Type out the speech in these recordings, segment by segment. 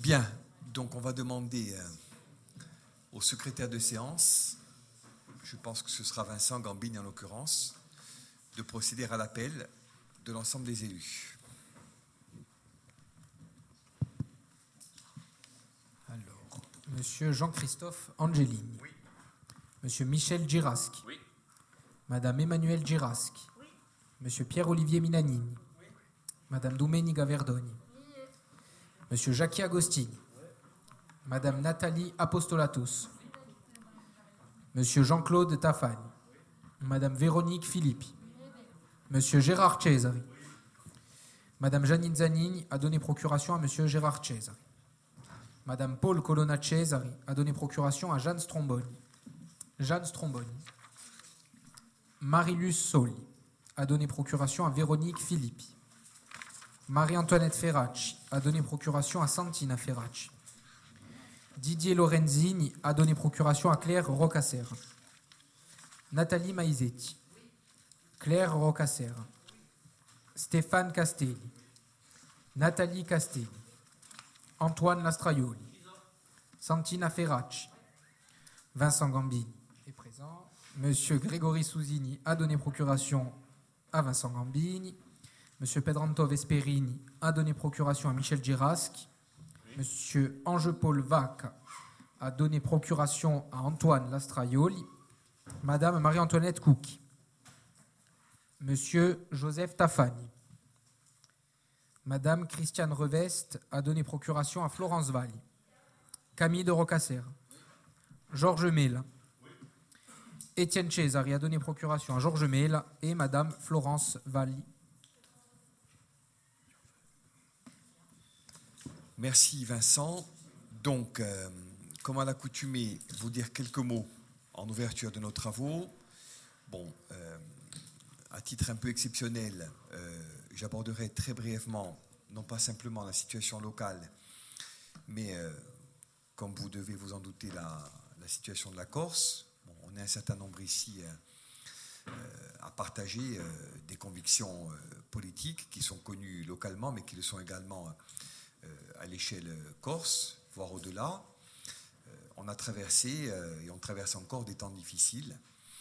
Bien, donc on va demander au secrétaire de séance, je pense que ce sera Vincent Gambini en l'occurrence, de procéder à l'appel de l'ensemble des élus. Alors, Monsieur Jean-Christophe Angelini. Oui. Monsieur Michel Girasc. Oui. Madame Emmanuelle Girasc. Oui. Monsieur Pierre-Olivier Minanini. Oui. Madame Domenica Verdoni. Oui. Monsieur Jackie Agostini. Oui. Madame Nathalie Apostolatus. Oui. Monsieur Jean-Claude Tafagne. Oui. Madame Véronique Filippi. Oui. Monsieur Gérard Cesari. Oui. Madame Janine Zanini a donné procuration à Monsieur Gérard Cesari. Madame Paul Colonna Cesari a donné procuration à Jeanne Stromboni. Jeanne Stromboni. Marilus Soli a donné procuration à Véronique Filippi. Marie-Antoinette Ferracci a donné procuration à Santina Ferracci. Didier Lorenzini a donné procuration à Claire Rocasserra. Nathalie Maisetti. Claire Rocasserra. Stéphane Castelli. Nathalie Castelli. Antoine Lastraioli. Santina Ferracci. Vincent Gambini est présent. Monsieur Grégory Souzini a donné procuration à Vincent Gambini. Monsieur Pedranto Vesperini a donné procuration à Michel Girasc. Oui. Monsieur Ange-Paul Vaca a donné procuration à Antoine Lastraioli. Madame Marie-Antoinette Couqui. Monsieur Joseph Tafani. Madame Christiane Reveste a donné procuration à Florence Valli. Camille de Rocasserra. Georges Mela. Étienne Cesari a donné procuration à Georges Mela et Madame Florence Valli. Merci Vincent. Donc, comme à l'accoutumée, vous dire quelques mots en ouverture de nos travaux. Bon, à titre un peu exceptionnel, j'aborderai très brièvement, non pas simplement la situation locale, mais comme vous devez vous en douter, la situation de la Corse. Bon, on est un certain nombre ici à partager des convictions politiques qui sont connues localement, mais qui le sont également à l'échelle corse, voire au-delà. On a traversé et on traverse encore des temps difficiles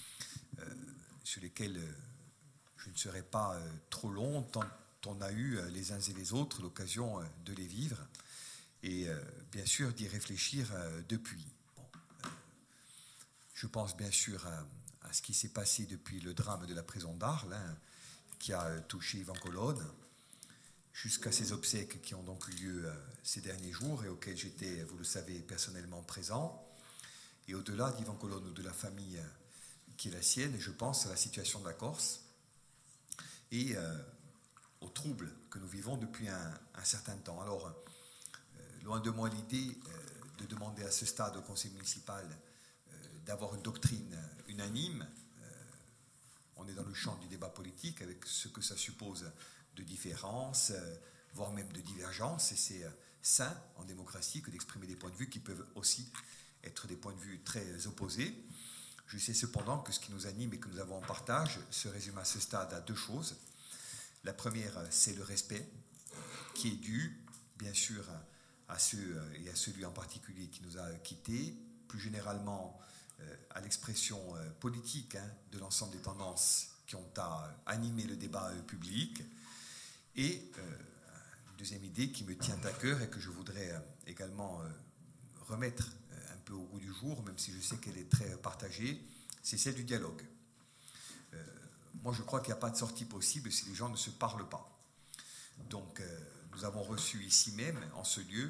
sur lesquels je ne serai pas trop long, tant on a eu les uns et les autres l'occasion de les vivre et bien sûr d'y réfléchir depuis. Bon, je pense bien sûr à ce qui s'est passé depuis le drame de la prison d'Arles, qui a touché Yvan Colonne, jusqu'à ces obsèques qui ont donc eu lieu ces derniers jours et auxquels j'étais, vous le savez, personnellement présent. Et au-delà d'Yvan Colonne ou de la famille qui est la sienne, je pense à la situation de la Corse et aux troubles que nous vivons depuis un certain temps. Alors, loin de moi l'idée de demander à ce stade au Conseil municipal d'avoir une doctrine unanime. On est dans le champ du débat politique avec ce que ça suppose de différences, voire même de divergences, et c'est sain en démocratie que d'exprimer des points de vue qui peuvent aussi être des points de vue très opposés. Je sais cependant que ce qui nous anime et que nous avons en partage se résume à ce stade à deux choses. La première, c'est le respect qui est dû, bien sûr, à ceux et à celui en particulier qui nous a quittés, plus généralement à l'expression politique de l'ensemble des tendances qui ont animé le débat public. Et une deuxième idée qui me tient à cœur et que je voudrais également remettre un peu au goût du jour, même si je sais qu'elle est très partagée, c'est celle du dialogue. Moi, je crois qu'il n'y a pas de sortie possible si les gens ne se parlent pas. Donc, nous avons reçu ici même, en ce lieu,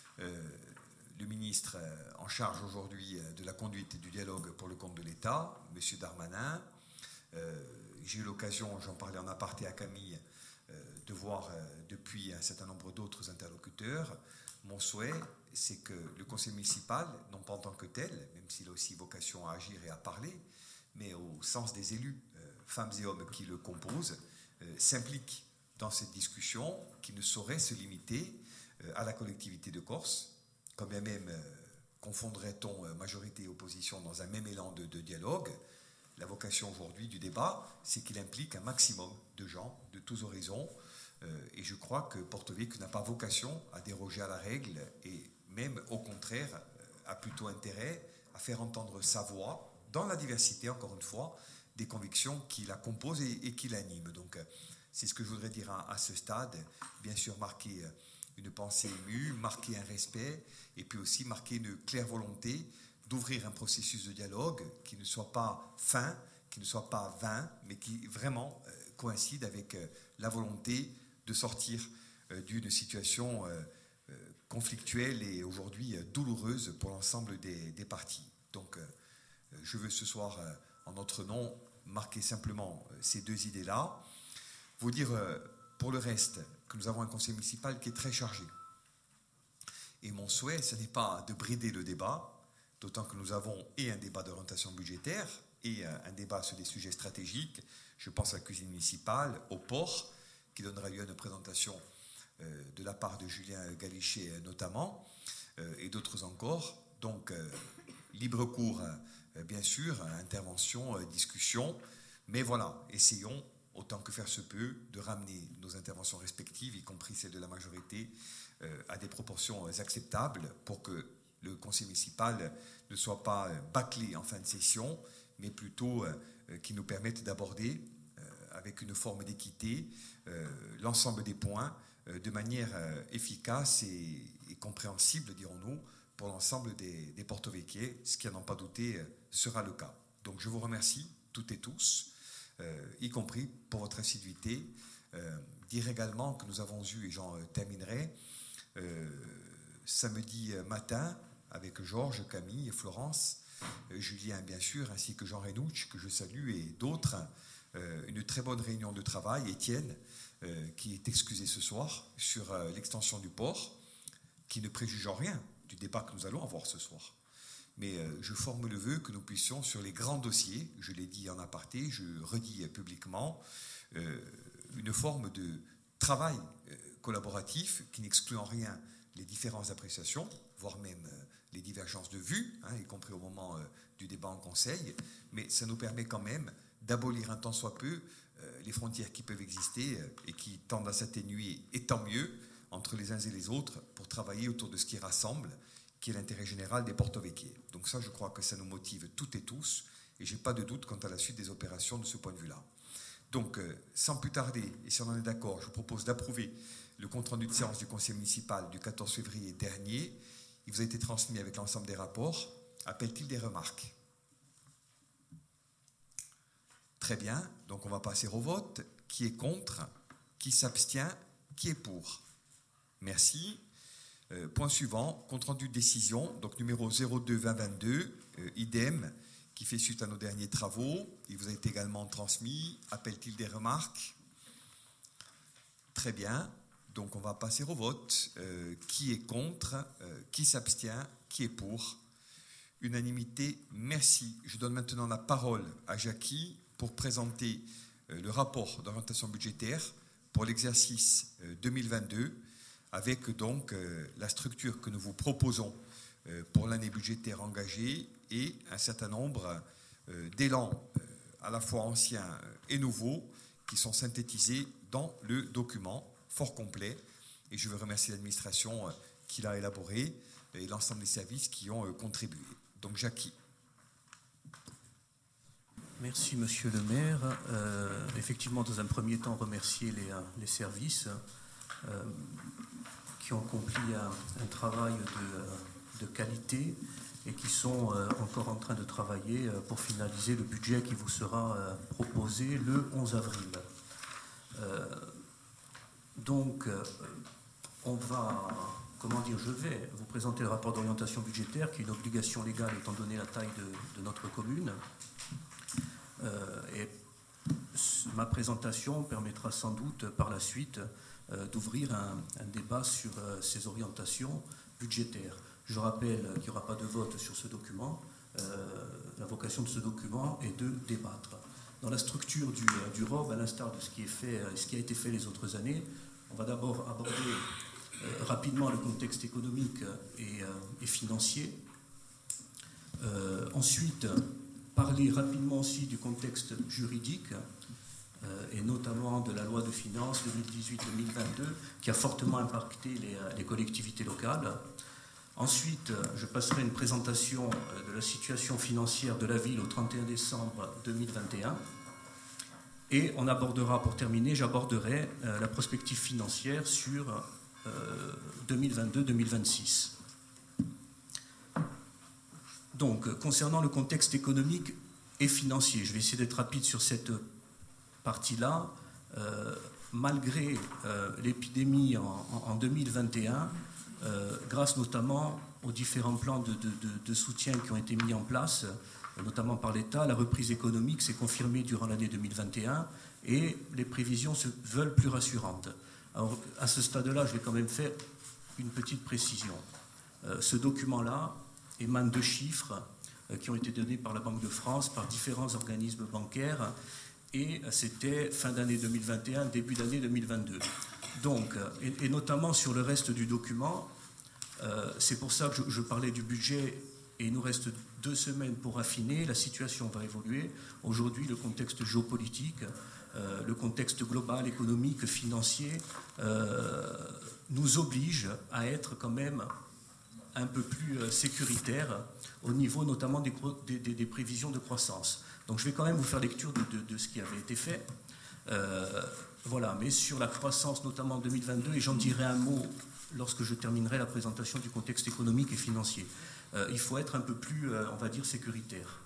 le ministre en charge aujourd'hui de la conduite du dialogue pour le compte de l'État, M. Darmanin. J'ai eu l'occasion, j'en parlais en aparté à Camille, de voir depuis un certain nombre d'autres interlocuteurs. Mon souhait, c'est que le conseil municipal, non pas en tant que tel, même s'il a aussi vocation à agir et à parler, mais au sens des élus, femmes et hommes qui le composent, s'implique dans cette discussion qui ne saurait se limiter à la collectivité de Corse, quand bien même confondrait-on majorité et opposition dans un même élan de dialogue. La vocation aujourd'hui du débat, c'est qu'il implique un maximum de gens, de tous horizons, Et je crois que Porto Vecchio n'a pas vocation à déroger à la règle et même au contraire a plutôt intérêt à faire entendre sa voix dans la diversité, encore une fois, des convictions qui la composent et qui l'animent. Donc c'est ce que je voudrais dire à ce stade. Bien sûr, marquer une pensée émue, marquer un respect et puis aussi marquer une claire volonté d'ouvrir un processus de dialogue qui ne soit pas fin, qui ne soit pas vain, mais qui vraiment coïncide avec la volonté de sortir d'une situation conflictuelle et aujourd'hui douloureuse pour l'ensemble des parties. Donc je veux ce soir, en notre nom, marquer simplement ces deux idées-là. Vous dire pour le reste que nous avons un conseil municipal qui est très chargé. Et mon souhait, ce n'est pas de brider le débat, d'autant que nous avons et un débat d'orientation budgétaire et un débat sur des sujets stratégiques. Je pense à la cuisine municipale, au port, qui donnera lieu à une présentation de la part de Julien Galichet notamment, et d'autres encore. Donc, libre cours, bien sûr, intervention, discussion, mais voilà, essayons, autant que faire se peut, de ramener nos interventions respectives, y compris celles de la majorité, à des proportions acceptables pour que le conseil municipal ne soit pas bâclé en fin de session, mais plutôt qui nous permette d'aborder avec une forme d'équité l'ensemble des points de manière efficace et compréhensible, dirons-nous, pour l'ensemble des porto-vecchiais, ce qui, à n'en pas douter, sera le cas. Donc je vous remercie toutes et tous, y compris pour votre assiduité. Dire également que nous avons eu, et j'en terminerai, samedi matin, avec Georges, Camille, Florence, Julien bien sûr, ainsi que Jean Renouch, que je salue, et d'autres, une très bonne réunion de travail, Étienne, qui est excusé ce soir, sur l'extension du port, qui ne préjuge en rien du débat que nous allons avoir ce soir. Mais je forme le vœu que nous puissions, sur les grands dossiers, je l'ai dit en aparté, je redis publiquement, une forme de travail collaboratif qui n'exclut en rien les différentes appréciations, voire même les divergences de vues, y compris au moment du débat en conseil, mais ça nous permet quand même d'abolir un tant soit peu les frontières qui peuvent exister et qui tendent à s'atténuer, et tant mieux, entre les uns et les autres, pour travailler autour de ce qui rassemble, qui est l'intérêt général des porto-vecchiais. Donc ça, je crois que ça nous motive toutes et tous, et je n'ai pas de doute quant à la suite des opérations de ce point de vue-là. Donc, sans plus tarder, et si on en est d'accord, je vous propose d'approuver le compte-rendu de séance du conseil municipal du 14 février dernier. Il vous a été transmis avec l'ensemble des rapports. Appelle-t-il des remarques? Très bien, donc on va passer au vote. Qui est contre? Qui s'abstient? Qui est pour? Merci. Point suivant, compte-rendu de décision, donc numéro 02-2022, idem, qui fait suite à nos derniers travaux. Il vous a été également transmis. Appelle-t-il des remarques? Très bien. Donc on va passer au vote. Qui est contre? Qui s'abstient? Qui est pour? Unanimité, merci. Je donne maintenant la parole à Jackie pour présenter le rapport d'orientation budgétaire pour l'exercice 2022, avec donc la structure que nous vous proposons pour l'année budgétaire engagée et un certain nombre d'élans à la fois anciens et nouveaux qui sont synthétisés dans le document fort complet. Et je veux remercier l'administration qui l'a élaboré et l'ensemble des services qui ont contribué. Donc Jackie. Merci Monsieur le maire. Effectivement, dans un premier temps, remercier les services qui ont accompli un travail de qualité et qui sont encore en train de travailler pour finaliser le budget qui vous sera proposé le 11 avril. Donc, je vais vous présenter le rapport d'orientation budgétaire, qui est une obligation légale étant donné la taille de notre commune. Et ma présentation permettra sans doute par la suite d'ouvrir un débat sur ces orientations budgétaires. Je rappelle qu'il n'y aura pas de vote sur ce document. La vocation de ce document est de débattre. Dans la structure du ROB, à l'instar de ce qui a été fait les autres années, on va d'abord aborder rapidement le contexte économique et financier. Ensuite, parler rapidement aussi du contexte juridique, et notamment de la loi de finances 2018-2022 qui a fortement impacté les collectivités locales. Ensuite, je passerai une présentation de la situation financière de la ville au 31 décembre 2021. Et on abordera, pour terminer, j'aborderai la prospective financière sur 2022-2026. Donc, concernant le contexte économique et financier, je vais essayer d'être rapide sur cette partie-là. Malgré l'épidémie en 2021, grâce notamment aux différents plans de soutien qui ont été mis en place, notamment par l'État, la reprise économique s'est confirmée durant l'année 2021 et les prévisions se veulent plus rassurantes. Alors, à ce stade-là, je vais quand même faire une petite précision. Ce document-là émane de chiffres qui ont été donnés par la Banque de France, par différents organismes bancaires, et c'était fin d'année 2021, début d'année 2022. Donc, et notamment sur le reste du document, c'est pour ça que je parlais du budget, et il nous reste 2 semaines pour affiner. La situation va évoluer. Aujourd'hui, le contexte géopolitique, le contexte global, économique, financier, nous oblige à être quand même un peu plus sécuritaire au niveau notamment des prévisions de croissance. Donc je vais quand même vous faire lecture de ce qui avait été fait. Voilà, mais sur la croissance notamment en 2022, et j'en dirai un mot lorsque je terminerai la présentation du contexte économique et financier. Il faut être un peu plus, on va dire, sécuritaire.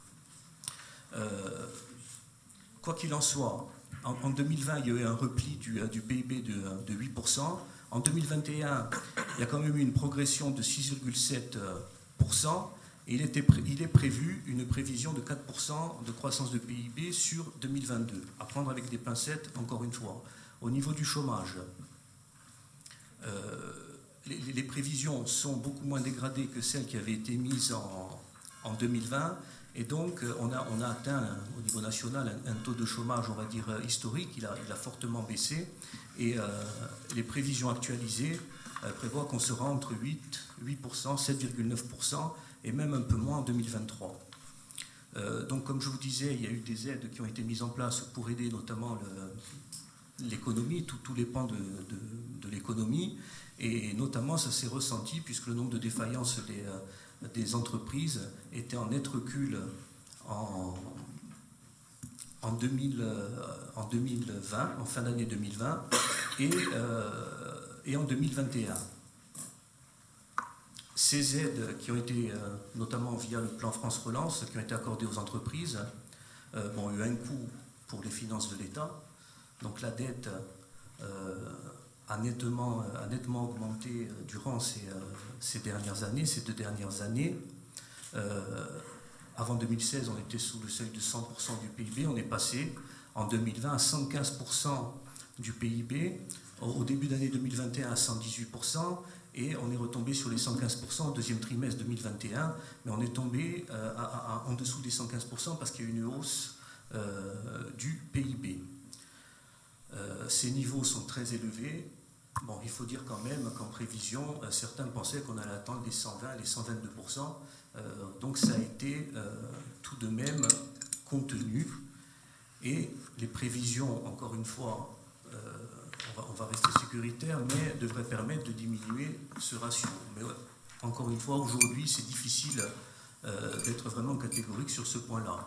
Quoi qu'il en soit, en 2020, il y a eu un repli du PIB de 8%. En 2021, il y a quand même eu une progression de 6,7%. Et il est prévu une prévision de 4% de croissance de PIB sur 2022. À prendre avec des pincettes, encore une fois. Au niveau du chômage, les prévisions sont beaucoup moins dégradées que celles qui avaient été mises en 2020. Et donc, on a atteint au niveau national un taux de chômage, on va dire, historique. Il a fortement baissé. Et les prévisions actualisées prévoient qu'on sera entre 8%, 7,9%, et même un peu moins en 2023. Donc, comme je vous disais, il y a eu des aides qui ont été mises en place pour aider notamment l'économie, tous les pans de l'économie. Et notamment, ça s'est ressenti puisque le nombre de défaillances des entreprises était en net recul en 2020, en fin d'année 2020 et en 2021. Ces aides qui ont été, notamment via le plan France Relance, qui ont été accordées aux entreprises, ont eu un coût pour les finances de l'État. Donc la dette a nettement augmenté durant ces 2 dernières années. Avant 2016, on était sous le seuil de 100% du PIB. On est passé en 2020 à 115% du PIB. Au début d'année 2021 à 118%. Et on est retombé sur les 115% au 2e trimestre 2021. Mais on est tombé en dessous des 115% parce qu'il y a eu une hausse du PIB. Ces niveaux sont très élevés. Bon, il faut dire quand même qu'en prévision, certains pensaient qu'on allait atteindre les 120, les 122%. Donc ça a été tout de même contenu. Et les prévisions, encore une fois, on va rester sécuritaire, mais devraient permettre de diminuer ce ratio. Mais ouais, encore une fois, aujourd'hui, c'est difficile d'être vraiment catégorique sur ce point-là.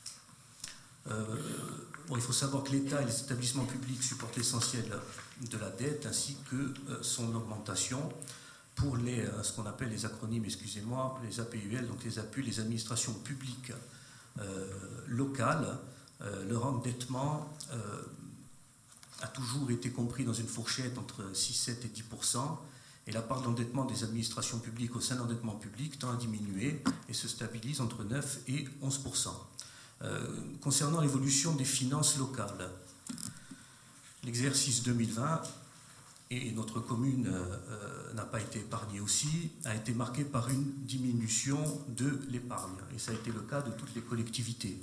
Il faut savoir que l'État et les établissements publics supportent l'essentiel de la dette ainsi que son augmentation pour ce qu'on appelle les acronymes, excusez-moi, les APUL, donc les APU, les administrations publiques locales. Leur endettement a toujours été compris dans une fourchette entre 6, 7 et 10%, et la part d'endettement des administrations publiques au sein de l'endettement public tend à diminuer et se stabilise entre 9 et 11%. Concernant l'évolution des finances locales, l'exercice 2020, et notre commune n'a pas été épargnée aussi, a été marqué par une diminution de l'épargne. Et ça a été le cas de toutes les collectivités.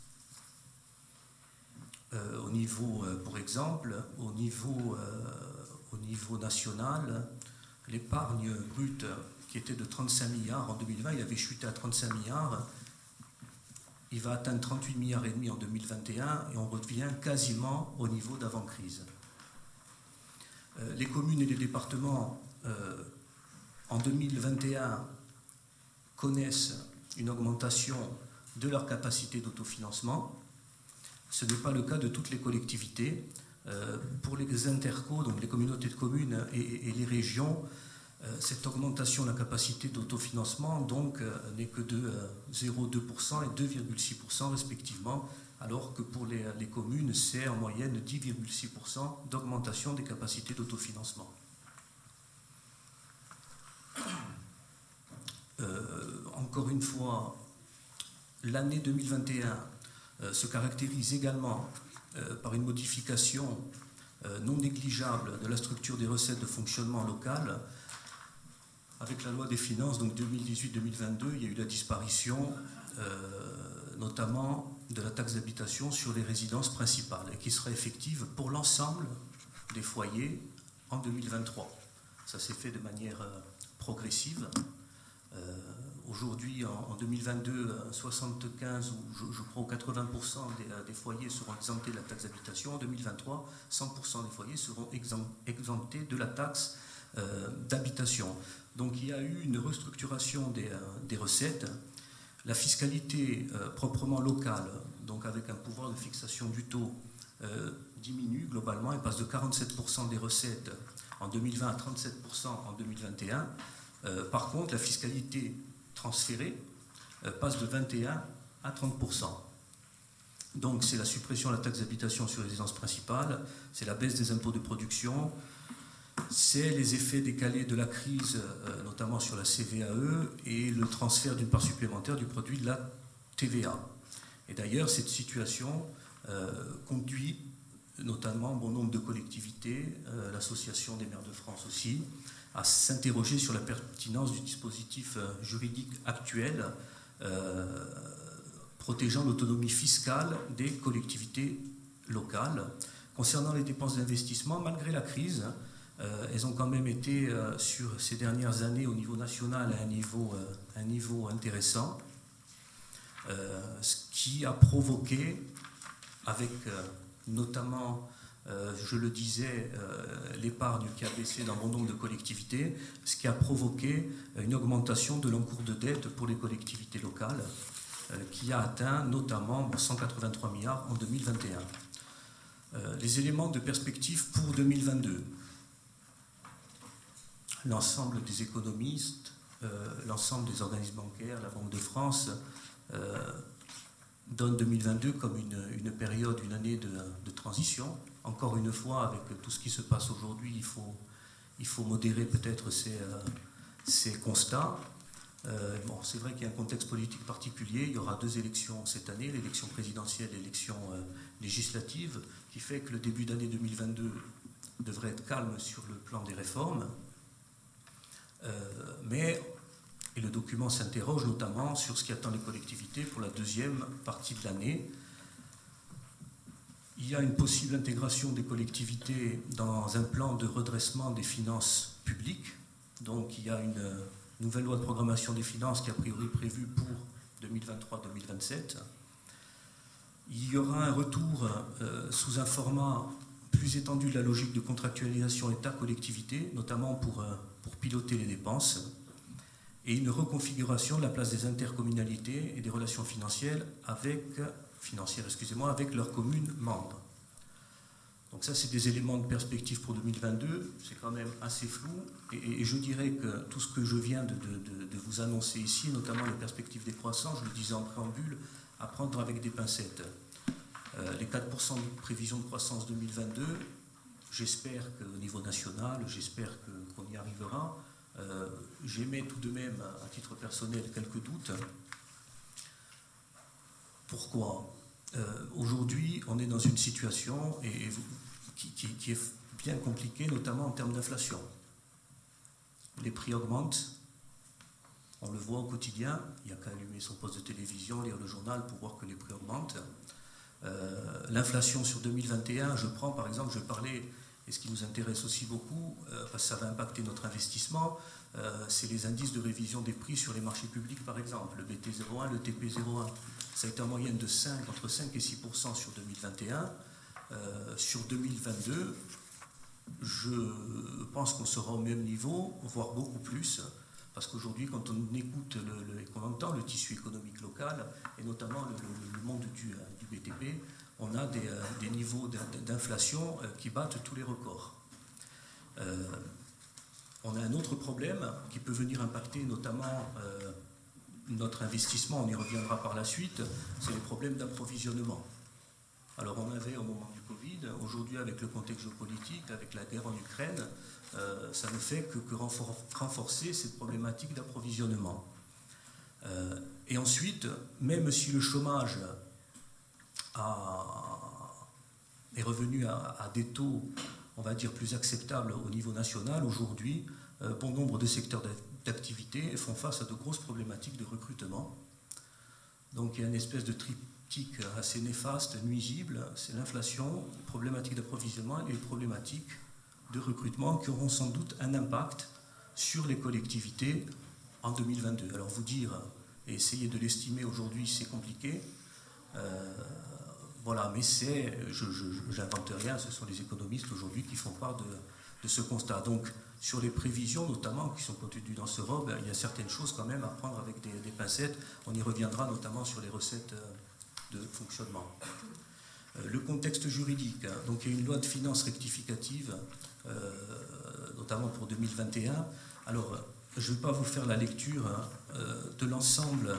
Au niveau, pour exemple, au niveau national, l'épargne brute qui était de 35 milliards en 2020, il avait chuté à 35 milliards. il va atteindre 38,5 milliards en 2021 et on revient quasiment au niveau d'avant-crise. Les communes et les départements, en 2021, connaissent une augmentation de leur capacité d'autofinancement. Ce n'est pas le cas de toutes les collectivités. Pour les intercos, donc les communautés de communes et les régions, cette augmentation de la capacité d'autofinancement donc n'est que de 0,2% et 2,6% respectivement, alors que pour les communes, c'est en moyenne 10,6% d'augmentation des capacités d'autofinancement. Encore une fois, l'année 2021 se caractérise également par une modification non négligeable de la structure des recettes de fonctionnement local. Avec la loi des finances, donc 2018-2022, il y a eu la disparition notamment de la taxe d'habitation sur les résidences principales et qui sera effective pour l'ensemble des foyers en 2023. Ça s'est fait de manière progressive. Aujourd'hui, en 2022, 75 ou je crois 80% des foyers seront exemptés de la taxe d'habitation. En 2023, 100% des foyers seront exemptés de la taxe d'habitation. Donc il y a eu une restructuration des recettes. La fiscalité proprement locale, donc avec un pouvoir de fixation du taux, diminue globalement. Elle passe de 47% des recettes en 2020 à 37% en 2021. Par contre, la fiscalité transférée passe de 21 à 30%. Donc c'est la suppression de la taxe d'habitation sur les résidences principales, c'est la baisse des impôts de production, c'est les effets décalés de la crise, notamment sur la CVAE, et le transfert d'une part supplémentaire du produit de la TVA. Et d'ailleurs, cette situation conduit notamment bon nombre de collectivités, l'Association des maires de France aussi, à s'interroger sur la pertinence du dispositif juridique actuel protégeant l'autonomie fiscale des collectivités locales. Concernant les dépenses d'investissement, malgré la crise, elles ont quand même été, sur ces dernières années, au niveau national, à un niveau intéressant, ce qui a provoqué, avec notamment, je le disais, l'épargne qui a baissé dans bon nombre de collectivités, ce qui a provoqué une augmentation de l'encours de dette pour les collectivités locales, qui a atteint notamment 183 milliards en 2021. Les éléments de perspective pour 2022. L'ensemble des économistes, l'ensemble des organismes bancaires, la Banque de France, donne 2022 comme une période, une année de transition. Encore une fois, avec tout ce qui se passe aujourd'hui, il faut modérer peut-être ces constats. C'est vrai qu'il y a un contexte politique particulier. Il y aura 2 élections cette année, l'élection présidentielle et l'élection législative, qui fait que le début d'année 2022 devrait être calme sur le plan des réformes. Et le document s'interroge notamment sur ce qui attend les collectivités pour la deuxième partie de l'année. Il y a une possible intégration des collectivités dans un plan de redressement des finances publiques. Donc il y a une nouvelle loi de programmation des finances qui est a priori prévue pour 2023-2027. Il y aura un retour sous un format plus étendu de la logique de contractualisation État-collectivité, notamment pour piloter les dépenses, et une reconfiguration de la place des intercommunalités et des relations financières avec leurs communes membres. Donc ça, c'est des éléments de perspective pour 2022, c'est quand même assez flou, et je dirais que tout ce que je viens de vous annoncer ici, notamment les perspectives des croissants, je le disais en préambule, à prendre avec des pincettes. Les 4% de prévision de croissance 2022, j'espère qu'au niveau national, j'espère qu'on y arrivera. J'émets tout de même, à titre personnel, quelques doutes. Pourquoi ? Aujourd'hui, on est dans une situation qui est bien compliquée, notamment en termes d'inflation. Les prix augmentent, on le voit au quotidien, il n'y a qu'à allumer son poste de télévision, lire le journal pour voir que les prix augmentent. L'inflation sur 2021, je vais parler, et ce qui nous intéresse aussi beaucoup, parce que ça va impacter notre investissement, c'est les indices de révision des prix sur les marchés publics, par exemple, le BT01, le TP01. Ça a été en moyenne de entre 5 et 6% sur 2021. Sur 2022, je pense qu'on sera au même niveau, voire beaucoup plus, parce qu'aujourd'hui, quand on écoute et qu'on entend le tissu économique local, et notamment le monde du BTP, on a des niveaux d'inflation qui battent tous les records. On a un autre problème qui peut venir impacter notamment notre investissement, on y reviendra par la suite, c'est les problèmes d'approvisionnement. Alors on avait au moment du Covid, aujourd'hui avec le contexte géopolitique, avec la guerre en Ukraine, ça ne fait que renforcer cette problématique d'approvisionnement. Et ensuite, même si le chômage est revenu à des taux, on va dire, plus acceptables au niveau national, aujourd'hui, bon nombre de secteurs d'activité font face à de grosses problématiques de recrutement. Donc il y a une espèce de triptyque assez néfaste, nuisible, c'est l'inflation, les problématiques d'approvisionnement et les problématiques de recrutement qui auront sans doute un impact sur les collectivités en 2022. Alors vous dire et essayer de l'estimer aujourd'hui, c'est compliqué. Voilà, mais je n'invente rien, ce sont les économistes aujourd'hui qui font part de ce constat. Donc, sur les prévisions notamment qui sont contenues dans ce ROB, il y a certaines choses quand même à prendre avec des pincettes. On y reviendra notamment sur les recettes de fonctionnement. Le contexte juridique, donc il y a une loi de finances rectificative, notamment pour 2021. Alors, je ne vais pas vous faire la lecture de l'ensemble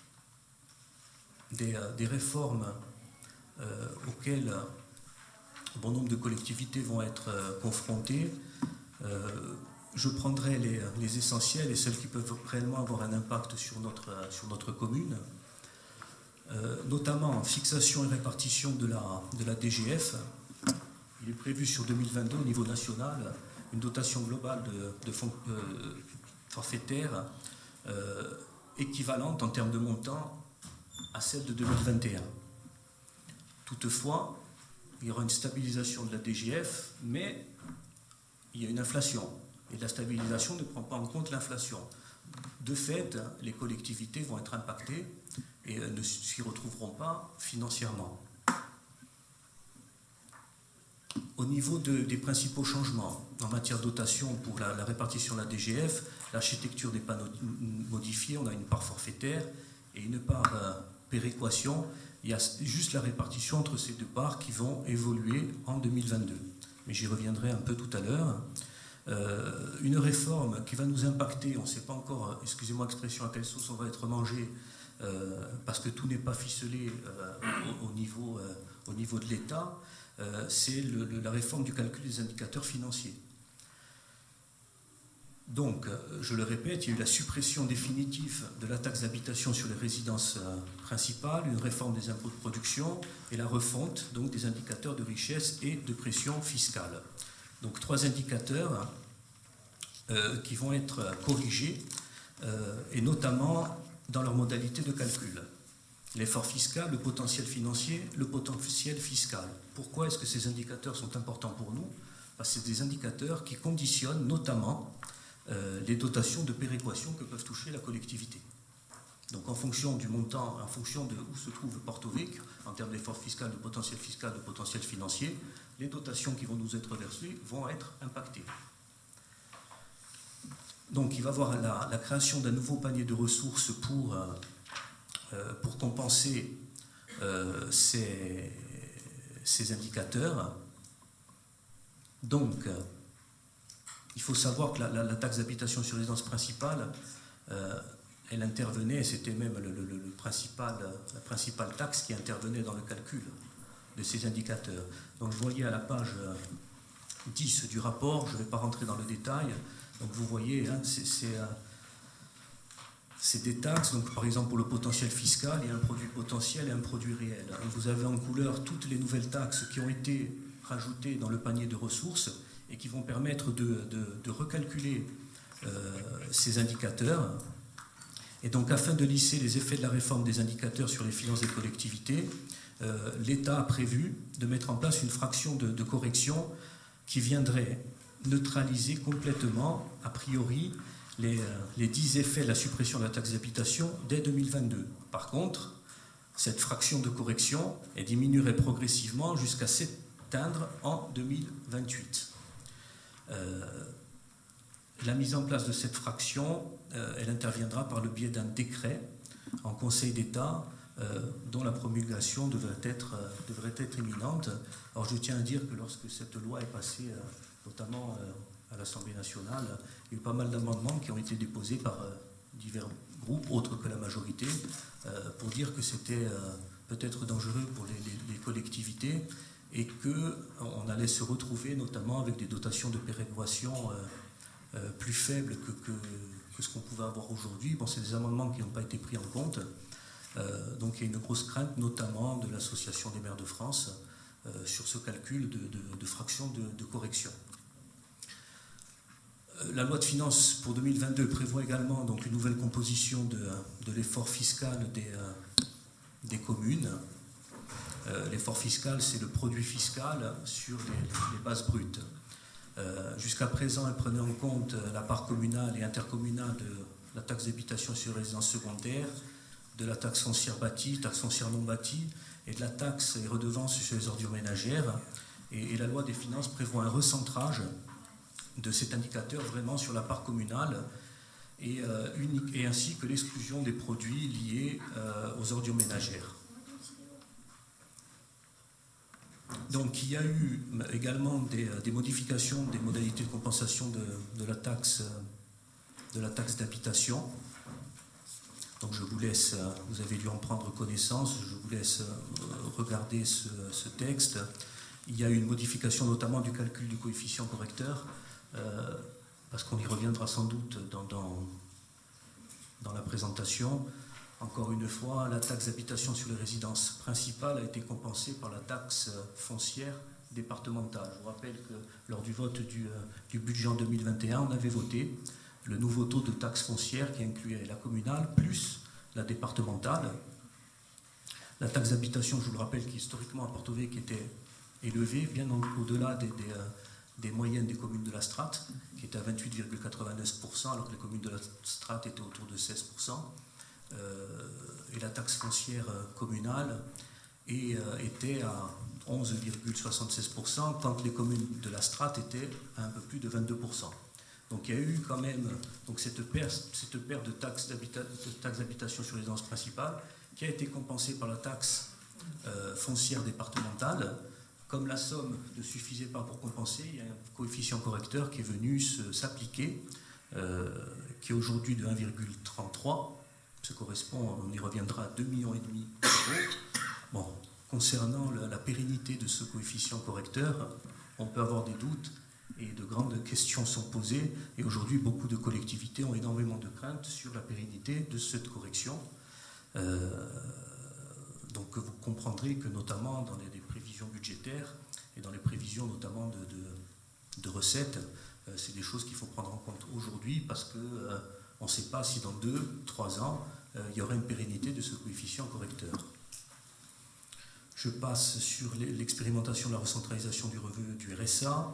des réformes auxquelles bon nombre de collectivités vont être confrontées. Je prendrai les essentiels et celles qui peuvent réellement avoir un impact sur notre commune, notamment fixation et répartition de la DGF. Il est prévu sur 2022 au niveau national une dotation globale de forfaitaire équivalente en termes de montant à celle de 2021. Toutefois, il y aura une stabilisation de la DGF, mais il y a une inflation. Et la stabilisation ne prend pas en compte l'inflation. De fait, les collectivités vont être impactées et ne s'y retrouveront pas financièrement. Au niveau des principaux changements en matière de dotation pour la répartition de la DGF, l'architecture n'est pas modifiée, on a une part forfaitaire et une part péréquation. Il y a juste la répartition entre ces deux parts qui vont évoluer en 2022. Mais j'y reviendrai un peu tout à l'heure. Une réforme qui va nous impacter, on ne sait pas encore, excusez-moi l'expression, à quelle sauce on va être mangé, parce que tout n'est pas ficelé au niveau de l'État, c'est la réforme du calcul des indicateurs financiers. Donc, je le répète, il y a eu la suppression définitive de la taxe d'habitation sur les résidences principales, une réforme des impôts de production et la refonte donc, des indicateurs de richesse et de pression fiscale. Donc 3 indicateurs qui vont être corrigés et notamment dans leur modalité de calcul. L'effort fiscal, le potentiel financier, le potentiel fiscal. Pourquoi est-ce que ces indicateurs sont importants pour nous ? Parce que c'est des indicateurs qui conditionnent notamment les dotations de péréquation que peuvent toucher la collectivité. Donc en fonction du montant, en fonction de où se trouve Porto Vecchio, en termes d'effort fiscal, de potentiel financier, les dotations qui vont nous être versées vont être impactées. Donc il va y avoir la création d'un nouveau panier de ressources pour compenser ces indicateurs. Donc, il faut savoir que la taxe d'habitation sur résidence principale, elle intervenait, c'était même la principale taxe qui intervenait dans le calcul de ces indicateurs. Donc vous voyez à la page 10 du rapport, je ne vais pas rentrer dans le détail, donc vous voyez, hein, c'est des taxes, donc par exemple pour le potentiel fiscal, il y a un produit potentiel et un produit réel. Et vous avez en couleur toutes les nouvelles taxes qui ont été rajoutées dans le panier de ressources et qui vont permettre de recalculer ces indicateurs. Et donc, afin de lisser les effets de la réforme des indicateurs sur les finances des collectivités, l'État a prévu de mettre en place une fraction de correction qui viendrait neutraliser complètement, a priori, les 10 effets de la suppression de la taxe d'habitation dès 2022. Par contre, cette fraction de correction diminuerait progressivement jusqu'à s'éteindre en 2028. La mise en place de cette fraction, elle interviendra par le biais d'un décret en Conseil d'État dont la promulgation devrait être imminente. Alors je tiens à dire que lorsque cette loi est passée, notamment à l'Assemblée nationale, il y a eu pas mal d'amendements qui ont été déposés par divers groupes, autres que la majorité, pour dire que c'était peut-être dangereux pour les collectivités et qu'on allait se retrouver notamment avec des dotations de péréquation plus faibles que ce qu'on pouvait avoir aujourd'hui. Bon, c'est des amendements qui n'ont pas été pris en compte. Donc il y a une grosse crainte, notamment de l'Association des maires de France, sur ce calcul de fraction de correction. La loi de finances pour 2022 prévoit également donc, une nouvelle composition de l'effort fiscal des communes. L'effort fiscal, c'est le produit fiscal sur les bases brutes. Jusqu'à présent, elle prenait en compte la part communale et intercommunale de la taxe d'habitation sur les résidences secondaires, de la taxe foncière bâtie, taxe foncière non bâtie, et de la taxe et redevance sur les ordures ménagères. Et la loi des finances prévoit un recentrage de cet indicateur vraiment sur la part communale et ainsi que l'exclusion des produits liés aux ordures ménagères. Donc il y a eu également des modifications des modalités de compensation de la taxe d'habitation. Donc je vous laisse, vous avez dû en prendre connaissance, je vous laisse regarder ce texte. Il y a eu une modification notamment du calcul du coefficient correcteur, parce qu'on y reviendra sans doute dans la présentation. Encore une fois, la taxe d'habitation sur les résidences principales a été compensée par la taxe foncière départementale. Je vous rappelle que lors du vote du budget en 2021, on avait voté le nouveau taux de taxe foncière qui incluait la communale plus la départementale. La taxe d'habitation, je vous le rappelle, qui historiquement à Porto-Vecchio était élevée, bien au-delà des moyennes des communes de la strate, qui étaient à 28,89%, alors que les communes de la strate étaient autour de 16%. Et la taxe foncière communale était à 11,76%, quand les communes de la strate étaient à un peu plus de 22%. Donc il y a eu quand même cette perte de taxe d'habitation sur les résidences principales qui a été compensée par la taxe foncière départementale. Comme la somme ne suffisait pas pour compenser, il y a un coefficient correcteur qui est venu s'appliquer, qui est aujourd'hui de 1,33. Ça correspond, on y reviendra, à 2,5 millions d'euros. Bon, concernant la pérennité de ce coefficient correcteur, on peut avoir des doutes et de grandes questions sont posées. Et aujourd'hui, beaucoup de collectivités ont énormément de craintes sur la pérennité de cette correction. Donc vous comprendrez que notamment dans les prévisions budgétaires et dans les prévisions notamment de recettes, c'est des choses qu'il faut prendre en compte aujourd'hui parce qu'on ne sait pas si dans 2-3 ans, il y aurait une pérennité de ce coefficient correcteur. Je passe sur l'expérimentation de la recentralisation du revenu du RSA.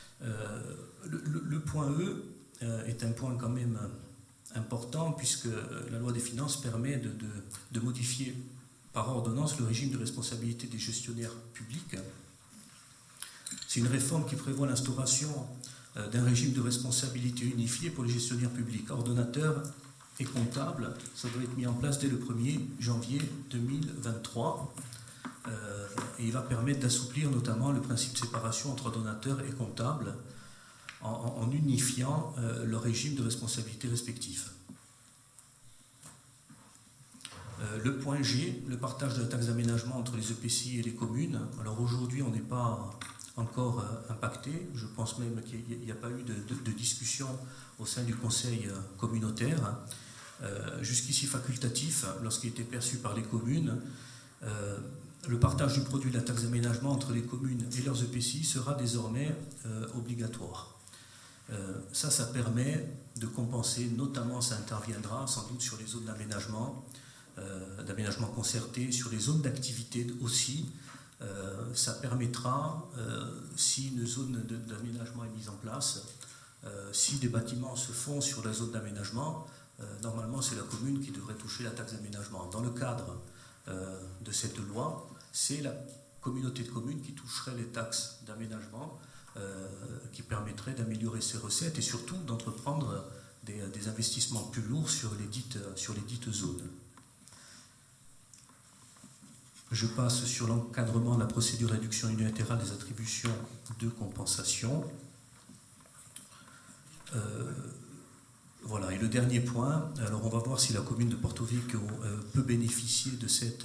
Le point E est un point quand même important puisque la loi des finances permet de modifier par ordonnance le régime de responsabilité des gestionnaires publics. C'est une réforme qui prévoit l'instauration d'un régime de responsabilité unifié pour les gestionnaires publics, ordonnateurs et comptables. Ça doit être mis en place dès le 1er janvier 2023 et il va permettre d'assouplir notamment le principe de séparation entre ordonnateurs et comptables en unifiant leur régime de responsabilité respectif. Le point G, le partage de la taxe d'aménagement entre les EPCI et les communes. Alors aujourd'hui, on n'est pas encore impacté. Je pense même qu'il n'y a pas eu de discussion au sein du conseil communautaire. Jusqu'ici facultatif, lorsqu'il était perçu par les communes, le partage du produit de la taxe d'aménagement entre les communes et leurs EPCI sera désormais obligatoire. Ça permet de compenser, notamment ça interviendra sans doute sur les zones d'aménagement concerté, sur les zones d'activité aussi. Ça permettra, si une zone d'aménagement est mise en place, Si des bâtiments se font sur la zone d'aménagement, normalement c'est la commune qui devrait toucher la taxe d'aménagement. Dans le cadre de cette loi, c'est la communauté de communes qui toucherait les taxes d'aménagement, qui permettrait d'améliorer ses recettes et surtout d'entreprendre des investissements plus lourds sur les dites zones. Je passe sur l'encadrement de la procédure de réduction unilatérale des attributions de compensation. Voilà, et le dernier point, alors on va voir si la commune de Porto Vecchio peut bénéficier de cette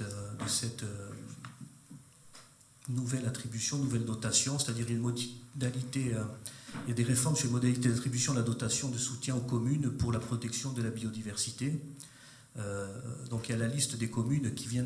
nouvelle attribution, nouvelle dotation, c'est-à-dire une modalité, il y a des réformes sur les modalités d'attribution de la dotation de soutien aux communes pour la protection de la biodiversité. Donc il y a la liste des communes qui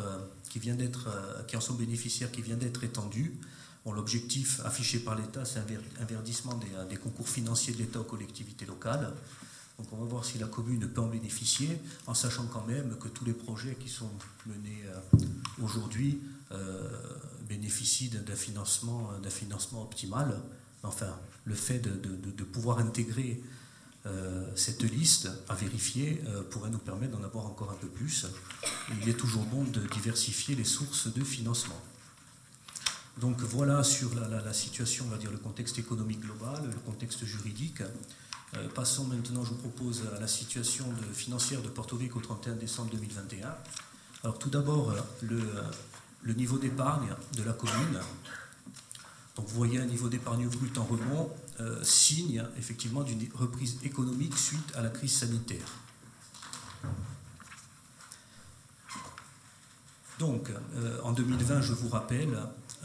en sont bénéficiaires, qui vient d'être étendue. Bon, l'objectif affiché par l'État, c'est un verdissement des concours financiers de l'État aux collectivités locales. Donc on va voir si la commune peut en bénéficier, en sachant quand même que tous les projets qui sont menés aujourd'hui bénéficient d'un financement optimal. Enfin, le fait de pouvoir intégrer cette liste à vérifier pourrait nous permettre d'en avoir encore un peu plus. Il est toujours bon de diversifier les sources de financement. Donc voilà sur la situation, on va dire le contexte économique global, le contexte juridique. Passons maintenant, je vous propose, à la situation financière de Porto Vecchio au 31 décembre 2021. Alors tout d'abord, le niveau d'épargne de la commune. Donc vous voyez un niveau d'épargne brute en rebond, signe effectivement d'une reprise économique suite à la crise sanitaire. Donc en 2020, je vous rappelle,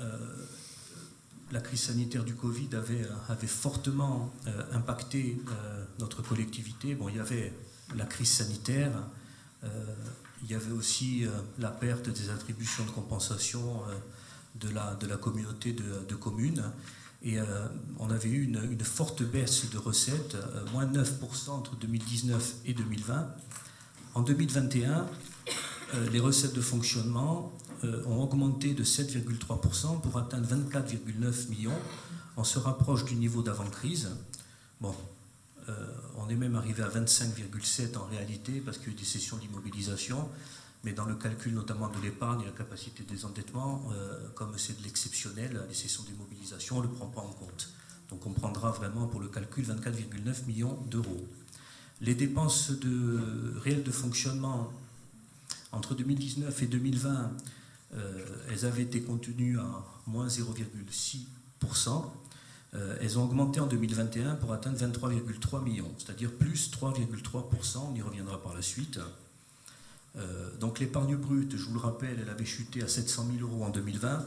la crise sanitaire du Covid avait fortement impacté notre collectivité. Bon, il y avait la crise sanitaire, il y avait aussi la perte des attributions de compensation de la communauté de communes. Et on avait eu une forte baisse de recettes, moins 9% entre 2019 et 2020. En 2021, les recettes de fonctionnement ont augmenté de 7,3% pour atteindre 24,9 millions. On se rapproche du niveau d'avant-crise. Bon, on est même arrivé à 25,7 en réalité parce qu'il y a eu des sessions d'immobilisation. Mais dans le calcul notamment de l'épargne et la capacité de désendettement, comme c'est de l'exceptionnel, les sessions d'immobilisation, on ne le prend pas en compte. Donc on prendra vraiment pour le calcul 24,9 millions d'euros. Les dépenses réelles de fonctionnement entre 2019 et 2020, elles avaient été contenues à moins 0,6%. Elles ont augmenté en 2021 pour atteindre 23,3 millions, c'est-à-dire plus 3,3%, on y reviendra par la suite. Donc l'épargne brute, je vous le rappelle, elle avait chuté à 700 000 euros en 2020.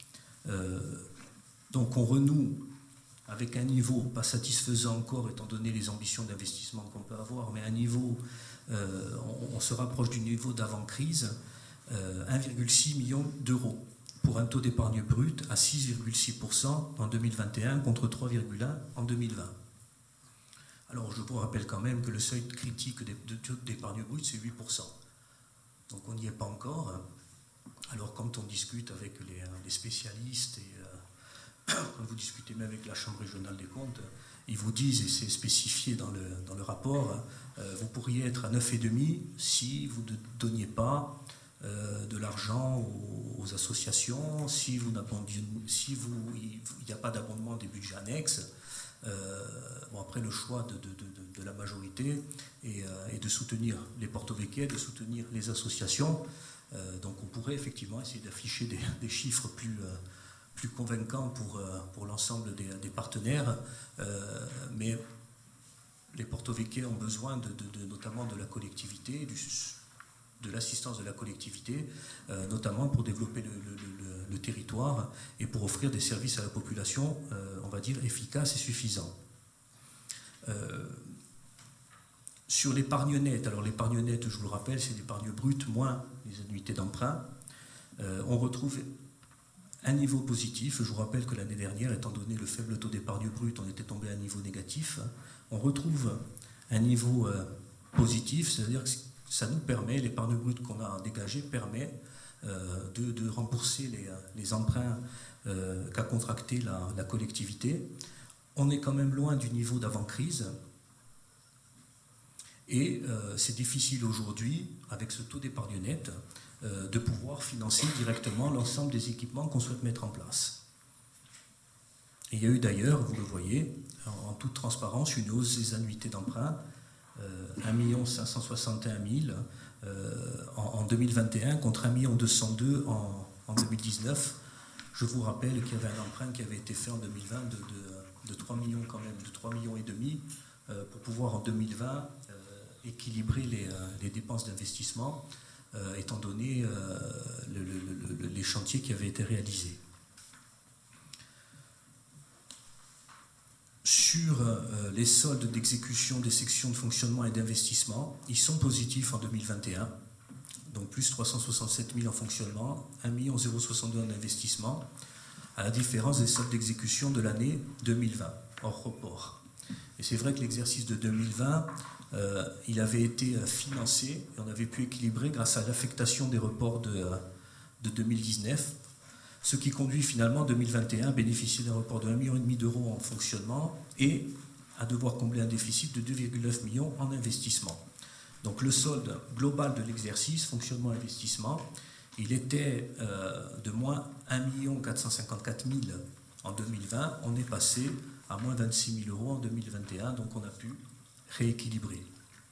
Donc on renoue avec un niveau pas satisfaisant encore, étant donné les ambitions d'investissement qu'on peut avoir, mais un niveau, on se rapproche du niveau d'avant-crise, 1,6 million d'euros, pour un taux d'épargne brute à 6,6% en 2021 contre 3,1% en 2020. Alors je vous rappelle quand même que le seuil critique d'épargne brute, c'est 8%. Donc on n'y est pas encore. Alors quand on discute avec les spécialistes et quand vous discutez même avec la Chambre régionale des comptes, ils vous disent, et c'est spécifié dans le rapport, vous pourriez être à 9,5 si vous ne donniez pas de l'argent aux associations, si il n'y a pas d'abondement des budgets annexes. Bon, après, le choix de la majorité est de soutenir les porto-véquiens, de soutenir les associations. Donc on pourrait effectivement essayer d'afficher des chiffres plus convaincants pour l'ensemble des partenaires, mais les porto-véquiens ont besoin notamment de la collectivité, de l'assistance de la collectivité, notamment pour développer le territoire et pour offrir des services à la population, on va dire, efficaces et suffisants. Sur l'épargne nette, alors l'épargne nette, je vous le rappelle, c'est l'épargne brute moins les annuités d'emprunt. On retrouve un niveau positif. Je vous rappelle que l'année dernière, étant donné le faible taux d'épargne brute, on était tombé à un niveau négatif. On retrouve un niveau positif, c'est-à-dire que ça nous permet, l'épargne brute qu'on a dégagée permet de rembourser les emprunts qu'a contracté la collectivité. on est quand même loin du niveau d'avant-crise. Et c'est difficile aujourd'hui, avec ce taux d'épargne nette, de pouvoir financer directement l'ensemble des équipements qu'on souhaite mettre en place. Et il y a eu d'ailleurs, vous le voyez, en toute transparence, une hausse des annuités d'emprunt, 1 561 000 en 2021 contre 1 202 000 en 2019. Je vous rappelle qu'il y avait un emprunt qui avait été fait en 2020 de 3 millions quand même, de 3 millions et demi, pour pouvoir en 2020 équilibrer les dépenses d'investissement, étant donné les chantiers qui avaient été réalisés. Sur les soldes d'exécution des sections de fonctionnement et d'investissement, ils sont positifs en 2021, donc plus 367 000 en fonctionnement, 1 062 000 en investissement, à la différence des soldes d'exécution de l'année 2020, hors report. Et c'est vrai que l'exercice de 2020, il avait été financé et on avait pu équilibrer grâce à l'affectation des reports de 2019, ce qui conduit finalement 2021 à bénéficier d'un report de 1,5 million d'euros en fonctionnement et à devoir combler un déficit de 2,9 millions en investissement. Donc le solde global de l'exercice, fonctionnement-investissement, il était de moins 1 454 000 en 2020. On est passé à moins 26 000 euros en 2021, donc on a pu rééquilibrer.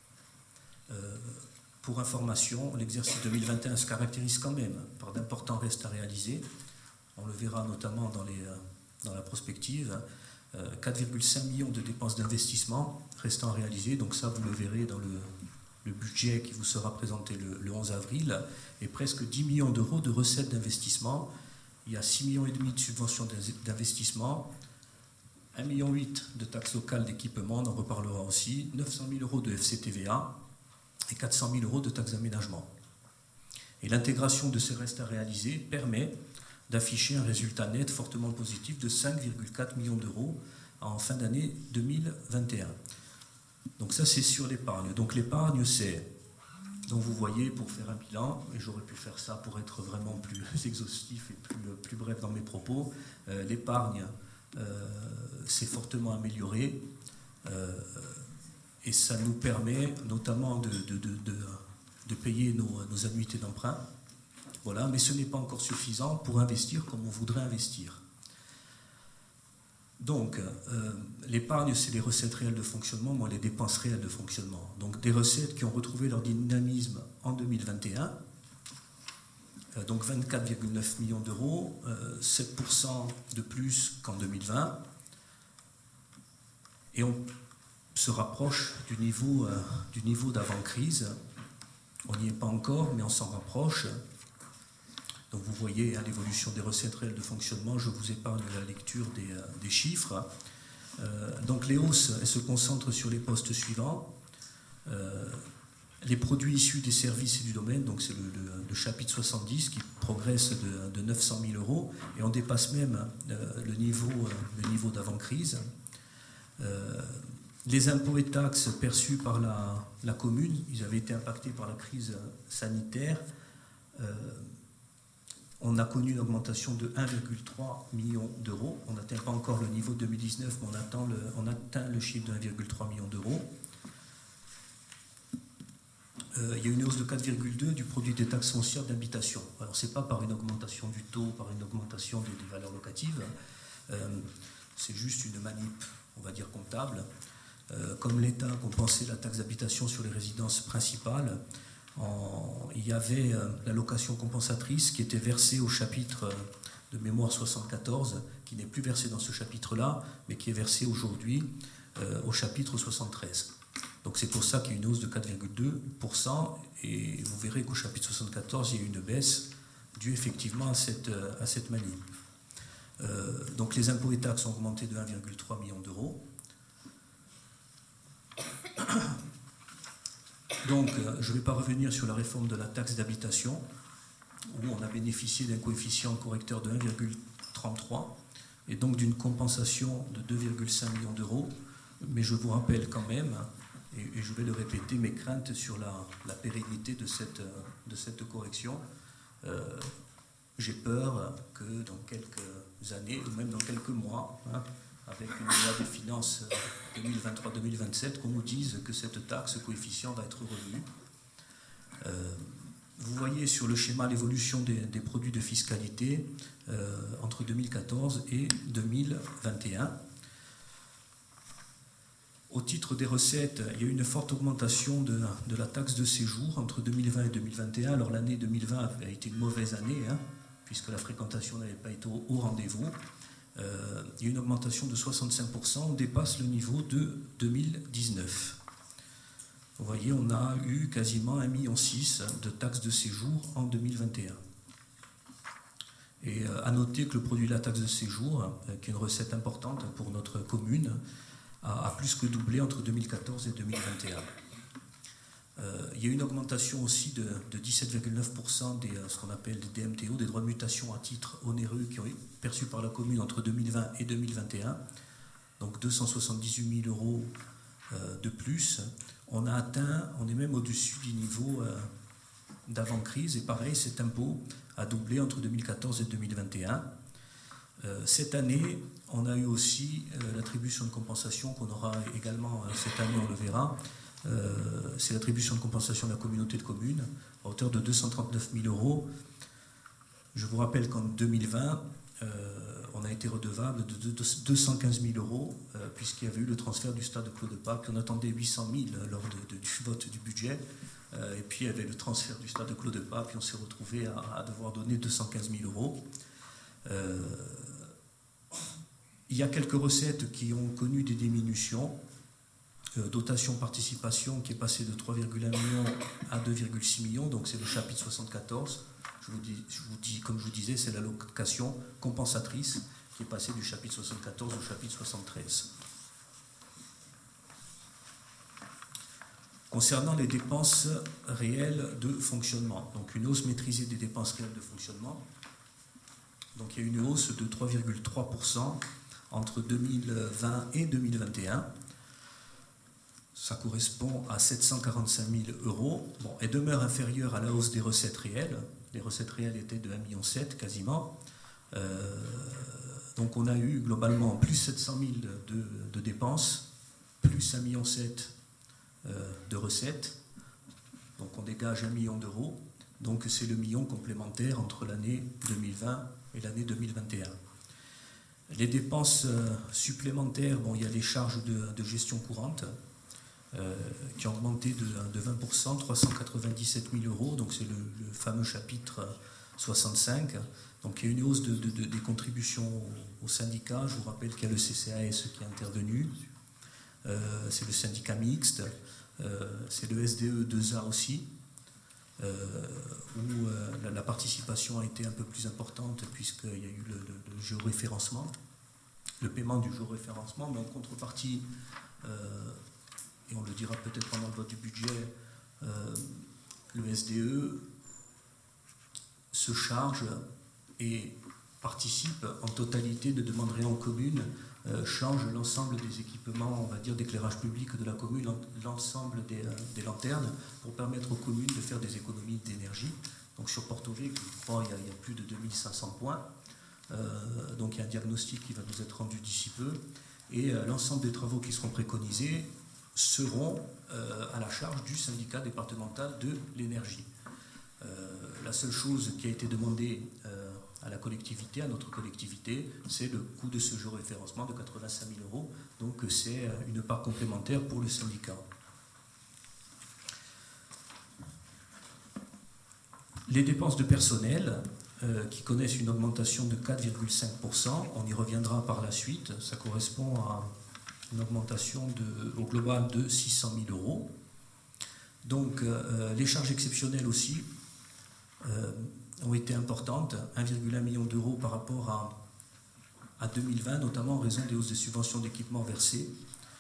Pour information, l'exercice 2021 se caractérise quand même par d'importants restes à réaliser. On le verra notamment dans la prospective. 4,5 millions de dépenses d'investissement restant à réaliser. Donc ça, vous le verrez dans le budget qui vous sera présenté le 11 avril. Et presque 10 millions d'euros de recettes d'investissement. Il y a 6,5 millions de subventions d'investissement. 1,8 million de taxes locales d'équipement, on en reparlera aussi. 900 000 euros de FCTVA et 400 000 euros de taxes d'aménagement. Et l'intégration de ces restes à réaliser permet d'afficher un résultat net fortement positif de 5,4 millions d'euros en fin d'année 2021. Donc ça, c'est sur l'épargne. Donc l'épargne, c'est... Donc vous voyez, pour faire un bilan, et j'aurais pu faire ça pour être vraiment plus exhaustif et plus bref dans mes propos, l'épargne s'est fortement améliorée et ça nous permet notamment de payer nos annuités d'emprunt. Voilà, mais ce n'est pas encore suffisant pour investir comme on voudrait investir. Donc, l'épargne, c'est les recettes réelles de fonctionnement, moins les dépenses réelles de fonctionnement. Donc, des recettes qui ont retrouvé leur dynamisme en 2021, donc 24,9 millions d'euros, 7% de plus qu'en 2020, et on se rapproche du niveau d'avant-crise. On n'y est pas encore, mais on s'en rapproche. Donc vous voyez l'évolution des recettes réelles de fonctionnement, je vous épargne la lecture des chiffres. Donc les hausses, elles se concentrent sur les postes suivants. Les produits issus des services et du domaine, donc c'est le chapitre 70 qui progresse de 900 000 euros et on dépasse même le niveau d'avant-crise. Les impôts et taxes perçus par la commune, ils avaient été impactés par la crise sanitaire. On a connu une augmentation de 1,3 million d'euros. On n'atteint pas encore le niveau de 2019, mais on atteint le chiffre de 1,3 million d'euros. Il y a une hausse de 4,2 du produit des taxes foncières d'habitation. Alors, ce n'est pas par une augmentation du taux, par une augmentation des valeurs locatives. C'est juste une manip, on va dire, comptable. Comme l'État compensait la taxe d'habitation sur les résidences principales, il y avait l'allocation compensatrice qui était versée au chapitre de mémoire 74, qui n'est plus versée dans ce chapitre-là, mais qui est versée aujourd'hui au chapitre 73. Donc c'est pour ça qu'il y a une hausse de 4,2%, et vous verrez qu'au chapitre 74, il y a eu une baisse due effectivement à cette manip. Donc les impôts et taxes ont augmenté de 1,3 million d'euros. Donc, je ne vais pas revenir sur la réforme de la taxe d'habitation, où on a bénéficié d'un coefficient correcteur de 1,33 et donc d'une compensation de 2,5 millions d'euros. Mais je vous rappelle quand même, et je vais le répéter, mes craintes sur la pérennité de cette correction. J'ai peur que dans quelques années, ou même dans quelques mois, avec une loi des finances 2023-2027, qu'on nous dise que cette taxe, ce coefficient va être revenu. Vous voyez sur le schéma l'évolution des produits de fiscalité entre 2014 et 2021. Au titre des recettes, il y a eu une forte augmentation de la taxe de séjour entre 2020 et 2021. Alors l'année 2020 a été une mauvaise année, puisque la fréquentation n'avait pas été au rendez-vous. Il y a eu une augmentation de 65%, on dépasse le niveau de 2019. Vous voyez, on a eu quasiment 1,6 million de taxes de séjour en 2021. Et à noter que le produit de la taxe de séjour, qui est une recette importante pour notre commune, a plus que doublé entre 2014 et 2021. Il y a eu une augmentation aussi de 17,9% des ce qu'on appelle des DMTO, des droits de mutation à titre onéreux qui ont été perçus par la commune entre 2020 et 2021. Donc 278 000 euros de plus. On est même au-dessus du niveau d'avant-crise. Et pareil, cet impôt a doublé entre 2014 et 2021. Cette année, on a eu aussi l'attribution de compensation qu'on aura également cette année, on le verra. C'est l'attribution de compensation de la communauté de communes à hauteur de 239 000 euros. Je vous rappelle qu'en 2020, on a été redevable de 215 000 euros puisqu'il y avait eu le transfert du stade de Clos de Pâques. On attendait 800 000 lors du vote du budget. Et puis il y avait le transfert du stade de Clos de Pâques, puis on s'est retrouvé à devoir donner 215 000 euros. Il y a quelques recettes qui ont connu des diminutions. Dotation participation qui est passée de 3,1 millions à 2,6 millions, donc c'est le chapitre 74. Comme je vous disais, c'est l'allocation compensatrice qui est passée du chapitre 74 au chapitre 73. Concernant les dépenses réelles de fonctionnement, donc une hausse maîtrisée des dépenses réelles de fonctionnement. Donc il y a une hausse de 3,3% entre 2020 et 2021. Ça correspond à 745 000 euros. Bon, elle demeure inférieure à la hausse des recettes réelles. Les recettes réelles étaient de 1,7 million quasiment. Donc on a eu globalement plus 700 000 de dépenses, plus 1,7 million de recettes. Donc on dégage 1 million d'euros. Donc c'est le million complémentaire entre l'année 2020 et l'année 2021. Les dépenses supplémentaires, bon, il y a les charges de gestion courante qui ont augmenté de 20%, 397 000 euros, donc c'est le fameux chapitre 65. Donc il y a une hausse des contributions aux syndicats. Je vous rappelle qu'il y a le CCAS qui est intervenu, c'est le syndicat mixte, c'est le SDE 2A aussi, où la participation a été un peu plus importante puisqu'il y a eu le géoréférencement, le paiement du géoréférencement, mais en contrepartie, et on le dira peut-être pendant le vote du budget, le SDE se charge et participe en totalité de demandes réelles en commune, change l'ensemble des équipements, on va dire, d'éclairage public de la commune, l'ensemble des lanternes, pour permettre aux communes de faire des économies d'énergie. Donc sur Porto-Vecchio, je crois, il y a plus de 2500 points. Donc il y a un diagnostic qui va nous être rendu d'ici peu. Et l'ensemble des travaux qui seront préconisés seront à la charge du syndicat départemental de l'énergie. La seule chose qui a été demandée à la collectivité, à notre collectivité, c'est le coût de ce géoréférencement de 85 000 euros. Donc c'est une part complémentaire pour le syndicat. Les dépenses de personnel qui connaissent une augmentation de 4,5%, on y reviendra par la suite, ça correspond à une augmentation au global de 600 000 euros. Donc les charges exceptionnelles aussi ont été importantes, 1,1 million d'euros par rapport à 2020, notamment en raison des hausses de subventions d'équipement versées.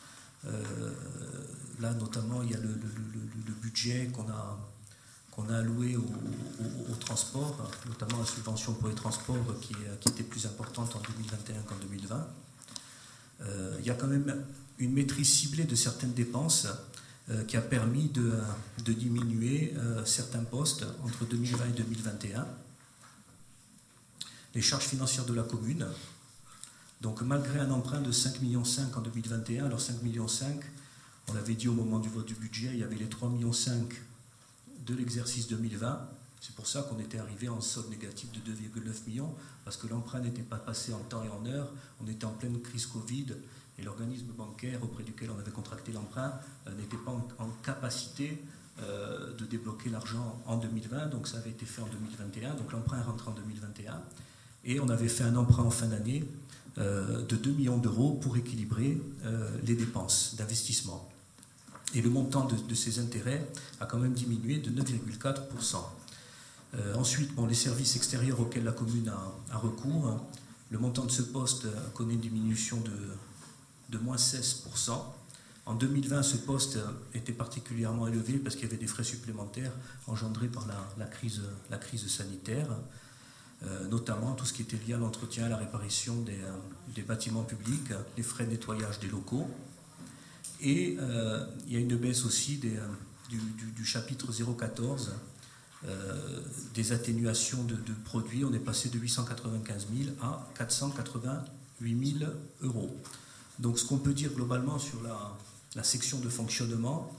Là, notamment, il y a le budget qu'on a alloué au transport, notamment la subvention pour les transports qui était plus importante en 2021 qu'en 2020. Il y a quand même une maîtrise ciblée de certaines dépenses qui a permis de diminuer certains postes entre 2020 et 2021. Les charges financières de la commune, Donc malgré un emprunt de 5,5 millions en 2021, alors 5,5 millions, on l'avait dit au moment du vote du budget, il y avait les 3,5 millions de l'exercice 2020. C'est pour ça qu'on était arrivé en solde négatif de 2,9 millions, parce que l'emprunt n'était pas passé en temps et en heure, on était en pleine crise Covid, et l'organisme bancaire auprès duquel on avait contracté l'emprunt n'était pas en capacité de débloquer l'argent en 2020, donc ça avait été fait en 2021, donc l'emprunt est rentré en 2021, et on avait fait un emprunt en fin d'année de 2 millions d'euros pour équilibrer les dépenses d'investissement. Et le montant de ces intérêts a quand même diminué de 9,4%. Ensuite, les services extérieurs auxquels la commune a recours, le montant de ce poste connaît une diminution de moins 16%. En 2020, ce poste était particulièrement élevé parce qu'il y avait des frais supplémentaires engendrés par la crise sanitaire, notamment tout ce qui était lié à l'entretien, à la réparation des bâtiments publics, les frais de nettoyage des locaux. Et il y a une baisse aussi du chapitre 014, des atténuations de produits. On est passé de 895 000 à 488 000 euros. Donc ce qu'on peut dire globalement sur la section de fonctionnement,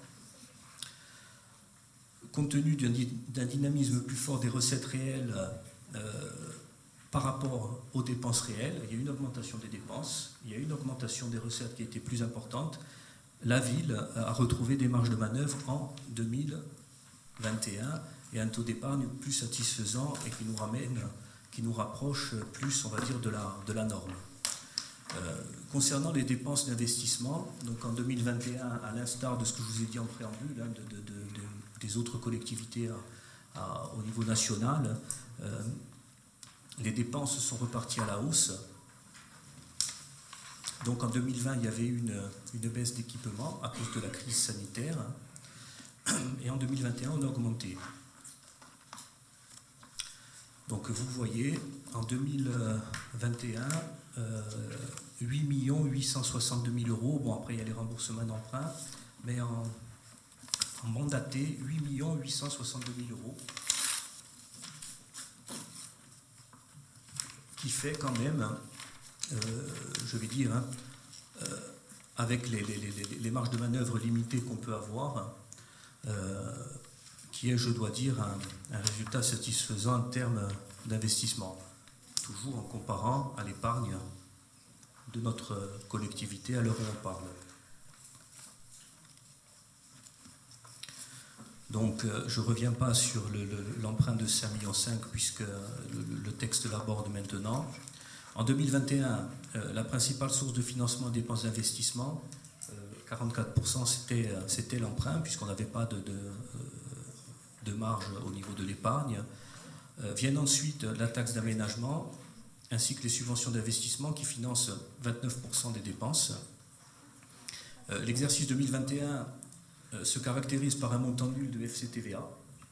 compte tenu d'un dynamisme plus fort des recettes réelles par rapport aux dépenses réelles, il y a une augmentation des dépenses, il y a une augmentation des recettes qui était plus importante. La ville a retrouvé des marges de manœuvre en 2021 et un taux d'épargne plus satisfaisant et qui nous rapproche plus, on va dire, de la norme. Concernant les dépenses d'investissement, donc en 2021, à l'instar de ce que je vous ai dit en préambule, des autres collectivités au niveau national, les dépenses sont reparties à la hausse. Donc en 2020, il y avait une baisse d'équipement à cause de la crise sanitaire. Et en 2021, on a augmenté. Donc vous voyez, en 2021, 8 862 000 euros. Bon, après, il y a les remboursements d'emprunt, mais en mandaté, 8 862 000 euros. Qui fait quand même, je vais dire, avec les marges de manœuvre limitées qu'on peut avoir, qui est, je dois dire, un résultat satisfaisant en termes d'investissement, toujours en comparant à l'épargne de notre collectivité à l'heure où on parle. Donc, je ne reviens pas sur l'emprunt de 5,5 millions, puisque le texte l'aborde maintenant. En 2021, la principale source de financement des dépenses d'investissement, 44%, c'était l'emprunt, puisqu'on n'avait pas de marge au niveau de l'épargne. Viennent ensuite la taxe d'aménagement, ainsi que les subventions d'investissement qui financent 29% des dépenses. L'exercice 2021 se caractérise par un montant nul de FCTVA.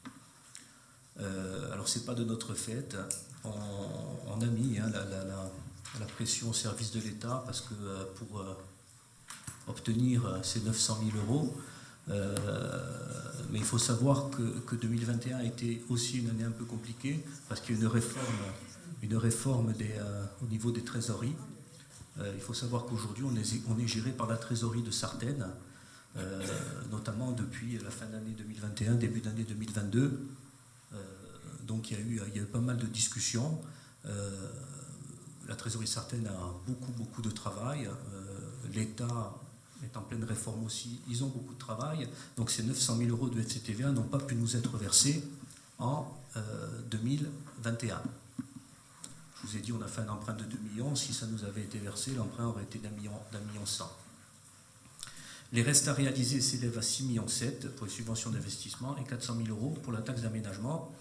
Alors, ce n'est pas de notre fait. On a mis la pression au service de l'État parce que pour obtenir ces 900 000 euros, mais il faut savoir que 2021 a été aussi une année un peu compliquée parce qu'il y a une réforme au niveau des trésoreries. Il faut savoir qu'aujourd'hui, on est géré par la trésorerie de Sartène, notamment depuis la fin d'année 2021, début d'année 2022. Donc il y a eu pas mal de discussions. La trésorerie Sartène a beaucoup de travail. L'État est en pleine réforme aussi. Ils ont beaucoup de travail. Donc ces 900 000 euros de FCTVA n'ont pas pu nous être versés en 2021. Je vous ai dit, on a fait un emprunt de 2 millions. Si ça nous avait été versé, l'emprunt aurait été d'un million 100. Les restes à réaliser s'élèvent à 6,7 millions pour les subventions d'investissement et 400 000 euros pour la taxe d'aménagement.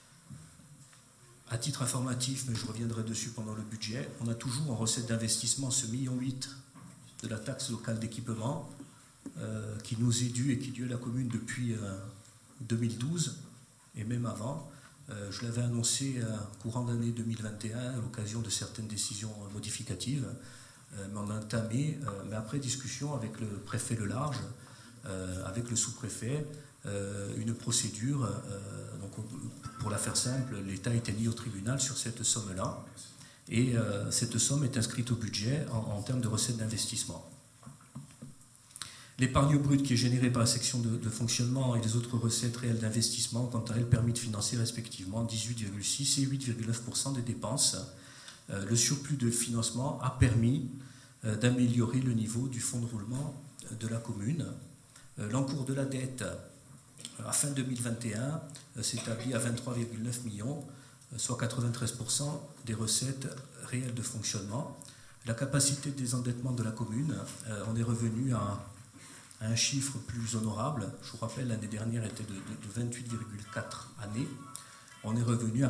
À titre informatif, mais je reviendrai dessus pendant le budget, on a toujours en recette d'investissement ce 1,8 million de la taxe locale d'équipement qui nous est due et qui est due à la commune depuis 2012 et même avant. Je l'avais annoncé courant d'année 2021 à l'occasion de certaines décisions modificatives. Mais on a entamé, mais après discussion avec le préfet Le Large, avec le sous-préfet, une procédure. Donc, pour la faire simple, l'État était mis au tribunal sur cette somme-là. Et cette somme est inscrite au budget en termes de recettes d'investissement. L'épargne brute qui est générée par la section de fonctionnement et les autres recettes réelles d'investissement, quant à elle, permet de financer respectivement 18,6 et 8,9% des dépenses. Le surplus de financement a permis d'améliorer le niveau du fonds de roulement de la commune. L'encours de la dette à fin 2021 s'établit à 23,9 millions, soit 93% des recettes réelles de fonctionnement. La capacité de désendettement de la commune, on est revenu à un chiffre plus honorable. Je vous rappelle, l'année dernière était de 28,4 années. On est revenu à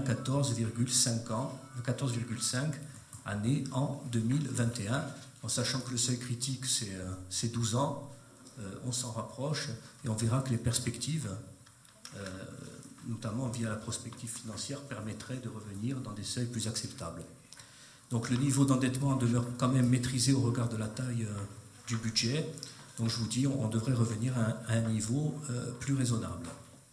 14,5 années en 2021, en sachant que le seuil critique, c'est 12 ans. On s'en rapproche et on verra que les perspectives, notamment via la prospective financière, permettraient de revenir dans des seuils plus acceptables. Donc le niveau d'endettement demeure quand même maîtrisé au regard de la taille du budget. Donc je vous dis, on devrait revenir à un niveau plus raisonnable.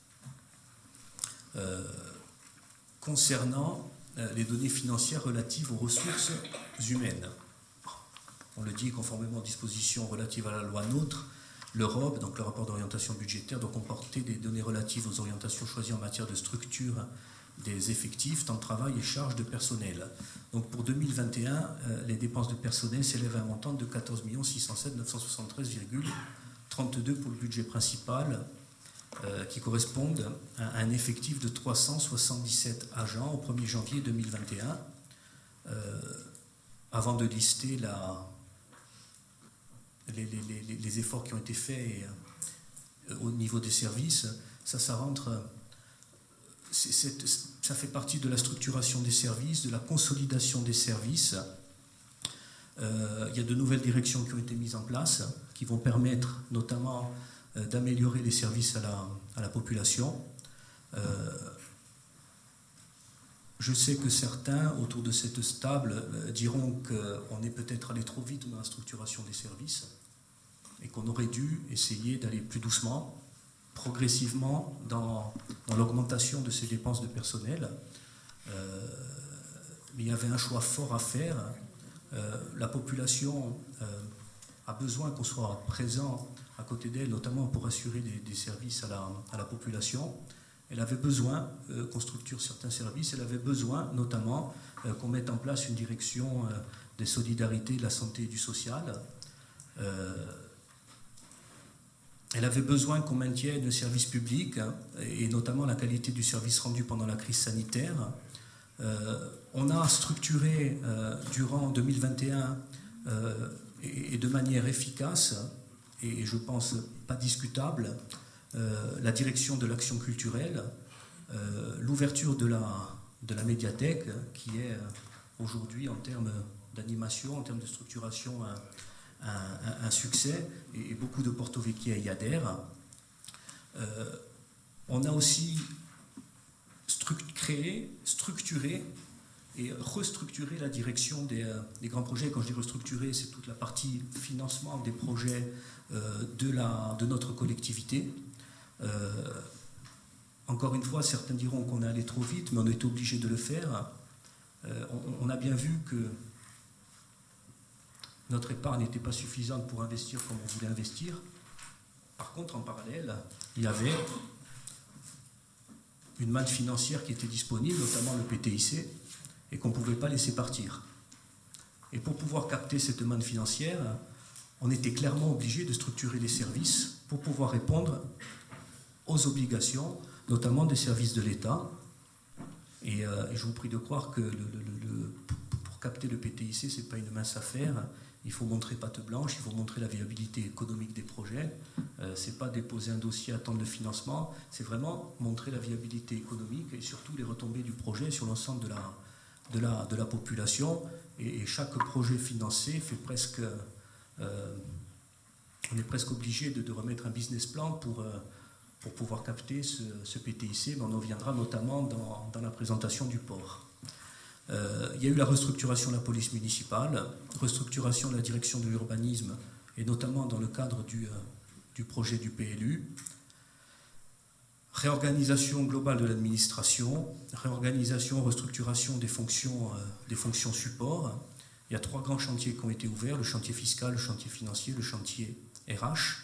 Concernant les données financières relatives aux ressources humaines, on le dit, conformément aux dispositions relatives à la loi NOTRe, le ROB, donc le rapport d'orientation budgétaire, doit comporter des données relatives aux orientations choisies en matière de structure des effectifs, temps de travail et charges de personnel. Donc pour 2021, les dépenses de personnel s'élèvent à un montant de 14 607 973,32 pour le budget principal, qui correspondent à un effectif de 377 agents au 1er janvier 2021. Avant de lister les efforts qui ont été faits au niveau des services, ça rentre... ça fait partie de la structuration des services, de la consolidation des services. Il y a de nouvelles directions qui ont été mises en place, qui vont permettre notamment d'améliorer les services à la population. Je sais que certains, autour de cette table, diront qu'on est peut-être allé trop vite dans la structuration des services et qu'on aurait dû essayer d'aller plus doucement, progressivement dans l'augmentation de ces dépenses de personnel. Mais il y avait un choix fort à faire. La population a besoin qu'on soit présent à côté d'elle, notamment pour assurer des services à la population. Elle avait besoin qu'on structure certains services. Elle avait besoin notamment qu'on mette en place une direction des solidarités, de la santé et du social. Elle avait besoin qu'on maintienne le service public et notamment la qualité du service rendu pendant la crise sanitaire. On a structuré durant 2021 et de manière efficace et je pense pas discutable la direction de l'action culturelle, l'ouverture de la médiathèque qui est aujourd'hui en termes d'animation, en termes de structuration un succès et beaucoup de Porto Vecchia y adhèrent. On a aussi créé, structuré et restructuré la direction des grands projets. Quand je dis restructurer, c'est toute la partie financement des projets de notre collectivité. Encore une fois, certains diront qu'on est allé trop vite, mais on est obligé de le faire. On a bien vu que notre épargne n'était pas suffisante pour investir comme on voulait investir. Par contre, en parallèle, il y avait une manne financière qui était disponible, notamment le PTIC, et qu'on ne pouvait pas laisser partir. Et pour pouvoir capter cette manne financière, on était clairement obligé de structurer les services pour pouvoir répondre aux obligations, notamment des services de l'État. Et je vous prie de croire que pour capter le PTIC, ce n'est pas une mince affaire. Il faut montrer patte blanche, il faut montrer la viabilité économique des projets. Ce n'est pas déposer un dossier, attendre le financement, c'est vraiment montrer la viabilité économique et surtout les retombées du projet sur l'ensemble de la population. Et chaque projet financé fait presque... on est presque obligé de remettre un business plan pour pouvoir capter ce PTIC, mais on en viendra notamment dans la présentation du port. Il y a eu la restructuration de la police municipale, restructuration de la direction de l'urbanisme, et notamment dans le cadre du projet du PLU, Réorganisation globale de l'administration, réorganisation, restructuration des fonctions support. Il y a 3 grands chantiers qui ont été ouverts, le chantier fiscal, le chantier financier, le chantier RH.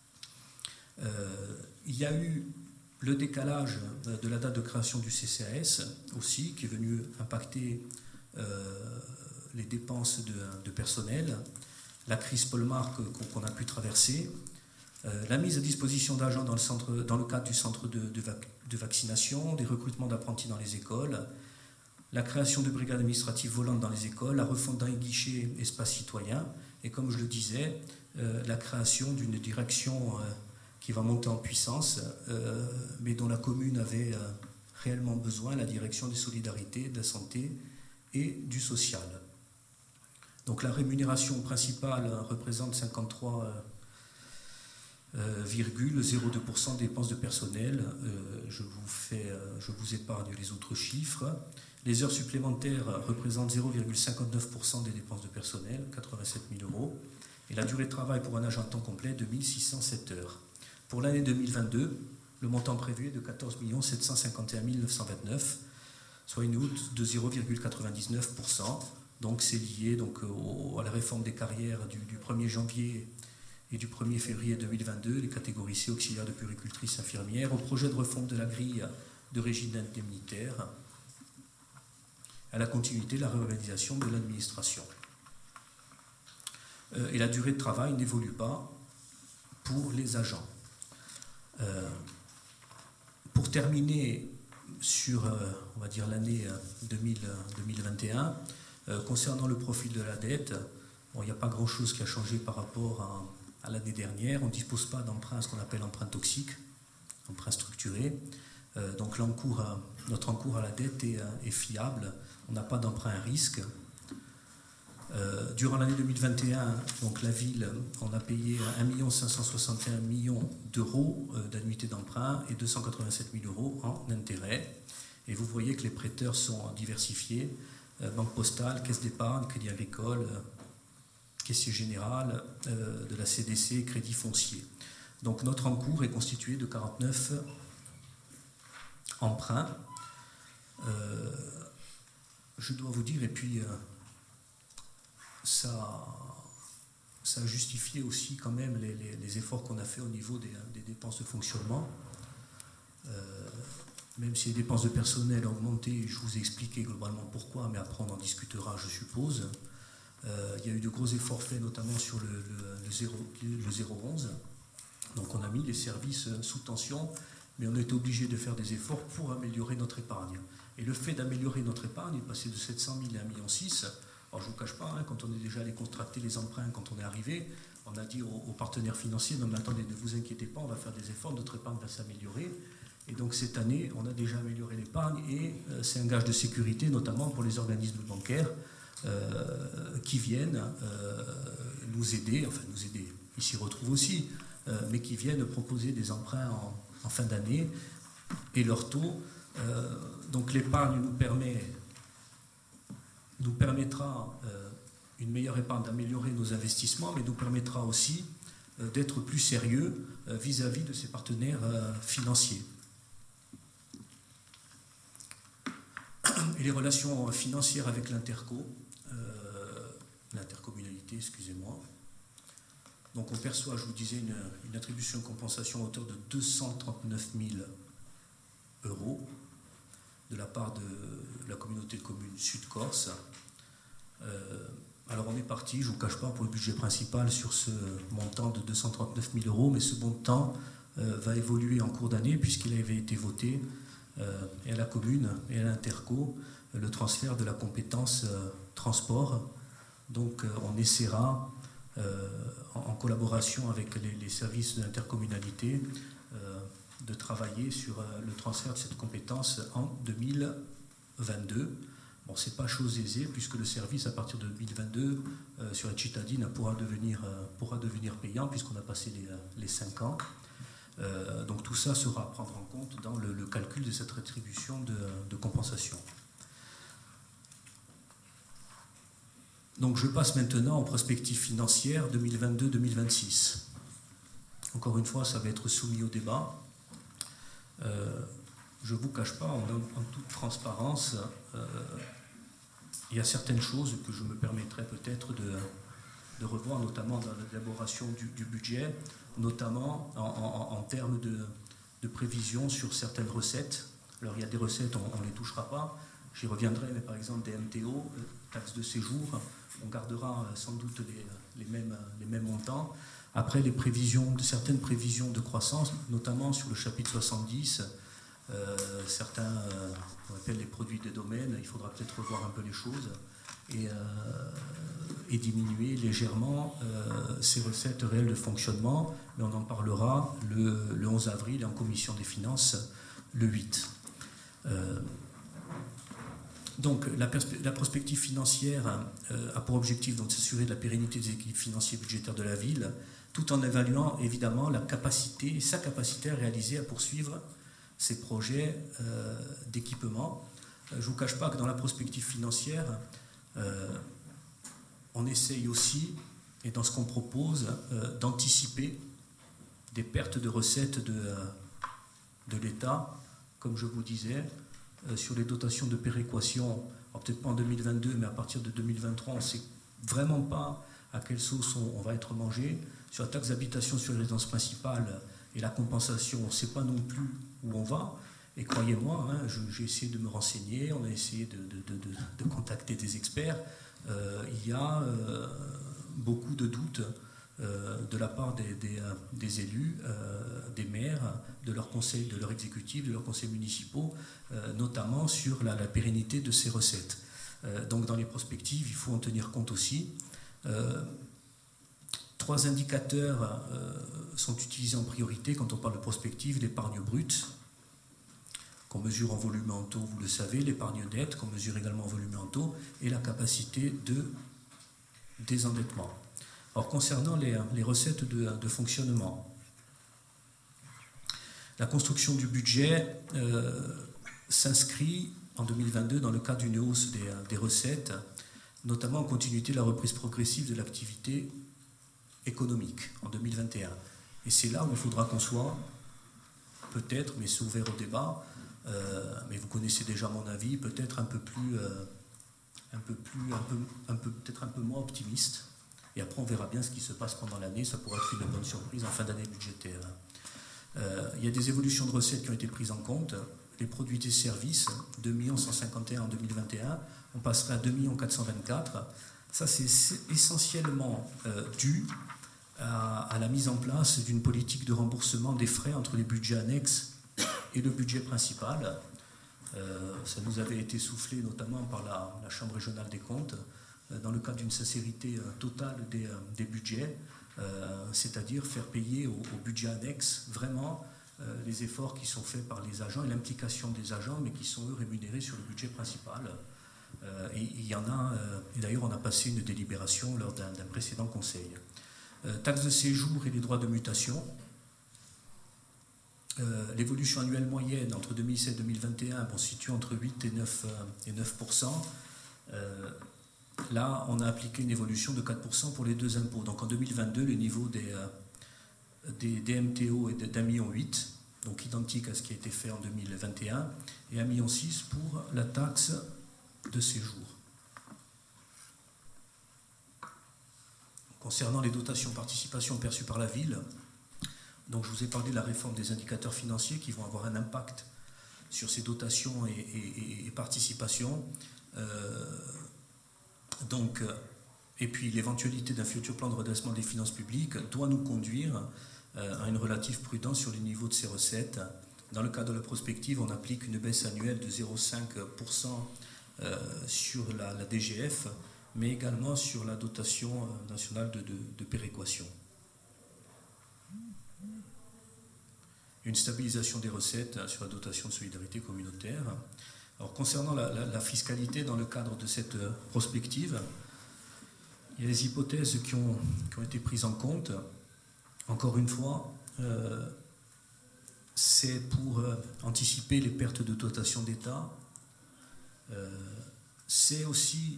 Il y a eu le décalage de la date de création du CCAS aussi, qui est venu impacter les dépenses de personnel, la crise Polmar qu'on a pu traverser, la mise à disposition d'agents dans le cadre du centre de vaccination, des recrutements d'apprentis dans les écoles, la création de brigades administratives volantes dans les écoles, la refonte d'un guichet espace citoyen, et comme je le disais, la création d'une direction qui va monter en puissance, mais dont la commune avait réellement besoin, la direction des solidarités, de la santé et du social. Donc la rémunération principale représente 53,02% des dépenses de personnel. Je vous épargne les autres chiffres. Les heures supplémentaires représentent 0,59% des dépenses de personnel, 87 000 €. Et la durée de travail pour un agent temps complet de 1607 heures. Pour l'année 2022, le montant prévu est de 14 751 929, soit une hausse de 0,99%. Donc c'est lié à la réforme des carrières du 1er janvier et du 1er février 2022, les catégories C auxiliaires de puéricultrices infirmières, au projet de refonte de la grille de régime indemnitaire, à la continuité de la réorganisation de l'administration. Et la durée de travail n'évolue pas pour les agents. Pour terminer sur, on va dire, l'année 2021, concernant le profil de la dette, il n'y a pas grand-chose qui a changé par rapport à l'année dernière. On ne dispose pas d'emprunt, ce qu'on appelle emprunt toxique, emprunt structuré. Donc notre encours à la dette est fiable. On n'a pas d'emprunt à risque. Durant l'année 2021, donc la ville, on a payé 1 561 000 € d'annuité d'emprunt et 287 000 € en intérêt. Et vous voyez que les prêteurs sont diversifiés. Banque postale, caisse d'épargne, crédit agricole, caissier général, de la CDC, crédit foncier. Donc notre encours est constitué de 49 emprunts. Je dois vous dire, et puis ça a justifié aussi quand même les efforts qu'on a fait au niveau des dépenses de fonctionnement. Même si les dépenses de personnel ont augmenté, je vous ai expliqué globalement pourquoi, mais après on en discutera, je suppose. Il y a eu de gros efforts faits, notamment sur le 011. Donc on a mis les services sous tension, mais on était obligé de faire des efforts pour améliorer notre épargne. Et le fait d'améliorer notre épargne est passé de 700 000 à 1,6 million. Alors je ne vous cache pas, quand on est déjà allé contracter les emprunts, quand on est arrivé, on a dit aux partenaires financiers, non mais attendez, ne vous inquiétez pas, on va faire des efforts, notre épargne va s'améliorer. Et donc cette année, on a déjà amélioré l'épargne et c'est un gage de sécurité, notamment pour les organismes bancaires qui viennent nous aider, ils s'y retrouvent aussi, mais qui viennent proposer des emprunts en fin d'année et leur taux. Donc l'épargne nous permettra une meilleure épargne d'améliorer nos investissements, mais nous permettra aussi d'être plus sérieux vis-à-vis de ses partenaires financiers. Et les relations financières avec l'intercommunalité, excusez-moi. Donc on perçoit, je vous disais, une attribution de compensation à hauteur de 239 000 € de la part de la communauté de communes Sud-Corse. Alors on est parti, je ne vous cache pas, pour le budget principal sur ce montant de 239 000 €, mais ce montant va évoluer en cours d'année puisqu'il avait été voté et à la commune et à l'Interco le transfert de la compétence transport. Donc on essaiera, en collaboration avec les services de l'intercommunalité, de travailler sur le transfert de cette compétence en 2022. Bon, ce n'est pas chose aisée, puisque le service, à partir de 2022, sur la cittadine, pourra devenir payant, puisqu'on a passé les 5 ans. Donc tout ça sera à prendre en compte dans le calcul de cette rétribution de compensation. Donc je passe maintenant aux perspectives financières 2022-2026. Encore une fois, ça va être soumis au débat. Je ne vous cache pas, en toute transparence, il y a certaines choses que je me permettrais peut-être de revoir, notamment dans l'élaboration du budget, notamment en termes de prévision sur certaines recettes. Alors il y a des recettes, on ne les touchera pas, j'y reviendrai, mais par exemple des MTO, taxes de séjour, on gardera sans doute les mêmes montants. Après, certaines prévisions de croissance, notamment sur le chapitre 70, certains qu'on appelle les produits de domaine, il faudra peut-être revoir un peu les choses et diminuer légèrement ces recettes réelles de fonctionnement, mais on en parlera le 11 avril en commission des finances le 8. Donc la prospective financière a pour objectif de s'assurer de la pérennité des équilibres financiers et budgétaires de la ville, tout en évaluant évidemment sa capacité à réaliser, à poursuivre ces projets d'équipement. Je ne vous cache pas que dans la prospective financière, on essaye aussi, et dans ce qu'on propose, d'anticiper des pertes de recettes de l'État, comme je vous disais, sur les dotations de péréquation, peut-être pas en 2022, mais à partir de 2023, on ne sait vraiment pas à quelle sauce on va être mangé. Sur la taxe d'habitation sur les résidences principales et la compensation, on ne sait pas non plus où on va. Et croyez-moi, j'ai essayé de me renseigner, on a essayé de contacter des experts. Il y a beaucoup de doutes de la part des élus, des maires, de leur conseil, de leur exécutif, de leurs conseils municipaux, notamment sur la pérennité de ces recettes. Donc dans les prospectives, il faut en tenir compte aussi. 3 indicateurs sont utilisés en priorité quand on parle de prospective: l'épargne brute, qu'on mesure en volume en taux, vous le savez, l'épargne nette, qu'on mesure également en volume en taux, et la capacité de désendettement. Alors, concernant les recettes de fonctionnement, la construction du budget s'inscrit en 2022 dans le cadre d'une hausse des recettes, notamment en continuité de la reprise progressive de l'activité économique en 2021. Et c'est là où il faudra qu'on soit, peut-être, mais c'est ouvert au débat, mais vous connaissez déjà mon avis, peut-être peut-être un peu moins optimiste. Et après, on verra bien ce qui se passe pendant l'année. Ça pourrait être une bonne surprise en fin d'année budgétaire. Il y a des évolutions de recettes qui ont été prises en compte. Les produits et services, 2 151 en 2021, on passera à 2 424. Ça, c'est essentiellement dû à la mise en place d'une politique de remboursement des frais entre les budgets annexes et le budget principal. Ça nous avait été soufflé notamment par la Chambre régionale des comptes dans le cadre d'une sincérité totale des budgets, c'est-à-dire faire payer au budget annexe vraiment les efforts qui sont faits par les agents et l'implication des agents, mais qui sont eux rémunérés sur le budget principal. Et il y en a, et d'ailleurs on a passé une délibération lors d'un précédent conseil. Taxes de séjour et les droits de mutation. L'évolution annuelle moyenne entre 2007 et 2021 se situe entre 8 et 9%. Là, on a appliqué une évolution de 4% pour les deux impôts. Donc en 2022, le niveau des MTO est d'1,8 million, donc identique à ce qui a été fait en 2021, et 1,6 million pour la taxe de séjour. Concernant les dotations participation perçues par la ville, donc je vous ai parlé de la réforme des indicateurs financiers qui vont avoir un impact sur ces dotations et participations. Et puis l'éventualité d'un futur plan de redressement des finances publiques doit nous conduire à une relative prudence sur les niveaux de ces recettes. Dans le cadre de la prospective, on applique une baisse annuelle de 0,5% sur la DGF, mais également sur la dotation nationale de péréquation. Une stabilisation des recettes sur la dotation de solidarité communautaire. Alors, concernant la fiscalité dans le cadre de cette prospective, il y a des hypothèses qui ont été prises en compte. Encore une fois, c'est pour anticiper les pertes de dotation d'État. C'est aussi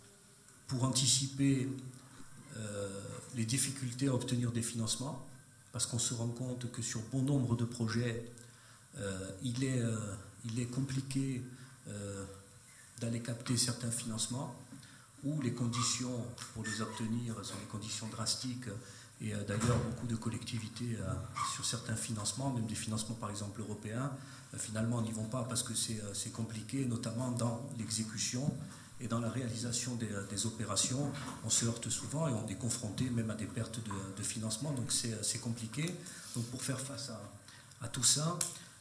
pour anticiper les difficultés à obtenir des financements parce qu'on se rend compte que sur bon nombre de projets, il est compliqué d'aller capter certains financements, où les conditions pour les obtenir sont des conditions drastiques, et d'ailleurs beaucoup de collectivités sur certains financements, même des financements par exemple européens, finalement n'y vont pas parce que c'est compliqué, notamment dans l'exécution et dans la réalisation des opérations. On se heurte souvent et on est confronté même à des pertes de financement, donc c'est compliqué. Donc pour faire face à tout ça,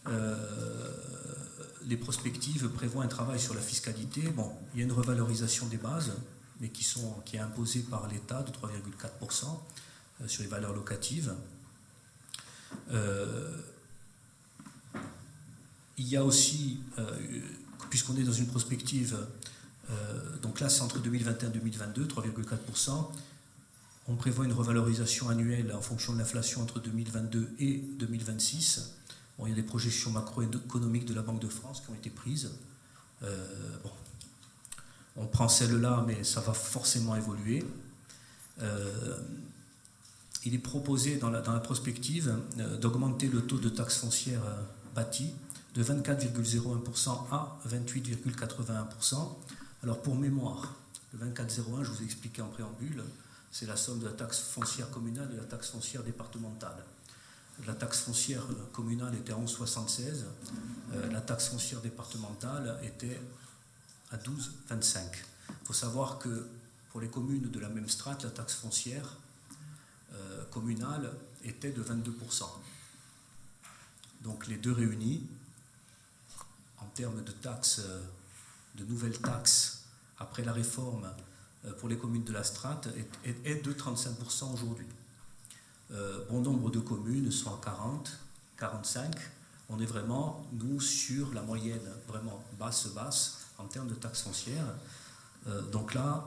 les prospectives prévoient un travail sur la fiscalité. Bon, il y a une revalorisation des bases, mais qui est imposée par l'État de 3,4% sur les valeurs locatives. Il y a aussi, puisqu'on est dans une prospective, donc là c'est entre 2021 et 2022, 3,4%, on prévoit une revalorisation annuelle en fonction de l'inflation entre 2022 et 2026. Bon, il y a des projections macroéconomiques de la Banque de France qui ont été prises. Bon, on prend celle-là, mais ça va forcément évoluer. Il est proposé dans la prospective d'augmenter le taux de taxe foncière bâtie de 24,01% à 28,81%. Alors pour mémoire, le 24,01, je vous ai expliqué en préambule, c'est la somme de la taxe foncière communale et de la taxe foncière départementale. La taxe foncière communale était à 11,76, la taxe foncière départementale était à 12,25. Il faut savoir que pour les communes de la même strate, la taxe foncière communale était de 22%. Donc les deux réunis, en termes de taxes, de nouvelles taxes, après la réforme pour les communes de la strate, est de 35% aujourd'hui. Bon nombre de communes sont à 40, 45. On est vraiment, nous, sur la moyenne, vraiment basse en termes de taxes foncières. Donc là,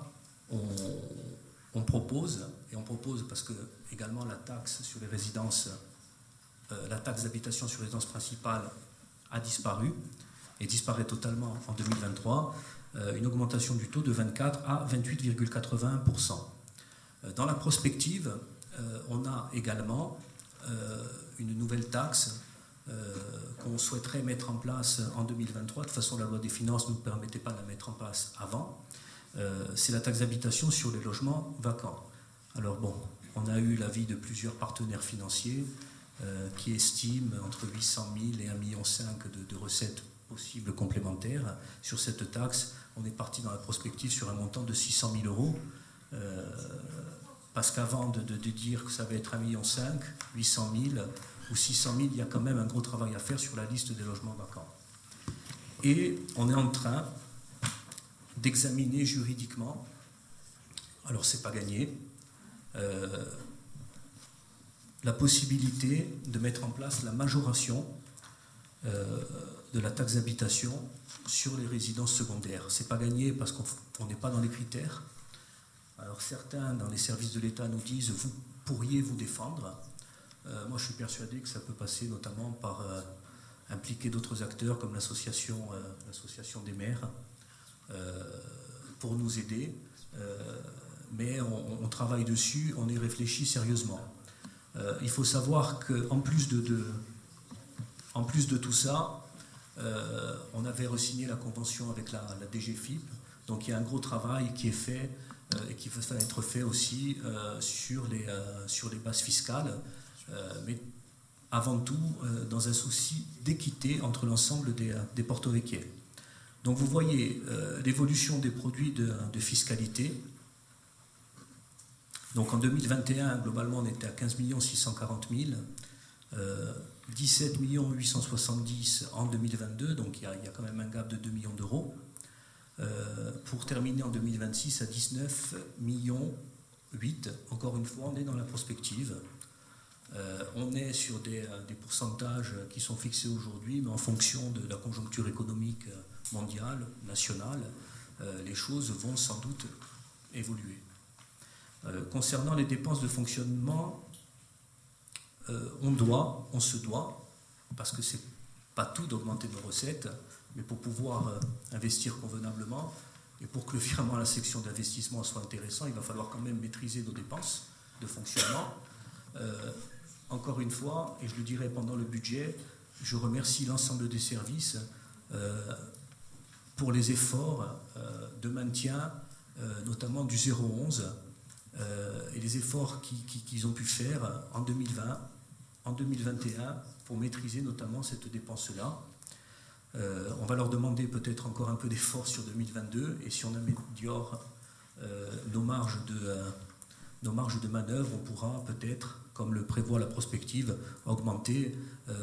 on propose parce que également la taxe sur les résidences, la taxe d'habitation sur résidence principale a disparu et disparaît totalement en 2023, une augmentation du taux de 24 à 28,81%. Dans la prospective, on a également une nouvelle taxe qu'on souhaiterait mettre en place en 2023. De toute façon, la loi des finances ne nous permettait pas de la mettre en place avant. C'est la taxe d'habitation sur les logements vacants. Alors bon, on a eu l'avis de plusieurs partenaires financiers qui estiment entre 800 000 et 1,5 million de recettes possibles complémentaires sur cette taxe. On est parti dans la prospective sur un montant de 600 000 euros, parce qu'avant de dire que ça va être 1,5 million, 800 000 ou 600 000, il y a quand même un gros travail à faire sur la liste des logements vacants. Et on est en train d'examiner juridiquement, alors c'est pas gagné, la possibilité de mettre en place la majoration de la taxe d'habitation sur les résidences secondaires. C'est pas gagné parce qu'on n'est pas dans les critères. Alors certains dans les services de l'État nous disent vous pourriez vous défendre. Moi je suis persuadé que ça peut passer notamment par impliquer d'autres acteurs comme l'association des maires pour nous aider. Mais on travaille dessus, on y réfléchit sérieusement. Il faut savoir qu'en plus de tout ça, on avait re-signé la convention avec la DGFiP, donc il y a un gros travail qui est fait et qui va être fait aussi sur les bases fiscales, mais avant tout dans un souci d'équité entre l'ensemble des portoricains. Donc vous voyez l'évolution des produits de fiscalité. Donc en 2021, globalement, on était à 15 640 000, 17 870 000 en 2022, donc il y a quand même un gap de 2 millions d'euros, pour terminer en 2026 à 19 millions 8. Encore une fois, on est dans la prospective. On est sur des pourcentages qui sont fixés aujourd'hui, mais en fonction de la conjoncture économique mondiale, nationale, les choses vont sans doute évoluer. Concernant les dépenses de fonctionnement, on se doit, parce que c'est pas tout d'augmenter nos recettes, mais pour pouvoir investir convenablement et pour que le virement à la section d'investissement soit intéressant, il va falloir quand même maîtriser nos dépenses de fonctionnement. encore une fois, et je le dirai pendant le budget, je remercie l'ensemble des services pour les efforts de maintien, notamment du 011, et les efforts qu'ils ont pu faire en 2020, en 2021, pour maîtriser notamment cette dépense-là. On va leur demander peut-être encore un peu d'effort sur 2022, et si on améliore nos marges de manœuvre, on pourra peut-être, comme le prévoit la prospective, augmenter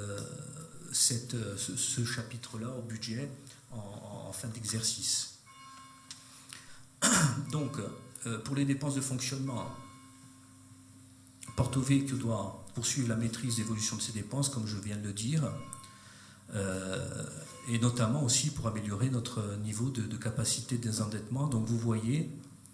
ce chapitre-là au budget en fin d'exercice. Donc, pour les dépenses de fonctionnement, Porto Vecchio doit poursuivre la maîtrise d'évolution de ses dépenses, comme je viens de le dire, et notamment aussi pour améliorer notre niveau de capacité de désendettement. Donc vous voyez,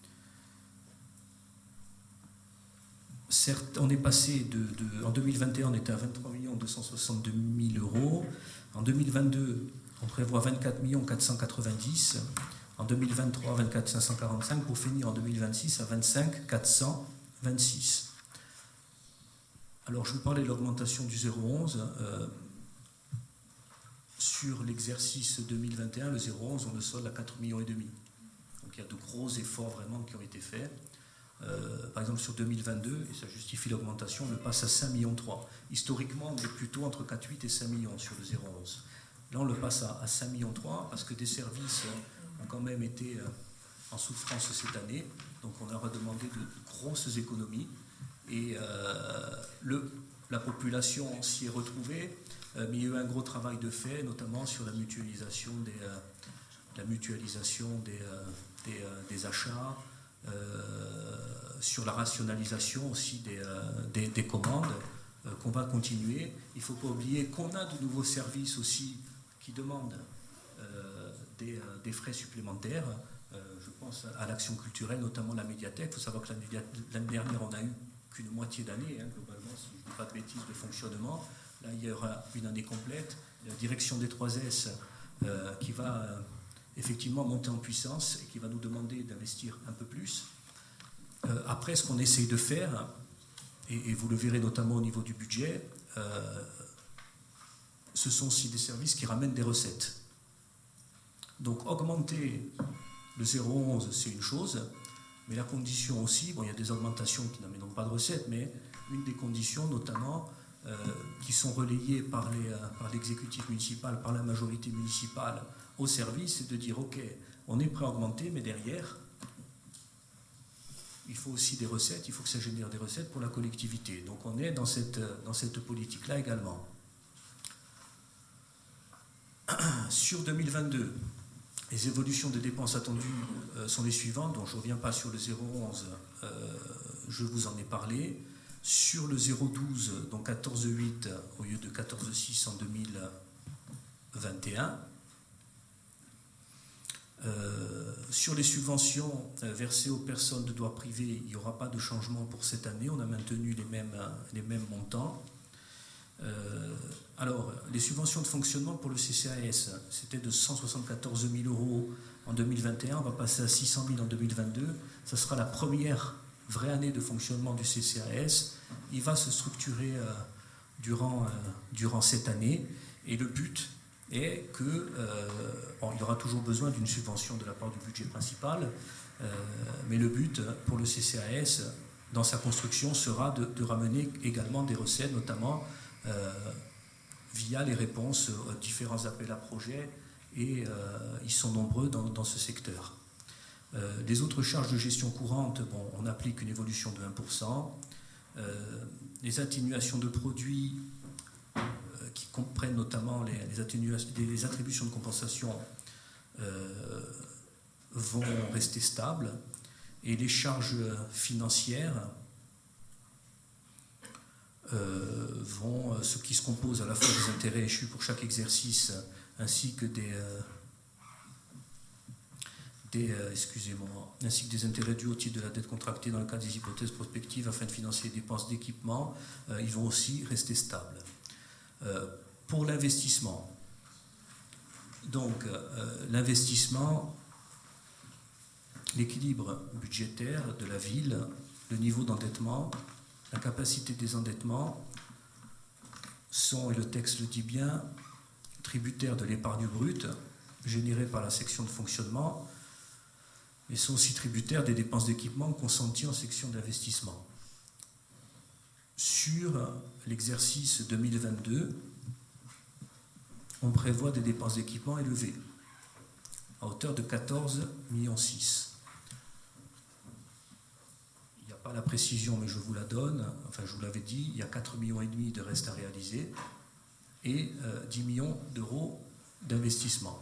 certes, on est passé en 2021, on était à 23 262 000 euros. En 2022, on prévoit 24 490 000. En 2023, 24 545 pour finir en 2026 à 25 426. Alors, je vous parlais de l'augmentation du 011. Sur l'exercice 2021, le 011, on le solde à 4,5 millions. Donc, il y a de gros efforts vraiment qui ont été faits. Par exemple, sur 2022, et ça justifie l'augmentation, on le passe à 5,3 millions. Historiquement, on est plutôt entre 4,8 et 5 millions sur le 011. Là, on le passe à 5,3 millions parce que des services ont quand même été en souffrance cette année. Donc, on a redemandé de grosses économies. Et la population s'y est retrouvée, mais il y a eu un gros travail de fait, notamment sur la mutualisation des achats, sur la rationalisation aussi des commandes qu'on va continuer. Il ne faut pas oublier qu'on a de nouveaux services aussi qui demandent des frais supplémentaires. Je pense à l'action culturelle, notamment la médiathèque. Il faut savoir que l'année dernière, on a eu qu'une moitié d'année, globalement, si je ne dis pas de bêtises, de fonctionnement. Là, il y aura une année complète. La direction des 3S qui va effectivement monter en puissance et qui va nous demander d'investir un peu plus. Après, ce qu'on essaye de faire, et vous le verrez notamment au niveau du budget, ce sont aussi des services qui ramènent des recettes. Donc, augmenter le 011, c'est une chose, mais la condition aussi, bon, il y a des augmentations qui n'amèneront pas de recettes, mais une des conditions, notamment, qui sont relayées par l'exécutif municipal, par la majorité municipale au service, c'est de dire, OK, on est prêt à augmenter, mais derrière, il faut aussi des recettes, il faut que ça génère des recettes pour la collectivité. Donc on est dans cette politique-là également. Sur 2022, les évolutions de dépenses attendues sont les suivantes, donc je ne reviens pas sur le 011, je vous en ai parlé. Sur le 012, donc 14,8 au lieu de 14,6 en 2021. Sur les subventions versées aux personnes de droit privé, il n'y aura pas de changement pour cette année, on a maintenu les mêmes montants. Alors, les subventions de fonctionnement pour le CCAS, c'était de 174 000 euros en 2021, on va passer à 600 000 en 2022, ça sera la première vraie année de fonctionnement du CCAS, il va se structurer durant cette année, et le but est que, il y aura toujours besoin d'une subvention de la part du budget principal, mais le but pour le CCAS, dans sa construction, sera de ramener également des recettes, notamment via les réponses aux différents appels à projets, et ils sont nombreux dans ce secteur. Les autres charges de gestion courante, bon, on applique une évolution de 1%. Les atténuations de produits qui comprennent notamment les attributions de compensation vont rester stables. Et les charges financières ce qui se compose à la fois des intérêts échus pour chaque exercice ainsi que des intérêts dus au titre de la dette contractée dans le cadre des hypothèses prospectives afin de financer les dépenses d'équipement, ils vont aussi rester stables. Pour l'investissement, donc l'investissement, l'équilibre budgétaire de la ville, le niveau d'endettement, la capacité de désendettement, sont, et le texte le dit bien, tributaires de l'épargne brute générée par la section de fonctionnement, mais sont aussi tributaires des dépenses d'équipement consenties en section d'investissement. Sur l'exercice 2022, on prévoit des dépenses d'équipement élevées, à hauteur de 14,6 millions. Il n'y a pas la précision, mais je vous la donne. Enfin, je vous l'avais dit, il y a 4,5 millions de restes à réaliser et 10 millions d'euros d'investissement.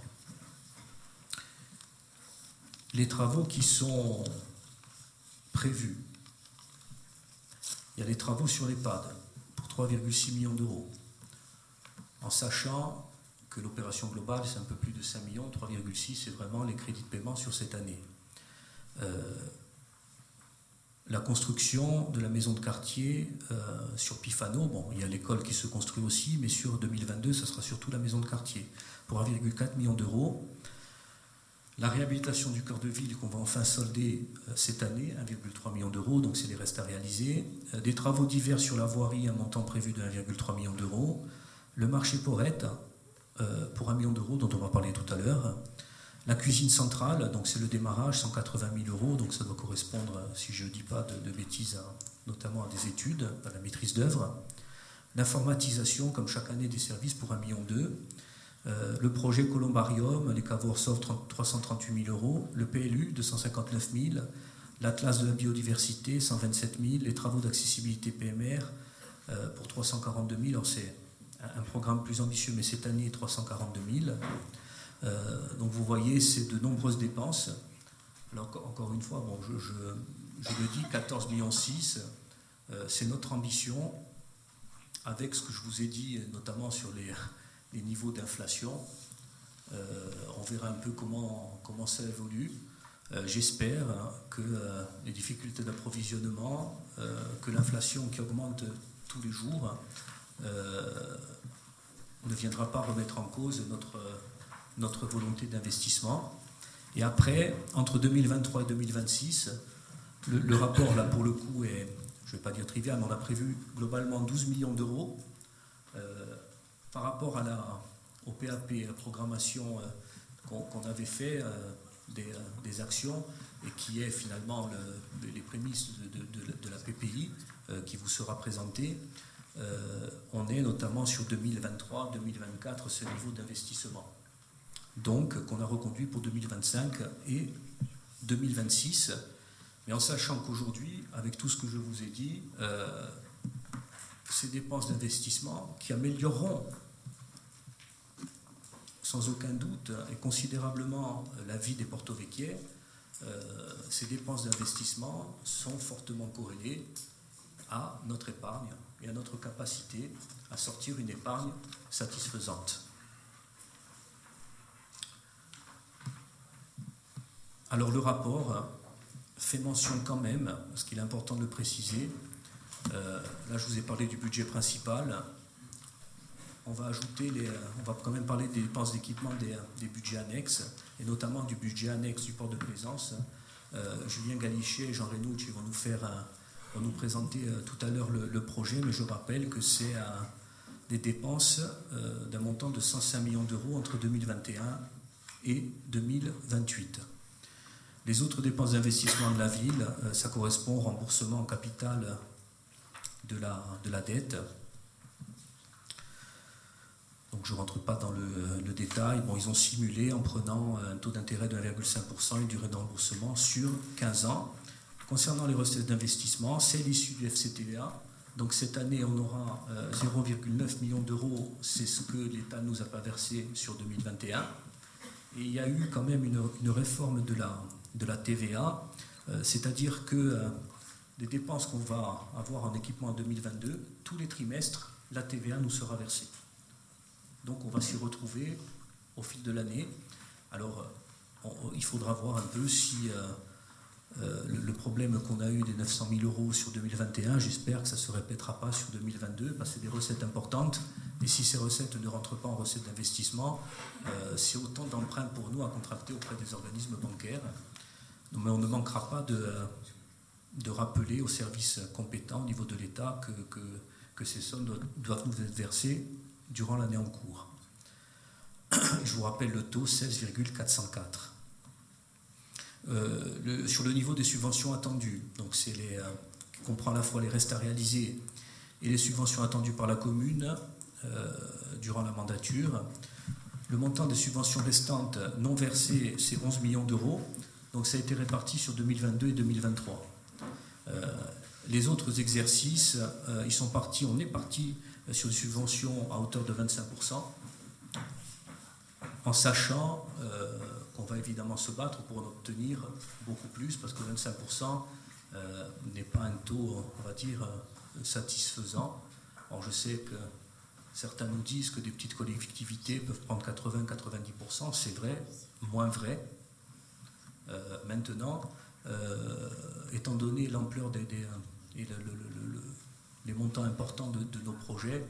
Les travaux qui sont prévus, il y a les travaux sur l'EHPAD pour 3,6 millions d'euros, en sachant que l'opération globale, c'est un peu plus de 5 millions, 3,6, c'est vraiment les crédits de paiement sur cette année. La construction de la maison de quartier sur Pifano, bon, il y a l'école qui se construit aussi, mais sur 2022, ça sera surtout la maison de quartier, pour 1,4 million d'euros. La réhabilitation du cœur de ville qu'on va enfin solder cette année, 1,3 million d'euros, donc c'est les restes à réaliser. Des travaux divers sur la voirie, un montant prévu de 1,3 million d'euros. Le marché Porrette, pour 1 million d'euros, dont on va parler tout à l'heure. La cuisine centrale, donc c'est le démarrage, 180 000 euros, donc ça doit correspondre, si je ne dis pas de bêtises, notamment à des études, à la maîtrise d'œuvre. L'informatisation, comme chaque année, des services pour 1,2 million. Le projet Columbarium, les caveaux Orsoff, 338 000 euros. Le PLU, 259 000. L'Atlas de la biodiversité, 127 000. Les travaux d'accessibilité PMR, pour 342 000. Alors c'est un programme plus ambitieux, mais cette année, 342 000. Donc vous voyez, c'est de nombreuses dépenses. Alors, encore une fois, bon, je le dis, 14,6 millions, c'est notre ambition, avec ce que je vous ai dit, notamment sur les niveaux d'inflation. On verra un peu comment ça évolue. J'espère que les difficultés d'approvisionnement, que l'inflation qui augmente tous les jours ne viendra pas remettre en cause notre volonté d'investissement. Et après, entre 2023 et 2026, le rapport, là, pour le coup, est, je ne vais pas dire trivial, mais on a prévu globalement 12 millions d'euros par rapport au PAP, la programmation qu'on avait fait des actions, et qui est finalement les prémices de la PPI qui vous sera présentée. On est notamment sur 2023-2024 ce niveau d'investissement. Donc, qu'on a reconduit pour 2025 et 2026, mais en sachant qu'aujourd'hui, avec tout ce que je vous ai dit, ces dépenses d'investissement qui amélioreront sans aucun doute et considérablement la vie des porto-vecchiais, ces dépenses d'investissement sont fortement corrélées à notre épargne et à notre capacité à sortir une épargne satisfaisante. Alors le rapport fait mention quand même, parce qu'il est important de le préciser, là je vous ai parlé du budget principal, on va quand même parler des dépenses d'équipement des budgets annexes, et notamment du budget annexe du port de plaisance. Julien Galichet et Jean Renucci vont nous présenter tout à l'heure le projet, mais je rappelle que c'est des dépenses d'un montant de 105 millions d'euros entre 2021 et 2028. Les autres dépenses d'investissement de la ville, ça correspond au remboursement en capital de la dette. Donc je ne rentre pas dans le détail. Bon, ils ont simulé en prenant un taux d'intérêt de 1,5% et une durée de remboursement sur 15 ans. Concernant les recettes d'investissement, c'est l'issue du FCTVA. Donc cette année, on aura 0,9 millions d'euros. C'est ce que l'État ne nous a pas versé sur 2021. Et il y a eu quand même une réforme de la TVA, c'est-à-dire que les dépenses qu'on va avoir en équipement en 2022, tous les trimestres, la TVA nous sera versée. Donc on va s'y retrouver au fil de l'année. Alors il faudra voir un peu si le problème qu'on a eu des 900 000 euros sur 2021, j'espère que ça ne se répétera pas sur 2022, parce que c'est des recettes importantes. Et si ces recettes ne rentrent pas en recettes d'investissement, c'est autant d'emprunts pour nous à contracter auprès des organismes bancaires. Mais on ne manquera pas de rappeler aux services compétents au niveau de l'État que ces sommes doivent nous être versées durant l'année en cours. Je vous rappelle le taux 16,404. Sur le niveau des subventions attendues, donc c'est qui comprend à la fois les restes à réaliser et les subventions attendues par la commune durant la mandature. Le montant des subventions restantes non versées, c'est 11 millions d'euros. Donc ça a été réparti sur 2022 et 2023. Les autres exercices, on est parti sur des subventions à hauteur de 25%, en sachant qu'on va évidemment se battre pour en obtenir beaucoup plus, parce que 25% n'est pas un taux, on va dire, satisfaisant. Alors je sais que certains nous disent que des petites collectivités peuvent prendre 80-90%, c'est vrai, moins vrai. Maintenant, étant donné l'ampleur et les montants importants de nos projets,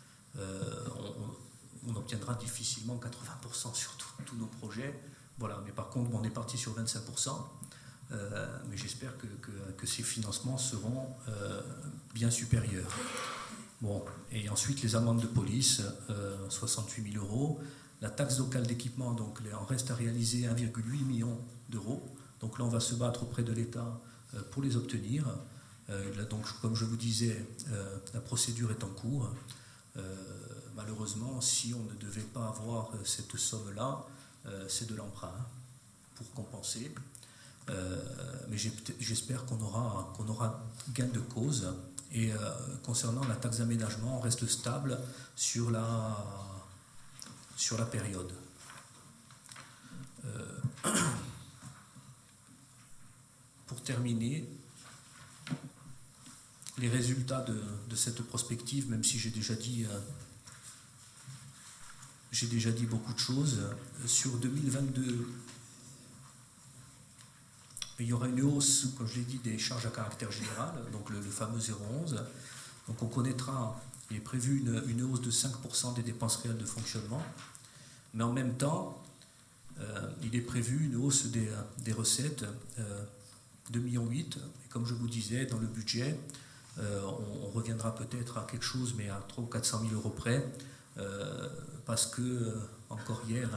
on obtiendra difficilement 80% sur tous nos projets. Voilà, mais par contre, on est parti sur 25%, mais j'espère que ces financements seront bien supérieurs. Bon, et ensuite, les amendes de police, 68 000 euros. La taxe locale d'équipement, donc en reste à réaliser 1,8 million d'euros. Donc là, on va se battre auprès de l'État pour les obtenir. Là, donc, comme je vous disais, la procédure est en cours. Malheureusement, si on ne devait pas avoir cette somme-là, c'est de l'emprunt pour compenser. Mais j'espère qu'on aura gain de cause. Et concernant la taxe d'aménagement, on reste stable sur la période. Pour terminer, les résultats de cette prospective, même si j'ai déjà dit beaucoup de choses, sur 2022, il y aura une hausse, comme je l'ai dit, des charges à caractère général, donc le fameux 0,11. Donc on connaîtra, il est prévu une hausse de 5% des dépenses réelles de fonctionnement, mais en même temps, il est prévu une hausse des recettes de 2,8 millions. Et comme je vous disais, dans le budget, on reviendra peut-être à quelque chose, mais à 300 ou 400 000 euros près, parce que, encore hier,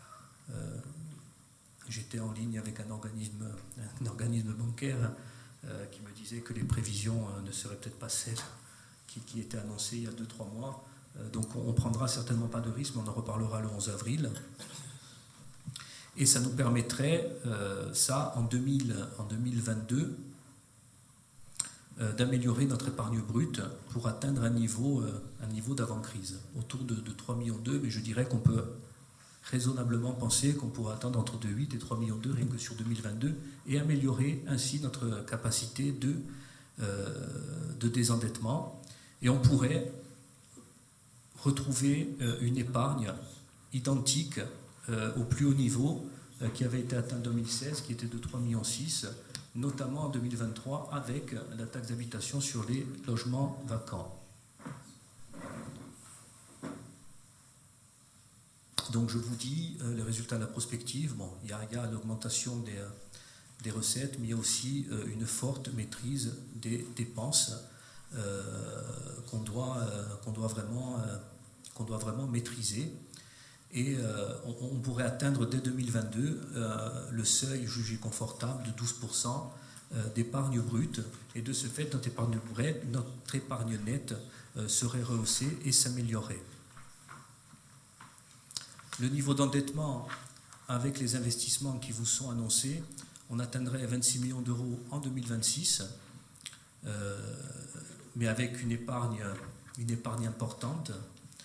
j'étais en ligne avec un organisme bancaire qui me disait que les prévisions ne seraient peut-être pas celles qui étaient annoncées il y a 2-3 mois. Donc on ne prendra certainement pas de risque, mais on en reparlera le 11 avril. Et ça nous permettrait, en 2022, d'améliorer notre épargne brute pour atteindre un niveau d'avant-crise, autour de 3,2 millions, mais je dirais qu'on peut raisonnablement penser qu'on pourra atteindre entre 2,8 et 3,2 millions rien que sur 2022 et améliorer ainsi notre capacité de désendettement. Et on pourrait retrouver une épargne identique au plus haut niveau qui avait été atteint en 2016, qui était de 3,6 millions, notamment en 2023 avec la taxe d'habitation sur les logements vacants. Donc je vous dis, les résultats de la prospective, bon, il y a l'augmentation des recettes, mais il y a aussi une forte maîtrise des dépenses qu'on doit vraiment maîtriser. Et on pourrait atteindre dès 2022 le seuil jugé confortable de 12% d'épargne brute. Et de ce fait, notre épargne nette serait rehaussée et s'améliorerait. Le niveau d'endettement, avec les investissements qui vous sont annoncés, on atteindrait 26 millions d'euros en 2026, mais avec une épargne importante,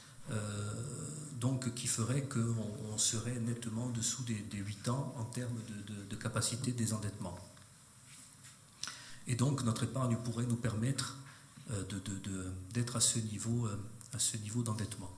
donc qui ferait qu'on serait nettement en dessous des 8 ans en termes de capacité de désendettement. Et donc notre épargne pourrait nous permettre d'être à ce niveau d'endettement.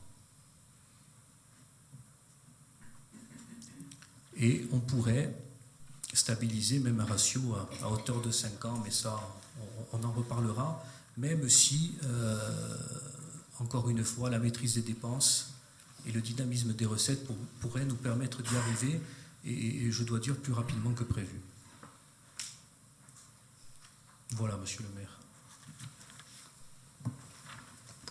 Et on pourrait stabiliser même un ratio à hauteur de 5 ans, mais ça, on en reparlera, même si, encore une fois, la maîtrise des dépenses et le dynamisme des recettes pourraient nous permettre d'y arriver, et je dois dire plus rapidement que prévu. Voilà, monsieur le maire.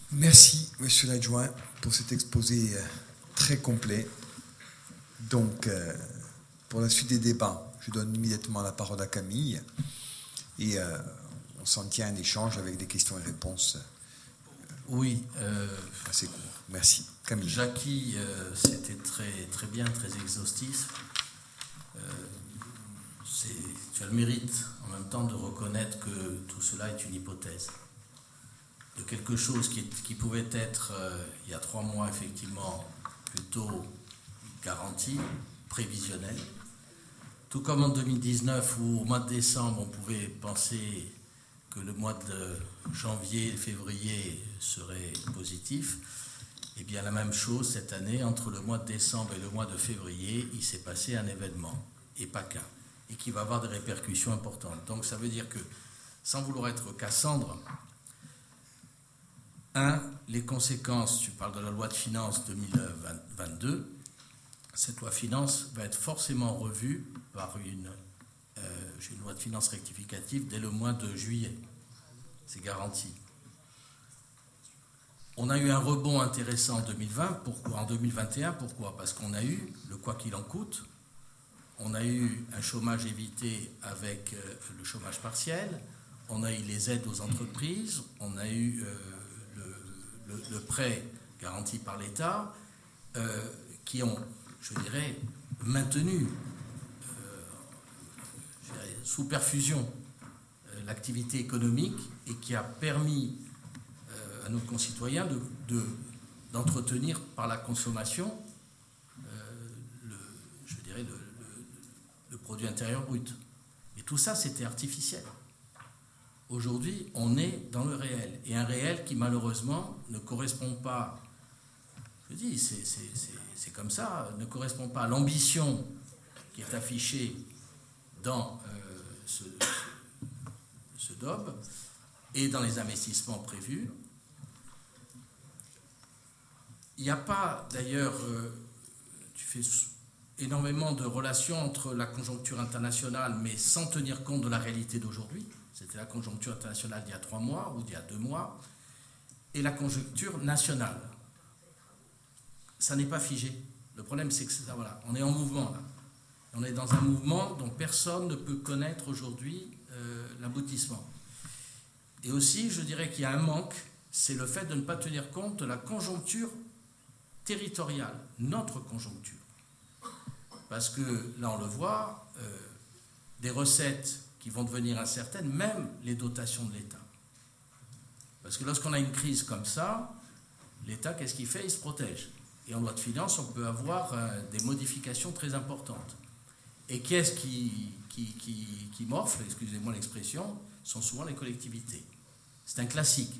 Merci, monsieur l'adjoint, pour cet exposé très complet. Donc, pour la suite des débats, je donne immédiatement la parole à Camille et on s'en tient à un échange avec des questions et réponses Oui. assez courts. Merci. Camille. Jackie, c'était très, très bien, très exhaustif. Tu as le mérite en même temps de reconnaître que tout cela est une hypothèse. De quelque chose qui pouvait être, il y a 3 mois, effectivement, plutôt garanti, prévisionnel. Tout comme en 2019, où au mois de décembre, on pouvait penser que le mois de janvier, février serait positif. Et bien la même chose cette année, entre le mois de décembre et le mois de février, il s'est passé un événement, et pas qu'un, et qui va avoir des répercussions importantes. Donc ça veut dire que, sans vouloir être Cassandre, les conséquences, tu parles de la loi de finances 2022, cette loi de finances va être forcément revue par une loi de finances rectificative dès le mois de juillet. C'est garanti. On a eu un rebond intéressant en 2020. Pourquoi ? En 2021, pourquoi ? Parce qu'on a eu le quoi qu'il en coûte, on a eu un chômage évité avec le chômage partiel, on a eu les aides aux entreprises, on a eu le prêt garanti par l'État, qui ont, je dirais, maintenu sous perfusion l'activité économique et qui a permis à nos concitoyens d'entretenir par la consommation le produit intérieur brut. Et tout ça, c'était artificiel. Aujourd'hui, on est dans le réel. Et un réel qui, malheureusement, ne correspond pas, je dis, c'est comme ça, ne correspond pas à l'ambition qui est affichée dans ce DOB et dans les investissements prévus. Il n'y a pas, d'ailleurs, tu fais énormément de relations entre la conjoncture internationale, mais sans tenir compte de la réalité d'aujourd'hui. C'était la conjoncture internationale d'il y a 3 mois ou d'il y a 2 mois, et la conjoncture nationale. Ça n'est pas figé. Le problème, c'est que ça, voilà, on est en mouvement là. On est dans un mouvement dont personne ne peut connaître aujourd'hui l'aboutissement. Et aussi, je dirais qu'il y a un manque, c'est le fait de ne pas tenir compte de la conjoncture territoriale, notre conjoncture. Parce que là, on le voit, des recettes qui vont devenir incertaines, même les dotations de l'État. Parce que lorsqu'on a une crise comme ça, l'État, qu'est-ce qu'il fait ? Il se protège. Et en loi de finances, on peut avoir des modifications très importantes. Et qui est-ce qui morfle, excusez-moi l'expression, sont souvent les collectivités. C'est un classique.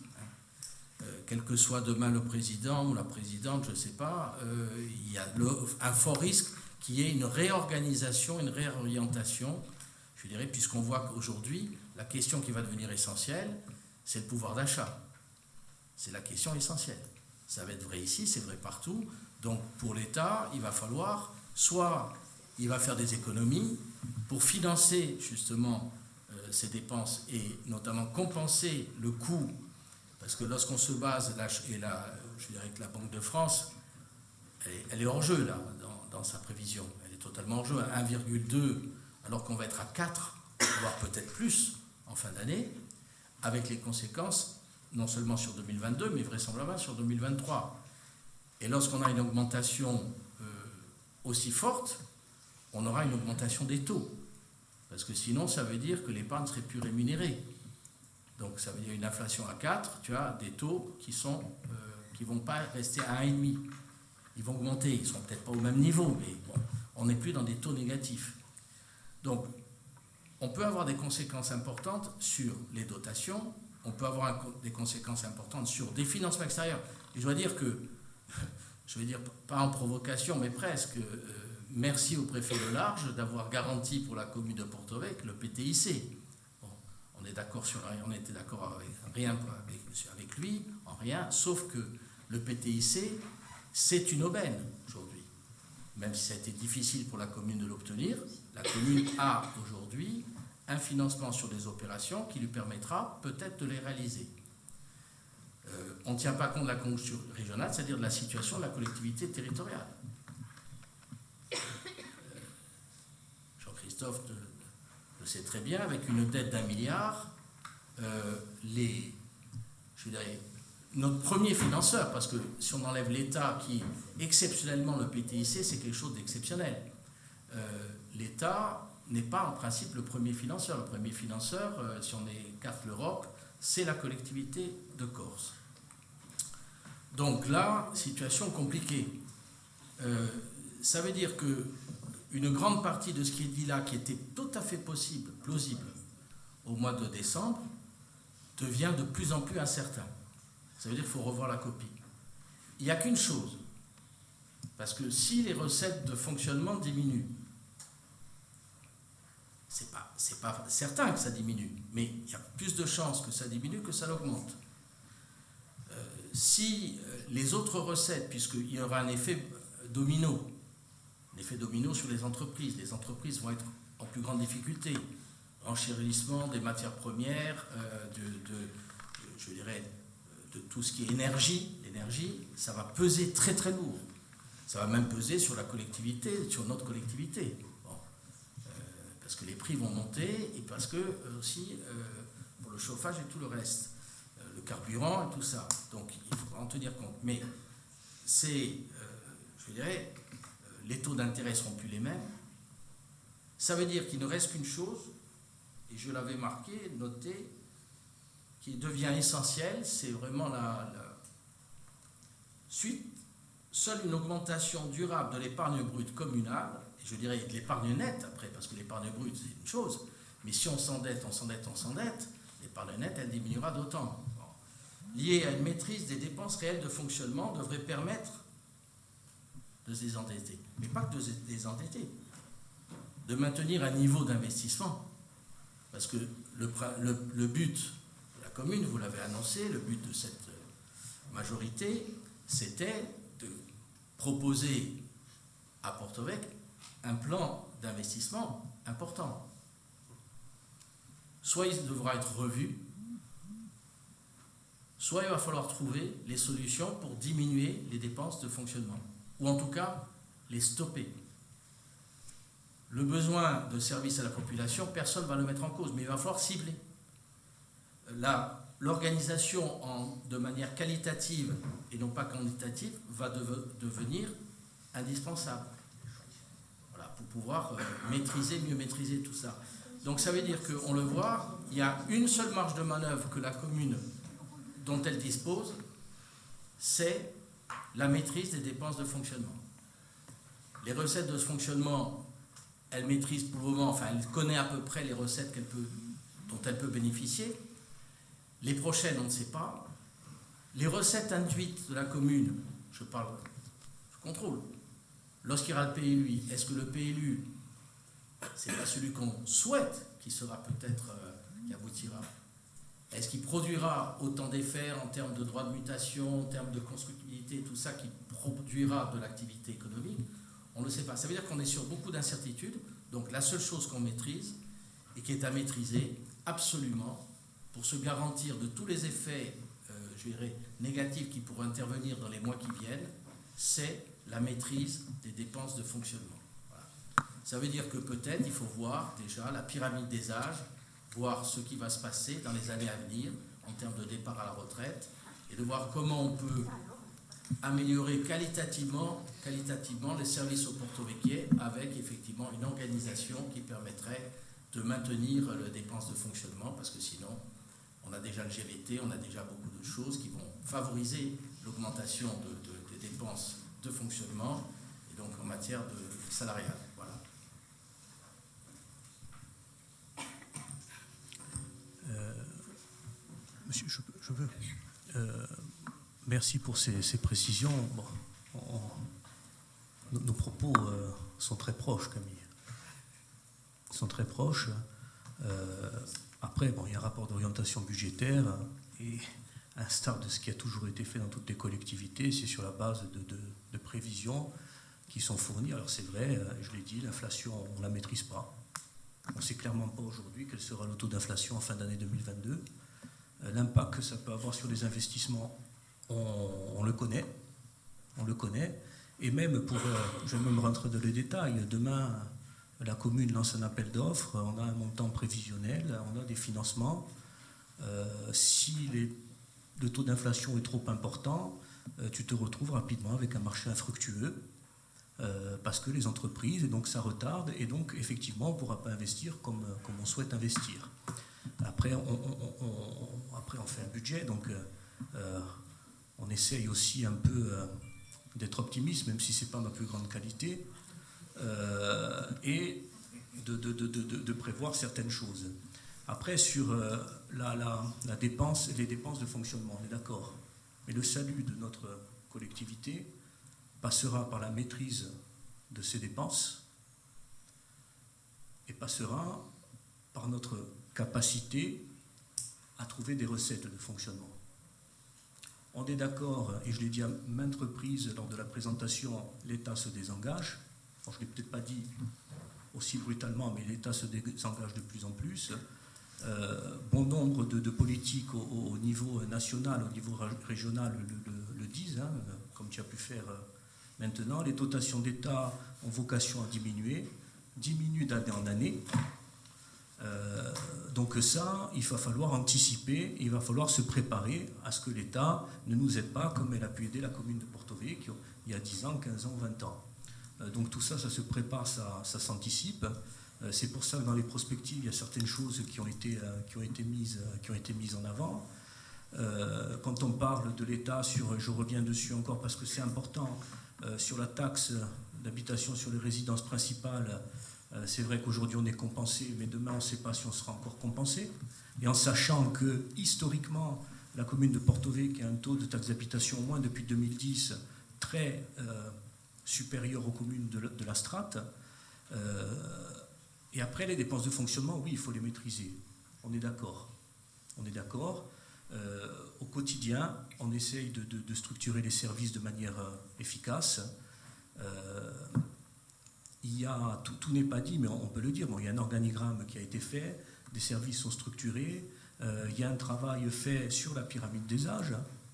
Quel que soit demain le président ou la présidente, je ne sais pas, il y a un fort risque qu'il y ait une réorganisation, une réorientation, je dirais, puisqu'on voit qu'aujourd'hui, la question qui va devenir essentielle, c'est le pouvoir d'achat. C'est la question essentielle. Ça va être vrai ici, c'est vrai partout. Donc pour l'État, il va falloir, soit il va faire des économies pour financer justement ces dépenses et notamment compenser le coût, parce que lorsqu'on se base, je dirais que la Banque de France, elle est hors jeu là, dans sa prévision. Elle est totalement hors jeu, à 1,2, alors qu'on va être à 4, voire peut-être plus en fin d'année, avec les conséquences non seulement sur 2022, mais vraisemblablement sur 2023. Et lorsqu'on a une augmentation aussi forte, on aura une augmentation des taux. Parce que sinon, ça veut dire que l'épargne ne serait plus rémunérée. Donc ça veut dire une inflation à 4, tu as des taux qui ne vont pas rester à 1,5. Ils vont augmenter, ils ne seront peut-être pas au même niveau, mais bon, on n'est plus dans des taux négatifs. Donc, on peut avoir des conséquences importantes sur les dotations, on peut avoir des conséquences importantes sur des financements extérieurs. Et je dois dire que, je vais dire pas en provocation, mais presque, merci au préfet de l'Arge d'avoir garanti pour la commune de Porto-Vecchio le PTIC. Bon, on est d'accord sur rien, on était d'accord avec rien avec lui, en rien, sauf que le PTIC, c'est une aubaine aujourd'hui. Même si ça a été difficile pour la commune de l'obtenir, la commune a aujourd'hui un financement sur des opérations qui lui permettra peut-être de les réaliser. on ne tient pas compte de la conjoncture régionale, c'est-à-dire de la situation de la collectivité territoriale. Jean-Christophe le sait très bien, avec une dette d'1 milliard, notre premier financeur, parce que si on enlève l'État qui, exceptionnellement, le PTIC, c'est quelque chose d'exceptionnel. L'État n'est pas en principe le premier financeur. Le premier financeur, si on écarte l'Europe, c'est la collectivité de Corse. Donc là, situation compliquée. Ça veut dire qu'une grande partie de ce qui est dit là, qui était tout à fait possible, plausible, au mois de décembre, devient de plus en plus incertain. Ça veut dire qu'il faut revoir la copie. Il n'y a qu'une chose, parce que si les recettes de fonctionnement diminuent, c'est pas certain que ça diminue, mais il y a plus de chances que ça diminue que ça l'augmente. Si les autres recettes, puisqu'il y aura un effet domino sur les entreprises vont être en plus grande difficulté, enchérissement des matières premières, de tout ce qui est l'énergie, ça va peser très très lourd. Ça va même peser sur la collectivité, sur notre collectivité. Parce que les prix vont monter et parce que aussi pour le chauffage et tout le reste, le carburant et tout ça. Donc il faudra en tenir compte. Mais les taux d'intérêt ne seront plus les mêmes. Ça veut dire qu'il ne reste qu'une chose, et je l'avais marqué, noté, qui devient essentielle, c'est vraiment la suite. Seule une augmentation durable de l'épargne brute communale, et je dirais de l'épargne nette après, parce que l'épargne brute c'est une chose, mais si on s'endette, l'épargne nette elle diminuera d'autant. Liée à une maîtrise des dépenses réelles de fonctionnement devrait permettre de se désendetter, mais pas que de se désendetter, de maintenir un niveau d'investissement, parce que le but de la commune, vous l'avez annoncé, le but de cette majorité, c'était de proposer à Porto-Vecchio un plan d'investissement important. Soit il devra être revu, soit il va falloir trouver les solutions pour diminuer les dépenses de fonctionnement, ou en tout cas les stopper. Le besoin de service à la population, personne ne va le mettre en cause, mais il va falloir cibler. L'organisation de manière qualitative et non pas quantitative va devenir indispensable. Voilà, pour pouvoir mieux maîtriser tout ça. Donc ça veut dire qu'on le voit, il y a une seule marge de manœuvre que la commune dont elle dispose, c'est la maîtrise des dépenses de fonctionnement. Les recettes de fonctionnement, elle maîtrise pour le moment, enfin elle connaît à peu près les recettes dont elle peut bénéficier. Les prochaines, on ne sait pas. Les recettes induites de la commune, je contrôle. Lorsqu'il y aura le PLU, est-ce que le PLU, c'est pas celui qu'on souhaite, qui sera peut-être, qui aboutira? Est-ce qu'il produira autant d'effets en termes de droit de mutation, en termes de constructibilité, tout ça qui produira de l'activité économique? On ne le sait pas. Ça veut dire qu'on est sur beaucoup d'incertitudes. Donc la seule chose qu'on maîtrise, et qui est à maîtriser absolument, pour se garantir de tous les effets, négatifs qui pourraient intervenir dans les mois qui viennent, c'est la maîtrise des dépenses de fonctionnement. Voilà. Ça veut dire que peut-être il faut voir déjà la pyramide des âges, voir ce qui va se passer dans les années à venir en termes de départ à la retraite, et de voir comment on peut améliorer qualitativement les services au Porto Vecchio avec effectivement une organisation qui permettrait de maintenir les dépenses de fonctionnement, parce que sinon on a déjà le GVT, on a déjà beaucoup de choses qui vont favoriser l'augmentation des dépenses de fonctionnement et donc en matière de salariale. Voilà. Monsieur, je veux. Merci pour ces précisions. Bon, nos propos sont très proches, Camille. Ils sont très proches. Après, il y a un rapport d'orientation budgétaire et à l'instar de ce qui a toujours été fait dans toutes les collectivités, c'est sur la base de prévisions qui sont fournies. Alors c'est vrai, je l'ai dit, l'inflation, on ne la maîtrise pas. On ne sait clairement pas aujourd'hui quel sera le taux d'inflation en fin d'année 2022. L'impact que ça peut avoir sur les investissements, on le connaît. On le connaît. Et même je vais même rentrer dans les détails, demain, la commune lance un appel d'offres, on a un montant prévisionnel, on a des financements. Si le taux d'inflation est trop important, tu te retrouves rapidement avec un marché infructueux, parce que les entreprises, et donc ça retarde, et donc effectivement on ne pourra pas investir comme on souhaite investir. Après on fait un budget, donc on essaye aussi un peu d'être optimiste, même si ce n'est pas ma plus grande qualité, et de prévoir certaines choses. Après, sur la dépense, les dépenses de fonctionnement, on est d'accord. Mais le salut de notre collectivité passera par la maîtrise de ces dépenses et passera par notre capacité à trouver des recettes de fonctionnement. On est d'accord, et je l'ai dit à maintes reprises lors de la présentation, l'État se désengage. Bon, je ne l'ai peut-être pas dit aussi brutalement, mais l'État se désengage de plus en plus. Bon nombre de politiques au niveau national, au niveau régional le disent, hein, comme tu as pu faire maintenant. Les dotations d'État ont vocation à diminuent d'année en année. Donc ça, il va falloir anticiper, il va falloir se préparer à ce que l'État ne nous aide pas comme elle a pu aider la commune de Porto Vecchio il y a 10 ans, 15 ans, 20 ans. Donc tout ça, ça se prépare, ça s'anticipe. C'est pour ça que dans les prospectives, il y a certaines choses qui ont été mises en avant. Quand on parle de l'État, je reviens dessus encore parce que c'est important, sur la taxe d'habitation sur les résidences principales, c'est vrai qu'aujourd'hui on est compensé, mais demain on ne sait pas si on sera encore compensé. Et en sachant que historiquement, la commune de Porto Vecchio a un taux de taxe d'habitation au moins depuis 2010 très supérieur aux communes de la strate. Et après, les dépenses de fonctionnement, oui, il faut les maîtriser. On est d'accord. On est d'accord. Au quotidien, on essaye de structurer les services de manière efficace. Tout n'est pas dit, mais on peut le dire. Bon, il y a un organigramme qui a été fait, des services sont structurés, il y a un travail fait sur la pyramide des âges.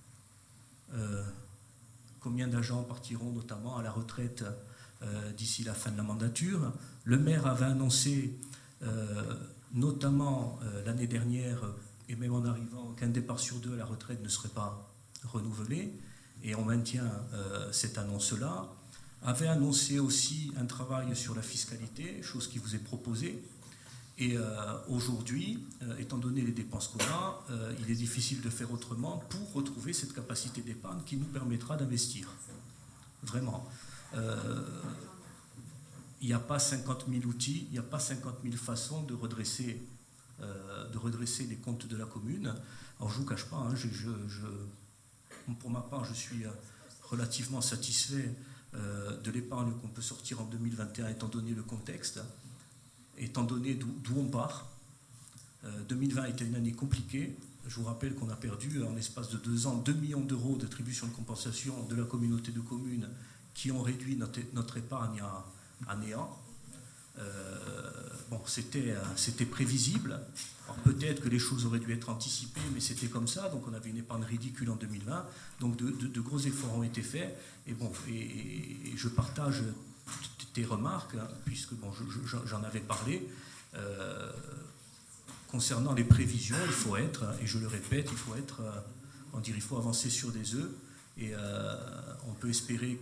Combien d'agents partiront notamment à la retraite d'ici la fin de la mandature. Le maire avait annoncé, notamment l'année dernière, et même en arrivant, qu'un départ sur 2 à la retraite ne serait pas renouvelé, et on maintient cette annonce-là. Avait annoncé aussi un travail sur la fiscalité, chose qui vous est proposée. Et aujourd'hui, étant donné les dépenses qu'on a, il est difficile de faire autrement pour retrouver cette capacité d'épargne qui nous permettra d'investir. Vraiment. Il n'y a pas 50 000 outils, il n'y a pas 50 000 façons de redresser les comptes de la commune. Alors je ne vous cache pas, hein, pour ma part, je suis relativement satisfait de l'épargne qu'on peut sortir en 2021 étant donné le contexte, étant donné d'où on part. 2020 était une année compliquée. Je vous rappelle qu'on a perdu en l'espace de 2 ans 2 millions d'euros d'attribution de compensation de la communauté de communes qui ont réduit notre épargne à néant. Bon, c'était prévisible. Alors peut-être que les choses auraient dû être anticipées, mais c'était comme ça. Donc on avait une épargne ridicule en 2020. Donc de gros efforts ont été faits. Et bon, et je partage tes remarques, hein, puisque bon, j'en avais parlé. Concernant les prévisions, il faut être, et je le répète, il faut avancer sur des œufs. Et on peut espérer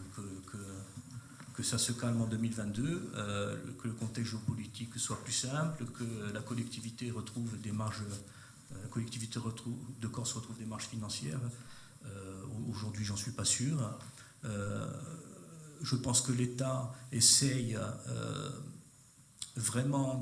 que ça se calme en 2022, que le contexte géopolitique soit plus simple, que la collectivité retrouve des marges, la collectivité de Corse retrouve des marges financières. Aujourd'hui, j'en suis pas sûr. Je pense que l'État essaye vraiment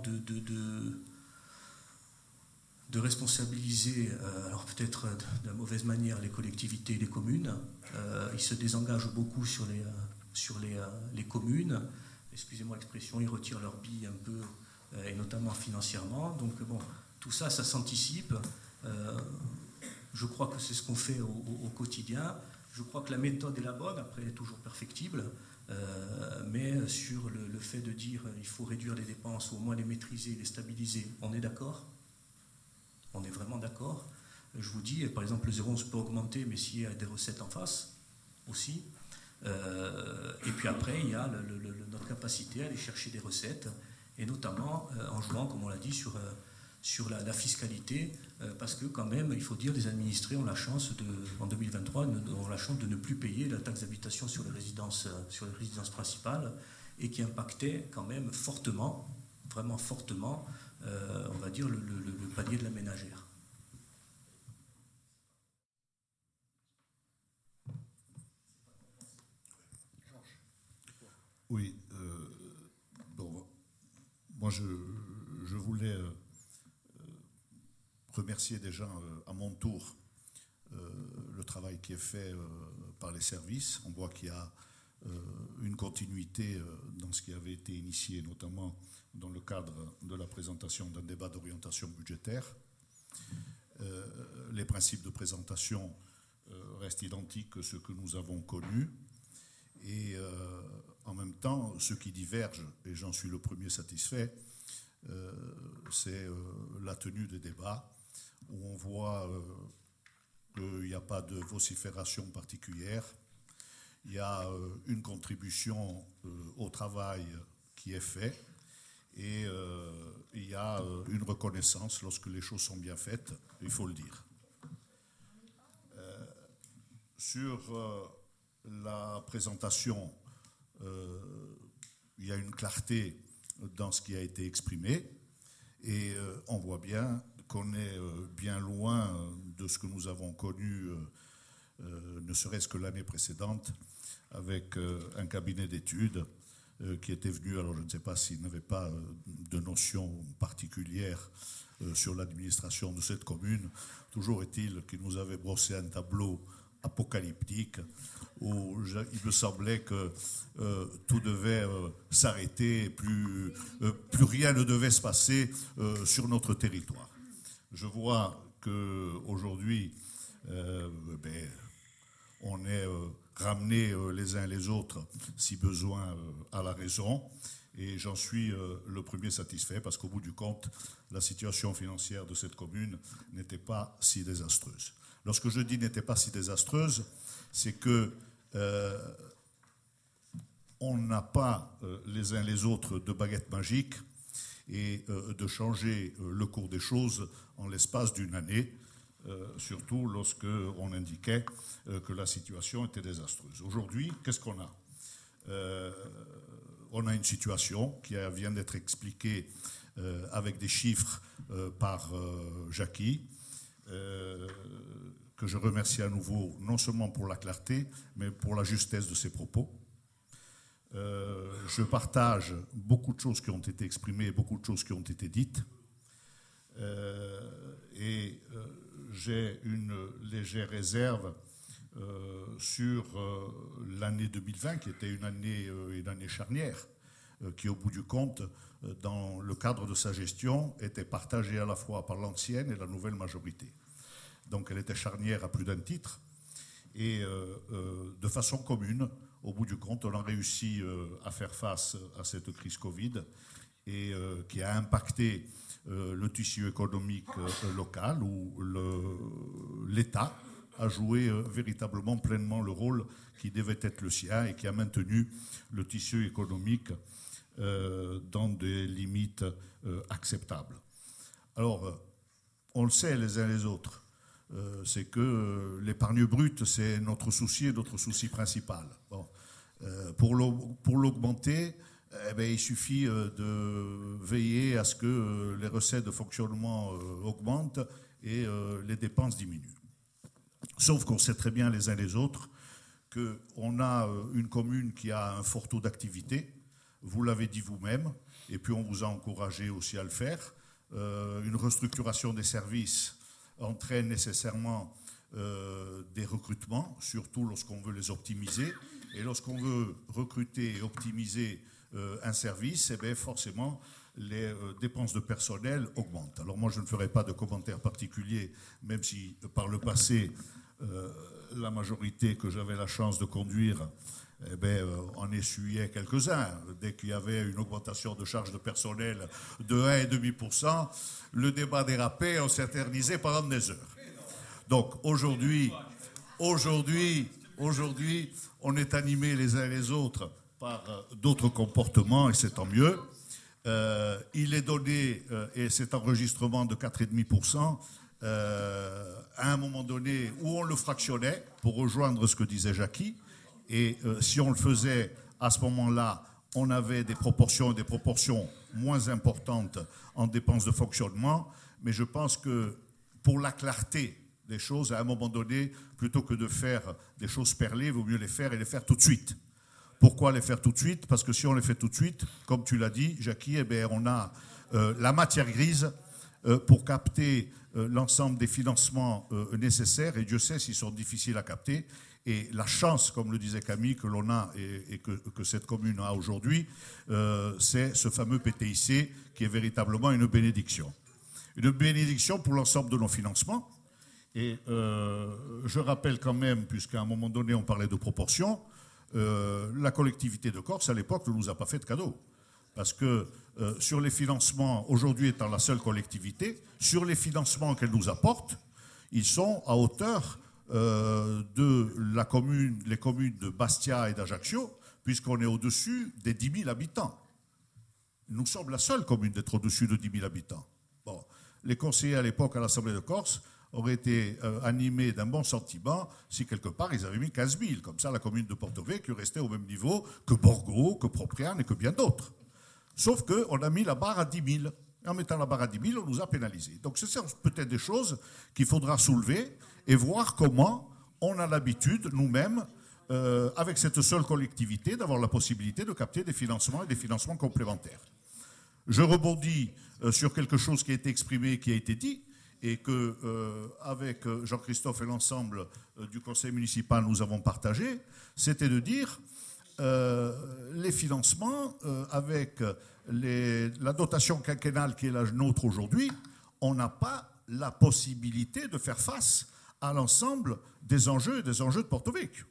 de responsabiliser, alors peut-être de la mauvaise manière, les collectivités et les communes. Ils se désengagent beaucoup sur les communes. Excusez-moi l'expression, ils retirent leurs billes un peu, et notamment financièrement. Donc bon, tout ça, ça s'anticipe. Je crois que c'est ce qu'on fait au quotidien. Je crois que la méthode est la bonne, après elle est toujours perfectible, mais sur le fait de dire il faut réduire les dépenses, ou au moins les maîtriser, les stabiliser, on est d'accord ? On est vraiment d'accord. je vous dis, par exemple, le 0,11 peut augmenter, mais s'il y a des recettes en face aussi. Et puis après, il y a notre capacité à aller chercher des recettes, et notamment en jouant, comme on l'a dit, sur la fiscalité, parce que quand même, il faut dire, les administrés ont la chance en 2023, ont la chance de ne plus payer la taxe d'habitation sur les résidences principales, et qui impactait quand même fortement, vraiment fortement, on va dire, le panier de la ménagère. Oui, bon, moi je voulais remercier déjà à mon tour le travail qui est fait par les services. On voit qu'il y a une continuité dans ce qui avait été initié, notamment dans le cadre de la présentation d'un débat d'orientation budgétaire. Les principes de présentation restent identiques que ceux que nous avons connus. Et en même temps, ce qui diverge, et j'en suis le premier satisfait, c'est la tenue des débats, où on voit qu'il n'y a pas de vocifération particulière. Il y a une contribution au travail qui est fait, et il y a une reconnaissance lorsque les choses sont bien faites, il faut le dire. Sur la présentation, il y a une clarté dans ce qui a été exprimé, et on voit bien qu'on est bien loin de ce que nous avons connu, ne serait-ce que l'année précédente, avec un cabinet d'études qui était venu, alors je ne sais pas s'il n'avait pas de notion particulière sur l'administration de cette commune. Toujours est-il qu'il nous avait brossé un tableau apocalyptique où il me semblait que tout devait s'arrêter, plus rien ne devait se passer sur notre territoire. Je vois qu'aujourd'hui, on est ramenés les uns les autres, si besoin, à la raison. Et j'en suis le premier satisfait, parce qu'au bout du compte, la situation financière de cette commune n'était pas si désastreuse. Lorsque je dis n'était pas si désastreuse, c'est que on n'a pas les uns les autres de baguette magique et de changer le cours des choses en l'espace d'une année, surtout lorsque on indiquait que la situation était désastreuse. Aujourd'hui, qu'est-ce qu'on a ? On a une situation qui vient d'être expliquée avec des chiffres par Jackie, que je remercie à nouveau, non seulement pour la clarté, mais pour la justesse de ses propos. Je partage beaucoup de choses qui ont été exprimées, beaucoup de choses qui ont été dites, et j'ai une légère réserve sur l'année 2020, qui était une année charnière, qui au bout du compte, dans le cadre de sa gestion, était partagée à la fois par l'ancienne et la nouvelle majorité. Donc elle était charnière à plus d'un titre, et de façon commune, au bout du compte, on a réussi à faire face à cette crise Covid, et qui a impacté le tissu économique local, où l'État a joué véritablement pleinement le rôle qui devait être le sien, et qui a maintenu le tissu économique dans des limites acceptables. Alors, on le sait les uns les autres, c'est que l'épargne brute, c'est notre souci et notre souci principal. Bon. Pour l'augmenter, il suffit de veiller à ce que les recettes de fonctionnement augmentent et les dépenses diminuent. Sauf qu'on sait très bien les uns les autres qu'on a une commune qui a un fort taux d'activité, vous l'avez dit vous-même, et puis on vous a encouragé aussi à le faire. Une restructuration des services entraîne nécessairement des recrutements, surtout lorsqu'on veut les optimiser. Et lorsqu'on veut recruter et optimiser un service, forcément, les dépenses de personnel augmentent. Alors moi, je ne ferai pas de commentaires particuliers, même si par le passé, la majorité que j'avais la chance de conduire en essuyait quelques-uns. Dès qu'il y avait une augmentation de charges de personnel de 1,5%, le débat dérapait, on s'éternisait pendant des heures. Donc aujourd'hui, on est animés les uns les autres par d'autres comportements et c'est tant mieux. Il est donné, et cet enregistrement de 4,5%, à un moment donné où on le fractionnait, pour rejoindre ce que disait Jackie, et si on le faisait à ce moment-là, on avait des proportions moins importantes en dépenses de fonctionnement, mais je pense que pour la clarté des choses, à un moment donné, plutôt que de faire des choses perlées, il vaut mieux les faire et les faire tout de suite. Pourquoi les faire tout de suite? Parce que si on les fait tout de suite, comme tu l'as dit, Jackie, on a la matière grise pour capter l'ensemble des financements nécessaires, et Dieu sait s'ils sont difficiles à capter. Et la chance, comme le disait Camille, que l'on a et que cette commune a aujourd'hui, c'est ce fameux PTIC qui est véritablement une bénédiction. Une bénédiction pour l'ensemble de nos financements. Et je rappelle quand même, puisqu'à un moment donné on parlait de proportions, la collectivité de Corse, à l'époque, ne nous a pas fait de cadeau. Parce que sur les financements, aujourd'hui étant la seule collectivité, sur les financements qu'elle nous apporte, ils sont à hauteur de les communes de Bastia et d'Ajaccio, puisqu'on est au-dessus des 10 000 habitants. Nous sommes la seule commune d'être au-dessus de 10 000 habitants. Bon, les conseillers à l'époque à l'Assemblée de Corse auraient été animés d'un bon sentiment si quelque part ils avaient mis 15 000. Comme ça, la commune de Porto Vecchio restait au même niveau que Borgo, que Propriane et que bien d'autres. Sauf qu'on a mis la barre à 10 000. Et en mettant la barre à 10 000, on nous a pénalisés. Donc ce sont peut-être des choses qu'il faudra soulever et voir comment on a l'habitude, nous-mêmes, avec cette seule collectivité, d'avoir la possibilité de capter des financements et des financements complémentaires. Je rebondis sur quelque chose qui a été exprimé, qui a été dit, et que, avec Jean-Christophe et l'ensemble du conseil municipal, nous avons partagé, c'était de dire les financements avec la dotation quinquennale qui est la nôtre aujourd'hui, on n'a pas la possibilité de faire face à l'ensemble des enjeux de Porto Vecchio.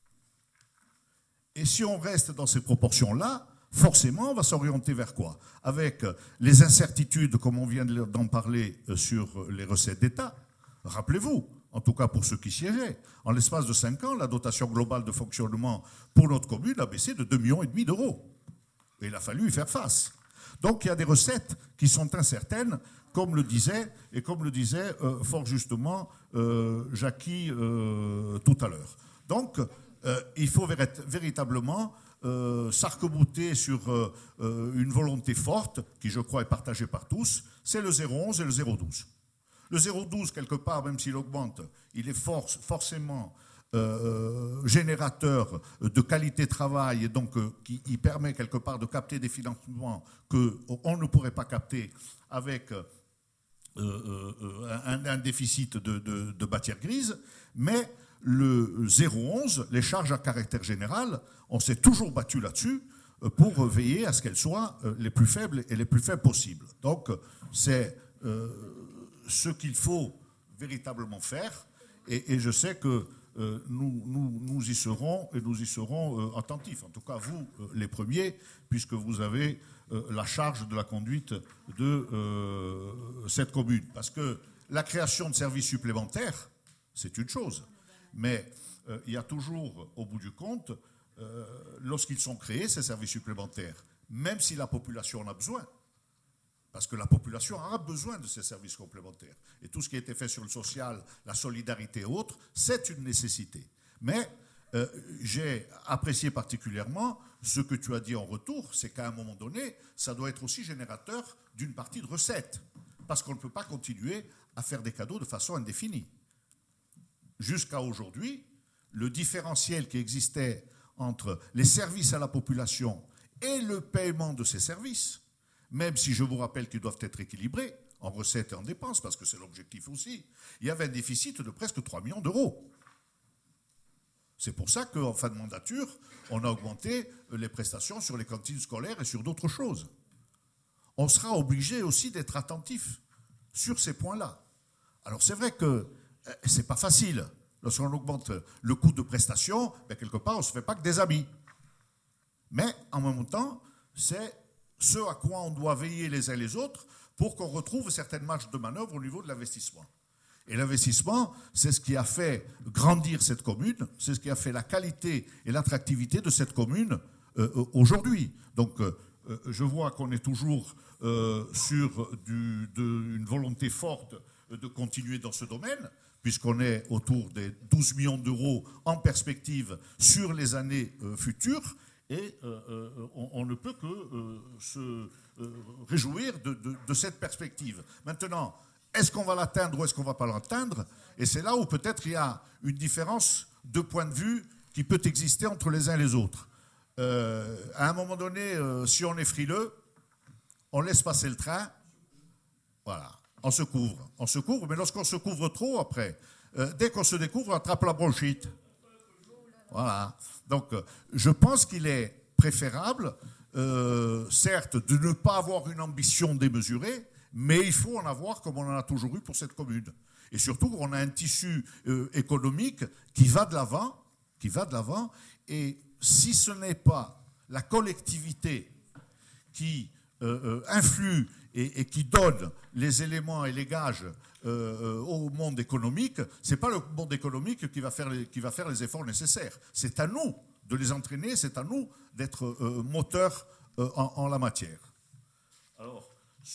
Et si on reste dans ces proportions-là, forcément, on va s'orienter vers quoi? Avec les incertitudes, comme on vient d'en parler, sur les recettes d'État. Rappelez-vous, en tout cas pour ceux qui siégeaient, en l'espace de 5 ans, la dotation globale de fonctionnement pour notre commune a baissé de 2,5 millions d'euros. Et il a fallu y faire face. Donc il y a des recettes qui sont incertaines, comme le disait fort justement Jackie tout à l'heure. Donc il faut véritablement s'arc-bouter sur une volonté forte, qui je crois est partagée par tous, c'est le 0,11 et le 0,12. Le 0,12, quelque part, même s'il augmente, il est forcément générateur de qualité de travail et donc qui permet quelque part de capter des financements qu'on ne pourrait pas capter avec un déficit de matière grise, mais le 0,11, les charges à caractère général, on s'est toujours battu là-dessus pour veiller à ce qu'elles soient les plus faibles et les plus faibles possibles. Donc c'est ce qu'il faut véritablement faire et je sais que nous y serons et nous y serons attentifs. En tout cas, vous, les premiers, puisque vous avez la charge de la conduite de cette commune. Parce que la création de services supplémentaires, c'est une chose. Mais il y a toujours, au bout du compte, lorsqu'ils sont créés, ces services supplémentaires, même si la population en a besoin, parce que la population aura besoin de ces services complémentaires. Et tout ce qui a été fait sur le social, la solidarité et autres, c'est une nécessité. Mais j'ai apprécié particulièrement ce que tu as dit en retour, c'est qu'à un moment donné, ça doit être aussi générateur d'une partie de recettes. Parce qu'on ne peut pas continuer à faire des cadeaux de façon indéfinie. Jusqu'à aujourd'hui, le différentiel qui existait entre les services à la population et le paiement de ces services, même si je vous rappelle qu'ils doivent être équilibrés en recettes et en dépenses, parce que c'est l'objectif aussi, il y avait un déficit de presque 3 millions d'euros. C'est pour ça qu'en fin de mandature, on a augmenté les prestations sur les cantines scolaires et sur d'autres choses. On sera obligé aussi d'être attentif sur ces points-là. Alors c'est vrai que ce n'est pas facile. Lorsqu'on augmente le coût de prestation, quelque part, on ne se fait pas que des amis. Mais en même temps, c'est ce à quoi on doit veiller les uns les autres pour qu'on retrouve certaines marges de manœuvre au niveau de l'investissement. Et l'investissement, c'est ce qui a fait grandir cette commune, c'est ce qui a fait la qualité et l'attractivité de cette commune aujourd'hui. Donc, je vois qu'on est toujours sur une volonté forte de continuer dans ce domaine, puisqu'on est autour des 12 millions d'euros en perspective sur les années futures, et on ne peut que se réjouir de cette perspective. Maintenant, est-ce qu'on va l'atteindre ou est-ce qu'on ne va pas l'atteindre? Et c'est là où peut-être il y a une différence de point de vue qui peut exister entre les uns et les autres. À un moment donné, si on est frileux, on laisse passer le train, voilà, on se couvre, mais lorsqu'on se couvre trop après, dès qu'on se découvre, on attrape la bronchite. Voilà. Donc, je pense qu'il est préférable, certes, de ne pas avoir une ambition démesurée, mais il faut en avoir comme on en a toujours eu pour cette commune. Et surtout, on a un tissu économique qui va de l'avant, et si ce n'est pas la collectivité qui influe et qui donne les éléments et les gages au monde économique, ce n'est pas le monde économique qui va faire les efforts nécessaires. C'est à nous de les entraîner, c'est à nous d'être moteurs en la matière. Alors,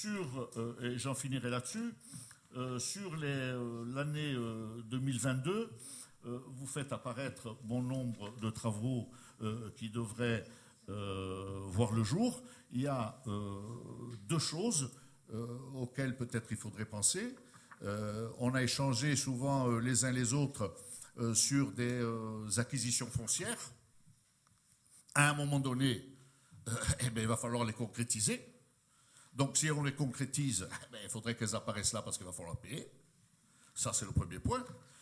et j'en finirai là-dessus, sur l'année 2022, vous faites apparaître bon nombre de travaux qui devraient voir le jour. Il y a deux choses auxquelles peut-être il faudrait penser. On a échangé souvent les uns les autres sur des acquisitions foncières. À un moment donné, il va falloir les concrétiser. Donc si on les concrétise, il faudrait qu'elles apparaissent là parce qu'il va falloir payer. Ça, c'est le premier point.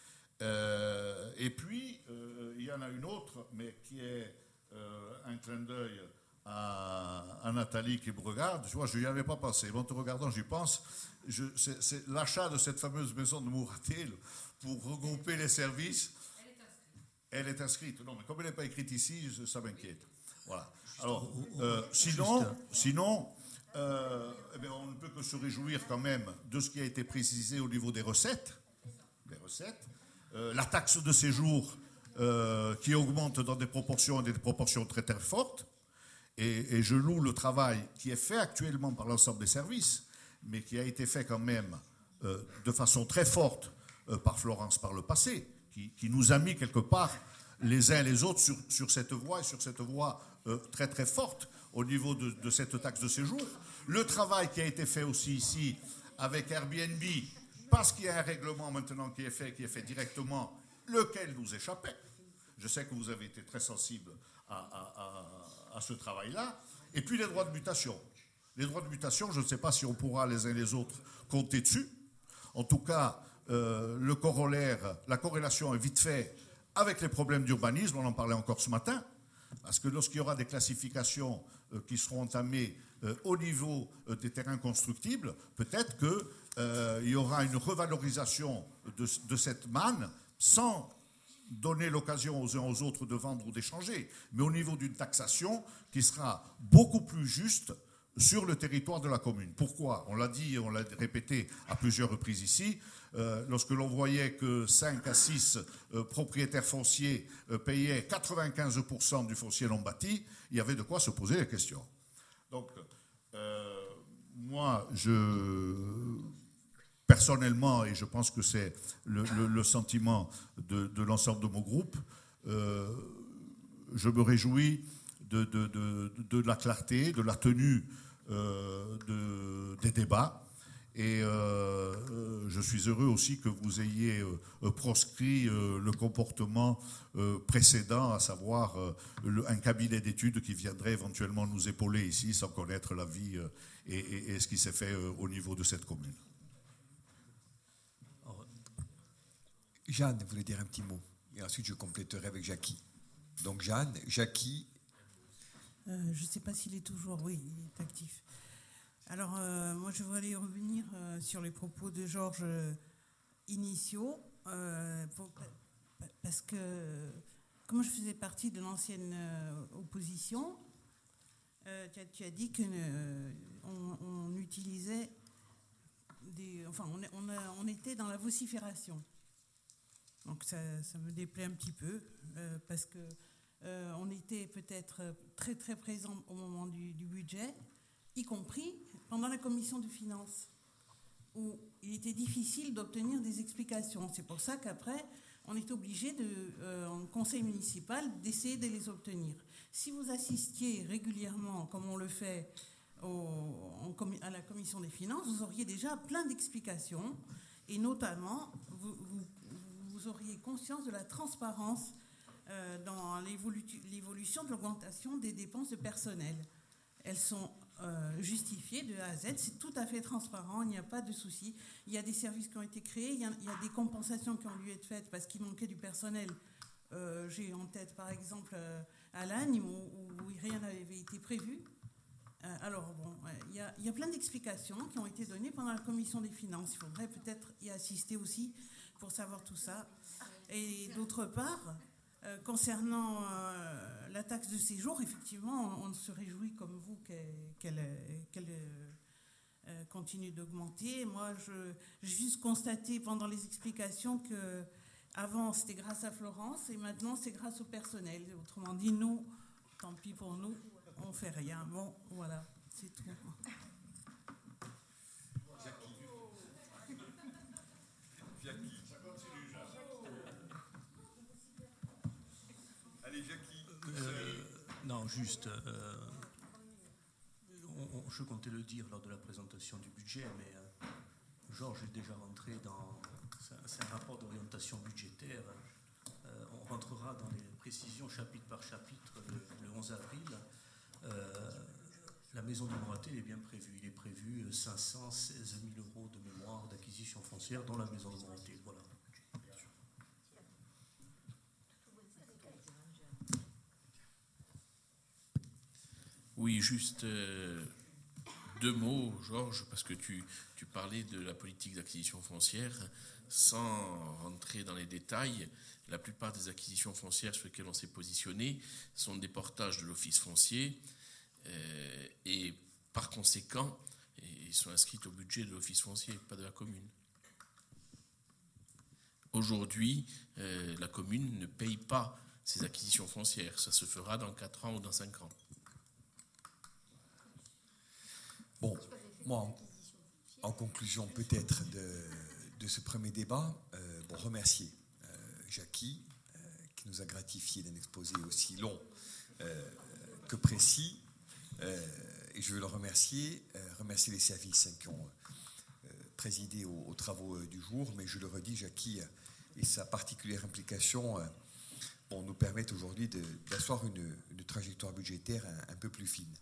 Et puis, il y en a une autre, mais qui est un clin d'œil à Nathalie qui me regarde. Tu vois, je n'y avais pas pensé. En te regardant, j'y pense. C'est l'achat de cette fameuse maison de Mouratel pour regrouper les services. Elle est inscrite. Non, mais comme elle n'est pas écrite ici, ça m'inquiète. Voilà. Alors, sinon on ne peut que se réjouir quand même de ce qui a été précisé au niveau des recettes. La taxe de séjour qui augmente dans des proportions très très fortes. Et je loue le travail qui est fait actuellement par l'ensemble des services, mais qui a été fait quand même de façon très forte par Florence par le passé, qui nous a mis quelque part les uns et les autres sur cette voie, et sur cette voie très très forte au niveau de cette taxe de séjour. Le travail qui a été fait aussi ici avec Airbnb, parce qu'il y a un règlement maintenant qui est fait directement, lequel nous échappait. Je sais que vous avez été très sensible à ce travail-là. Et puis les droits de mutation. Les droits de mutation, je ne sais pas si on pourra les uns et les autres compter dessus. En tout cas, le corollaire, la corrélation est vite faite avec les problèmes d'urbanisme. On en parlait encore ce matin. Parce que lorsqu'il y aura des classifications qui seront entamées au niveau des terrains constructibles, peut-être qu'il y aura une revalorisation de cette manne sans donner l'occasion aux uns aux autres de vendre ou d'échanger, mais au niveau d'une taxation qui sera beaucoup plus juste sur le territoire de la commune. Pourquoi? On l'a dit, on l'a répété à plusieurs reprises ici, lorsque l'on voyait que 5 à 6 propriétaires fonciers payaient 95% du foncier non bâti, il y avait de quoi se poser la question. Donc, moi, personnellement, et je pense que c'est le sentiment de l'ensemble de mon groupe, je me réjouis de la clarté, de la tenue des débats. Et je suis heureux aussi que vous ayez proscrit le comportement précédent, à savoir un cabinet d'études qui viendrait éventuellement nous épauler ici sans connaître la vie et ce qui s'est fait au niveau de cette commune. Jeanne voulait dire un petit mot. Et ensuite, je compléterai avec Jackie. Donc, Jeanne, Jackie. Je ne sais pas s'il est toujours... Oui, il est actif. Alors, moi, je voulais revenir sur les propos de Georges initiaux, parce que, comme je faisais partie de l'ancienne opposition, tu as dit qu'on utilisait on était dans la vocifération. Donc ça me déplaît un petit peu, parce que on était peut-être très très présent au moment du budget, y compris pendant la commission des finances, où il était difficile d'obtenir des explications. C'est pour ça qu'après, on est obligé, en conseil municipal, d'essayer de les obtenir. Si vous assistiez régulièrement, comme on le fait à la commission des finances, vous auriez déjà plein d'explications, et notamment, vous auriez conscience de la transparence dans l'évolution de l'augmentation des dépenses de personnel. Elles sont justifiées de A à Z, c'est tout à fait transparent, il n'y a pas de souci. Il y a des services qui ont été créés, il y a des compensations qui ont dû être faites parce qu'il manquait du personnel. J'ai en tête par exemple à Lannes où rien n'avait été prévu. Alors bon, il y a plein d'explications qui ont été données pendant la commission des finances. Il faudrait peut-être y assister aussi pour savoir tout ça. Et d'autre part, concernant la taxe de séjour, effectivement, on se réjouit comme vous qu'elle continue d'augmenter. Moi, j'ai juste constaté pendant les explications que avant c'était grâce à Florence et maintenant c'est grâce au personnel. Autrement dit, nous, tant pis pour nous, on fait rien. Bon, voilà, c'est tout. Allez, Jackie. Non, juste, je comptais le dire lors de la présentation du budget, mais Georges est déjà rentré dans... C'est un rapport d'orientation budgétaire. On rentrera dans les précisions chapitre par chapitre le 11 avril. La maison du Mouratet est bien prévue. Il est prévu 516 000 euros de mémoire d'acquisition foncière dans la maison du Mouratet. Voilà. Oui, juste deux mots, Georges, parce que tu parlais de la politique d'acquisition foncière. Sans rentrer dans les détails, la plupart des acquisitions foncières sur lesquelles on s'est positionné sont des portages de l'office foncier et par conséquent, ils sont inscrits au budget de l'office foncier, pas de la commune. Aujourd'hui, la commune ne paye pas ses acquisitions foncières. Ça se fera dans 4 ans ou dans 5 ans. Bon, moi, en conclusion peut-être de ce premier débat, remercier Jackie, qui nous a gratifié d'un exposé aussi long que précis. Et je veux le remercier les services qui ont présidé aux travaux du jour. Mais je le redis, Jackie et sa particulière implication nous permettent aujourd'hui d'asseoir une trajectoire budgétaire un peu plus fine.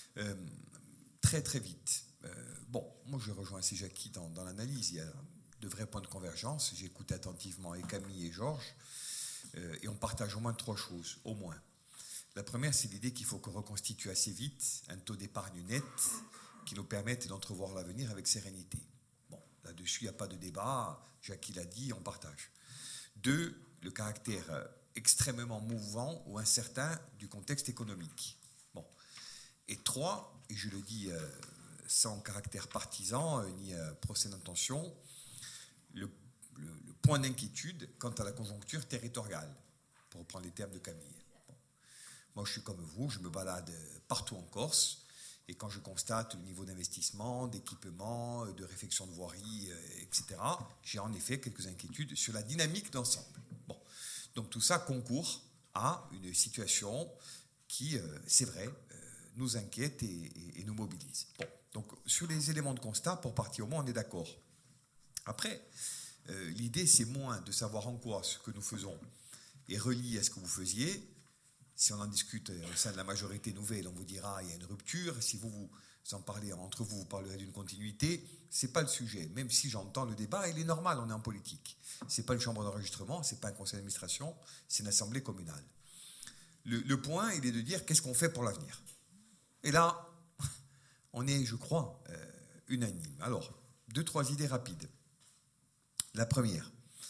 Très très vite. Moi je rejoins assez Jackie dans l'analyse. Il y a de vrais points de convergence. J'écoute attentivement et Camille et Georges et on partage au moins 3 choses, au moins. La première, c'est l'idée qu'il faut qu'on reconstitue assez vite un taux d'épargne net qui nous permette d'entrevoir l'avenir avec sérénité. Bon, là-dessus, il n'y a pas de débat. Jackie l'a dit, on partage. 2, le caractère extrêmement mouvant ou incertain du contexte économique. Bon. Et 3, et je le dis sans caractère partisan ni procès d'intention, le point d'inquiétude quant à la conjoncture territoriale, pour reprendre les termes de Camille. Bon. Moi, je suis comme vous, je me balade partout en Corse, et quand je constate le niveau d'investissement, d'équipement, de réfection de voirie, etc., j'ai en effet quelques inquiétudes sur la dynamique d'ensemble. Bon. Donc tout ça concourt à une situation qui, c'est vrai, nous inquiète et nous mobilise. Bon. Donc sur les éléments de constat, pour partir au moins, on est d'accord. Après, l'idée, c'est moins de savoir en quoi ce que nous faisons est relié à ce que vous faisiez. Si on en discute au sein de la majorité nouvelle, on vous dira il y a une rupture. Si vous en parlez entre vous, vous parlerez d'une continuité. Ce n'est pas le sujet. Même si j'entends le débat, il est normal, on est en politique. Ce n'est pas une chambre d'enregistrement, ce n'est pas un conseil d'administration, c'est une assemblée communale. Le point, il est de dire qu'est-ce qu'on fait pour l'avenir. Et là, on est, je crois, unanime. Alors, 2-3 idées rapides. La première,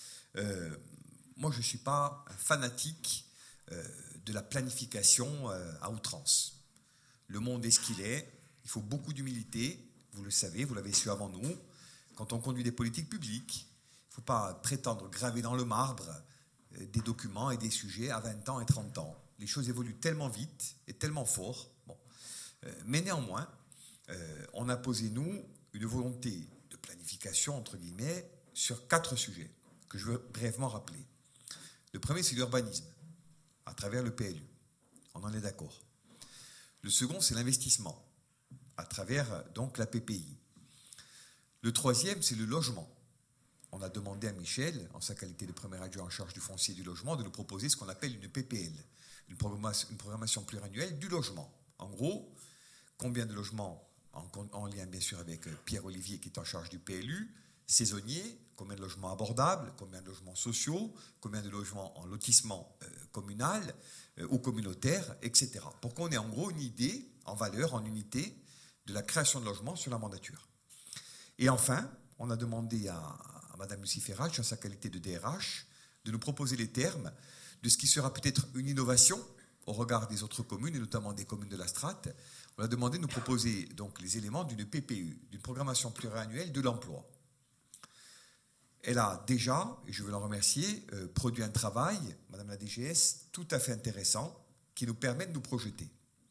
moi je ne suis pas un fanatique de la planification à outrance. Le monde est ce qu'il est, il faut beaucoup d'humilité, vous le savez, vous l'avez su avant nous. quand on conduit des politiques publiques, il ne faut pas prétendre graver dans le marbre des documents et des sujets à 20 ans et 30 ans. Les choses évoluent tellement vite et tellement fort. Bon. Mais néanmoins, on a posé, nous, une volonté de planification, entre guillemets, sur 4 sujets que je veux brièvement rappeler. Le premier, c'est l'urbanisme, à travers le PLU. On en est d'accord. Le second, c'est l'investissement, à travers donc la PPI. Le troisième, c'est le logement. On a demandé à Michel, en sa qualité de premier adjoint en charge du foncier et du logement, de nous proposer ce qu'on appelle une PPL, une programmation pluriannuelle du logement. En gros, combien de logements, en lien bien sûr avec Pierre-Olivier qui est en charge du PLU, saisonniers, combien de logements abordables, combien de logements sociaux, combien de logements en lotissement communal ou communautaire, etc. Pour qu'on ait en gros une idée, en valeur, en unité, de la création de logements sur la mandature. Et enfin, on a demandé à Mme Lucie Ferrach, en sa qualité de DRH, de nous proposer les termes de ce qui sera peut-être une innovation au regard des autres communes, et notamment des communes de la Strate. On a demandé de nous proposer donc les éléments d'une PPE, d'une programmation pluriannuelle de l'emploi. Elle a déjà, et je veux l'en remercier, produit un travail, Madame la DGS, tout à fait intéressant, qui nous permet de nous projeter.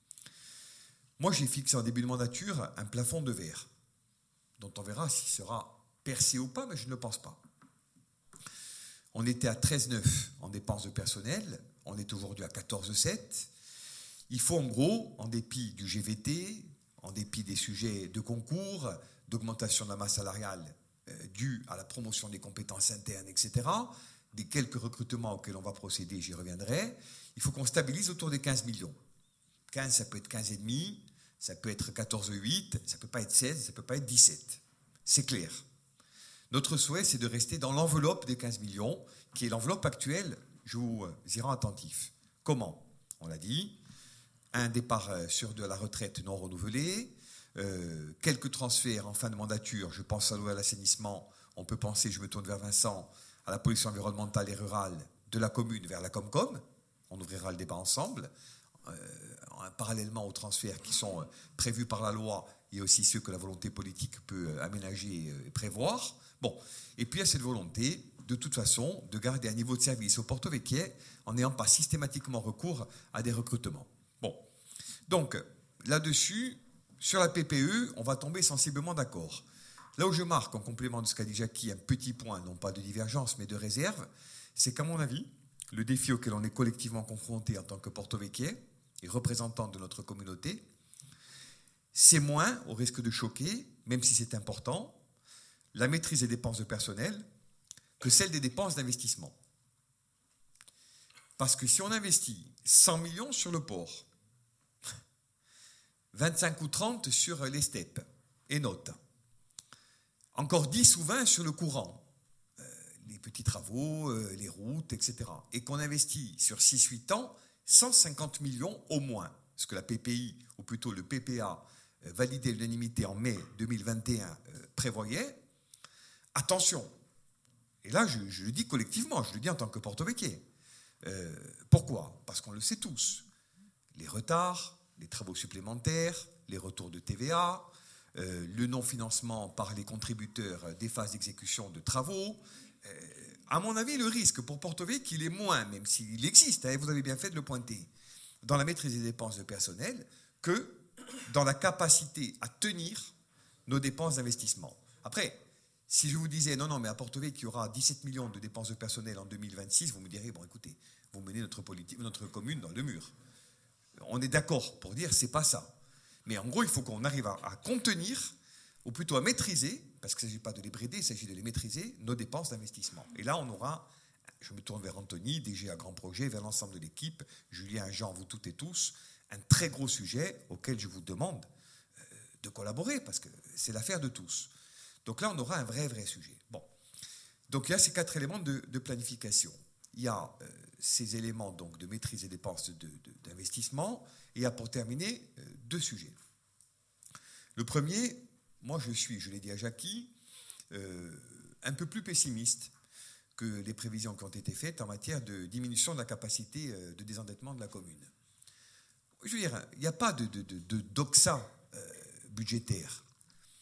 Moi, j'ai fixé en début de mandature un plafond de verre, dont on verra s'il sera percé ou pas, mais je ne le pense pas. On était à 13,9 en dépenses de personnel, on est aujourd'hui à 14,7. Il faut en gros, en dépit du GVT, en dépit des sujets de concours, d'augmentation de la masse salariale due à la promotion des compétences internes, etc., des quelques recrutements auxquels on va procéder, j'y reviendrai, il faut qu'on stabilise autour des 15 millions. 15, ça peut être 15,5, ça peut être 14,8, ça ne peut pas être 16, ça ne peut pas être 17. C'est clair. Notre souhait, c'est de rester dans l'enveloppe des 15 millions, qui est l'enveloppe actuelle, je vous y rends attentif. Comment ? On l'a dit, un départ sur de la retraite non renouvelé, quelques transferts en fin de mandature, je pense à l'eau et à l'assainissement, on peut penser, je me tourne vers Vincent, à la police environnementale et rurale de la commune vers la Comcom, on ouvrira le débat ensemble, parallèlement aux transferts qui sont prévus par la loi, il y a aussi ceux que la volonté politique peut aménager et prévoir. Bon, et puis il y a cette volonté, de toute façon, de garder un niveau de service au Porto Vecchio en n'ayant pas systématiquement recours à des recrutements. Bon, donc là-dessus, sur la PPE, on va tomber sensiblement d'accord. Là où je marque, en complément de ce qu'a dit Jackie, un petit point, non pas de divergence, mais de réserve, c'est qu'à mon avis, le défi auquel on est collectivement confronté en tant que Porto Vecchio et représentant de notre communauté, c'est moins, au risque de choquer, même si c'est important, la maîtrise des dépenses de personnel que celle des dépenses d'investissement. Parce que si on investit 100 millions sur le port, 25 ou 30 sur les steppes et notes, encore 10 ou 20 sur le courant, les petits travaux, les routes, etc., et qu'on investit sur 6-8 ans 150 millions au moins, ce que la PPI, ou plutôt le PPA, validé à l'unanimité en mai 2021, prévoyait, attention, et là je le dis collectivement, je le dis en tant que Porto Vecchio. Pourquoi ? Parce qu'on le sait tous, les retards, les travaux supplémentaires, les retours de TVA, le non-financement par les contributeurs des phases d'exécution de travaux, à mon avis, le risque pour Porto Vecchio, il est moins, même s'il existe, vous avez bien fait de le pointer, dans la maîtrise des dépenses de personnel, que dans la capacité à tenir nos dépenses d'investissement. Après, si je vous disais, non, mais à Porto Vecchio, il y aura 17 millions de dépenses de personnel en 2026, vous me direz, bon, écoutez, vous menez notre commune dans le mur. On est d'accord pour dire, c'est pas ça. Mais en gros, il faut qu'on arrive à contenir, ou plutôt à maîtriser, parce qu'il ne s'agit pas de les brider, il s'agit de les maîtriser, nos dépenses d'investissement. Et là, on aura, je me tourne vers Anthony, DG à Grand Projet, vers l'ensemble de l'équipe, Julien, Jean, vous toutes et tous, un très gros sujet auquel je vous demande de collaborer, parce que c'est l'affaire de tous. Donc là, on aura un vrai sujet. Bon. Donc il y a ces 4 éléments de planification. Il y a ces éléments donc, de maîtrise des dépenses d'investissement, et il y a pour terminer 2 sujets. Le premier, moi je l'ai dit à Jackie, un peu plus pessimiste que les prévisions qui ont été faites en matière de diminution de la capacité de désendettement de la commune. Je veux dire, il n'y a pas de doxa budgétaire.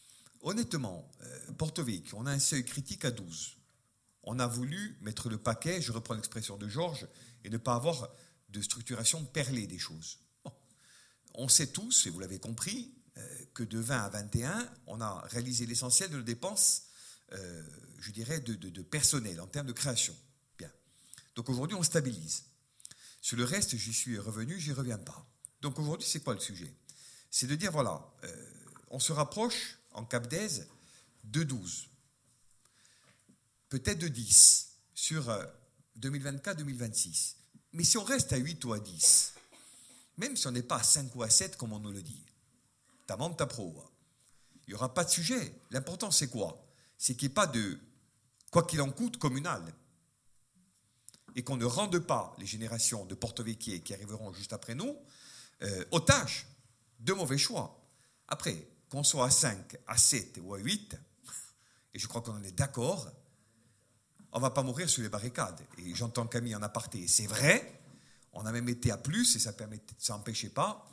honnêtement, Porto Vecchio, on a un seuil critique à 12. On a voulu mettre le paquet, je reprends l'expression de Georges, et ne pas avoir de structuration perlée des choses. Bon. On sait tous, et vous l'avez compris, que de 20 à 21, on a réalisé l'essentiel de nos dépenses, je dirais, de personnel, en termes de création. Bien. Donc aujourd'hui, on stabilise. Sur le reste, j'y suis revenu, j'y reviens pas. Donc aujourd'hui, c'est quoi le sujet? C'est de dire, voilà, on se rapproche en Cap d'Aise de 12, peut-être de 10 sur 2024-2026. Mais si on reste à 8 ou à 10, même si on n'est pas à 5 ou à 7, comme on nous le dit, t'amende ta pro, il n'y aura pas de sujet. L'important, c'est quoi? C'est qu'il n'y ait pas de, quoi qu'il en coûte, communal. Et qu'on ne rende pas les générations de Porto Vecchio qui arriveront juste après nous otages de mauvais choix. Après, qu'on soit à 5, à 7 ou à 8, et je crois qu'on en est d'accord, on ne va pas mourir sur les barricades. Et j'entends Camille en aparté, c'est vrai, on a même été à plus, et ça n'empêchait pas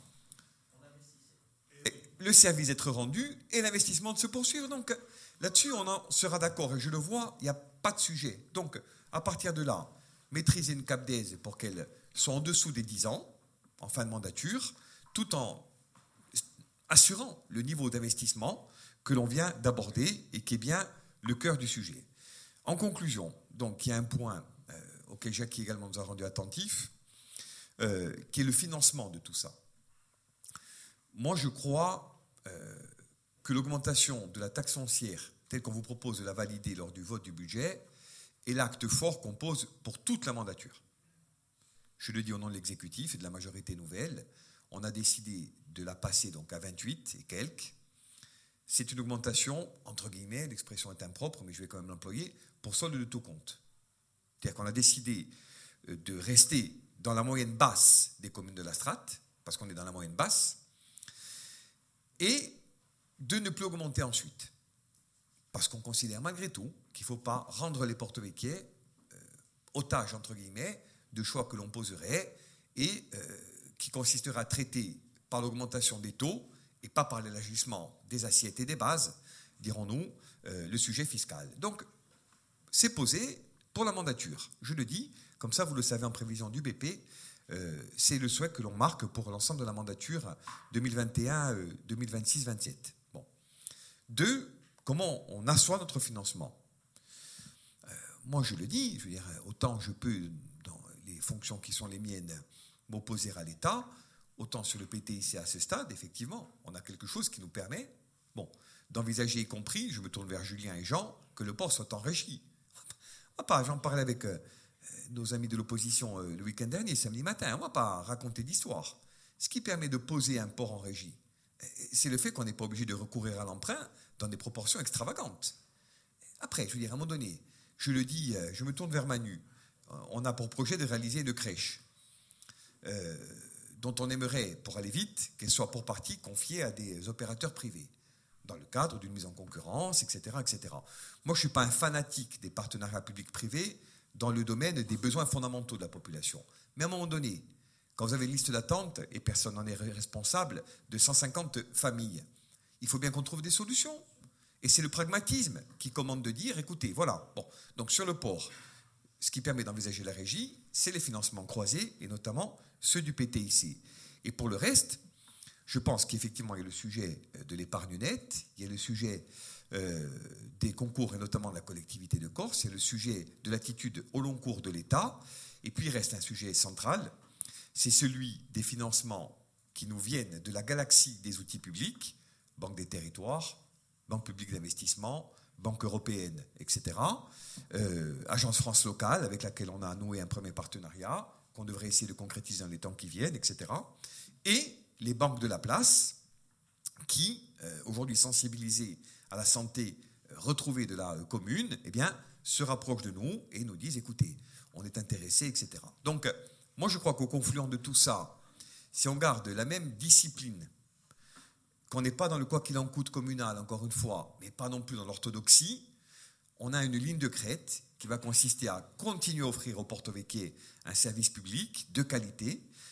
le service d'être rendu et l'investissement de se poursuivre. Donc là-dessus, on en sera d'accord, et je le vois, il n'y a pas de sujet. Donc, à partir de là, maîtriser une Cap d'Aise pour qu'elle soit en dessous des 10 ans, en fin de mandature, tout en assurant le niveau d'investissement que l'on vient d'aborder et qui est bien le cœur du sujet. En conclusion, donc, il y a un point auquel Jackie également nous a rendu attentif, qui est le financement de tout ça. Moi, je crois que l'augmentation de la taxe foncière, telle qu'on vous propose de la valider lors du vote du budget, est l'acte fort qu'on pose pour toute la mandature. Je le dis au nom de l'exécutif et de la majorité nouvelle. On a décidé de la passer donc à 28 et quelques. C'est une augmentation, entre guillemets, l'expression est impropre, mais je vais quand même l'employer, pour solde de tout compte. C'est-à-dire qu'on a décidé de rester dans la moyenne basse des communes de la strate, parce qu'on est dans la moyenne basse, et de ne plus augmenter ensuite. Parce qu'on considère malgré tout qu'il ne faut pas rendre les Porto Vecchio otages, entre guillemets, de choix que l'on poserait et qui consisterait à traiter par l'augmentation des taux et pas par l'élargissement des assiettes et des bases, dirons-nous, le sujet fiscal. Donc, c'est posé pour la mandature. Je le dis, comme ça vous le savez en prévision du BP, c'est le souhait que l'on marque pour l'ensemble de la mandature 2021-2026-27. Bon. 2, comment on assoit notre financement? Moi, je le dis, je veux dire, autant je peux, dans les fonctions qui sont les miennes, m'opposer à l'État, autant sur le PTIC à ce stade, effectivement, on a quelque chose qui nous permet, d'envisager, y compris, je me tourne vers Julien et Jean, que le port soit en régie. J'en parlais avec nos amis de l'opposition le week-end dernier, samedi matin, on ne va pas raconter d'histoire. Ce qui permet de poser un port en régie, c'est le fait qu'on n'est pas obligé de recourir à l'emprunt dans des proportions extravagantes. Après, je veux dire, à un moment donné, je le dis, je me tourne vers Manu, on a pour projet de réaliser une crèche dont on aimerait, pour aller vite, qu'elle soit pour partie confiée à des opérateurs privés, dans le cadre d'une mise en concurrence, etc., etc. Moi, je ne suis pas un fanatique des partenariats publics-privés dans le domaine des besoins fondamentaux de la population. Mais à un moment donné, quand vous avez une liste d'attente, et personne n'en est responsable, de 150 familles, il faut bien qu'on trouve des solutions. Et c'est le pragmatisme qui commande de dire, écoutez, voilà, donc sur le port, ce qui permet d'envisager la régie, c'est les financements croisés, et notamment ceux du PTIC. Et pour le reste, je pense qu'effectivement, il y a le sujet de l'épargne nette, il y a le sujet des concours, et notamment de la collectivité de Corse, il y a le sujet de l'attitude au long cours de l'État, et puis il reste un sujet central, c'est celui des financements qui nous viennent de la galaxie des outils publics, Banque des territoires, Banque publique d'investissement, Banque européenne, etc. Agence France locale, avec laquelle on a noué un premier partenariat, qu'on devrait essayer de concrétiser dans les temps qui viennent, etc. Et les banques de la place, qui, aujourd'hui sensibilisées à la santé retrouvée de la commune, se rapprochent de nous et nous disent, écoutez, on est intéressés, etc. Donc, moi je crois qu'au confluent de tout ça, si on garde la même discipline, qu'on n'est pas dans le quoi qu'il en coûte communal, encore une fois, mais pas non plus dans l'orthodoxie, on a une ligne de crête qui va consister à continuer à offrir au Porto Vecchio un service public de qualité,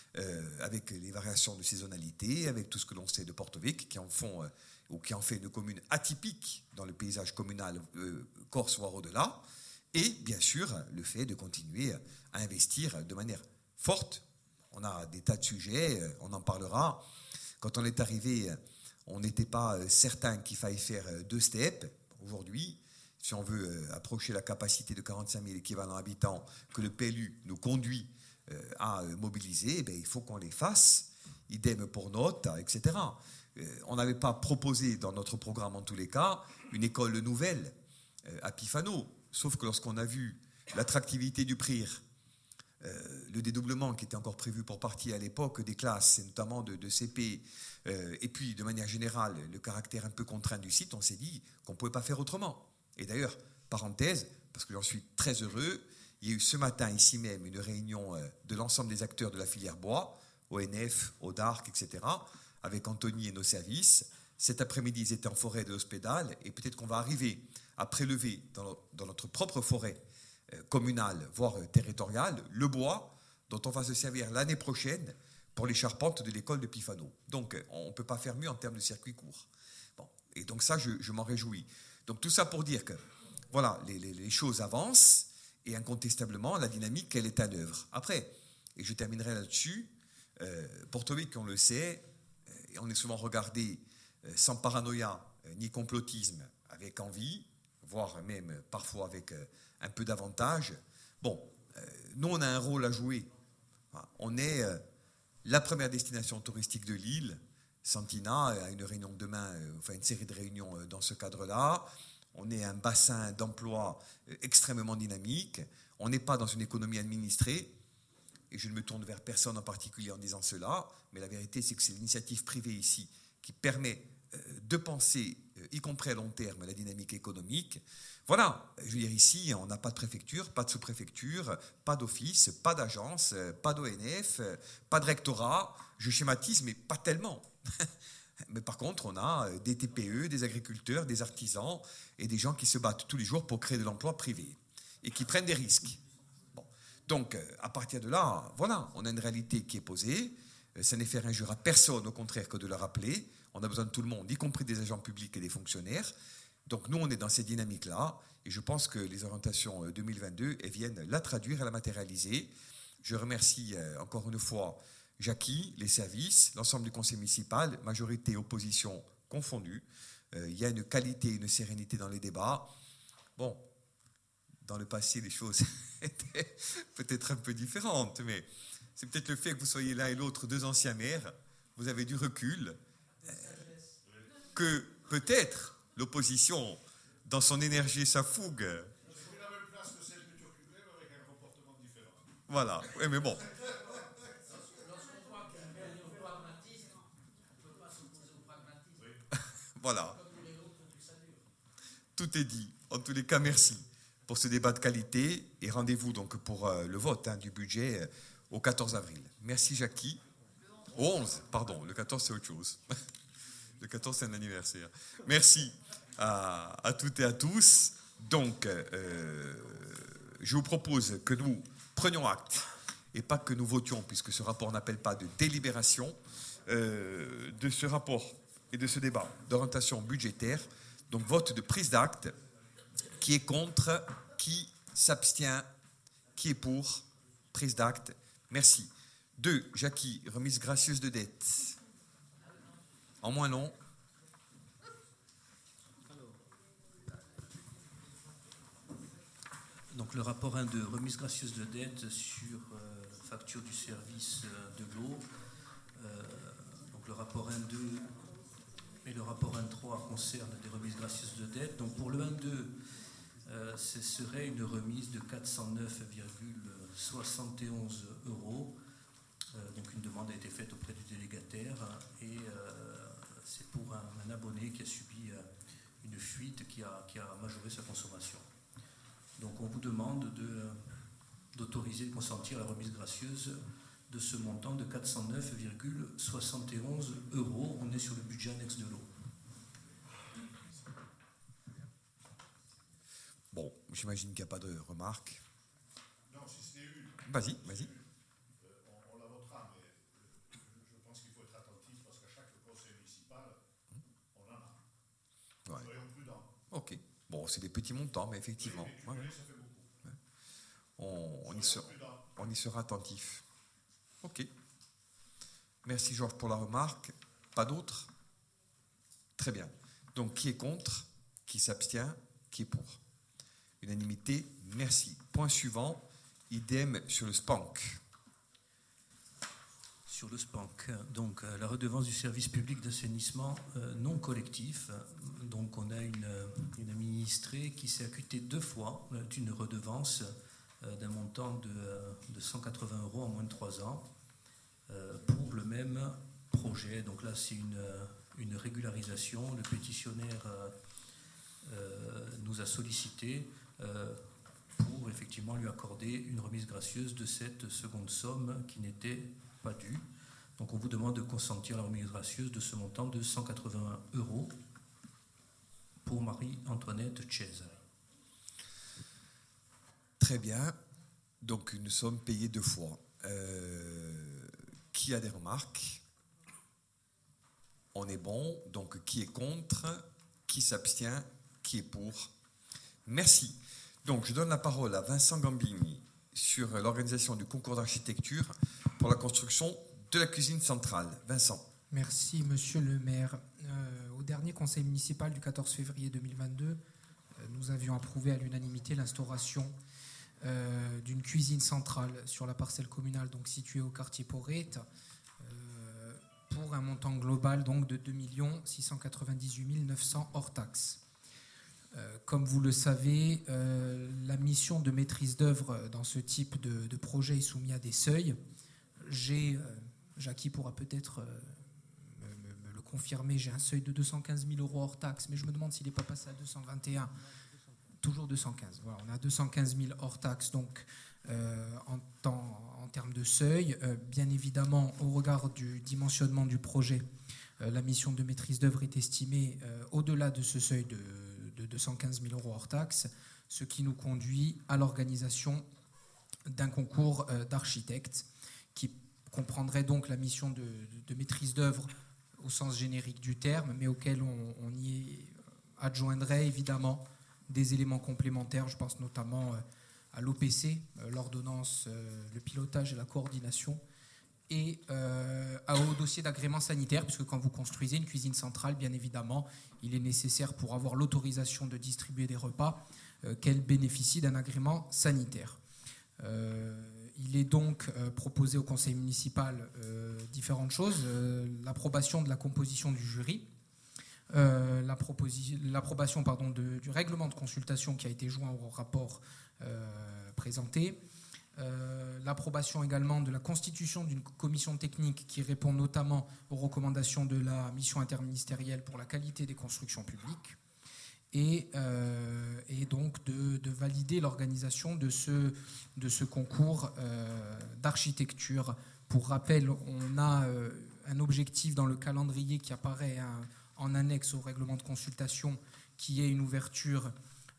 avec les variations de saisonnalité, avec tout ce que l'on sait de Porto-Vecchio, qui en font ou qui en fait une commune atypique dans le paysage communal corse voire au-delà, et bien sûr le fait de continuer à investir de manière forte. On a des tas de sujets, on en parlera. Quand on est arrivé, on n'était pas certain qu'il fallait faire 2 steps. Aujourd'hui, si on veut approcher la capacité de 45 000 équivalents habitants que le PLU nous conduit à mobiliser, il faut qu'on les fasse. Idem pour Notes, etc. On n'avait pas proposé dans notre programme, en tous les cas, une école nouvelle à Pifano. Sauf que lorsqu'on a vu l'attractivité du PRIR, le dédoublement qui était encore prévu pour partie à l'époque des classes, et notamment de CP, et puis de manière générale, le caractère un peu contraint du site, on s'est dit qu'on ne pouvait pas faire autrement. Et d'ailleurs, parenthèse, parce que j'en suis très heureux, il y a eu ce matin ici même une réunion de l'ensemble des acteurs de la filière bois, ONF, ODARC, etc., avec Anthony et nos services. Cet après-midi, ils étaient en forêt de l'Hospédale, et peut-être qu'on va arriver à prélever dans notre propre forêt communale, voire territoriale, le bois dont on va se servir l'année prochaine pour les charpentes de l'école de Pifano. Donc, on ne peut pas faire mieux en termes de circuit court. Bon, et donc ça, je m'en réjouis. Donc, tout ça pour dire que, voilà, les choses avancent, et incontestablement, la dynamique, elle est à l'œuvre. Après, et je terminerai là-dessus, Porto-Vecchio, on le sait, et on est souvent regardé sans paranoïa ni complotisme, avec envie, voire même parfois avec un peu d'avantage. Bon, nous, on a un rôle à jouer. On est la première destination touristique de l'île. Santina a une réunion demain, enfin une série de réunions dans ce cadre-là. On est un bassin d'emploi extrêmement dynamique. On n'est pas dans une économie administrée. Et je ne me tourne vers personne en particulier en disant cela, mais la vérité, c'est que c'est l'initiative privée ici qui permet de penser, y compris à long terme, la dynamique économique. Voilà, je veux dire, ici, on n'a pas de préfecture, pas de sous-préfecture, pas d'office, pas d'agence, pas d'ONF, pas de rectorat. Je schématise, mais pas tellement. Mais par contre, on a des TPE, des agriculteurs, des artisans et des gens qui se battent tous les jours pour créer de l'emploi privé et qui prennent des risques. Bon. Donc, à partir de là, voilà, on a une réalité qui est posée. Ça n'est faire injure à personne, au contraire, que de le rappeler. On a besoin de tout le monde, y compris des agents publics et des fonctionnaires. Donc nous, on est dans cette dynamique-là, et je pense que les orientations 2022, elles viennent la traduire et la matérialiser. Je remercie encore une fois Jackie, les services, l'ensemble du conseil municipal, majorité et opposition confondues. Il y a une qualité, une sérénité dans les débats. Bon, dans le passé, les choses étaient peut-être un peu différentes, mais c'est peut-être le fait que vous soyez l'un et l'autre 2 anciens maires, vous avez du recul, que peut-être l'opposition, dans son énergie et sa fougue... C'est la même place que celle que tu occupais, mais avec un comportement différent. Voilà, oui, mais bon. Lorsqu'on voit qu'il y a un pragmatisme, on ne peut pas s'opposer au pragmatisme. Voilà. Tout est dit. En tous les cas, merci pour ce débat de qualité et rendez-vous donc pour le vote du budget au 14 avril. Merci Jackie. Au 11, pardon, le 14 c'est autre chose. Le 14 c'est un anniversaire. Merci à toutes et à tous. Donc, je vous propose que nous prenions acte et pas que nous votions, puisque ce rapport n'appelle pas de délibération, de ce rapport et de ce débat d'orientation budgétaire. Donc, vote de prise d'acte. Qui est contre? Qui s'abstient? Qui est pour? Prise d'acte. Merci. 2. Jackie, remise gracieuse de dette. En moins long. Donc le rapport 1.2, remise gracieuse de dette sur facture du service de l'eau. Donc le rapport 1.2 et le rapport 1.3 concernent des remises gracieuses de dette. Donc pour le 1.2, ce serait une remise de 409,71 €. Donc une demande a été faite auprès du délégataire et c'est pour un abonné qui a subi une fuite qui a majoré sa consommation. Donc on vous demande d'autoriser et de consentir à la remise gracieuse de ce montant de 409,71 €. On est sur le budget annexe de l'eau. Bon, j'imagine qu'il n'y a pas de remarques. Non, si c'était une. Vas-y. On la votera, mais Ok. Bon, c'est des petits montants, mais effectivement. Ouais, ouais. Ouais. On y sera attentif. Ok. Merci Georges pour la remarque. Pas d'autres? Très bien. Donc, qui est contre? Qui s'abstient? Qui est pour? Unanimité, merci. Point suivant, idem sur le SPANC. Sur le SPANC, donc la redevance du service public d'assainissement non collectif. Donc on a une administrée qui s'est acquittée 2 fois d'une redevance d'un montant de 180 € en moins de 3 ans pour le même projet. Donc là c'est une régularisation. Le pétitionnaire nous a sollicité pour effectivement lui accorder une remise gracieuse de cette seconde somme qui n'était pas due. Donc on vous demande de consentir à la remise gracieuse de ce montant de 180 € pour Marie-Antoinette Cesare. Très bien. Donc une somme payée 2 fois. Qui a des remarques? On est bon. Donc qui est contre? Qui s'abstient? Qui est pour? Merci. Donc je donne la parole à Vincent Gambini sur l'organisation du concours d'architecture pour la construction de la cuisine centrale. Vincent. Merci, monsieur le maire. Au dernier conseil municipal du 14 février 2022, nous avions approuvé à l'unanimité l'instauration d'une cuisine centrale sur la parcelle communale donc située au quartier Porrette pour un montant global donc de 2 698 900 hors taxes. Comme vous le savez, la mission de maîtrise d'œuvre dans ce type de projet est soumise à des seuils. Jackie pourra peut-être me le confirmer, j'ai un seuil de 215 000 € hors taxe, mais je me demande s'il n'est pas passé à 221. Toujours 215. Voilà, on a 215 000 hors taxe, donc en termes de seuil. Bien évidemment, au regard du dimensionnement du projet, la mission de maîtrise d'œuvre est estimée au-delà de ce seuil de 215 000 € hors taxe, ce qui nous conduit à l'organisation d'un concours d'architectes qui comprendrait donc la mission de maîtrise d'œuvre au sens générique du terme, mais auquel on y adjoindrait évidemment des éléments complémentaires. Je pense notamment à l'OPC, l'ordonnance, le pilotage et la coordination, et au dossier d'agrément sanitaire, puisque quand vous construisez une cuisine centrale, bien évidemment, il est nécessaire pour avoir l'autorisation de distribuer des repas qu'elle bénéficie d'un agrément sanitaire. Il est donc proposé au conseil municipal différentes choses. L'approbation de la composition du jury, l'approbation du règlement de consultation qui a été joint au rapport présenté, l'approbation également de la constitution d'une commission technique qui répond notamment aux recommandations de la mission interministérielle pour la qualité des constructions publiques, et donc de valider l'organisation de ce concours d'architecture. Pour rappel, on a un objectif dans le calendrier qui apparaît en annexe au règlement de consultation, qui est une ouverture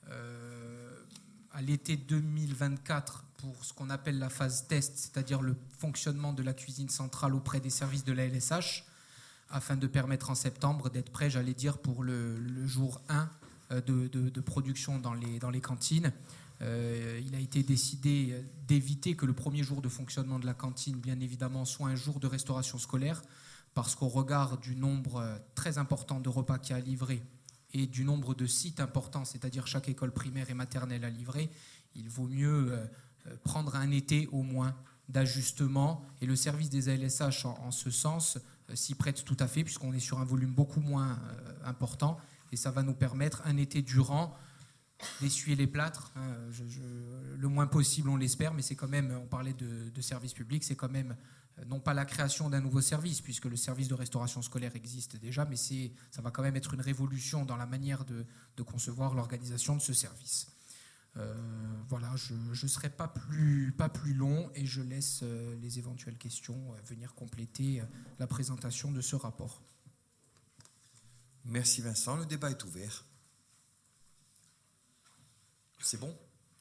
à l'été 2024 pour ce qu'on appelle la phase test, c'est-à-dire le fonctionnement de la cuisine centrale auprès des services de la LSH, afin de permettre en septembre d'être prêt, j'allais dire, pour le jour 1 de production dans les cantines. Il a été décidé d'éviter que le premier jour de fonctionnement de la cantine, bien évidemment, soit un jour de restauration scolaire, parce qu'au regard du nombre très important de repas qu'il y a à livrer et du nombre de sites importants, c'est-à-dire chaque école primaire et maternelle à livrer, il vaut mieux prendre un été au moins d'ajustement, et le service des ALSH en ce sens s'y prête tout à fait, puisqu'on est sur un volume beaucoup moins important, et ça va nous permettre un été durant d'essuyer les plâtres, le moins possible on l'espère, mais c'est quand même, on parlait de service public, c'est quand même non pas la création d'un nouveau service, puisque le service de restauration scolaire existe déjà, mais ça va quand même être une révolution dans la manière de concevoir l'organisation de ce service. Voilà, je ne serai pas plus long, et je laisse les éventuelles questions venir compléter la présentation de ce rapport. Merci Vincent, le débat est ouvert. C'est bon?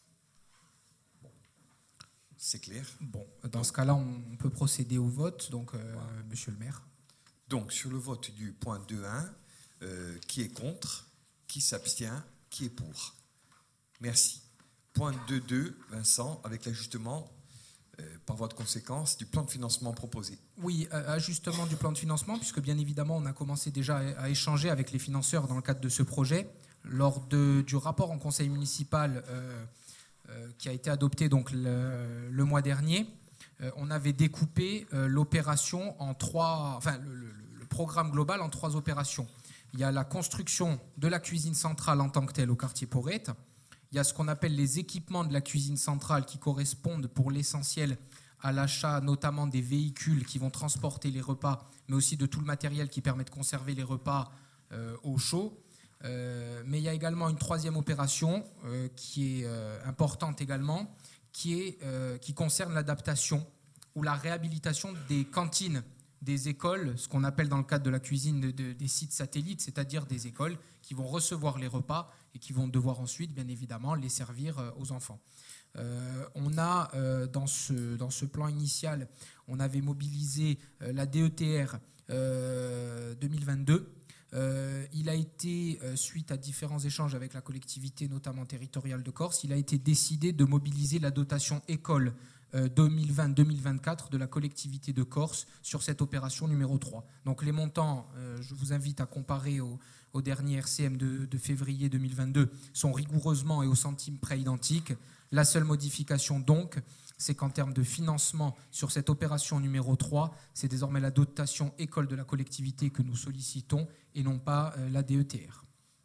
C'est clair? Bon, dans ce cas-là, on peut procéder au vote, donc monsieur le maire. Donc sur le vote du point 2.1, qui est contre? Qui s'abstient? Qui est pour? Merci. Point 2.2, Vincent, avec l'ajustement par voie de conséquence du plan de financement proposé. Oui, ajustement du plan de financement, puisque bien évidemment, on a commencé déjà à échanger avec les financeurs dans le cadre de ce projet. Lors du rapport en conseil municipal qui a été adopté donc, le mois dernier, on avait découpé l'opération en le programme global en 3 opérations. Il y a la construction de la cuisine centrale en tant que telle au quartier Porrette. Il y a ce qu'on appelle les équipements de la cuisine centrale qui correspondent pour l'essentiel à l'achat notamment des véhicules qui vont transporter les repas, mais aussi de tout le matériel qui permet de conserver les repas au chaud. Mais il y a également une 3e opération qui est importante également, qui concerne l'adaptation ou la réhabilitation des cantines des écoles, ce qu'on appelle dans le cadre de la cuisine des sites satellites, c'est-à-dire des écoles qui vont recevoir les repas et qui vont devoir ensuite, bien évidemment, les servir aux enfants. On a, dans ce plan initial, on avait mobilisé la DETR 2022. Il a été, suite à différents échanges avec la collectivité, notamment territoriale de Corse, il a été décidé de mobiliser la dotation école 2020-2024 de la collectivité de Corse sur cette opération numéro 3. Donc les montants, je vous invite à comparer au dernier RCM de février 2022, sont rigoureusement et au centime près identiques. La seule modification donc, c'est qu'en termes de financement sur cette opération numéro 3, c'est désormais la dotation école de la collectivité que nous sollicitons et non pas la DETR.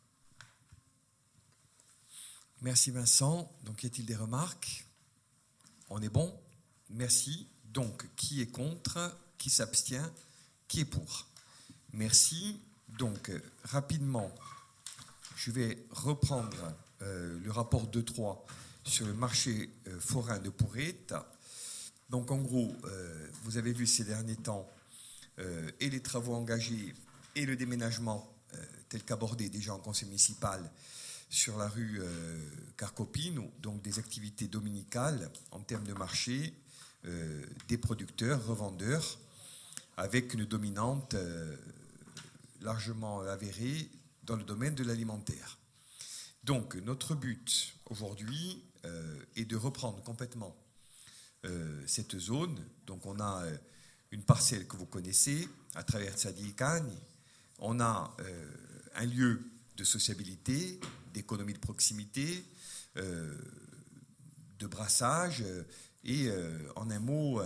Merci Vincent. Donc y a-t-il des remarques? On est bon? Merci. Donc, qui est contre? Qui s'abstient? Qui est pour? Merci. Donc, rapidement, je vais reprendre le rapport 2.3 sur le marché forain de Porrette. Donc, en gros, vous avez vu ces derniers temps et les travaux engagés et le déménagement tel qu'abordé déjà en conseil municipal sur la rue Carcopine, donc des activités dominicales en termes de marché, des producteurs, revendeurs, avec une dominante largement avérée dans le domaine de l'alimentaire. Donc notre but aujourd'hui est de reprendre complètement cette zone. Donc on a une parcelle que vous connaissez à travers Tsadi-Cagne. On a un lieu de sociabilité, d'économie de proximité, de brassage et, en un mot,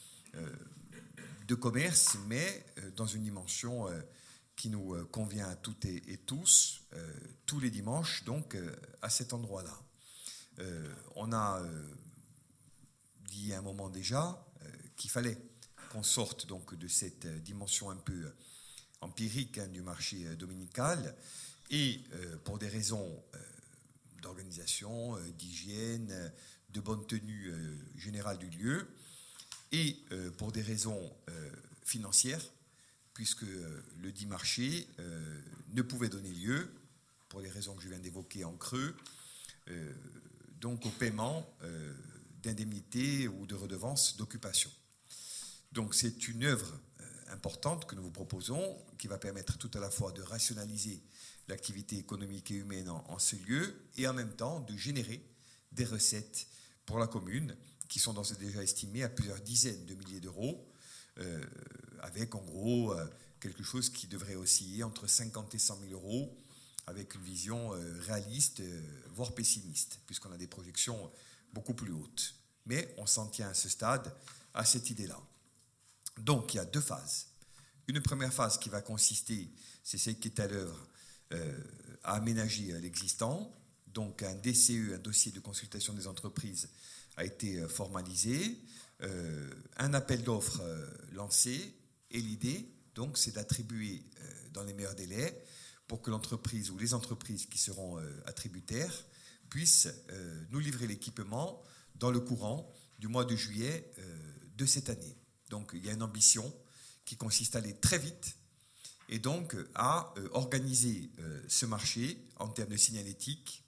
de commerce, mais dans une dimension qui nous convient à toutes et tous, tous les dimanches, donc, à cet endroit-là. On a dit à un moment déjà qu'il fallait qu'on sorte donc de cette dimension un peu empirique du marché dominical, et pour des raisons d'organisation, d'hygiène, de bonne tenue générale du lieu, et pour des raisons financières, puisque le dit marché ne pouvait donner lieu, pour les raisons que je viens d'évoquer en creux, donc au paiement d'indemnités ou de redevances d'occupation. Donc c'est une œuvre importante que nous vous proposons, qui va permettre tout à la fois de rationaliser l'activité économique et humaine en ce lieu, et en même temps de générer des recettes pour la commune, qui sont d'ores et déjà estimées à plusieurs dizaines de milliers d'euros, avec en gros quelque chose qui devrait osciller entre 50 et 100 000 euros, avec une vision réaliste, voire pessimiste, puisqu'on a des projections beaucoup plus hautes. Mais on s'en tient à ce stade à cette idée-là. Donc il y a 2 phases. Une première phase qui va consister, c'est celle qui est à l'œuvre, à aménager l'existant. Donc un DCE, un dossier de consultation des entreprises, a été formalisé, un appel d'offres lancé, et l'idée, donc, c'est d'attribuer dans les meilleurs délais pour que l'entreprise ou les entreprises qui seront attributaires puissent nous livrer l'équipement dans le courant du mois de juillet de cette année. Donc il y a une ambition qui consiste à aller très vite et donc à organiser ce marché en termes de signalétique,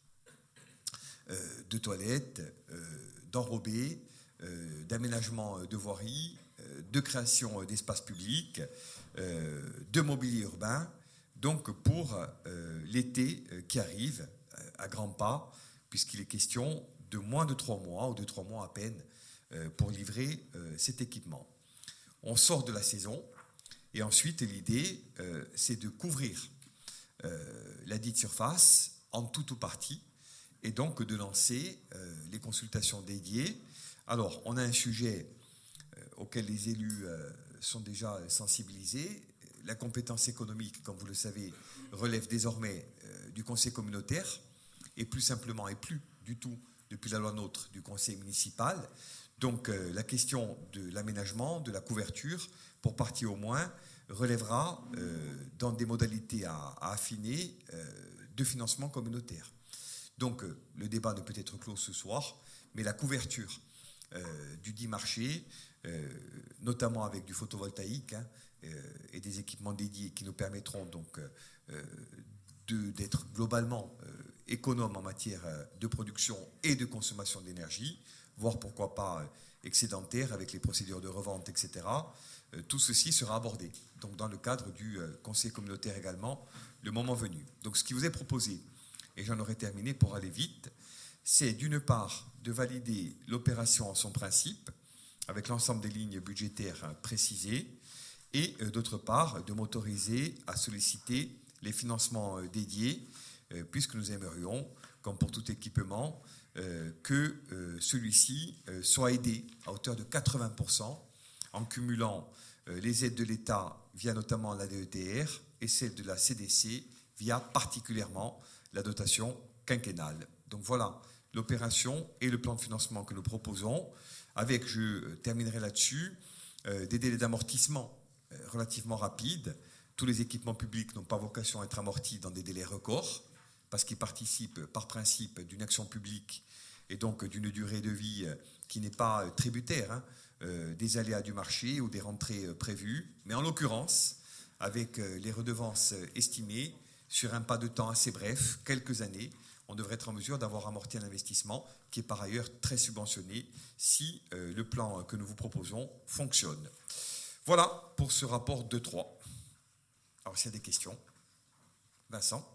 de toilettes, d'enrobés, d'aménagement de voiries, de création d'espaces publics, de mobilier urbain, donc pour l'été qui arrive à grands pas, puisqu'il est question de moins de 3 mois, ou de 3 mois à peine, pour livrer cet équipement. On sort de la saison, et ensuite l'idée, c'est de couvrir la dite surface en tout ou partie, et donc de lancer les consultations dédiées. Alors, on a un sujet auquel les élus sont déjà sensibilisés. La compétence économique, comme vous le savez, relève désormais du conseil communautaire, et plus simplement, et plus du tout, depuis la loi NOTRe, du conseil municipal. Donc, la question de l'aménagement, de la couverture, pour partie au moins, relèvera dans des modalités à affiner de financement communautaire. Donc, le débat ne peut être clos ce soir, mais la couverture du dit marché, notamment avec du photovoltaïque et des équipements dédiés qui nous permettront donc d'être globalement économes en matière de production et de consommation d'énergie, voire pourquoi pas excédentaire avec les procédures de revente, etc. Tout ceci sera abordé, donc dans le cadre du conseil communautaire également, le moment venu. Donc ce qui vous est proposé, et j'en aurai terminé pour aller vite, c'est d'une part de valider l'opération en son principe, avec l'ensemble des lignes budgétaires précisées, et d'autre part de m'autoriser à solliciter les financements dédiés, puisque nous aimerions, comme pour tout équipement, que celui-ci soit aidé à hauteur de 80% en cumulant les aides de l'État via notamment la DETR et celles de la CDC via particulièrement la dotation quinquennale. Donc voilà l'opération et le plan de financement que nous proposons, avec, je terminerai là-dessus, des délais d'amortissement relativement rapides. Tous les équipements publics n'ont pas vocation à être amortis dans des délais records, parce qu'ils participent par principe d'une action publique et donc d'une durée de vie qui n'est pas tributaire des aléas du marché ou des rentrées prévues, mais en l'occurrence, avec les redevances estimées, sur un pas de temps assez bref, quelques années, on devrait être en mesure d'avoir amorti un investissement qui est par ailleurs très subventionné si le plan que nous vous proposons fonctionne. Voilà pour ce rapport 2-3. Alors, s'il y a des questions, Vincent?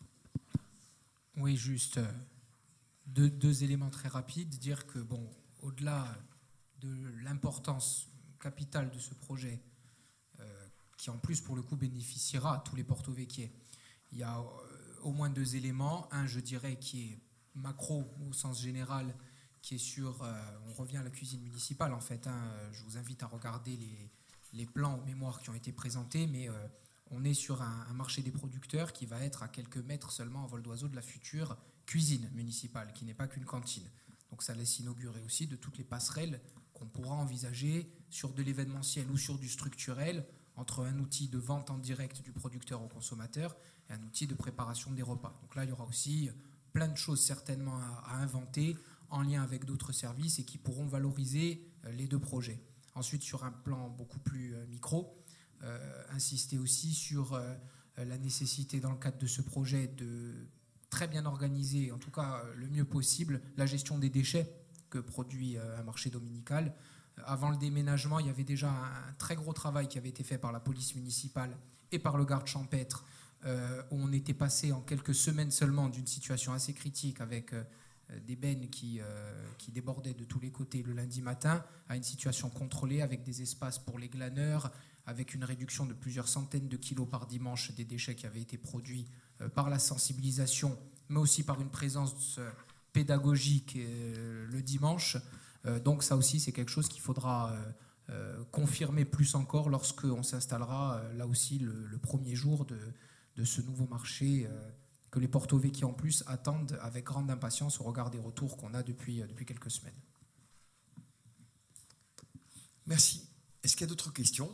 Oui, juste deux éléments très rapides. Dire que, bon, au-delà de l'importance capitale de ce projet, qui en plus, pour le coup, bénéficiera à tous les Porto Vecchie, il y a au moins 2 éléments. Un, je dirais, qui est macro au sens général, qui est sur... on revient à la cuisine municipale, en fait. Je vous invite à regarder les plans aux mémoires qui ont été présentés, mais on est sur un marché des producteurs qui va être à quelques mètres seulement en vol d'oiseau de la future cuisine municipale, qui n'est pas qu'une cantine. Donc ça laisse inaugurer aussi de toutes les passerelles qu'on pourra envisager sur de l'événementiel ou sur du structurel, entre un outil de vente en direct du producteur au consommateur et un outil de préparation des repas. Donc là, il y aura aussi plein de choses certainement à inventer en lien avec d'autres services et qui pourront valoriser les 2 projets. Ensuite, sur un plan beaucoup plus micro, insister aussi sur la nécessité, dans le cadre de ce projet, de très bien organiser, en tout cas le mieux possible, la gestion des déchets que produit un marché dominical. Avant le déménagement, il y avait déjà un très gros travail qui avait été fait par la police municipale et par le garde champêtre, où on était passé en quelques semaines seulement d'une situation assez critique avec des bennes qui débordaient de tous les côtés le lundi matin, à une situation contrôlée avec des espaces pour les glaneurs, avec une réduction de plusieurs centaines de kilos par dimanche des déchets qui avaient été produits par la sensibilisation, mais aussi par une présence pédagogique le dimanche. Donc ça aussi, c'est quelque chose qu'il faudra confirmer plus encore lorsqu'on s'installera là aussi le premier jour de ce nouveau marché que les Porto Vecchie en plus attendent avec grande impatience au regard des retours qu'on a depuis quelques semaines. Merci. Est-ce qu'il y a d'autres questions?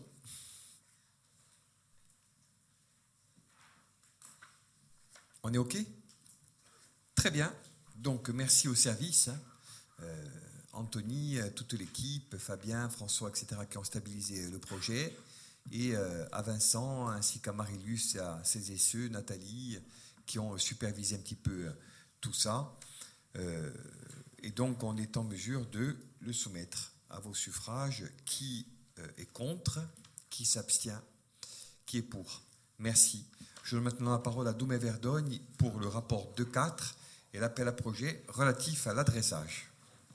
On est OK? Très bien. Donc, merci au service. Anthony, toute l'équipe, Fabien, François, etc., qui ont stabilisé le projet. Et à Vincent, ainsi qu'à Marilus, à celles et ceux, Nathalie, qui ont supervisé un petit peu tout ça. Et donc, on est en mesure de le soumettre à vos suffrages. Qui est contre? Qui s'abstient? Qui est pour? Merci. Je donne maintenant la parole à Doumé Verdogne pour le rapport 2.4 et l'appel à projet relatif à l'adressage.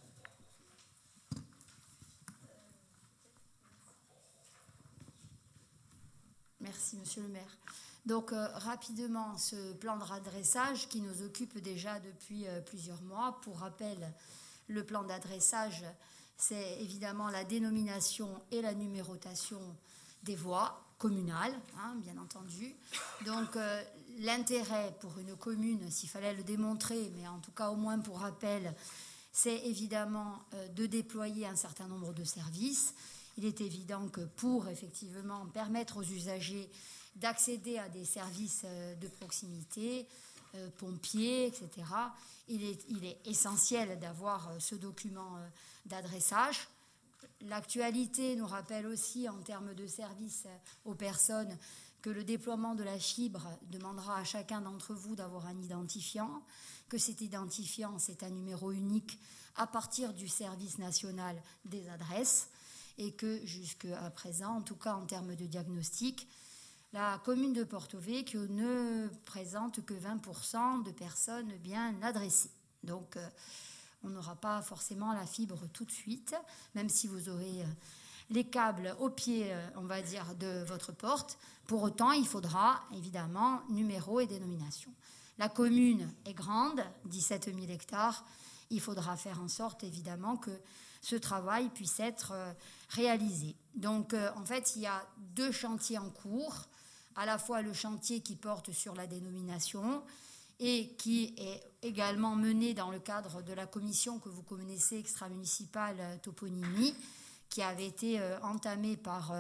Merci, Monsieur le maire. Donc, rapidement, ce plan de redressage qui nous occupe déjà depuis plusieurs mois. Pour rappel, le plan d'adressage, c'est évidemment la dénomination et la numérotation des voies communales, hein, bien entendu. Donc, l'intérêt pour une commune, s'il fallait le démontrer, mais en tout cas au moins pour rappel, c'est évidemment de déployer un certain nombre de services. Il est évident que pour effectivement permettre aux usagers d'accéder à des services de proximité, pompiers, etc., il est essentiel d'avoir ce document d'adressage. L'actualité nous rappelle aussi, en termes de services aux personnes, que le déploiement de la fibre demandera à chacun d'entre vous d'avoir un identifiant, que cet identifiant, c'est un numéro unique à partir du service national des adresses, et que jusqu'à présent, en tout cas en termes de diagnostic, la commune de Porto Vecchio ne présente que 20% de personnes bien adressées. Donc, on n'aura pas forcément la fibre tout de suite, même si vous aurez les câbles au pied, on va dire, de votre porte. Pour autant, il faudra évidemment numéro et dénomination. La commune est grande, 17 000 hectares. Il faudra faire en sorte, évidemment, que ce travail puisse être réalisé. Donc, en fait, il y a 2 chantiers en cours, à la fois le chantier qui porte sur la dénomination et qui est également mené dans le cadre de la commission que vous connaissez, extra-municipale toponymie, qui avait été entamée par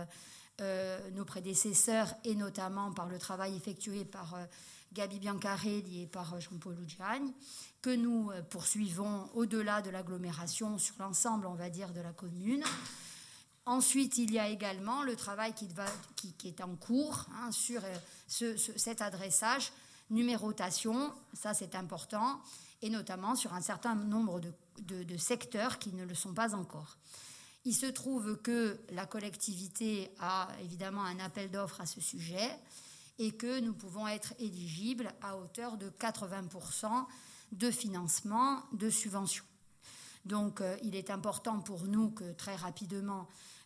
nos prédécesseurs et notamment par le travail effectué par Gabi Biancarelli et par Jean-Paul Lugiani, que nous poursuivons au-delà de l'agglomération sur l'ensemble, on va dire, de la commune. Ensuite, il y a également le travail qui est en cours, hein, sur cet adressage, numérotation, ça c'est important, et notamment sur un certain nombre de secteurs qui ne le sont pas encore. Il se trouve que la collectivité a évidemment un appel d'offres à ce sujet et que nous pouvons être éligibles à hauteur de 80% de financement de subventions. Donc, il est important pour nous que très rapidement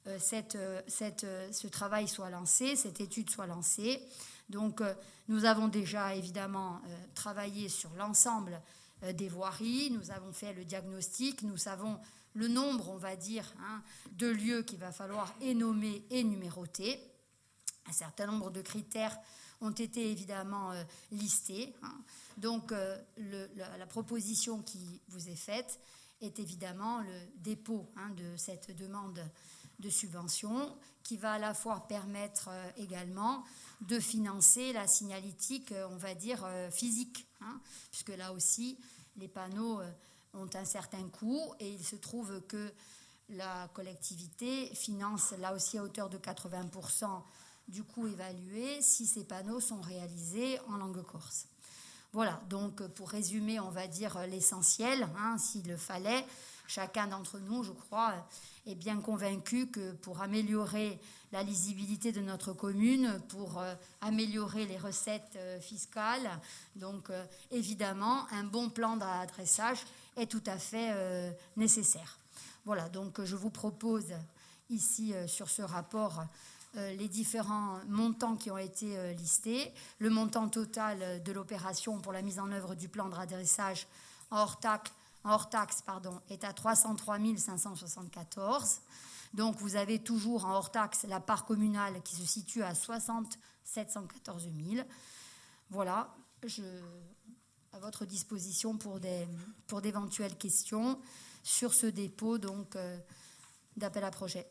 ce travail soit lancé, cette étude soit lancée. Donc, nous avons déjà évidemment travaillé sur l'ensemble des voiries, nous avons fait le diagnostic, nous savons le nombre, on va dire, hein, de lieux qu'il va falloir nommer et numéroter. Un certain nombre de critères ont été évidemment listés. Hein. Donc, la proposition qui vous est faite est évidemment le dépôt, hein, de cette demande de subvention qui va à la fois permettre également de financer la signalétique, on va dire, physique, hein, puisque là aussi, les panneaux ont un certain coût et il se trouve que la collectivité finance là aussi à hauteur de 80% du coût évalué si ces panneaux sont réalisés en langue corse. Voilà, donc pour résumer, on va dire l'essentiel, hein, s'il le fallait, chacun d'entre nous, je crois, est bien convaincu que pour améliorer la lisibilité de notre commune, pour améliorer les recettes fiscales, donc évidemment, un bon plan d'adressage est tout à fait nécessaire. Voilà, donc je vous propose ici sur ce rapport les différents montants qui ont été listés. Le montant total de l'opération pour la mise en œuvre du plan de redressage hors taxe, est à 303 574. Donc vous avez toujours en hors taxe la part communale qui se situe à 60 714 000. Voilà, à votre disposition pour d'éventuelles questions sur ce dépôt donc d'appel à projet.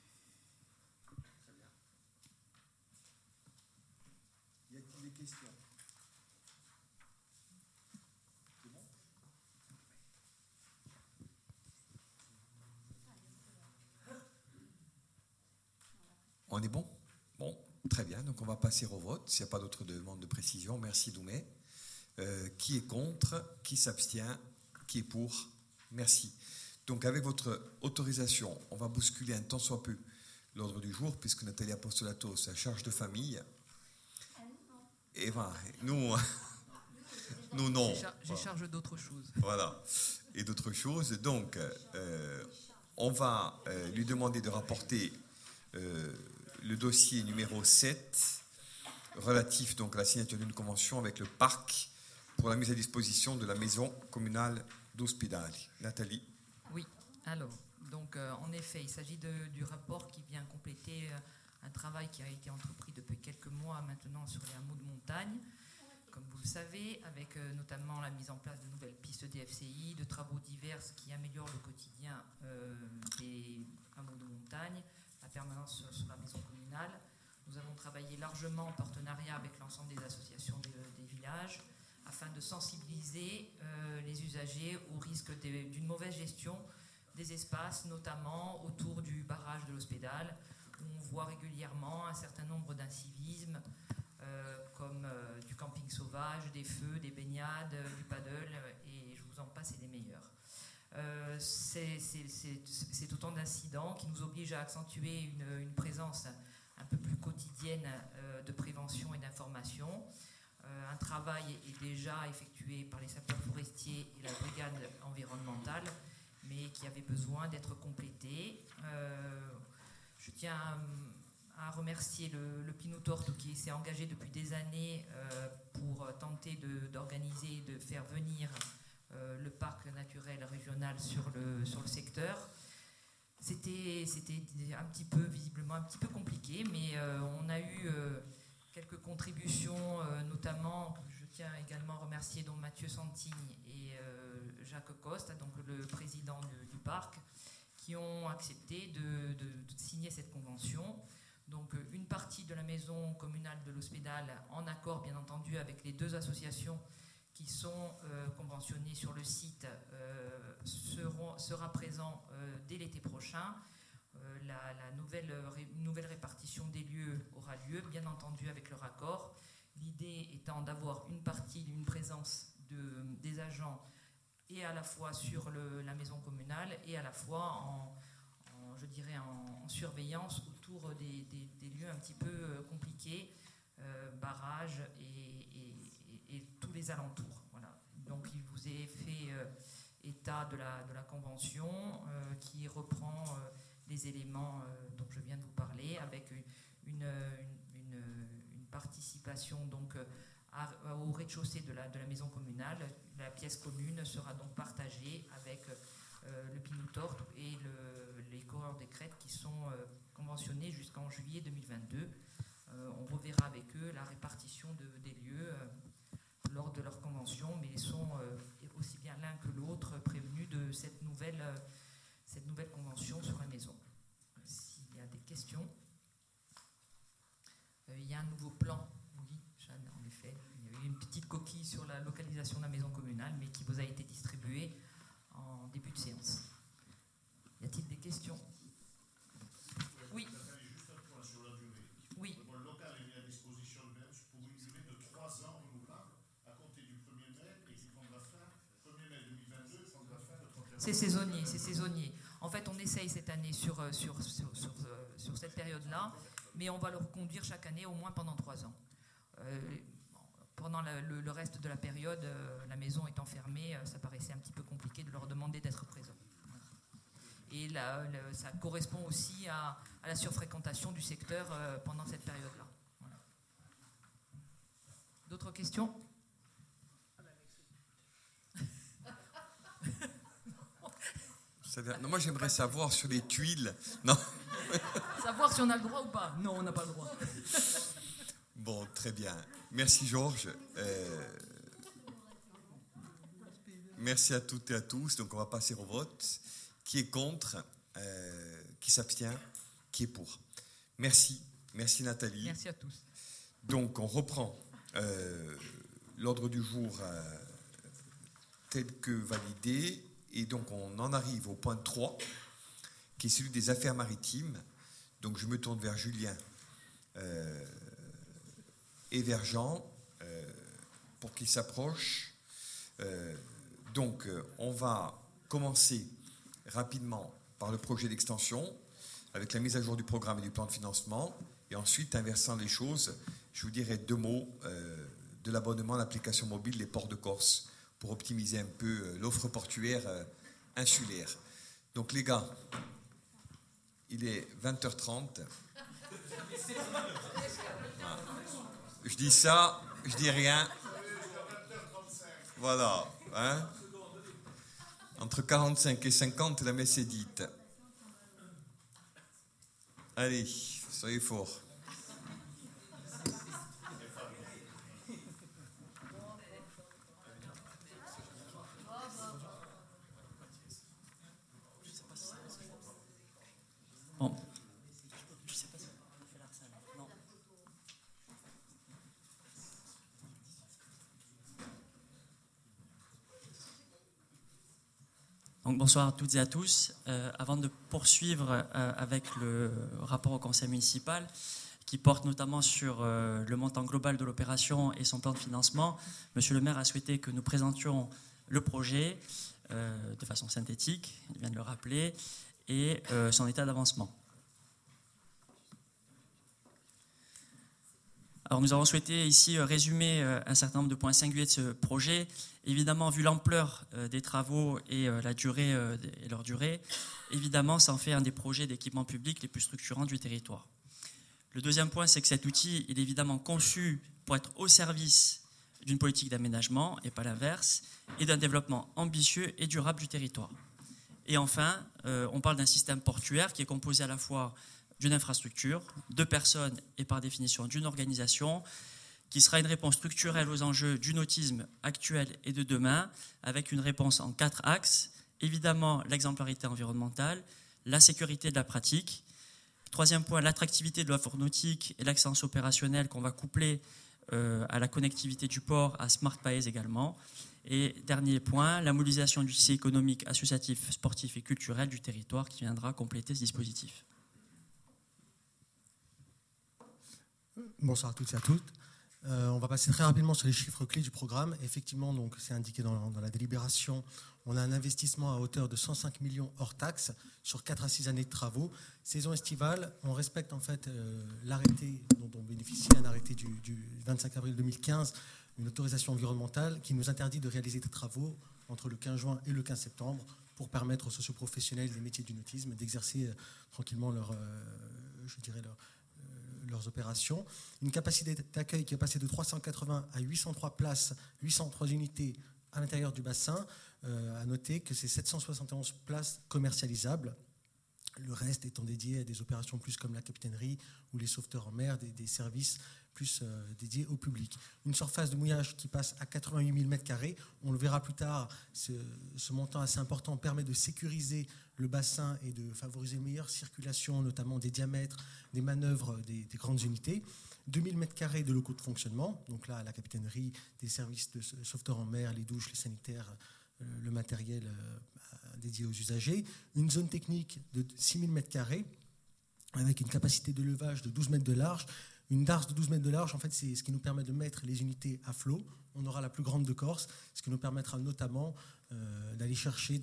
Y a-t-il des questions? C'est bon? On est bon? Bon, très bien. Donc on va passer au vote. S'il n'y a pas d'autres demandes de précision, merci Doumé. Qui est contre? Qui s'abstient? Qui est pour? Merci. Donc avec votre autorisation, on va bousculer un tant soit peu l'ordre du jour, puisque Nathalie Apostolato, c'est la charge de famille. Et voilà, nous, Non. J'ai charge d'autres choses. Voilà. Et d'autres choses. Donc, on va lui demander de rapporter le dossier numéro 7 relatif donc, à la signature d'une convention avec le parc pour la mise à disposition de la maison communale d'Ospedali. Nathalie. Oui, alors, donc en effet, il s'agit du rapport qui vient compléter un travail qui a été entrepris depuis quelques mois maintenant sur les hameaux de montagne, comme vous le savez, avec notamment la mise en place de nouvelles pistes DFCI, de travaux divers qui améliorent le quotidien des hameaux de montagne, la permanence sur la maison communale. Nous avons travaillé largement en partenariat avec l'ensemble des associations des villages afin de sensibiliser les usagers au risque d'une mauvaise gestion des espaces, notamment autour du barrage de l'Hospédale, où on voit régulièrement un certain nombre d'incivismes, comme du camping sauvage, des feux, des baignades, du paddle, et je vous en passe et des meilleurs. C'est autant d'incidents qui nous obligent à accentuer une présence un peu plus quotidienne de prévention et d'information. Un travail est déjà effectué par les sapeurs forestiers et la brigade environnementale, mais qui avait besoin d'être complété. Je tiens à remercier le Pinoutorto qui s'est engagé depuis des années pour tenter d'organiser, de faire venir le parc naturel régional sur le secteur. C'était visiblement un petit peu compliqué, mais on a eu quelques contributions, notamment, je tiens également à remercier donc Mathieu Santigne et Jacques Coste, donc le président du parc, qui ont accepté de signer cette convention. Donc une partie de la maison communale de l'Hospédale, en accord bien entendu avec les deux associations qui sont conventionnées sur le site, sera présent dès l'été prochain. La nouvelle répartition des lieux aura lieu, bien entendu avec leur accord. L'idée étant d'avoir une présence des agents et à la fois sur la maison communale et à la fois en surveillance autour des lieux un petit peu compliqués, barrages et tous les alentours. Voilà. Donc il vous est fait état de la convention qui reprend les éléments dont je viens de vous parler, avec une participation donc au rez-de-chaussée de la maison communale. La pièce commune sera donc partagée avec le Pinoutorto et les cohorts des crêtes qui sont conventionnés jusqu'en juillet 2022. On reverra avec eux la répartition des lieux lors de leur convention, mais ils sont aussi bien l'un que l'autre prévenus de cette nouvelle convention sur la maison. S'il y a des questions. Il y a un nouveau plan, oui, Jeanne, en effet. Il y a eu une petite coquille sur la localisation de la maison communale, mais qui vous a été distribuée en début de séance. Y a-t-il des questions? Oui. Juste un point sur la durée. Oui. Le local est mis à disposition pour une durée de 3 ans renouvelable à compter du 1er mai et qui prendra fin 1er mai 2022 et prendra fin le 31 mai. C'est saisonnier. En fait, on essaye cette année sur cette période-là, mais on va le reconduire chaque année au moins pendant 3 ans. Pendant le reste de la période, la maison étant fermée, ça paraissait un petit peu compliqué de leur demander d'être présents. Et ça correspond aussi à la surfréquentation du secteur pendant cette période-là. Voilà. D'autres questions ? Non, moi, j'aimerais savoir sur les tuiles. Non. Savoir si on a le droit ou pas. Non, on n'a pas le droit. Bon, très bien. Merci, Georges. Merci à toutes et à tous. Donc, on va passer au vote. Qui est contre? Qui s'abstient? Qui est pour? Merci. Merci, Nathalie. Merci à tous. Donc, on reprend l'ordre du jour tel que validé. Et donc, on en arrive au point 3, qui est celui des affaires maritimes. Donc, je me tourne vers Julien et vers Jean pour qu'ils s'approchent. Donc, on va commencer rapidement par le projet d'extension, avec la mise à jour du programme et du plan de financement. Et ensuite, inversant les choses, je vous dirai 2 mots de l'abonnement à l'application mobile Les Ports de Corse pour optimiser un peu l'offre portuaire insulaire. Donc les gars, il est 20h30. Je dis ça, je dis rien. Voilà. Hein? Entre 45 et 50, la messe est dite. Allez, soyez forts. Bon. Je sais pas si on peut faire la salle. Non. Donc, bonsoir à toutes et à tous. Avant de poursuivre avec le rapport au conseil municipal, qui porte notamment sur le montant global de l'opération et son plan de financement, Monsieur le maire a souhaité que nous présentions le projet de façon synthétique, il vient de le rappeler, et son état d'avancement. Alors nous avons souhaité ici résumer un certain nombre de points singuliers de ce projet. Évidemment, vu l'ampleur des travaux et la durée et leur durée, évidemment, ça en fait un des projets d'équipement public les plus structurants du territoire. Le deuxième point, c'est que cet outil il est évidemment conçu pour être au service d'une politique d'aménagement, et pas l'inverse, et d'un développement ambitieux et durable du territoire. Et enfin, on parle d'un système portuaire qui est composé à la fois d'une infrastructure, de personnes et par définition d'une organisation, qui sera une réponse structurelle aux enjeux du nautisme actuel et de demain, avec une réponse en 4 axes. Évidemment, l'exemplarité environnementale, la sécurité de la pratique. Troisième point, l'attractivité de l'offre nautique et l'excellence opérationnelle qu'on va coupler à la connectivité du port, à Smart Paes également. Et dernier point, la mobilisation du tissu économique, associatif, sportif et culturel du territoire qui viendra compléter ce dispositif. Bonsoir à toutes et à toutes. On va passer très rapidement sur les chiffres clés du programme. Effectivement, donc, c'est indiqué dans la délibération, on a un investissement à hauteur de 105 millions hors taxes sur 4 à 6 années de travaux. Saison estivale, on respecte en fait l'arrêté dont on bénéficie, un arrêté du 25 avril 2015, une autorisation environnementale qui nous interdit de réaliser des travaux entre le 15 juin et le 15 septembre pour permettre aux socioprofessionnels des métiers du nautisme d'exercer tranquillement leurs opérations. Une capacité d'accueil qui est passée de 380 à 803 places, 803 unités à l'intérieur du bassin. À noter que c'est 771 places commercialisables. Le reste étant dédié à des opérations plus comme la capitainerie ou les sauveteurs en mer, des services plus dédiés au public. Une surface de mouillage qui passe à 88 000 m². On le verra plus tard, ce montant assez important permet de sécuriser le bassin et de favoriser une meilleure circulation, notamment des diamètres, des manœuvres des grandes unités. 2000 m² de locaux de fonctionnement, donc là, la capitainerie, des services de sauveteurs en mer, les douches, les sanitaires, le matériel dédié aux usagers. Une zone technique de 6000 m² avec une capacité de levage de 12 mètres de large. Une darse de 12 mètres de large, en fait, c'est ce qui nous permet de mettre les unités à flot. On aura la plus grande de Corse, ce qui nous permettra notamment d'aller chercher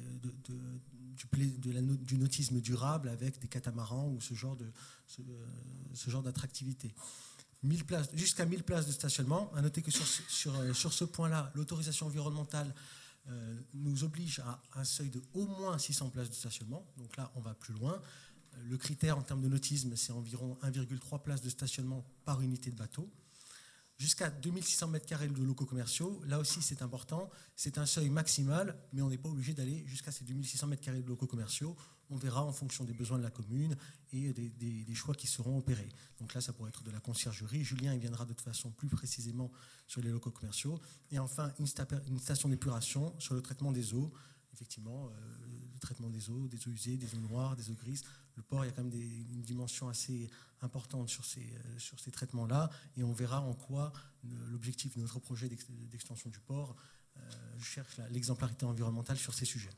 du nautisme durable avec des catamarans ou ce genre d'attractivité. Jusqu'à 1000 places de stationnement. À noter que sur ce point-là, l'autorisation environnementale nous oblige à un seuil de au moins 600 places de stationnement. Donc là, on va plus loin. Le critère en termes de nautisme, c'est environ 1,3 places de stationnement par unité de bateau. Jusqu'à 2600 m² de locaux commerciaux, là aussi c'est important, c'est un seuil maximal, mais on n'est pas obligé d'aller jusqu'à ces 2600 m² de locaux commerciaux. On verra en fonction des besoins de la commune et des choix qui seront opérés. Donc là, ça pourrait être de la conciergerie. Julien il viendra de toute façon plus précisément sur les locaux commerciaux. Et enfin, une station d'épuration sur le traitement des eaux. Effectivement, le traitement des eaux usées, des eaux noires, des eaux grises. Le port, il y a quand même une dimension assez importante sur ces traitements-là. Et on verra en quoi l'objectif de notre projet d'extension du port cherche l'exemplarité environnementale sur ces sujets.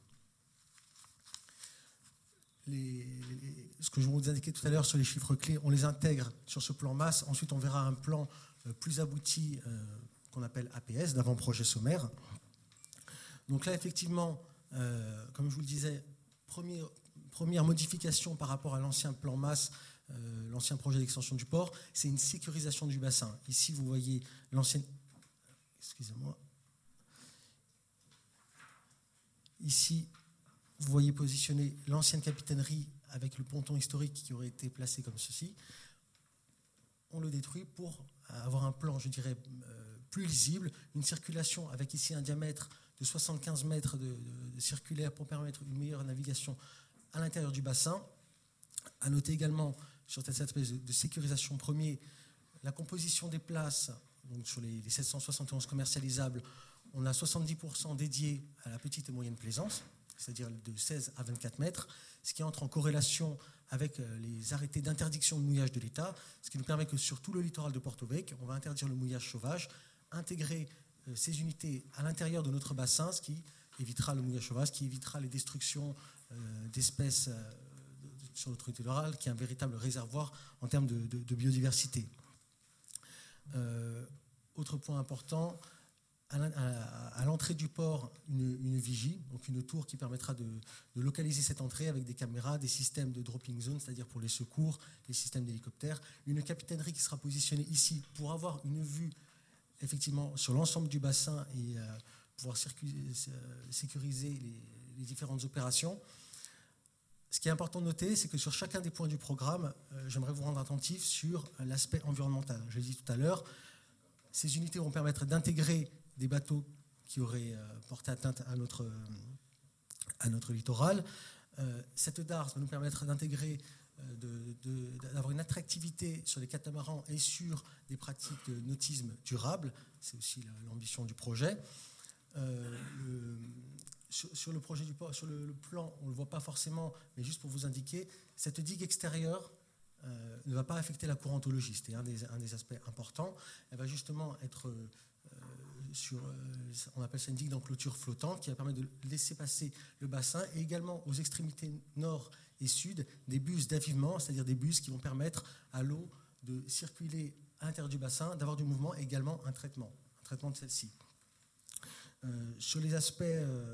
Ce que je vous indiquais tout à l'heure sur les chiffres clés, on les intègre sur ce plan masse. Ensuite, on verra un plan plus abouti qu'on appelle APS, d'avant-projet sommaire. Donc là, effectivement, comme je vous le disais, première modification par rapport à l'ancien plan masse, l'ancien projet d'extension du port, c'est une sécurisation du bassin. Ici, vous voyez l'ancienne excusez-moi. Ici, vous voyez positionner l'ancienne capitainerie avec le ponton historique qui aurait été placé comme ceci. On le détruit pour avoir un plan, je dirais, plus lisible, une circulation avec ici un diamètre de 75 mètres de circulaire pour permettre une meilleure navigation à l'intérieur du bassin. À noter également sur cette espèce de sécurisation premier, la composition des places, donc sur les 771 commercialisables, on a 70% dédiés à la petite et moyenne plaisance, c'est-à-dire de 16 à 24 mètres, ce qui entre en corrélation avec les arrêtés d'interdiction de mouillage de l'État, ce qui nous permet que sur tout le littoral de Porto Vecchio, on va interdire le mouillage sauvage, intégrer ces unités à l'intérieur de notre bassin, ce qui évitera le mouillage sauvage, ce qui évitera les destructions d'espèces sur notre littoral, qui est un véritable réservoir en termes de biodiversité. Autre point important, à l'entrée du port, une vigie, donc une tour qui permettra de localiser cette entrée avec des caméras, des systèmes de dropping zone, c'est-à-dire pour les secours, les systèmes d'hélicoptères. Une capitainerie qui sera positionnée ici pour avoir une vue effectivement sur l'ensemble du bassin et pouvoir sécuriser les différentes opérations. Ce qui est important de noter, c'est que sur chacun des points du programme, j'aimerais vous rendre attentif sur l'aspect environnemental. Je l'ai dit tout à l'heure, ces unités vont permettre d'intégrer des bateaux qui auraient porté atteinte à notre littoral. Cette DARS va nous permettre d'intégrer, d'avoir une attractivité sur les catamarans et sur des pratiques de nautisme durable. C'est aussi l'ambition du projet. Sur le projet du port, sur le plan, on ne le voit pas forcément, mais juste pour vous indiquer, cette digue extérieure ne va pas affecter la courantologie. C'était un des aspects importants. Elle va justement être on appelle ça une digue d'enclôture flottante qui va permettre de laisser passer le bassin et également aux extrémités nord et sud des buses d'avivement, c'est-à-dire des buses qui vont permettre à l'eau de circuler à l'intérieur du bassin, d'avoir du mouvement et également un traitement de celle-ci. Sur les aspects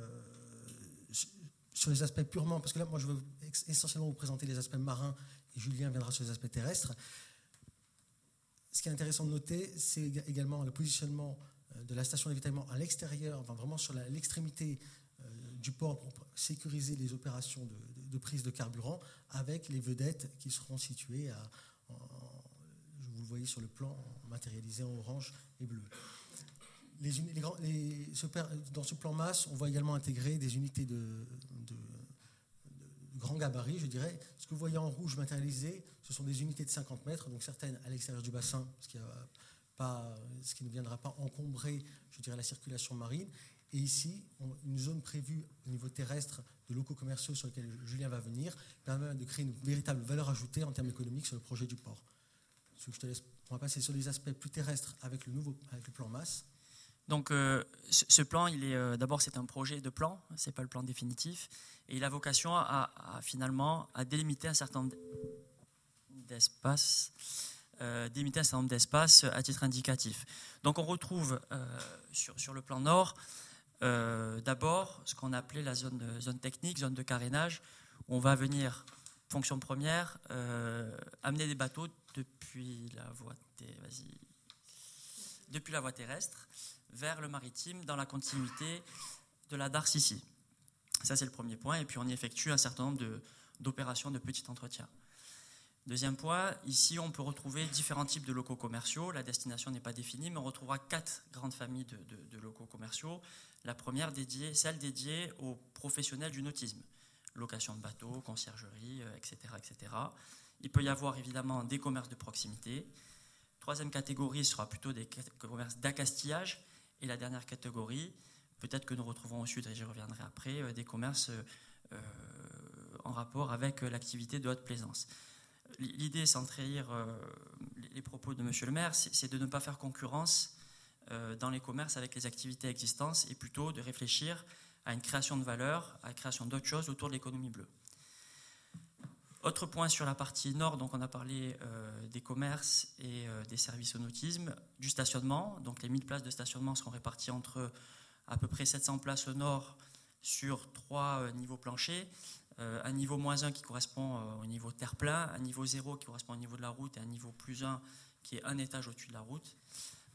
purement, parce que là, moi, je veux essentiellement vous présenter les aspects marins et Julien viendra sur les aspects terrestres. Ce qui est intéressant de noter, c'est également le positionnement de la station d'avitaillement à l'extérieur, enfin vraiment sur l'extrémité du port pour sécuriser les opérations de prise de carburant avec les vedettes qui seront situées vous le voyez sur le plan matérialisé en orange et bleu. Dans ce plan masse, on va également intégrer des unités de grand gabarit, je dirais. Ce que vous voyez en rouge matérialisé, ce sont des unités de 50 mètres, donc certaines à l'extérieur du bassin, ce qui ne viendra pas encombrer, je dirais, la circulation marine. Et ici, une zone prévue au niveau terrestre de locaux commerciaux sur lesquels Julien va venir, permet de créer une véritable valeur ajoutée en termes économiques sur le projet du port. On va passer sur les aspects plus terrestres avec le plan masse. Donc ce plan, d'abord c'est un projet de plan, c'est pas le plan définitif, et il a vocation à finalement à délimiter un certain nombre d'espaces, à titre indicatif. Donc on retrouve sur le plan nord d'abord ce qu'on appelait la zone technique, zone de carénage, où on va venir, fonction première, amener des bateaux depuis la voie terrestre vers le maritime dans la continuité de la DARS ici. Ça, c'est le premier point. Et puis, on y effectue un certain nombre d'opérations de petit entretien. Deuxième point, ici, on peut retrouver différents types de locaux commerciaux. La destination n'est pas définie, mais on retrouvera 4 grandes familles de locaux commerciaux. La première, celle dédiée aux professionnels du nautisme. Location de bateaux, conciergerie, etc., etc. Il peut y avoir, évidemment, des commerces de proximité. Troisième catégorie sera plutôt des commerces d'accastillage. Et la dernière catégorie, peut-être que nous retrouvons au sud, et j'y reviendrai après, des commerces en rapport avec l'activité de haute plaisance. L'idée, sans trahir les propos de M. le maire, c'est de ne pas faire concurrence dans les commerces avec les activités existantes et plutôt de réfléchir à une création de valeur, à la création d'autres choses autour de l'économie bleue. Autre point sur la partie nord, donc on a parlé des commerces et des services au nautisme, du stationnement. Donc les 1000 places de stationnement seront réparties entre à peu près 700 places au nord sur 3 niveaux planchers. Un niveau -1 qui correspond au niveau terre-plein, un niveau 0 qui correspond au niveau de la route et un niveau +1 qui est un étage au-dessus de la route.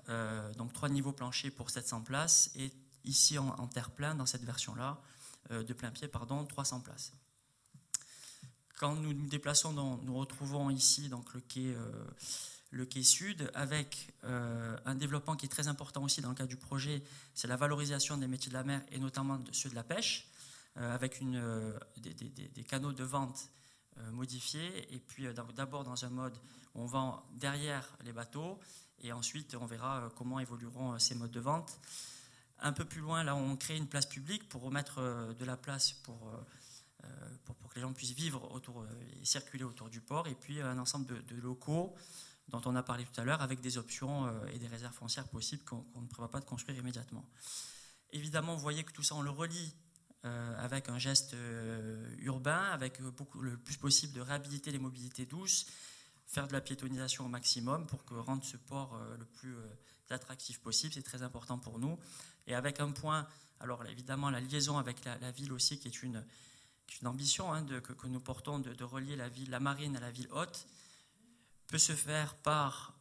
donc 3 niveaux planchers pour 700 places, et ici en terre-plein, dans cette version-là, de plein pied, 300 places. Quand nous nous déplaçons, nous retrouvons ici donc, le quai sud, avec un développement qui est très important aussi dans le cadre du projet, c'est la valorisation des métiers de la mer et notamment ceux de la pêche, avec des canaux de vente modifiés, et puis d'abord dans un mode où on vend derrière les bateaux, et ensuite on verra comment évolueront ces modes de vente. Un peu plus loin, là, on crée une place publique pour remettre de la place pour que les gens puissent vivre autour et circuler autour du port, et puis un ensemble de locaux dont on a parlé tout à l'heure, avec des options et des réserves foncières possibles qu'on ne prévoit pas de construire immédiatement. Évidemment, vous voyez que tout ça, on le relie avec un geste urbain, avec le plus possible de réhabiliter les mobilités douces, faire de la piétonisation au maximum pour rendre ce port le plus attractif possible. C'est très important pour nous. Et avec un point, alors évidemment la liaison avec la ville aussi, qui est une ambition que nous portons de relier la marine à la ville haute, peut se faire par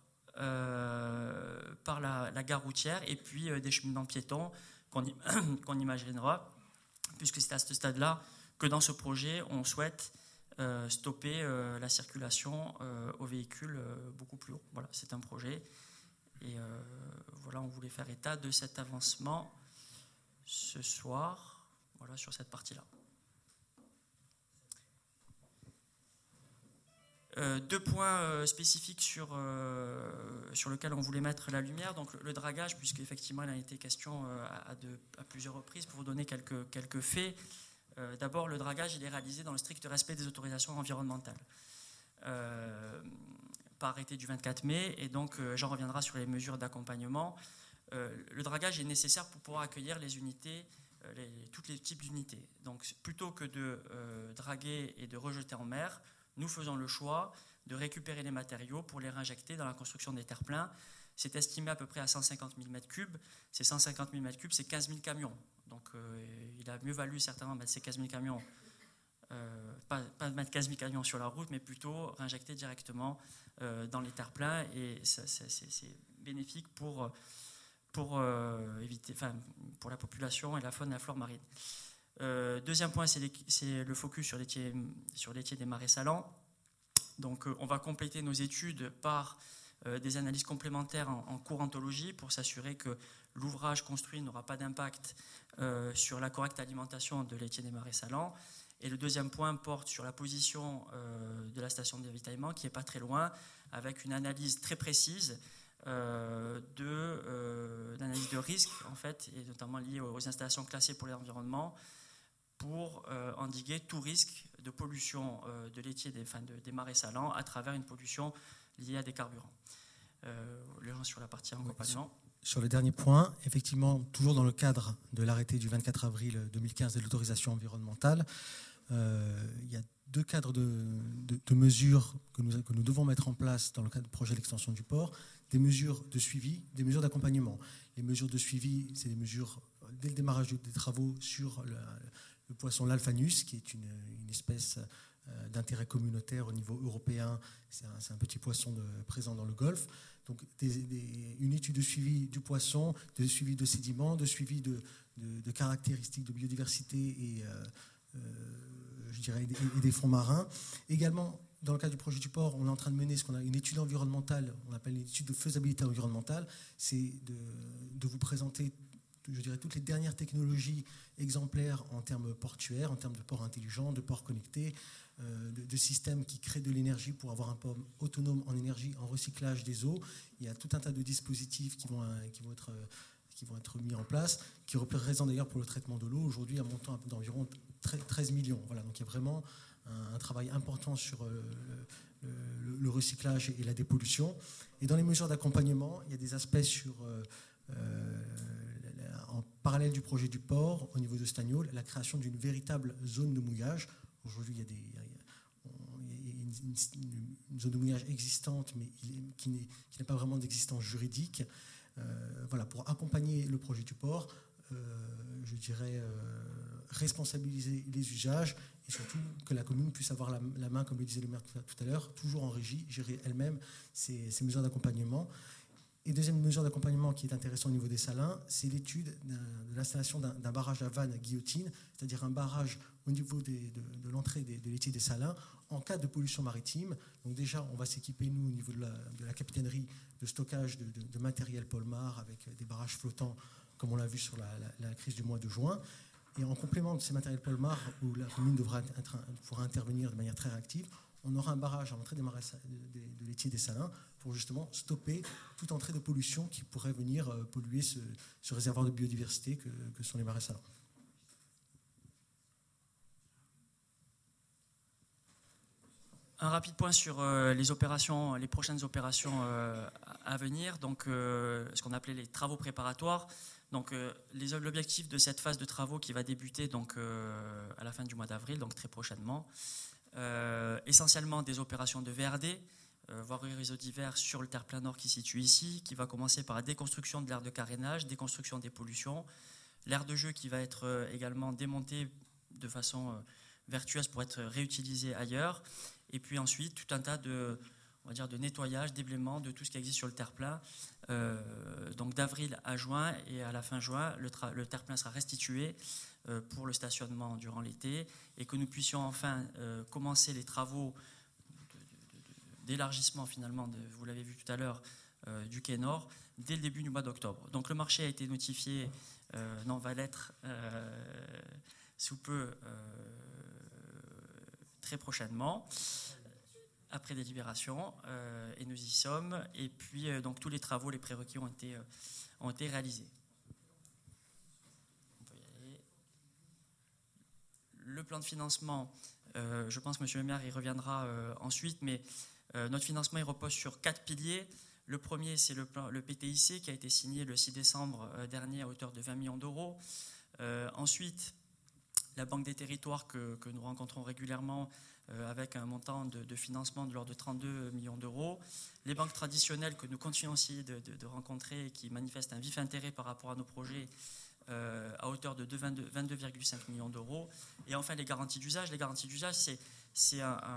la gare routière et puis des cheminements piétons qu'on imaginera, puisque c'est à ce stade-là que dans ce projet, on souhaite stopper la circulation aux véhicules beaucoup plus haut. Voilà, c'est un projet. Et voilà, on voulait faire état de cet avancement ce soir, voilà, sur cette partie-là. 2 points spécifiques sur lesquels on voulait mettre la lumière. Donc le dragage, puisqu'effectivement il a été question à plusieurs reprises, pour vous donner quelques faits. D'abord, le dragage il est réalisé dans le strict respect des autorisations environnementales. Par arrêté du 24 mai, et donc j'en reviendrai sur les mesures d'accompagnement. Le dragage est nécessaire pour pouvoir accueillir les unités, tous les types d'unités. Donc plutôt que de draguer et de rejeter en mer, nous faisons le choix de récupérer les matériaux pour les réinjecter dans la construction des terre-pleins. C'est estimé à peu près à 150 000 m3. Ces 150 000 m3, c'est 15 000 camions. Donc il a mieux valu certainement mettre ces 15 000 camions, pas mettre 15 000 camions sur la route, mais plutôt réinjecter directement dans les terre-pleins. Et c'est bénéfique pour éviter, pour la population et la faune et la flore marine. Deuxième point, c'est le focus sur l'étier des marais salants. Donc on va compléter nos études par des analyses complémentaires en courantologie pour s'assurer que l'ouvrage construit n'aura pas d'impact sur la correcte alimentation de l'étier des marais salants. Et le deuxième point porte sur la position de la station de ravitaillement, qui n'est pas très loin, avec une analyse très précise d'analyse de risque, en fait, et notamment liée aux installations classées pour l'environnement, pour endiguer tout risque de pollution de l'étier des marais salants à travers une pollution liée à des carburants. Les gens sur la partie accompagnement. Sur le dernier point, effectivement, toujours dans le cadre de l'arrêté du 24 avril 2015 de l'autorisation environnementale, il y a 2 cadres de mesures que nous devons mettre en place dans le cadre du projet d'extension du port, des mesures de suivi, des mesures d'accompagnement. Les mesures de suivi, c'est des mesures dès le démarrage des travaux sur le poisson l'alphanus, qui est une espèce d'intérêt communautaire au niveau européen. C'est un petit poisson présent dans le Golfe. Donc une étude de suivi du poisson, de suivi de sédiments, de suivi de caractéristiques de biodiversité et des fonds marins. Également, dans le cadre du projet du port, on est en train de mener une étude environnementale, on appelle une étude de faisabilité environnementale. C'est de vous présenter, je dirais, toutes les dernières technologies exemplaires en termes portuaires, en termes de ports intelligents, de ports connectés, de systèmes qui créent de l'énergie pour avoir un port autonome en énergie, en recyclage des eaux. Il y a tout un tas de dispositifs qui vont être mis en place, qui représentent d'ailleurs pour le traitement de l'eau aujourd'hui un montant d'environ 13 millions. Voilà, donc il y a vraiment un travail important sur le recyclage et la dépollution. Et dans les mesures d'accompagnement, il y a des aspects en parallèle du projet du port, au niveau de Stagnoles, la création d'une véritable zone de mouillage. Aujourd'hui, il y a une zone de mouillage existante, mais qui n'a pas vraiment d'existence juridique. Voilà, pour accompagner le projet du port, je dirais responsabiliser les usages et surtout que la commune puisse avoir la main, comme le disait le maire tout à l'heure, toujours en régie, gérer elle-même ces mesures d'accompagnement. Et deuxième mesure d'accompagnement qui est intéressante au niveau des salins, c'est l'étude de l'installation d'un barrage à vanne guillotine, c'est-à-dire un barrage au niveau de l'entrée de l'étier des salins en cas de pollution maritime. Donc déjà, on va s'équiper, nous, au niveau de la capitainerie, de stockage de matériel Polmar avec des barrages flottants, comme on l'a vu sur la crise du mois de juin. Et en complément de ces matériels Polmar, où la commune pourra intervenir de manière très réactive, on aura un barrage à l'entrée de l'étier des salins pour justement stopper toute entrée de pollution qui pourrait venir polluer ce réservoir de biodiversité que sont les marais salins. Un rapide point sur les prochaines opérations à venir, donc ce qu'on appelait les travaux préparatoires. Donc l'objectif de cette phase de travaux qui va débuter donc à la fin du mois d'avril, donc très prochainement, essentiellement des opérations de VRD, voirie réseau divers sur le terre-plein nord qui se situe ici, qui va commencer par la déconstruction de l'aire de carénage, déconstruction des pollutions, l'aire de jeu qui va être également démontée de façon vertueuse pour être réutilisée ailleurs, et puis ensuite tout un tas de nettoyage, déblaiement de tout ce qui existe sur le terre-plein. Donc d'avril à juin, et à la fin juin, le terre-plein sera restitué pour le stationnement durant l'été, et que nous puissions enfin commencer les travaux d'élargissement finalement, vous l'avez vu tout à l'heure, du quai nord, dès le début du mois d'octobre. Donc le marché a été notifié, va l'être sous peu, très prochainement, après délibération, et nous y sommes. Et puis donc tous les travaux, les prérequis ont été réalisés. On peut y aller. Le plan de financement, je pense que M. le maire y reviendra ensuite, mais notre financement il repose sur 4 piliers. Le premier, c'est le PTIC qui a été signé le 6 décembre dernier à hauteur de 20 millions d'euros. Ensuite, la Banque des territoires que nous rencontrons régulièrement avec un montant de financement de l'ordre de 32 millions d'euros. Les banques traditionnelles que nous continuons aussi de rencontrer et qui manifestent un vif intérêt par rapport à nos projets à hauteur de 22,5 millions d'euros. Et enfin, les garanties d'usage. Les garanties d'usage, c'est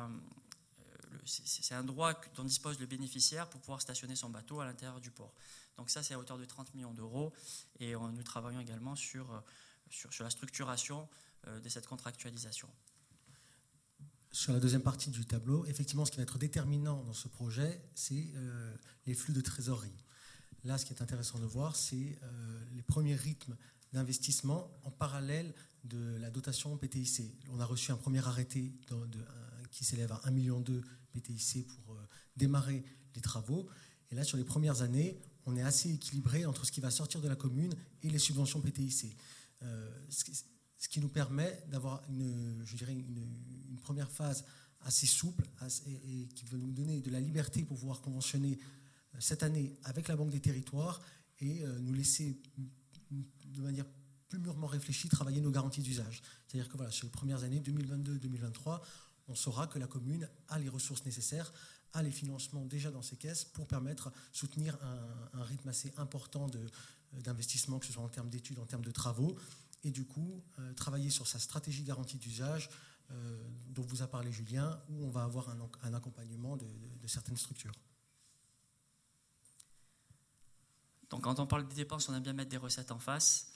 un droit dont dispose le bénéficiaire pour pouvoir stationner son bateau à l'intérieur du port. Donc ça, c'est à hauteur de 30 millions d'euros. Et nous travaillons également sur la structuration de cette contractualisation. Sur la deuxième partie du tableau, effectivement, ce qui va être déterminant dans ce projet, c'est les flux de trésorerie. Là, ce qui est intéressant de voir, c'est les premiers rythmes d'investissement en parallèle de la dotation PTIC. On a reçu un premier arrêté qui s'élève à 1,2 million PTIC pour démarrer les travaux. Et là, sur les premières années, on est assez équilibré entre ce qui va sortir de la commune et les subventions PTIC. Ce qui nous permet d'avoir une première phase assez souple et qui va nous donner de la liberté pour pouvoir conventionner cette année avec la Banque des territoires et nous laisser de manière plus mûrement réfléchie travailler nos garanties d'usage. C'est-à-dire que voilà, sur les premières années 2022-2023, on saura que la commune a les ressources nécessaires, a les financements déjà dans ses caisses pour permettre soutenir un rythme assez important d'investissement, que ce soit en termes d'études, en termes de travaux, et du coup travailler sur sa stratégie garantie d'usage dont vous a parlé Julien, où on va avoir un accompagnement de certaines structures. Donc quand on parle des dépenses, on aime bien mettre des recettes en face.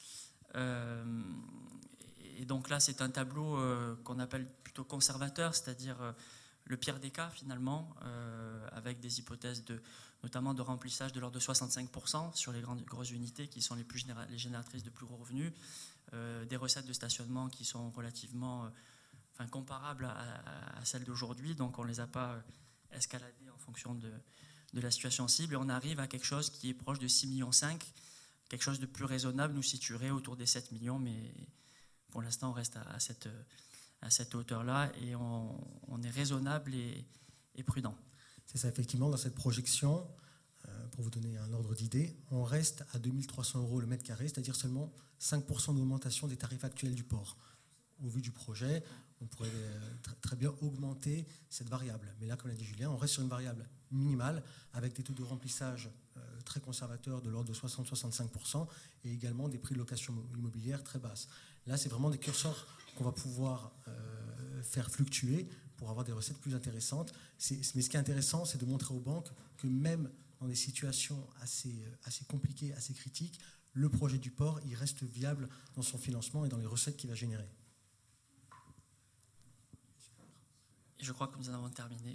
Et donc là, c'est un tableau qu'on appelle plutôt conservateur, c'est-à-dire le pire des cas finalement, avec des hypothèses notamment de remplissage de l'ordre de 65% sur les grosses unités qui sont les génératrices de plus gros revenus, des recettes de stationnement qui sont relativement comparables à celles d'aujourd'hui, donc on ne les a pas escaladées en fonction de la situation cible, et on arrive à quelque chose qui est proche de 6,5 millions. Quelque chose de plus raisonnable nous situerait autour des 7 millions, mais pour l'instant on reste à cette hauteur-là, et on est raisonnable et prudent. C'est ça, effectivement, dans cette projection, pour vous donner un ordre d'idée, on reste à 2300 € le mètre carré, c'est-à-dire seulement 5% d'augmentation des tarifs actuels du port. Au vu du projet, on pourrait très bien augmenter cette variable. Mais là, comme l'a dit Julien, on reste sur une variable minimale avec des taux de remplissage très conservateurs de l'ordre de 60-65% et également des prix de location immobilière très basses. Là, c'est vraiment des curseurs qu'on va pouvoir faire fluctuer pour avoir des recettes plus intéressantes. Mais ce qui est intéressant, c'est de montrer aux banques que même dans des situations assez compliquées, assez critiques, le projet du port, il reste viable dans son financement et dans les recettes qu'il va générer. Et je crois que nous en avons terminé.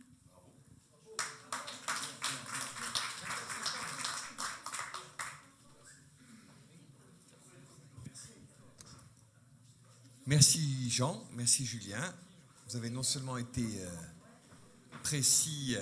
Merci Jean, merci Julien. Vous avez non seulement été précis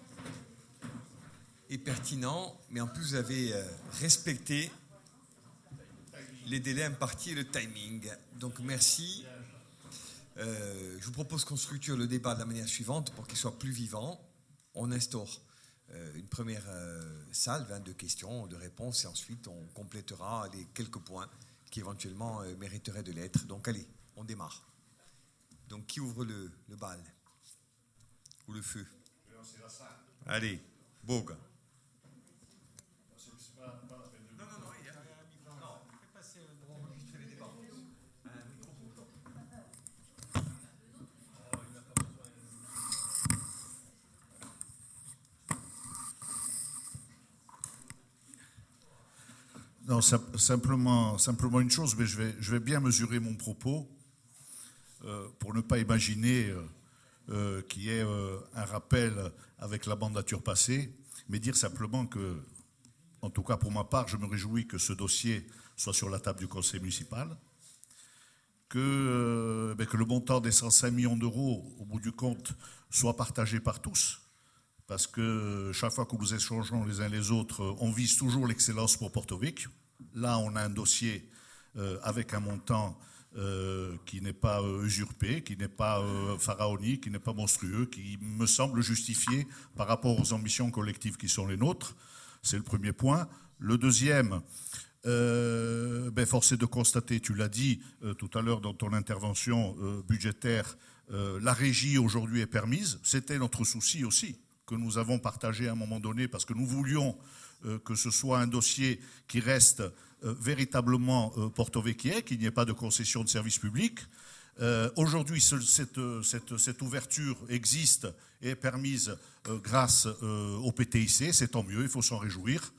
et pertinent, mais en plus vous avez respecté les délais impartis et le timing. Donc merci. Je vous propose qu'on structure le débat de la manière suivante pour qu'il soit plus vivant. On instaure une première salle, 22 questions, de réponses, et ensuite on complétera les quelques points qui éventuellement mériteraient de l'être. Donc allez, on démarre. Donc qui ouvre le bal ou le feu? Allez, Bogue. Non, simplement une chose, mais je vais bien mesurer mon propos pour ne pas imaginer qu'il y ait un rappel avec la mandature passée, mais dire simplement que, en tout cas pour ma part, je me réjouis que ce dossier soit sur la table du conseil municipal, que le montant des 105 millions d'euros, au bout du compte, soit partagé par tous. Parce que chaque fois que nous échangeons les uns les autres, on vise toujours l'excellence pour Porto Vecchio. Là, on a un dossier avec un montant qui n'est pas usurpé, qui n'est pas pharaonique, qui n'est pas monstrueux, qui me semble justifié par rapport aux ambitions collectives qui sont les nôtres. C'est le premier point. Le deuxième, force est de constater, tu l'as dit tout à l'heure dans ton intervention budgétaire, la régie aujourd'hui est permise. C'était notre souci aussi, que nous avons partagé à un moment donné, parce que nous voulions que ce soit un dossier qui reste véritablement porto-vecchien, qu'il n'y ait pas de concession de service public. Aujourd'hui, cette ouverture existe et est permise grâce au PTIC, c'est tant mieux, il faut s'en réjouir.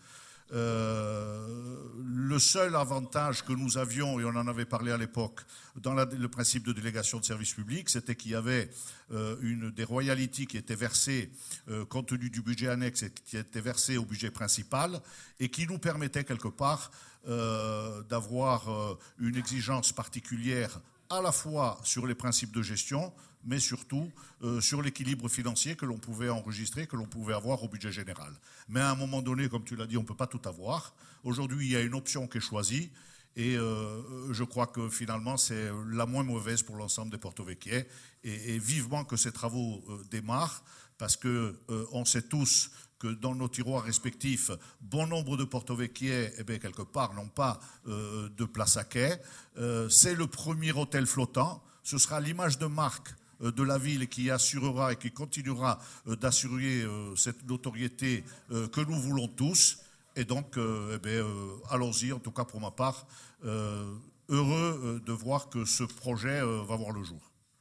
Le seul avantage que nous avions, et on en avait parlé à l'époque, dans le principe de délégation de service public, c'était qu'il y avait des royalties qui étaient versées, compte tenu du budget annexe, qui étaient versées au budget principal, et qui nous permettaient quelque part d'avoir une exigence particulière à la fois sur les principes de gestion, mais surtout sur l'équilibre financier que l'on pouvait enregistrer, que l'on pouvait avoir au budget général. Mais à un moment donné, comme tu l'as dit, on ne peut pas tout avoir. Aujourd'hui, il y a une option qui est choisie, et je crois que finalement, c'est la moins mauvaise pour l'ensemble des porto-vecchiais, et vivement que ces travaux démarrent, parce qu'on sait tous que dans nos tiroirs respectifs, bon nombre de porto-vecchiais, quelque part, n'ont pas de place à quai. C'est le premier hôtel flottant. Ce sera l'image de marque de la ville qui assurera et qui continuera d'assurer cette notoriété que nous voulons tous. Et donc, allons-y, en tout cas pour ma part, heureux de voir que ce projet va voir le jour.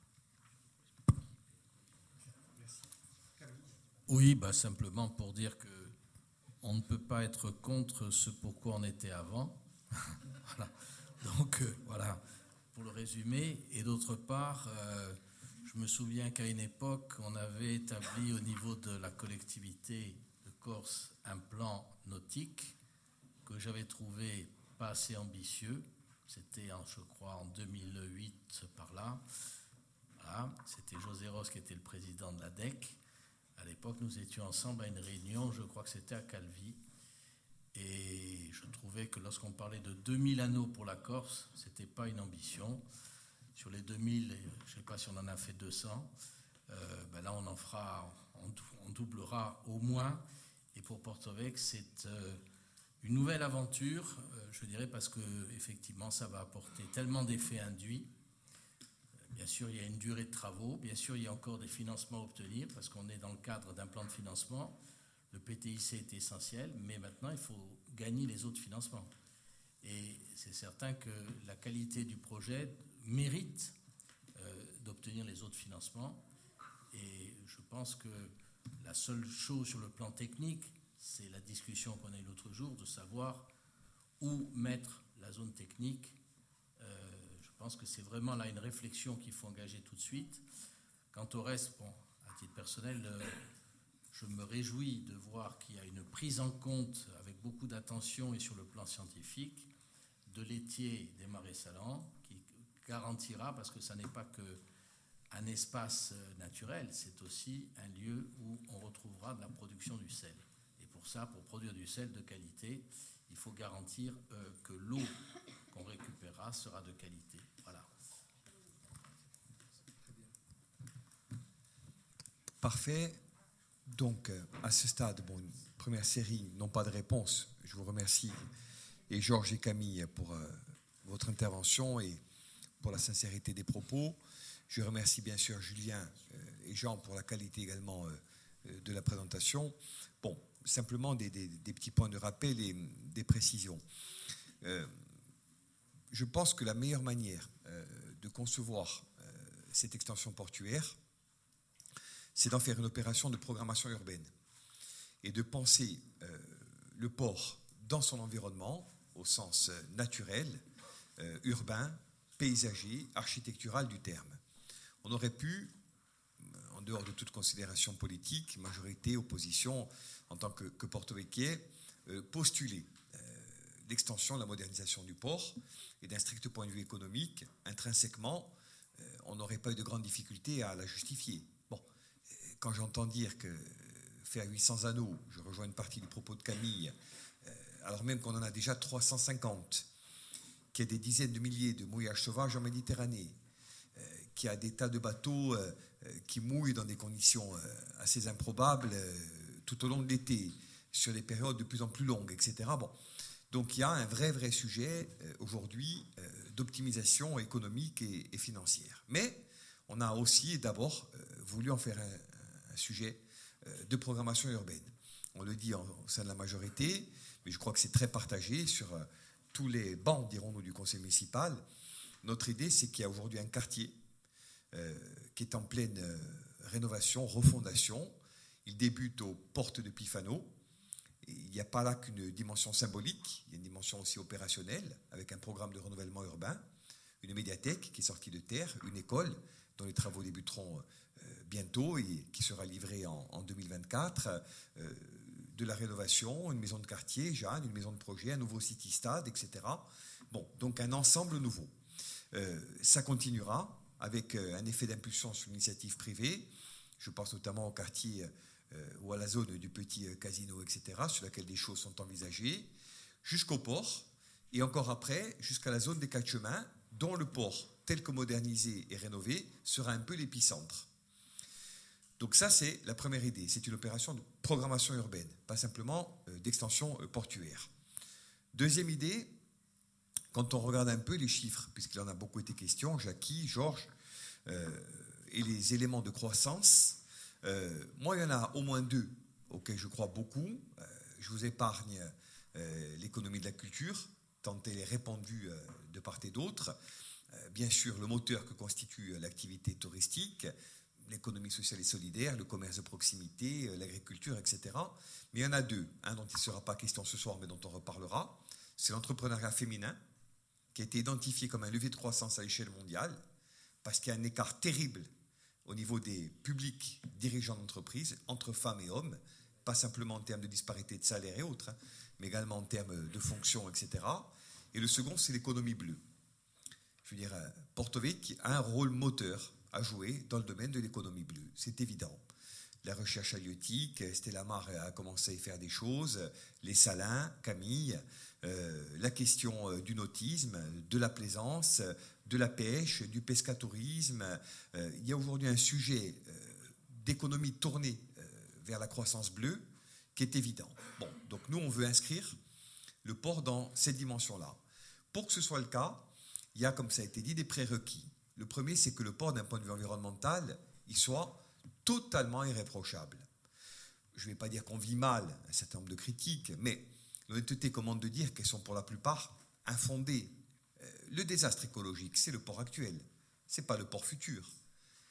Oui, simplement pour dire qu'on ne peut pas être contre ce pourquoi on était avant. Voilà. Donc, voilà, pour le résumer. Et d'autre part, je me souviens qu'à une époque, on avait établi au niveau de la collectivité de Corse un plan nautique que j'avais trouvé pas assez ambitieux. C'était, je crois, en 2008 par là. Voilà. C'était José Ross qui était le président de la DEC. À l'époque, nous étions ensemble à une réunion, je crois que c'était à Calvi. Et je trouvais que lorsqu'on parlait de 2000 anneaux pour la Corse, ce n'était pas une ambition. Sur les 2000, je ne sais pas si on en a fait 200, là on en fera, on doublera au moins. Et pour Porto Vecchio, c'est une nouvelle aventure, je dirais, parce qu'effectivement, ça va apporter tellement d'effets induits. Bien sûr, il y a une durée de travaux. Bien sûr, il y a encore des financements à obtenir parce qu'on est dans le cadre d'un plan de financement. Le PTIC est essentiel, mais maintenant, il faut gagner les autres financements. Et c'est certain que la qualité du projet mérite d'obtenir les autres financements. Et je pense que la seule chose sur le plan technique, c'est la discussion qu'on a eue l'autre jour de savoir où mettre la zone technique. Je pense que c'est vraiment là une réflexion qu'il faut engager tout de suite. Quant au reste, bon, à titre personnel, je me réjouis de voir qu'il y a une prise en compte avec beaucoup d'attention et sur le plan scientifique de l'étier des marais salants qui garantira, parce que ça n'est pas qu'un espace naturel, c'est aussi un lieu où on retrouvera de la production du sel. Et pour ça, pour produire du sel de qualité, il faut garantir que l'eau qu'on récupérera sera de qualité. Voilà. Parfait. Donc, à ce stade, bon, une première série, non pas de réponse. Je vous remercie, et Georges et Camille, pour votre intervention et pour la sincérité des propos. Je remercie bien sûr Julien et Jean pour la qualité également de la présentation. Bon, simplement des petits points de rappel et des précisions. Je pense que la meilleure manière de concevoir cette extension portuaire, c'est d'en faire une opération de programmation urbaine et de penser le port dans son environnement, au sens naturel, urbain, paysager, architectural du terme. On aurait pu, en dehors de toute considération politique, majorité, opposition, en tant que porto-véquier, postuler l'extension, la modernisation du port, et d'un strict point de vue économique, intrinsèquement, on n'aurait pas eu de grandes difficultés à la justifier. Bon, quand j'entends dire que faire 800 anneaux, je rejoins une partie du propos de Camille, alors même qu'on en a déjà 350, qu'il y a des dizaines de milliers de mouillages sauvages en Méditerranée, qu'il y a des tas de bateaux qui mouillent dans des conditions assez improbables tout au long de l'été, sur des périodes de plus en plus longues, etc. Bon. Donc il y a un vrai sujet aujourd'hui d'optimisation économique et financière. Mais on a aussi d'abord voulu en faire un sujet de programmation urbaine. On le dit au sein de la majorité, mais je crois que c'est très partagé sur tous les bancs, dirons-nous, du conseil municipal. Notre idée, c'est qu'il y a aujourd'hui un quartier qui est en pleine rénovation, refondation. Il débute aux portes de Pifano. Et il n'y a pas là qu'une dimension symbolique, il y a une dimension aussi opérationnelle, avec un programme de renouvellement urbain, une médiathèque qui est sortie de terre, une école dont les travaux débuteront bientôt et qui sera livrée en 2024, de la rénovation, une maison de quartier, Jeanne, une maison de projet, un nouveau city-stade, etc. Bon, donc un ensemble nouveau. Ça continuera avec un effet d'impulsion sur l'initiative privée. Je pense notamment au quartier ou à la zone du petit casino, etc., sur laquelle des choses sont envisagées, jusqu'au port, et encore après, jusqu'à la zone des quatre chemins, dont le port, tel que modernisé et rénové, sera un peu l'épicentre. Donc ça, c'est la première idée. C'est une opération de programmation urbaine, pas simplement d'extension portuaire. Deuxième idée, quand on regarde un peu les chiffres, puisqu'il en a beaucoup été question, Jackie, Georges, et les éléments de croissance, moi, il y en a au moins deux auxquels je crois beaucoup. Je vous épargne l'économie de la culture, tant elle est répandue de part et d'autre. Bien sûr, le moteur que constitue l'activité touristique, l'économie sociale et solidaire, le commerce de proximité, l'agriculture, etc. Mais il y en a deux. Un dont il ne sera pas question ce soir, mais dont on reparlera. C'est l'entrepreneuriat féminin, qui a été identifié comme un levier de croissance à l'échelle mondiale, parce qu'il y a un écart terrible au niveau des publics dirigeants d'entreprise, entre femmes et hommes, pas simplement en termes de disparité de salaire et autres, mais également en termes de fonctions, etc. Et le second, c'est l'économie bleue. Je veux dire, Porto-Vecchio a un rôle moteur à jouer dans le domaine de l'économie bleue, c'est évident. La recherche halieutique, Stella Mar a commencé à y faire des choses, les salins, Camille, la question du nautisme, de la plaisance, de la pêche, du pescatourisme. Il y a aujourd'hui un sujet d'économie tournée vers la croissance bleue qui est évident. Bon, donc nous, on veut inscrire le port dans cette dimension-là. Pour que ce soit le cas, il y a, comme ça a été dit, des prérequis. Le premier, c'est que le port, d'un point de vue environnemental, il soit totalement irréprochable. Je ne vais pas dire qu'on vit mal un certain nombre de critiques, mais l'honnêteté commande de dire qu'elles sont pour la plupart infondées. Le désastre écologique, c'est le port actuel, ce n'est pas le port futur.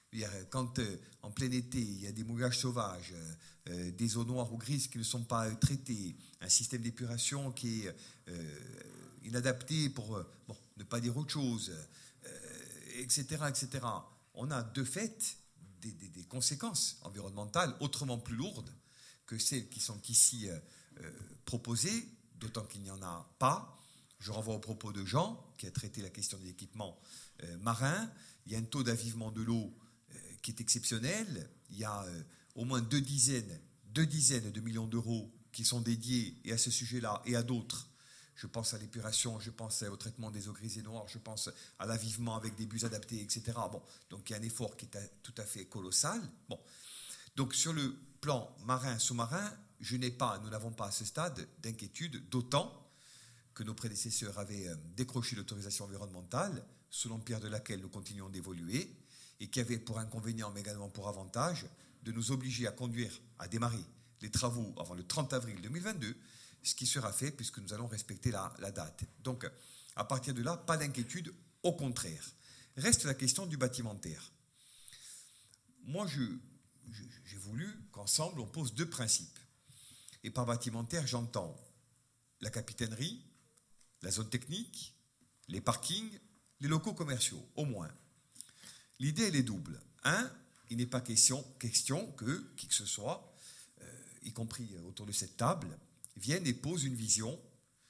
Quand en plein été, il y a des mouillages sauvages, des eaux noires ou grises qui ne sont pas traitées, un système d'épuration qui est inadapté pour ne pas dire autre chose, etc., etc. On a de fait des conséquences environnementales autrement plus lourdes que celles qui sont ici proposées, d'autant qu'il n'y en a pas. Je renvoie au propos de Jean, qui a traité la question des équipements marins. Il y a un taux d'avivement de l'eau qui est exceptionnel. Il y a au moins deux dizaines de millions d'euros qui sont dédiés et à ce sujet-là et à d'autres. Je pense à l'épuration, je pense au traitement des eaux grises et noires, je pense à l'avivement avec des bus adaptés, etc. Bon, donc il y a un effort qui est tout à fait colossal. Bon. Donc sur le plan marin, sous-marin, nous n'avons pas à ce stade d'inquiétude, d'autant que nos prédécesseurs avaient décroché l'autorisation environnementale, sous l'empire de laquelle nous continuons d'évoluer, et qui avait pour inconvénient, mais également pour avantage, de nous obliger à démarrer les travaux avant le 30 avril 2022, ce qui sera fait puisque nous allons respecter la date. Donc, à partir de là, pas d'inquiétude, au contraire. Reste la question du bâtimentaire. Moi, j'ai voulu qu'ensemble, on pose deux principes. Et par bâtimentaire, j'entends la capitainerie, la zone technique, les parkings, les locaux commerciaux, au moins. L'idée, elle est double. Il n'est pas question que qui que ce soit, y compris autour de cette table, vienne et pose une vision,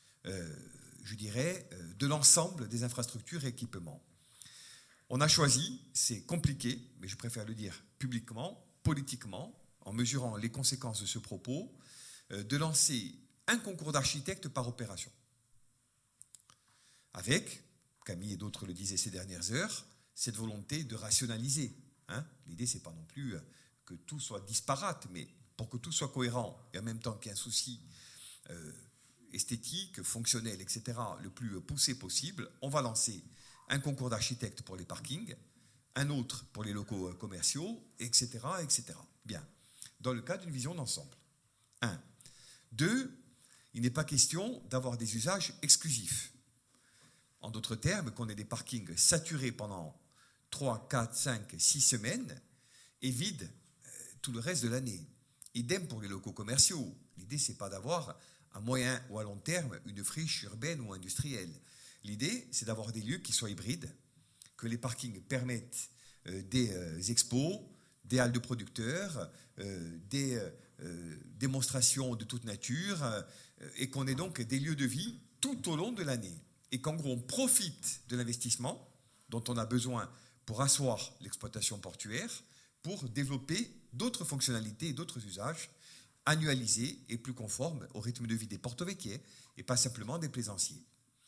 de l'ensemble des infrastructures et équipements. On a choisi, c'est compliqué, mais je préfère le dire publiquement, politiquement, en mesurant les conséquences de ce propos, de lancer un concours d'architectes par opération. Avec, Camille et d'autres le disaient ces dernières heures, cette volonté de rationaliser. L'idée, ce n'est pas non plus que tout soit disparate, mais pour que tout soit cohérent, et en même temps qu'il y ait un souci esthétique, fonctionnel, etc., le plus poussé possible, on va lancer un concours d'architectes pour les parkings, un autre pour les locaux commerciaux, etc., etc. Bien. Dans le cadre d'une vision d'ensemble. 1. 2. Il n'est pas question d'avoir des usages exclusifs. En d'autres termes, qu'on ait des parkings saturés pendant 3, 4, 5, 6 semaines et vides tout le reste de l'année. Idem pour les locaux commerciaux. L'idée, ce n'est pas d'avoir à moyen ou à long terme une friche urbaine ou industrielle. L'idée, c'est d'avoir des lieux qui soient hybrides, que les parkings permettent des expos, des halles de producteurs, des démonstrations de toute nature, et qu'on ait donc des lieux de vie tout au long de l'année. Et qu'en gros, on profite de l'investissement dont on a besoin pour asseoir l'exploitation portuaire, pour développer d'autres fonctionnalités et d'autres usages annualisés et plus conformes au rythme de vie des porto-vecchiais et pas simplement des plaisanciers.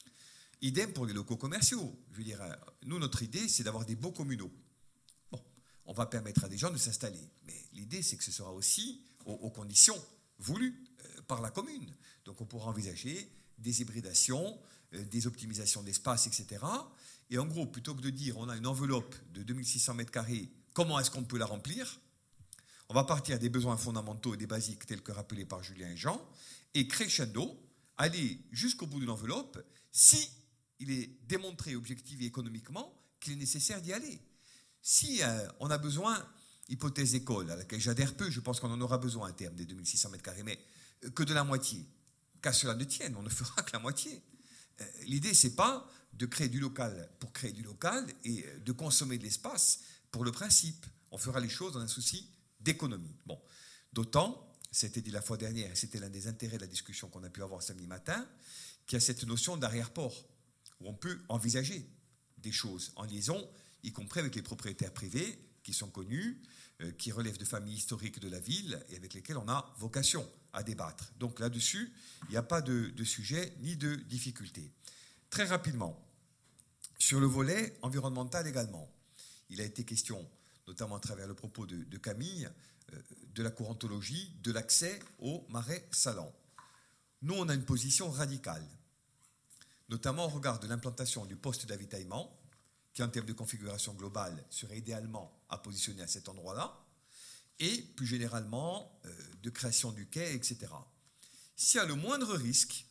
Idem pour les locaux commerciaux. Je veux dire, nous, notre idée, c'est d'avoir des beaux communaux. Bon, on va permettre à des gens de s'installer. Mais l'idée, c'est que ce sera aussi aux conditions voulues par la commune. Donc, on pourra envisager des hybridations, des optimisations d'espace, etc. Et en gros, plutôt que de dire on a une enveloppe de 2600 m², comment est-ce qu'on peut la remplir ? On va partir des besoins fondamentaux et des basiques tels que rappelés par Julien et Jean, et crescendo, aller jusqu'au bout de l'enveloppe si il est démontré objectivement et économiquement qu'il est nécessaire d'y aller. Si on a besoin, hypothèse école, à laquelle j'adhère peu, je pense qu'on en aura besoin à terme des 2600 m², mais que de la moitié. Qu'à cela ne tienne, on ne fera que la moitié. L'idée, ce n'est pas de créer du local pour créer du local et de consommer de l'espace pour le principe. On fera les choses dans un souci d'économie. Bon, d'autant, c'était dit la fois dernière, et c'était l'un des intérêts de la discussion qu'on a pu avoir samedi matin, qu'il y a cette notion d'arrière-port, où on peut envisager des choses en liaison, y compris avec les propriétaires privés qui sont connus, qui relèvent de familles historiques de la ville et avec lesquels on a vocation à débattre. Donc là-dessus, il n'y a pas de sujet ni de difficulté. Très rapidement, sur le volet environnemental également, il a été question, notamment à travers le propos de Camille, de la courantologie, de l'accès aux marais salants. Nous, on a une position radicale, notamment au regard de l'implantation du poste d'avitaillement, qui en termes de configuration globale serait idéalement à positionner à cet endroit-là, et plus généralement de création du quai, etc. S'il y a le moindre risque,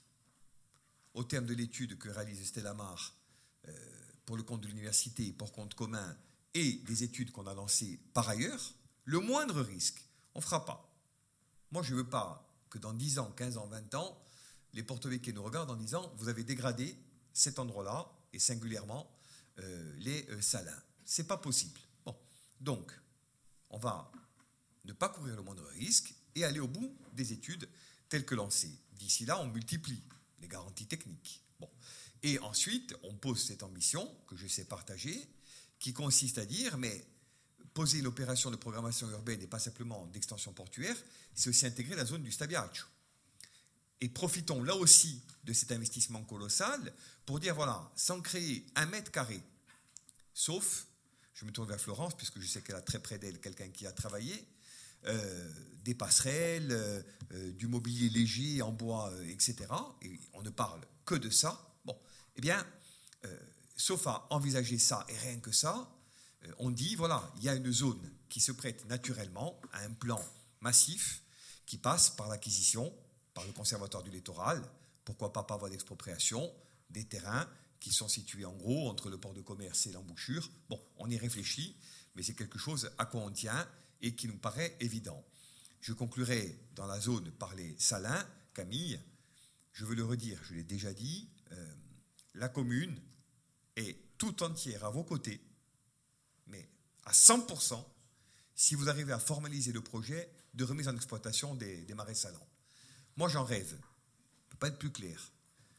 au terme de l'étude que réalise Stella Mar pour le compte de l'université et pour compte commun et des études qu'on a lancées par ailleurs, le moindre risque, on ne fera pas. Moi, je ne veux pas que dans 10 ans, 15 ans, 20 ans, les porto-véquets nous regardent en disant « vous avez dégradé cet endroit-là, et singulièrement les salins ». Ce n'est pas possible. Bon. Donc, on va ne pas courir le moindre risque et aller au bout des études telles que lancées. D'ici là, on multiplie les garanties techniques. Bon. Et ensuite, on pose cette ambition, que je sais partager, qui consiste à dire, mais poser une opération de programmation urbaine et pas simplement d'extension portuaire, c'est aussi intégrer la zone du Stabiaccio. Et profitons là aussi de cet investissement colossal pour dire, voilà, sans créer 1 mètre carré, sauf, je me tourne vers Florence, puisque je sais qu'elle a très près d'elle quelqu'un qui a travaillé, des passerelles, du mobilier léger en bois, etc. Et on ne parle que de ça. Bon, eh bien, sauf à envisager ça et rien que ça, on dit, voilà, il y a une zone qui se prête naturellement à un plan massif qui passe par l'acquisition, par le Conservatoire du littoral, pourquoi pas par voie d'expropriation, des terrains qui sont situés en gros entre le port de commerce et l'embouchure. Bon, on y réfléchit, mais c'est quelque chose à quoi on tient et qui nous paraît évident. Je conclurai dans la zone par les salins. Camille, je veux le redire, je l'ai déjà dit, la commune est tout entière à vos côtés, mais à 100%, si vous arrivez à formaliser le projet de remise en exploitation des marais salants. Moi, j'en rêve. Ça ne peut pas être plus clair.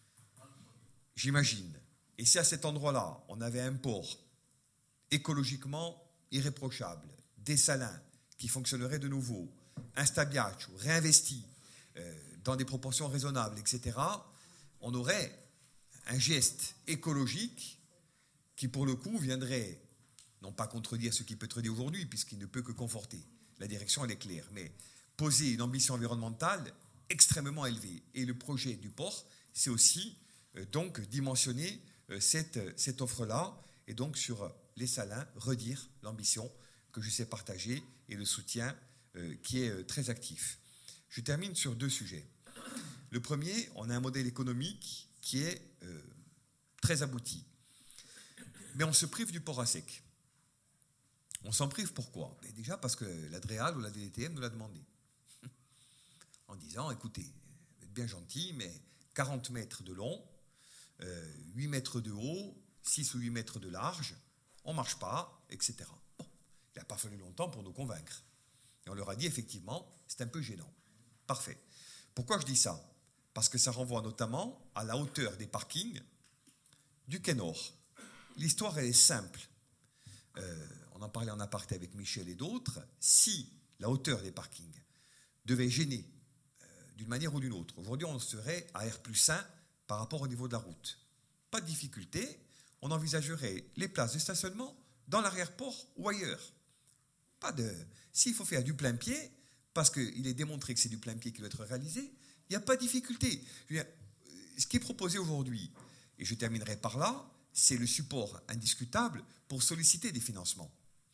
J'imagine. Et si à cet endroit-là, on avait un port écologiquement irréprochable, des salins qui fonctionneraient de nouveau, un Stabiaccio réinvesti dans des proportions raisonnables, etc., on aurait un geste écologique qui, pour le coup, viendrait non pas contredire ce qui peut être dit aujourd'hui, puisqu'il ne peut que conforter. La direction, elle est claire, mais poser une ambition environnementale extrêmement élevée. Et le projet du port, c'est aussi donc dimensionner cette offre-là, et donc sur les salins, redire l'ambition que je sais partager et le soutien qui est très actif. Je termine sur 2 sujets. Le premier, on a un modèle économique qui est très abouti. Mais on se prive du port à sec. On s'en prive pourquoi ? Déjà parce que l'Adréal ou la DDTM nous l'a demandé. En disant, écoutez, vous êtes bien gentil, mais 40 mètres de long, 8 mètres de haut, 6 ou 8 mètres de large, on ne marche pas, etc. Bon, il n'a pas fallu longtemps pour nous convaincre. Et on leur a dit, effectivement, c'est un peu gênant. Parfait. Pourquoi je dis ça ? Parce que ça renvoie notamment à la hauteur des parkings du quai Nord. L'histoire, elle est simple. On en parlait en aparté avec Michel et d'autres. Si la hauteur des parkings devait gêner d'une manière ou d'une autre, aujourd'hui, on serait à R+1 par rapport au niveau de la route. Pas de difficulté, on envisagerait les places de stationnement dans l'arrière-port ou ailleurs. Pas de... S'il faut faire du plein pied, parce qu'il est démontré que c'est du plein pied qui doit être réalisé, il n'y a pas de difficulté. Ce qui est proposé aujourd'hui, et je terminerai par là, c'est le support indiscutable pour solliciter des financements.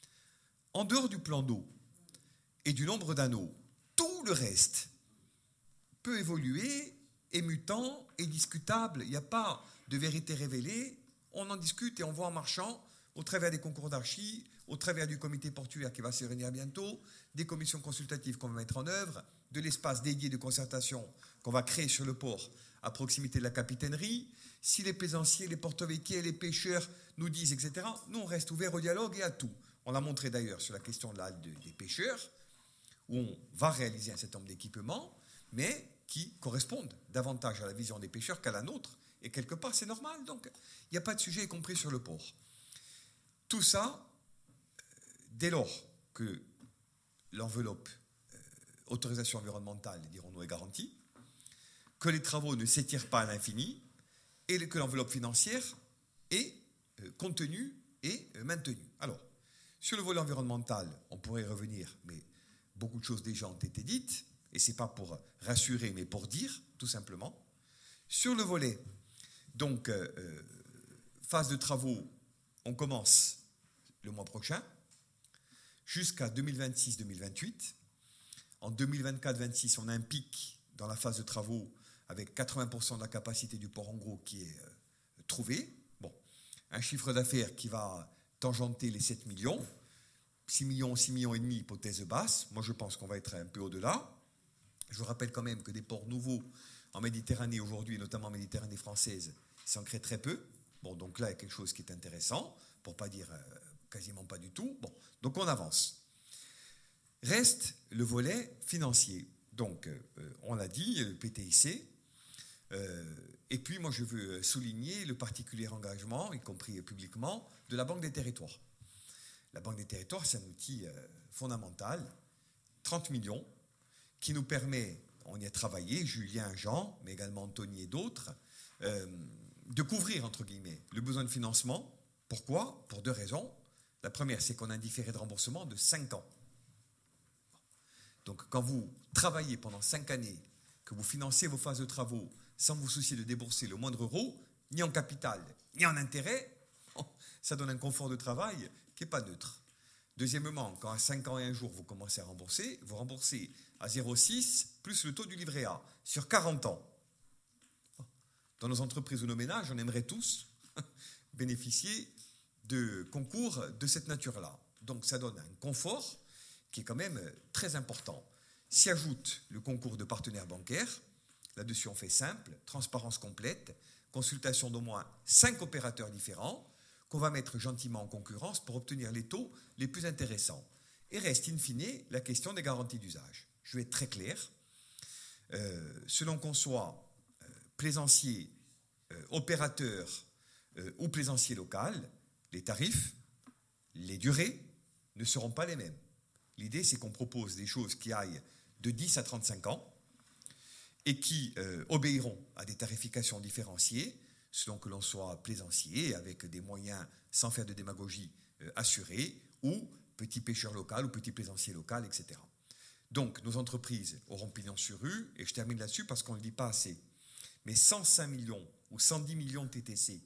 En dehors du plan d'eau et du nombre d'anneaux, tout le reste peut évoluer, est mutant, est discutable. Il n'y a pas de vérité révélée. On en discute et on voit en marchant, au travers des concours d'archi, au travers du comité portuaire qui va se réunir bientôt, des commissions consultatives qu'on va mettre en œuvre, de l'espace dédié de concertation qu'on va créer sur le port à proximité de la capitainerie. Si les plaisanciers, les porto-véquets, les pêcheurs nous disent, etc., nous, on reste ouverts au dialogue et à tout. On l'a montré d'ailleurs sur la question de la halte des pêcheurs, où on va réaliser un certain nombre d'équipements, mais qui correspondent davantage à la vision des pêcheurs qu'à la nôtre. Et quelque part, c'est normal. Donc, il n'y a pas de sujet, y compris sur le port. Tout ça, dès lors que l'enveloppe autorisation environnementale, dirons-nous, est garantie, que les travaux ne s'étirent pas à l'infini, et que l'enveloppe financière est contenue et maintenue. Alors, sur le volet environnemental, on pourrait y revenir, mais beaucoup de choses déjà ont été dites, et ce n'est pas pour rassurer, mais pour dire, tout simplement. Sur le volet, donc, phase de travaux, on commence le mois prochain, jusqu'à 2026-2028. En 2024-2026, on a un pic dans la phase de travaux avec 80% de la capacité du port en gros qui est trouvé. Bon, un chiffre d'affaires qui va tangenter les 7 millions. 6 millions, 6 millions et demi, hypothèse basse. Moi, je pense qu'on va être un peu au-delà. Je vous rappelle quand même que des ports nouveaux en Méditerranée aujourd'hui, et notamment en Méditerranée française, s'en crée très peu. Bon, donc là, il y a quelque chose qui est intéressant, pour ne pas dire quasiment pas du tout. Bon, donc on avance. Reste le volet financier. Donc, on l'a dit, le PTIC. Et puis, moi, je veux souligner le particulier engagement, y compris publiquement, de la Banque des Territoires. La Banque des Territoires, c'est un outil fondamental, 30 millions, qui nous permet, on y a travaillé, Julien, Jean, mais également Anthony et d'autres, de couvrir, entre guillemets, le besoin de financement. Pourquoi ? Pour 2 raisons. La première, c'est qu'on a un différé de remboursement de 5 ans. Donc, quand vous travaillez pendant 5 années, que vous financez vos phases de travaux sans vous soucier de débourser le moindre euro, ni en capital, ni en intérêt, ça donne un confort de travail qui n'est pas neutre. Deuxièmement, quand à 5 ans et un jour, vous commencez à rembourser, vous remboursez à 0,6 plus le taux du livret A sur 40 ans. Dans nos entreprises ou nos ménages, on aimerait tous bénéficier de concours de cette nature-là. Donc ça donne un confort qui est quand même très important. S'y ajoute le concours de partenaires bancaires. Là-dessus, on fait simple, transparence complète, consultation d'au moins 5 opérateurs différents qu'on va mettre gentiment en concurrence pour obtenir les taux les plus intéressants. Et reste in fine la question des garanties d'usage. Je vais être très clair. Selon qu'on soit plaisancier, opérateur ou plaisancier local, les tarifs, les durées ne seront pas les mêmes. L'idée, c'est qu'on propose des choses qui aillent de 10 à 35 ans et qui obéiront à des tarifications différenciées selon que l'on soit plaisancier avec des moyens sans faire de démagogie assurés ou petit pêcheur local ou petit plaisancier local, etc. Donc, nos entreprises auront pignon sur rue, et je termine là-dessus parce qu'on ne le dit pas assez. Mais 105 millions ou 110 millions de TTC,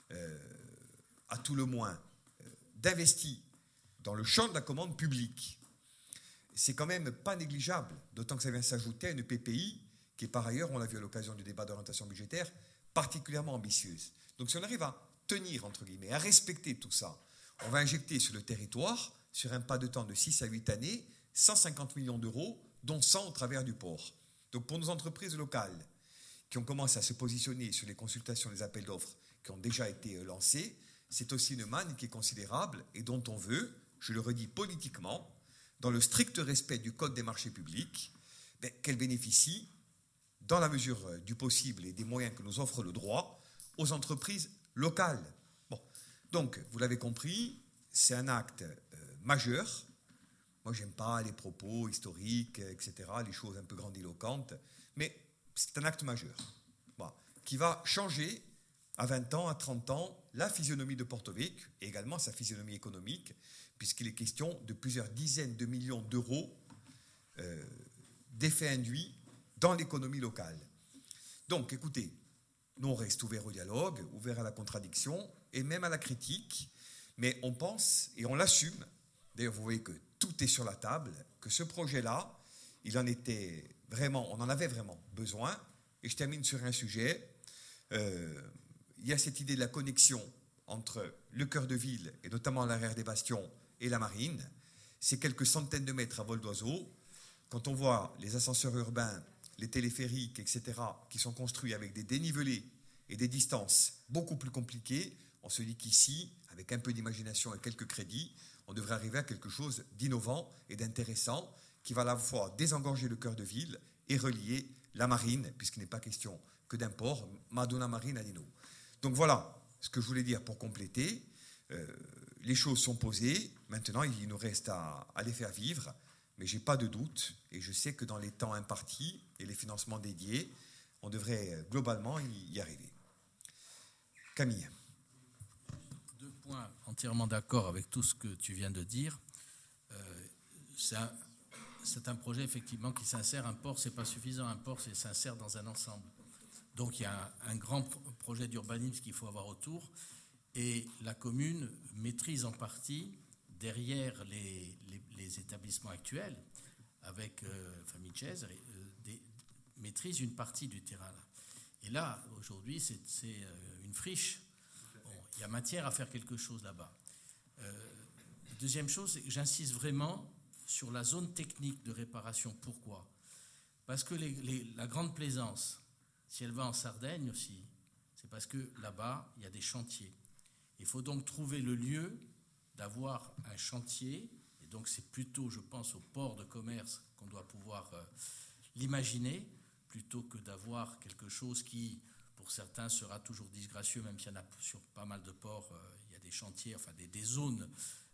à tout le moins, d'investis dans le champ de la commande publique, c'est quand même pas négligeable, d'autant que ça vient s'ajouter à une PPI qui est par ailleurs, on l'a vu à l'occasion du débat d'orientation budgétaire, particulièrement ambitieuse. Donc si on arrive à tenir, entre guillemets, à respecter tout ça, on va injecter sur le territoire, sur un pas de temps de 6 à 8 années, 150 millions d'euros, dont 100 au travers du port. Donc pour nos entreprises locales qui ont commencé à se positionner sur les consultations des appels d'offres qui ont déjà été lancés, c'est aussi une manne qui est considérable et dont on veut, je le redis politiquement, dans le strict respect du Code des marchés publics, qu'elle bénéficie, dans la mesure du possible et des moyens que nous offre le droit, aux entreprises locales. Bon. Donc, vous l'avez compris, c'est un acte majeur. Moi, je n'aime pas les propos historiques, etc., les choses un peu grandiloquentes, mais c'est un acte majeur, voilà, qui va changer à 20 ans, à 30 ans, la physionomie de Porto Vecchio et également sa physionomie économique, puisqu'il est question de plusieurs dizaines de millions d'euros d'effets induits dans l'économie locale. Donc, écoutez, nous, on reste ouverts au dialogue, ouverts à la contradiction et même à la critique, mais on pense et on l'assume. D'ailleurs, vous voyez que tout est sur la table, que ce projet-là, on en avait vraiment besoin. Et je termine sur un sujet. Il y a cette idée de la connexion entre le cœur de ville, et notamment l'arrière des bastions, et la marine. C'est quelques centaines de mètres à vol d'oiseau. Quand on voit les ascenseurs urbains, les téléphériques, etc., qui sont construits avec des dénivelés et des distances beaucoup plus compliquées, on se dit qu'ici, avec un peu d'imagination et quelques crédits, on devrait arriver à quelque chose d'innovant et d'intéressant qui va à la fois désengorger le cœur de ville et relier la marine, puisqu'il n'est pas question que d'un port, Madonna Marine à Lino. Donc voilà ce que je voulais dire pour compléter. Les choses sont posées. Maintenant, il nous reste à les faire vivre. Mais je n'ai pas de doute, et je sais que dans les temps impartis et les financements dédiés, on devrait globalement y arriver. Camille. 2 points entièrement d'accord avec tout ce que tu viens de dire. C'est un projet effectivement qui s'insère, un port, ce n'est pas suffisant, un port s'insère dans un ensemble. Donc il y a un grand projet d'urbanisme qu'il faut avoir autour, et la commune maîtrise en partie, derrière les établissements actuels, avec Famille Cèse, maîtrise une partie du terrain. Là. Et là, aujourd'hui, c'est une friche. Bon, il y a matière à faire quelque chose là-bas. Deuxième chose, c'est que j'insiste vraiment sur la zone technique de réparation. Pourquoi ? Parce que la Grande Plaisance, si elle va en Sardaigne aussi, c'est parce que là-bas, il y a des chantiers. Il faut donc trouver le lieu d'avoir un chantier, et donc c'est plutôt, je pense, au port de commerce qu'on doit pouvoir l'imaginer, plutôt que d'avoir quelque chose qui, pour certains, sera toujours disgracieux, même s'il y en a sur pas mal de ports, il y a des chantiers, enfin des zones,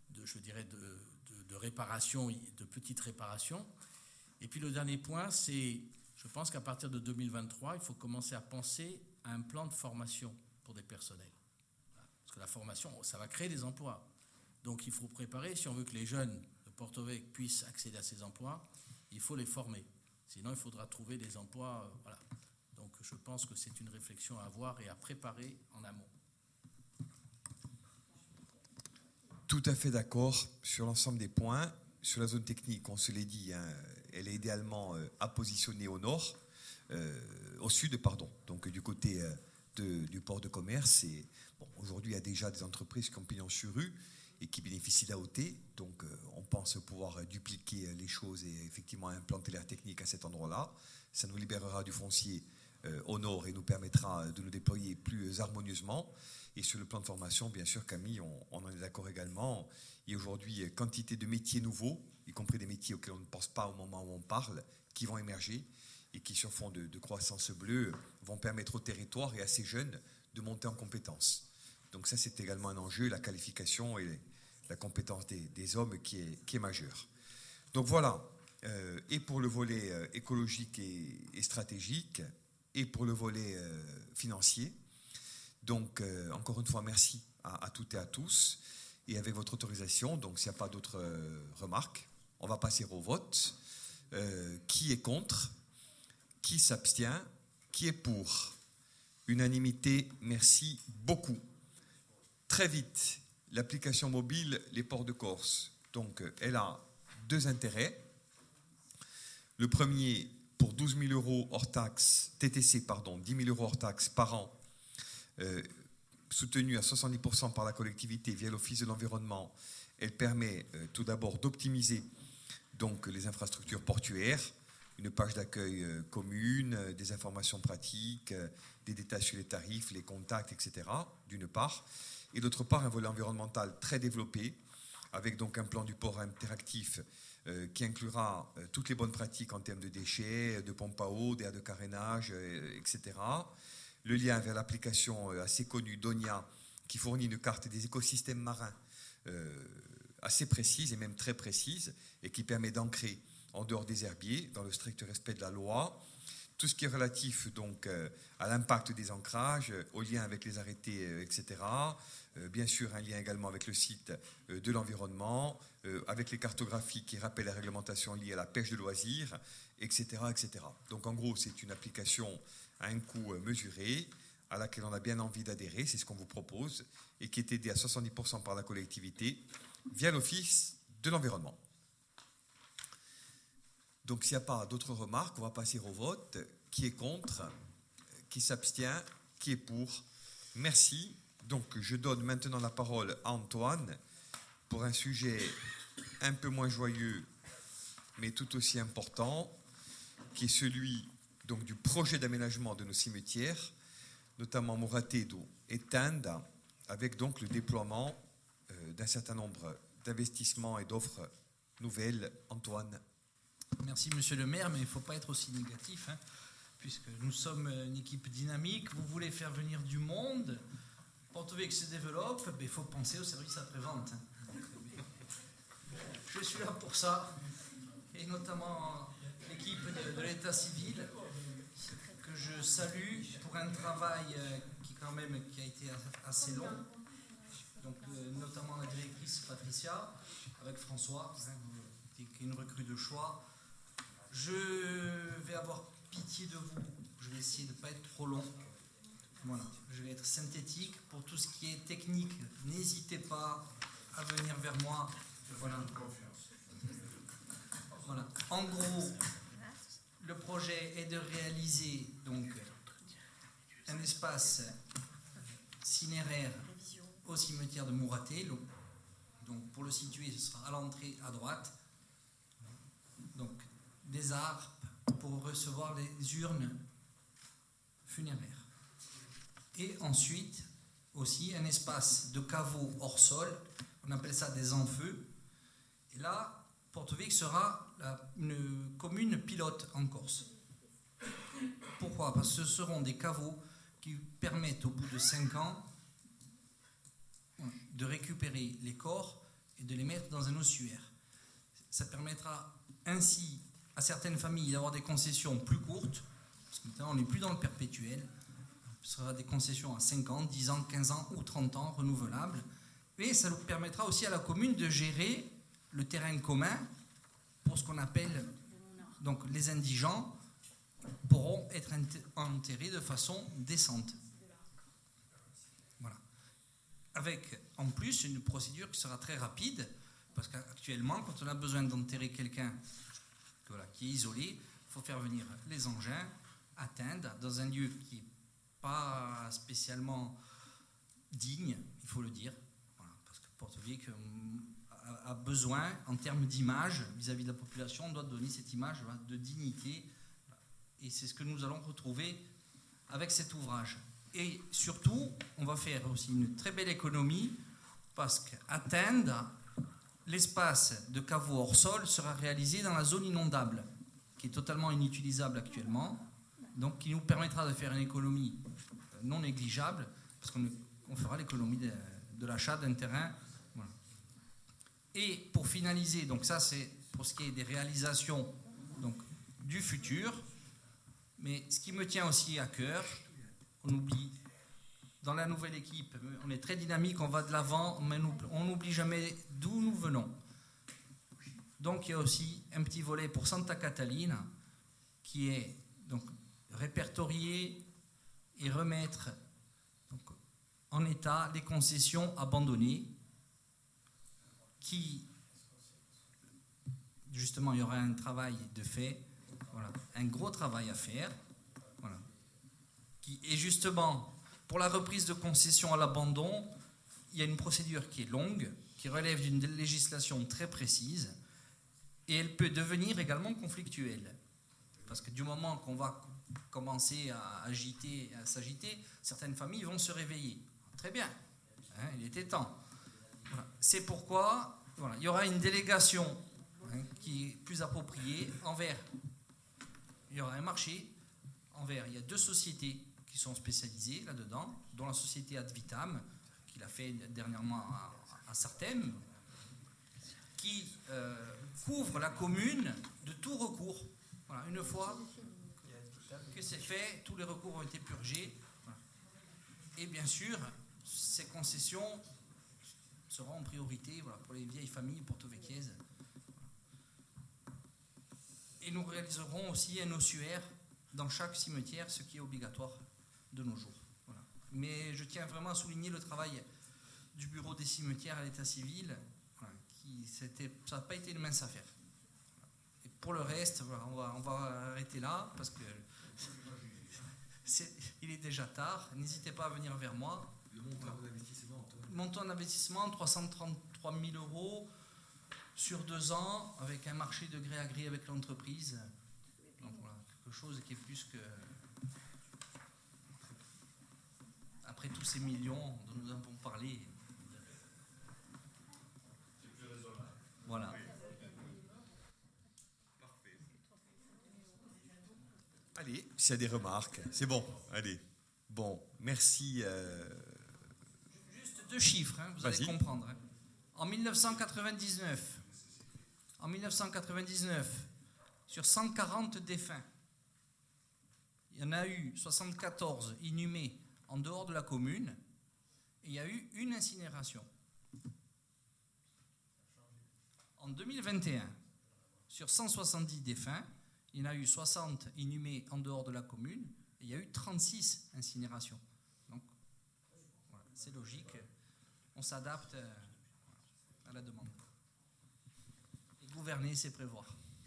de réparation, de petites réparations. Et puis le dernier point, c'est, je pense qu'à partir de 2023, il faut commencer à penser à un plan de formation pour des personnels. Parce que la formation, ça va créer des emplois. Donc il faut préparer, si on veut que les jeunes de Porto-Vecchio puissent accéder à ces emplois, il faut les former. Sinon, il faudra trouver des emplois. Voilà. Donc je pense que c'est une réflexion à avoir et à préparer en amont. Tout à fait d'accord sur l'ensemble des points. Sur la zone technique, on se l'est dit, hein, elle est idéalement à positionner au sud, pardon, donc du côté du port de commerce. Et, bon, aujourd'hui, il y a déjà des entreprises qui ont pignon sur rue et qui bénéficient d'AOT. Donc, on pense pouvoir dupliquer les choses et effectivement implanter l'air technique à cet endroit-là. Ça nous libérera du foncier au nord et nous permettra de nous déployer plus harmonieusement. Et sur le plan de formation, bien sûr, Camille, on en est d'accord également. Il y a aujourd'hui quantité de métiers nouveaux, y compris des métiers auxquels on ne pense pas au moment où on parle, qui vont émerger et qui, sur fond de croissance bleue, vont permettre au territoire et à ces jeunes de monter en compétences. Donc ça, c'est également un enjeu, la qualification et la compétence des hommes qui est majeure. Donc voilà, et pour le volet écologique et stratégique, et pour le volet financier. Donc, encore une fois, merci à toutes et à tous. Et avec votre autorisation, donc s'il n'y a pas d'autres remarques, on va passer au vote. Qui est contre ? Qui s'abstient ? Qui est pour ? Unanimité, merci beaucoup. Très vite, l'application mobile, les ports de Corse. Donc, elle a deux intérêts. Le premier, pour 12 000 euros hors taxe, TTC, pardon, 10 000 euros hors taxe par an, soutenue à 70% par la collectivité via l'Office de l'environnement, elle permet tout d'abord d'optimiser donc les infrastructures portuaires, une page d'accueil commune, des informations pratiques, des détails sur les tarifs, les contacts, etc., d'une part, et d'autre part un volet environnemental très développé, avec donc un plan du port interactif qui inclura toutes les bonnes pratiques en termes de déchets, de pompes à eau, d'air de carénage, etc., le lien vers l'application assez connue Donia, qui fournit une carte des écosystèmes marins assez précise et même très précise, et qui permet d'ancrer en dehors des herbiers, dans le strict respect de la loi, tout ce qui est relatif donc à l'impact des ancrages, au lien avec les arrêtés, etc. Bien sûr, un lien également avec le site de l'environnement, avec les cartographies qui rappellent les réglementations liées à la pêche de loisirs, etc., etc. Donc en gros, c'est une application à un coût mesuré, à laquelle on a bien envie d'adhérer, c'est ce qu'on vous propose, et qui est aidé à 70% par la collectivité via l'Office de l'environnement. Donc s'il n'y a pas d'autres remarques, on va passer au vote. Qui est contre ? Qui s'abstient ? Qui est pour ? Merci. Donc je donne maintenant la parole à Antoine pour un sujet un peu moins joyeux, mais tout aussi important, qui est celui donc, du projet d'aménagement de nos cimetières, notamment Mouratedo et Tenda, avec donc le déploiement d'un certain nombre d'investissements et d'offres nouvelles. Antoine. Merci Monsieur le maire, mais il ne faut pas être aussi négatif, hein, puisque nous sommes une équipe dynamique. Vous voulez faire venir du monde, Porto-Vecchio se développe, mais il faut penser au service après-vente. Hein. Je suis là pour ça, et notamment l'équipe de l'état civil, que je salue pour un travail qui a été assez long. Donc, notamment la directrice Patricia, avec François, qui est une recrue de choix. Je vais avoir pitié de vous. Je vais essayer de ne pas être trop long. Voilà. Je vais être synthétique. Pour tout ce qui est technique, n'hésitez pas à venir vers moi. Voilà. Voilà. En gros, le projet est de réaliser donc un espace cinéraire au cimetière de Mouratedo, Donc pour le situer, ce sera à l'entrée à droite. Donc des arbres pour recevoir les urnes funéraires. Et ensuite, aussi un espace de caveau hors sol, on appelle ça des enfeux. Et là, Porto-Vecchio sera une commune pilote en Corse. Pourquoi? Parce que ce seront des caveaux qui permettent au bout de 5 ans de récupérer les corps et de les mettre dans un ossuaire. Ça permettra ainsi à certaines familles d'avoir des concessions plus courtes, parce que maintenant on n'est plus dans le perpétuel. Ce sera des concessions à 5 ans, 10 ans, 15 ans ou 30 ans renouvelables. Et ça nous permettra aussi à la commune de gérer le terrain commun pour ce qu'on appelle donc les indigents pourront être enterrés de façon décente. Voilà. Avec en plus une procédure qui sera très rapide, parce qu'actuellement, quand on a besoin d'enterrer quelqu'un qui est isolé, il faut faire venir les engins, atteindre dans un lieu qui n'est pas spécialement digne, il faut le dire, voilà, parce que Porto-Vecchio a besoin, en termes d'image vis-à-vis de la population, on doit donner cette image de dignité, et c'est ce que nous allons retrouver avec cet ouvrage. Et surtout, on va faire aussi une très belle économie, parce qu'atteindre l'espace de caveau hors sol sera réalisé dans la zone inondable, qui est totalement inutilisable actuellement, donc qui nous permettra de faire une économie non négligeable, parce qu'on fera l'économie de l'achat d'un terrain. Voilà. Et pour finaliser, donc ça c'est pour ce qui est des réalisations donc, du futur, mais ce qui me tient aussi à cœur, on oublie, dans la nouvelle équipe, on est très dynamique, on va de l'avant, mais on n'oublie jamais d'où nous venons. Donc il y a aussi un petit volet pour Santa Catalina, qui est donc répertorier et remettre donc, en état les concessions abandonnées, qui, justement, il y aura un travail de fait, voilà, un gros travail à faire, voilà, et justement, pour la reprise de concessions à l'abandon, il y a une procédure qui est longue, qui relève d'une législation très précise, et elle peut devenir également conflictuelle. Parce que du moment qu'on va commencer à s'agiter, certaines familles vont se réveiller. Très bien, hein, il était temps. Voilà. C'est pourquoi voilà, il y aura une délégation qui est plus appropriée envers. Il y aura un marché envers. Il y a 2 sociétés qui sont spécialisées là-dedans, dont la société Ad Vitam, qui l'a fait dernièrement à Sartène, qui couvre la commune de tout recours. Voilà, une fois que c'est fait, tous les recours ont été purgés. Voilà. Et bien sûr, ces concessions seront en priorité voilà, pour les vieilles familles porto-vecchiaises. Et nous réaliserons aussi un ossuaire dans chaque cimetière, ce qui est obligatoire de nos jours. Voilà. Mais je tiens vraiment à souligner le travail du bureau des cimetières à l'état civil, voilà, ça n'a pas été une mince affaire. Et pour le reste, voilà, on va arrêter là, parce que il est déjà tard. N'hésitez pas à venir vers moi. Le montant d'investissement, Antoine. Montant d'investissement, 333 000 € sur 2 ans, avec un marché de gré à gré avec l'entreprise. Donc voilà, quelque chose qui est plus que... Après tous ces millions dont nous avons parlé. Voilà. Allez, s'il y a des remarques, c'est bon. Allez. Bon, merci. Juste 2 chiffres, hein, vous allez comprendre. Hein. En 1999, sur 140 défunts, il y en a eu 74 inhumés en dehors de la commune, et il y a eu une incinération. En 2021, sur 170 défunts, il y en a eu 60 inhumés en dehors de la commune, et il y a eu 36 incinérations. Donc, voilà, c'est logique, on s'adapte à la demande. Et gouverner, c'est prévoir.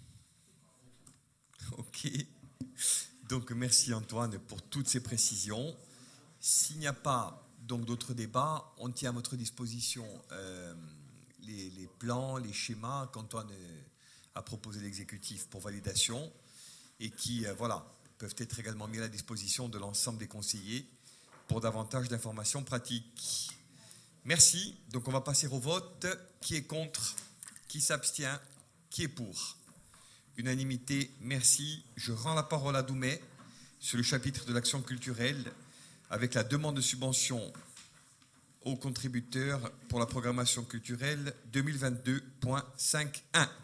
Ok. Donc, merci Antoine pour toutes ces précisions. S'il n'y a pas donc d'autres débats, on tient à votre disposition les plans, les schémas qu'Antoine a proposé l'exécutif pour validation et qui peuvent être également mis à la disposition de l'ensemble des conseillers pour davantage d'informations pratiques. Merci. Donc on va passer au vote. Qui est contre? Qui s'abstient? Qui est pour? Unanimité, merci. Je rends la parole à Doumet sur le chapitre de l'action culturelle avec la demande de subvention aux contributeurs pour la programmation culturelle 2022.51.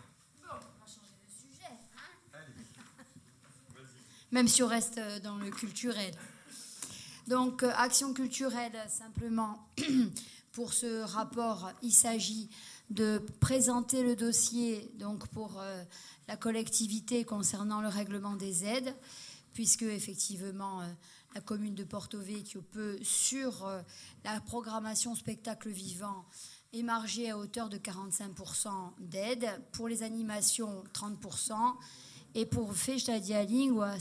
Même si on reste dans le culturel. Donc, action culturelle, simplement, pour ce rapport, il s'agit de présenter le dossier donc, pour la collectivité concernant le règlement des aides, puisque, effectivement, la commune de Porto Vecchio peut, sur la programmation spectacle vivant, émarger à hauteur de 45% d'aide, pour les animations, 30%, et pour Festa Dialing, à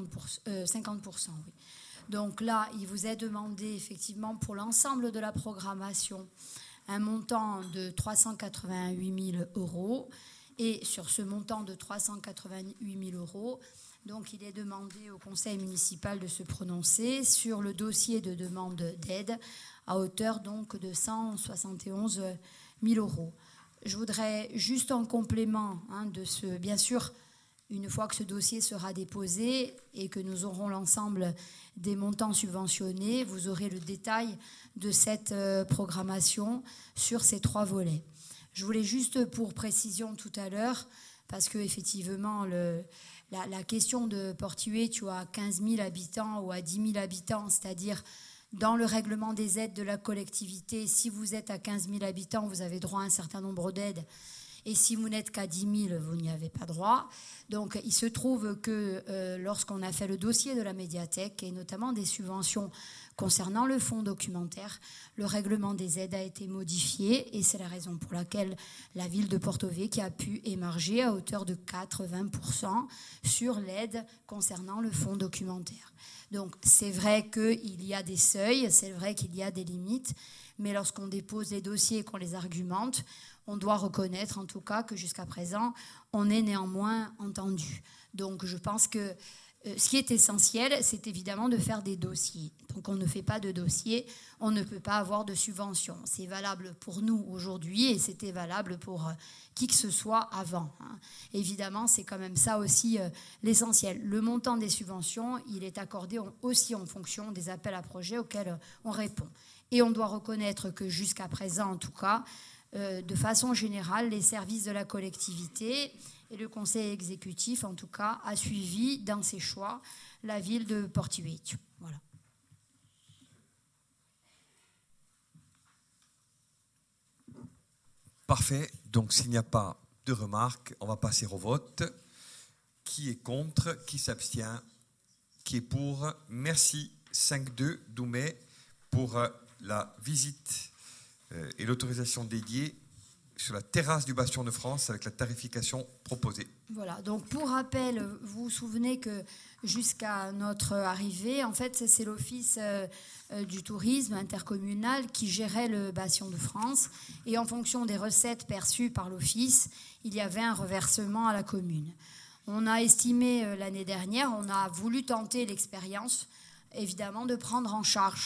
50%. Oui. Donc là, il vous est demandé effectivement pour l'ensemble de la programmation un montant de 388 000 €. Et sur ce montant de 388 000 €, donc il est demandé au conseil municipal de se prononcer sur le dossier de demande d'aide à hauteur donc de 171 000 €. Je voudrais juste en complément de ce, bien sûr, une fois que ce dossier sera déposé et que nous aurons l'ensemble des montants subventionnés, vous aurez le détail de cette programmation sur ces 3 volets. Je voulais juste pour précision tout à l'heure, parce qu'effectivement, la question de Porto Vecchio à 15 000 habitants ou à 10 000 habitants, c'est-à-dire dans le règlement des aides de la collectivité, si vous êtes à 15 000 habitants, vous avez droit à un certain nombre d'aides. Et si vous n'êtes qu'à 10 000, vous n'y avez pas droit. Donc, il se trouve que lorsqu'on a fait le dossier de la médiathèque, et notamment des subventions concernant le fonds documentaire, le règlement des aides a été modifié, et c'est la raison pour laquelle la ville de Porto Vecchio a pu émarger à hauteur de 80% sur l'aide concernant le fonds documentaire. Donc, c'est vrai qu'il y a des seuils, c'est vrai qu'il y a des limites, mais lorsqu'on dépose les dossiers et qu'on les argumente, on doit reconnaître en tout cas que jusqu'à présent, on est néanmoins entendu. Donc je pense que ce qui est essentiel, c'est évidemment de faire des dossiers. Donc on ne fait pas de dossier, on ne peut pas avoir de subvention. C'est valable pour nous aujourd'hui et c'était valable pour qui que ce soit avant. Évidemment, c'est quand même ça aussi l'essentiel. Le montant des subventions, il est accordé aussi en fonction des appels à projets auxquels on répond. Et on doit reconnaître que jusqu'à présent, en tout cas, de façon générale, les services de la collectivité et le conseil exécutif, en tout cas, a suivi dans ses choix la ville de Porto Vecchio. Voilà. Parfait. Donc, s'il n'y a pas de remarques, on va passer au vote. Qui est contre? Qui s'abstient? Qui est pour? Merci. 5-2, Doumet, pour la visite et l'autorisation dédiée sur la terrasse du Bastion de France avec la tarification proposée. Voilà, donc pour rappel, vous vous souvenez que jusqu'à notre arrivée, en fait, c'est l'Office du tourisme intercommunal qui gérait le Bastion de France. Et en fonction des recettes perçues par l'Office, il y avait un reversement à la commune. On a estimé l'année dernière, on a voulu tenter l'expérience, évidemment, de prendre en charge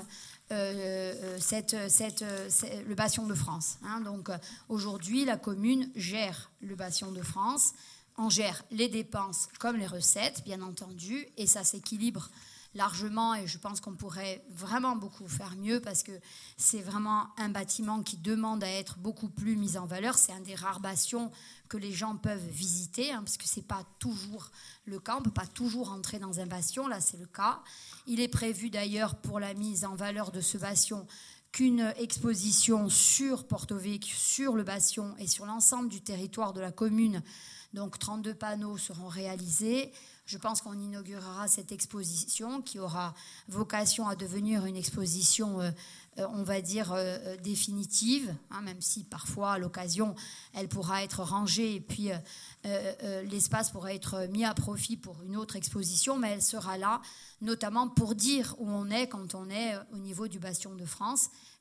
le Bastion de France. Donc aujourd'hui, la commune gère le Bastion de France, en gère les dépenses comme les recettes, bien entendu, et ça s'équilibre largement et je pense qu'on pourrait vraiment beaucoup faire mieux parce que c'est vraiment un bâtiment qui demande à être beaucoup plus mis en valeur. C'est un des rares bastions que les gens peuvent visiter parce que ce n'est pas toujours le cas. On ne peut pas toujours entrer dans un bastion, là c'est le cas. Il est prévu d'ailleurs pour la mise en valeur de ce bastion qu'une exposition sur Porto Vecchio, sur le bastion et sur l'ensemble du territoire de la commune. Donc 32 panneaux seront réalisés. Je pense qu'on inaugurera cette exposition qui aura vocation à devenir une exposition, on va dire, définitive, même si parfois, à l'occasion, elle pourra être rangée et puis l'espace pourra être mis à profit pour une autre exposition, mais elle sera là, notamment pour dire où on est quand on est au niveau du Bastion de France,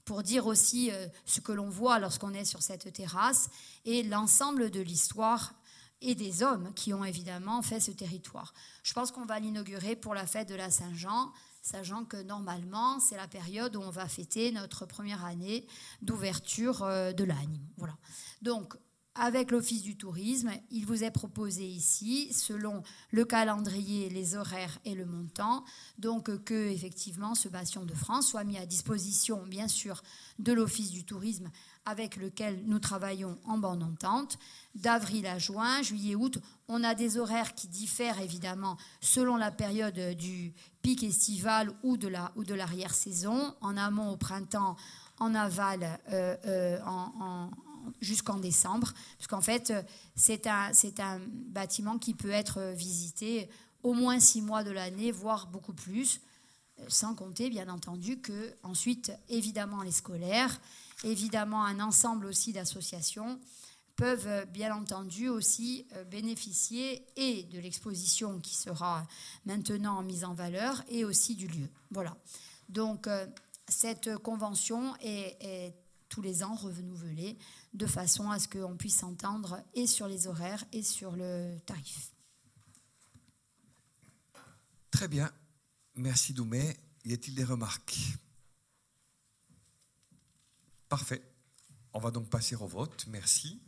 pour dire aussi ce que l'on voit lorsqu'on est sur cette terrasse et l'ensemble de l'histoire et des hommes qui ont évidemment fait ce territoire. Je pense qu'on va l'inaugurer pour la fête de la Saint-Jean, sachant que normalement, c'est la période où on va fêter notre première année d'ouverture de l'Agne. Voilà. Donc, avec l'Office du tourisme, il vous est proposé ici, selon le calendrier, les horaires et le montant, donc que effectivement ce bastion de France soit mis à disposition, bien sûr, de l'Office du tourisme avec lequel nous travaillons en bonne entente. D'avril à juin, juillet, août, on a des horaires qui diffèrent évidemment selon la période du pic estival ou de l'arrière-saison, en amont au printemps, en aval jusqu'en décembre, parce qu'en fait, c'est un bâtiment qui peut être visité au moins 6 mois de l'année, voire beaucoup plus, sans compter, bien entendu, que ensuite, évidemment, les scolaires, évidemment, un ensemble aussi d'associations peuvent, bien entendu, aussi bénéficier et de l'exposition qui sera maintenant mise en valeur et aussi du lieu. Voilà. Donc, cette convention est tous les ans renouvelée de façon à ce qu'on puisse s'entendre et sur les horaires et sur le tarif. Très bien. Merci Doumé. Y a-t-il des remarques? Parfait. On va donc passer au vote. Merci.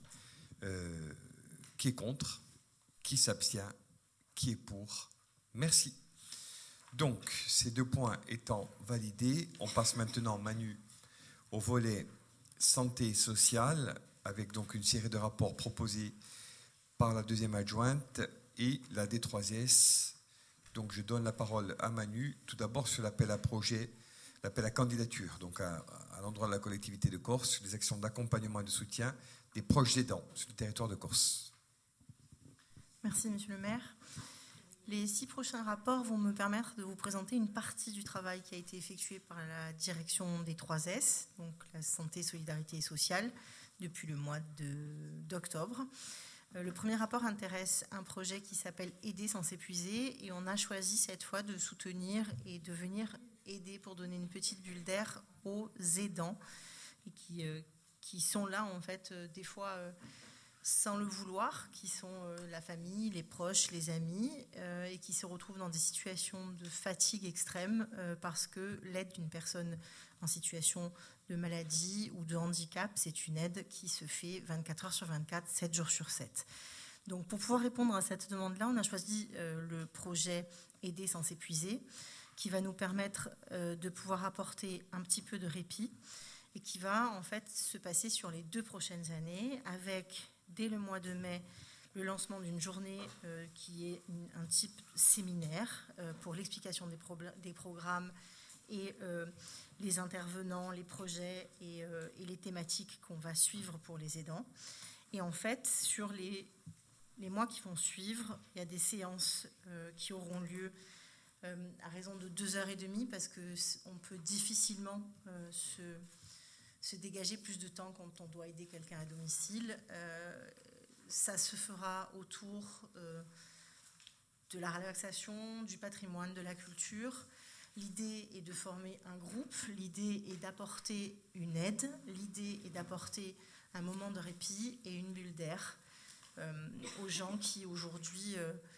Qui est contre? Qui s'abstient? Qui est pour? Merci. Donc, ces 2 points étant validés, on passe maintenant, Manu, au volet santé sociale, avec donc une série de rapports proposés par la 2e adjointe et la D3S. Donc je donne la parole à Manu, tout d'abord sur l'appel à projet, l'appel à candidature, donc à l'endroit de la collectivité de Corse, sur les actions d'accompagnement et de soutien des proches aidants sur le territoire de Corse. Merci, Monsieur le maire. Les 6 prochains rapports vont me permettre de vous présenter une partie du travail qui a été effectué par la direction des 3S, donc la santé, solidarité et sociale, depuis le mois d'octobre. Le premier rapport intéresse un projet qui s'appelle « Aider sans s'épuiser » et on a choisi cette fois de soutenir et de venir aider pour donner une petite bulle d'air aux aidants et qui sont là en fait des fois sans le vouloir, qui sont la famille, les proches, les amis et qui se retrouvent dans des situations de fatigue extrême parce que l'aide d'une personne en situation de maladie ou de handicap, c'est une aide qui se fait 24 heures sur 24, 7 jours sur 7. Donc pour pouvoir répondre à cette demande-là, on a choisi le projet « Aider sans s'épuiser » qui va nous permettre de pouvoir apporter un petit peu de répit et qui va en fait se passer sur les 2 prochaines années avec, dès le mois de mai, le lancement d'une journée qui est un type séminaire pour l'explication des programmes et les intervenants, les projets et les thématiques qu'on va suivre pour les aidants. Et en fait, sur les mois qui vont suivre, il y a des séances qui auront lieu à raison de 2h30 parce qu'on peut difficilement se dégager plus de temps quand on doit aider quelqu'un à domicile. Ça se fera autour de la relaxation, du patrimoine, de la culture. L'idée est de former un groupe, l'idée est d'apporter une aide, l'idée est d'apporter un moment de répit et une bulle d'air aux gens qui aujourd'hui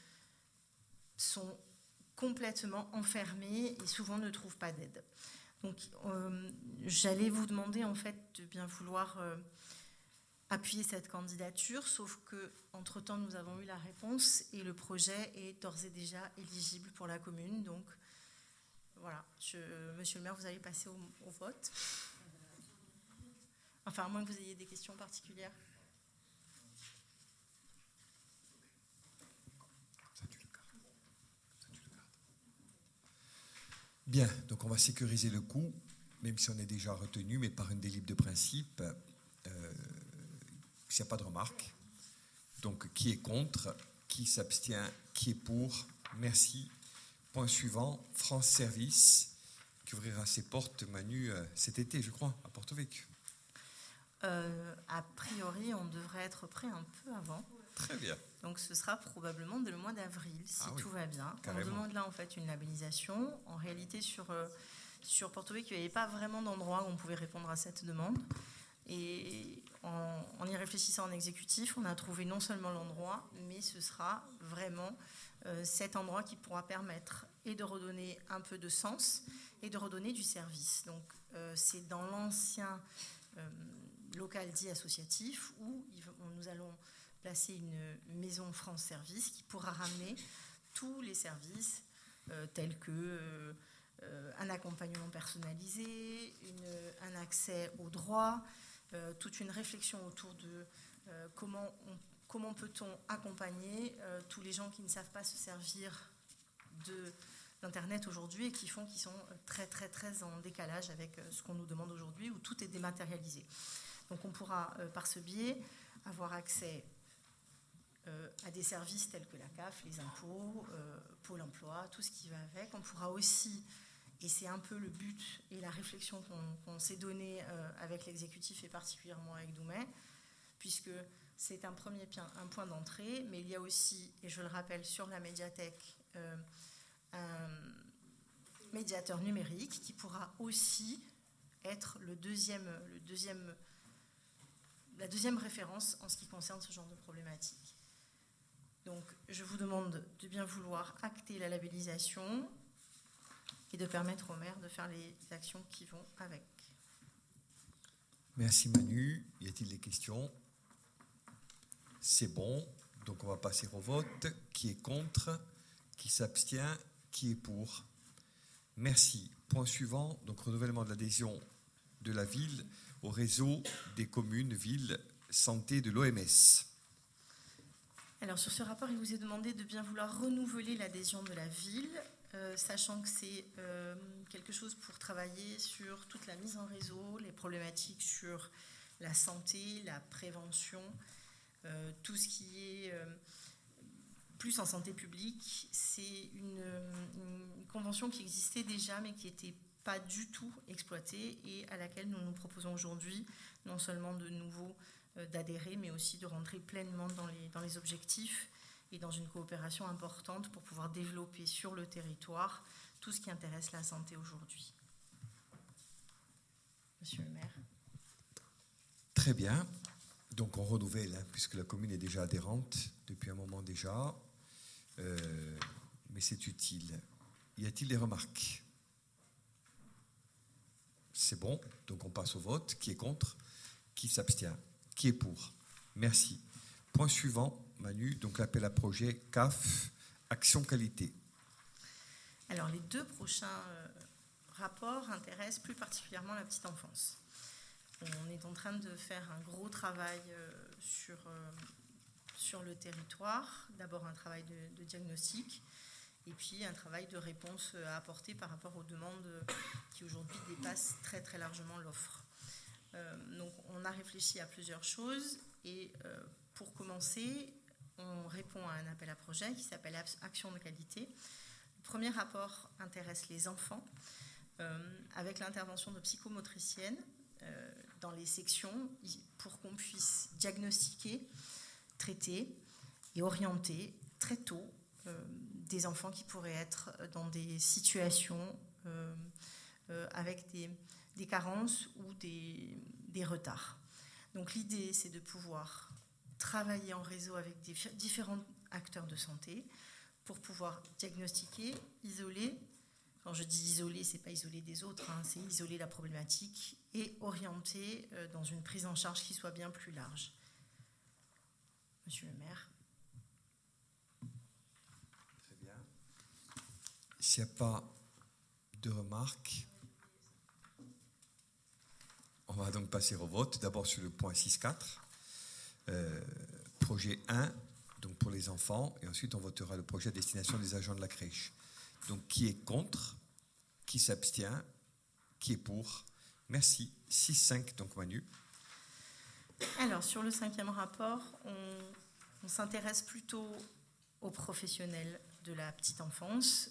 sont complètement enfermés et souvent ne trouvent pas d'aide. Donc j'allais vous demander en fait de bien vouloir appuyer cette candidature, sauf qu'entre-temps nous avons eu la réponse et le projet est d'ores et déjà éligible pour la commune. Donc voilà, monsieur le maire, vous allez passer au vote. Enfin, à moins que vous ayez des questions particulières. Bien, donc on va sécuriser le coût, même si on est déjà retenu, mais par une délibération de principe, s'il n'y a pas de remarque. Donc, qui est contre? Qui s'abstient? Qui est pour? Merci. Point suivant, France Service, qui ouvrira ses portes, Manu, cet été, je crois, à Porto Vecchio. A priori, on devrait être prêt un peu avant. Très bien. Donc ce sera probablement dès le mois d'avril, si tout va bien. Carrément. On demande là en fait une labellisation. En réalité, sur sur Porto Vecchio, il n'y avait pas vraiment d'endroit où on pouvait répondre à cette demande. Et en y réfléchissant en exécutif, on a trouvé non seulement l'endroit, mais ce sera vraiment cet endroit qui pourra permettre et de redonner un peu de sens et de redonner du service. Donc c'est dans l'ancien local dit associatif où nous allons placer une maison France Service qui pourra ramener tous les services tels que un accompagnement personnalisé, un accès aux droits, toute une réflexion autour de comment peut-on accompagner tous les gens qui ne savent pas se servir d'Internet aujourd'hui et qui sont très très très en décalage avec ce qu'on nous demande aujourd'hui où tout est dématérialisé. Donc on pourra par ce biais avoir accès à des services tels que la CAF, les impôts, Pôle emploi, tout ce qui va avec. On pourra aussi, et c'est un peu le but et la réflexion qu'on s'est donnée avec l'exécutif et particulièrement avec Doumet, puisque c'est un point d'entrée, mais il y a aussi, et je le rappelle, sur la médiathèque, un médiateur numérique qui pourra aussi être la deuxième référence en ce qui concerne ce genre de problématique. Donc, je vous demande de bien vouloir acter la labellisation et de permettre au maire de faire les actions qui vont avec. Merci Manu. Y a-t-il des questions? C'est bon. Donc, on va passer au vote. Qui est contre? Qui s'abstient? Qui est pour? Merci. Point suivant. Donc, renouvellement de l'adhésion de la ville au réseau des communes, villes, santé de l'OMS. Alors sur ce rapport, il vous est demandé de bien vouloir renouveler l'adhésion de la ville, sachant que c'est quelque chose pour travailler sur toute la mise en réseau, les problématiques sur la santé, la prévention, tout ce qui est plus en santé publique. C'est une convention qui existait déjà, mais qui n'était pas du tout exploitée et à laquelle nous nous proposons aujourd'hui non seulement de nouveau d'adhérer, mais aussi de rentrer pleinement dans les objectifs et dans une coopération importante pour pouvoir développer sur le territoire tout ce qui intéresse la santé aujourd'hui. Monsieur le maire. Très bien. Donc on renouvelle, puisque la commune est déjà adhérente depuis un moment déjà. Mais c'est utile. Y a-t-il des remarques? C'est bon. Donc on passe au vote. Qui est contre? Qui s'abstient? Qui est pour? Merci. Point suivant, Manu, donc l'appel à projet CAF, Action Qualité. Alors les deux prochains rapports intéressent plus particulièrement la petite enfance. On est en train de faire un gros travail sur le territoire. D'abord un travail de diagnostic et puis un travail de réponse à apporter par rapport aux demandes qui aujourd'hui dépassent très très largement l'offre. Donc on a réfléchi à plusieurs choses et pour commencer, on répond à un appel à projet qui s'appelle Action de qualité. Le premier rapport intéresse les enfants avec l'intervention de psychomotriciennes dans les sections pour qu'on puisse diagnostiquer, traiter et orienter très tôt des enfants qui pourraient être dans des situations avec des carences ou des retards. Donc l'idée, c'est de pouvoir travailler en réseau avec différents acteurs de santé pour pouvoir diagnostiquer, isoler. Quand je dis isoler, ce n'est pas isoler des autres, c'est isoler la problématique et orienter dans une prise en charge qui soit bien plus large. Monsieur le maire. Très bien. S'il n'y a pas de remarques, on va donc passer au vote. D'abord sur le point 6.4, projet 1, donc pour les enfants, et ensuite on votera le projet à destination des agents de la crèche. Donc qui est contre? Qui s'abstient? Qui est pour? Merci. 6.5, donc Manu. Alors sur le 5e rapport, on s'intéresse plutôt aux professionnels de la petite enfance.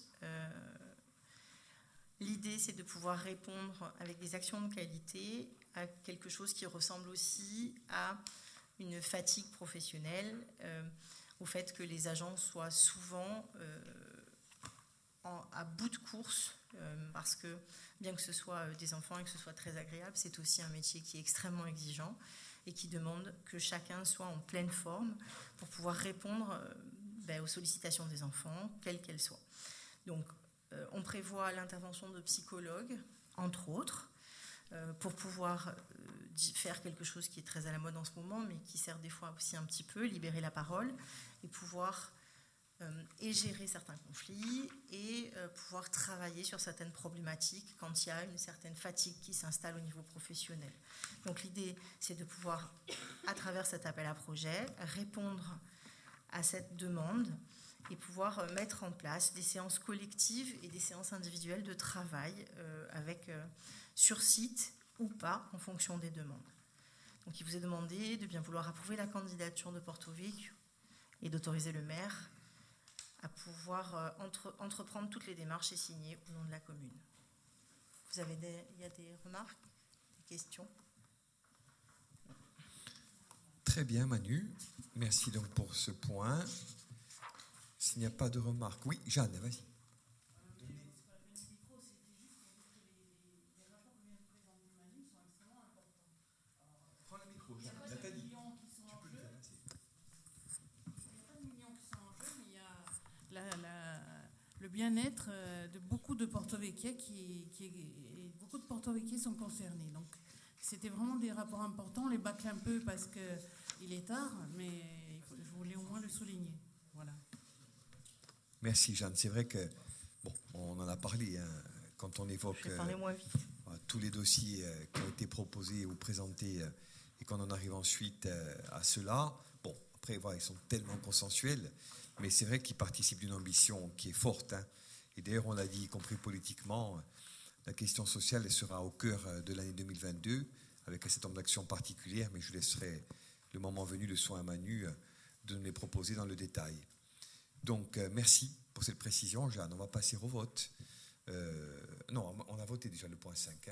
L'idée, c'est de pouvoir répondre avec des actions de qualité à quelque chose qui ressemble aussi à une fatigue professionnelle, au fait que les agents soient souvent à bout de course parce que bien que ce soit des enfants et que ce soit très agréable, c'est aussi un métier qui est extrêmement exigeant et qui demande que chacun soit en pleine forme pour pouvoir répondre aux sollicitations des enfants, quelles qu'elles soient. Donc, on prévoit l'intervention de psychologues, entre autres, pour pouvoir faire quelque chose qui est très à la mode en ce moment, mais qui sert des fois aussi un petit peu, libérer la parole, et pouvoir gérer certains conflits, et pouvoir travailler sur certaines problématiques quand il y a une certaine fatigue qui s'installe au niveau professionnel. Donc l'idée, c'est de pouvoir, à travers cet appel à projet, répondre à cette demande et pouvoir mettre en place des séances collectives et des séances individuelles de travail sur site ou pas, en fonction des demandes. Donc il vous est demandé de bien vouloir approuver la candidature de Porto Vecchio et d'autoriser le maire à pouvoir entreprendre toutes les démarches et signer au nom de la commune. Il y a des remarques, des questions? Très bien, Manu. Merci donc pour ce point. S'il n'y a pas de remarques. Oui, Jeanne, vas-y. Prends le micro, Jeanne. Nathalie, tu peux le faire. Il n'y a pas de millions qui sont en jeu, mais il y a le bien-être de beaucoup de Porto-Vecchia et beaucoup de Porto-Vecchia sont concernés. Donc, c'était vraiment des rapports importants. On les bâcle un peu parce qu'il est tard, mais je voulais au moins le souligner. Voilà. Merci, Jeanne. C'est vrai que, on en a parlé quand on évoque tous les dossiers qui ont été proposés ou présentés et qu'on en arrive ensuite à cela. Bon, après, voilà, ils sont tellement consensuels, mais c'est vrai qu'ils participent d'une ambition qui est forte. Et d'ailleurs, on l'a dit, y compris politiquement, la question sociale elle sera au cœur de l'année 2022, avec un certain nombre d'actions particulières, mais je laisserai, le moment venu, le soin à Manu de nous les proposer dans le détail. Donc, merci pour cette précision, Jeanne. On va passer au vote. Non, on a voté déjà le point 5.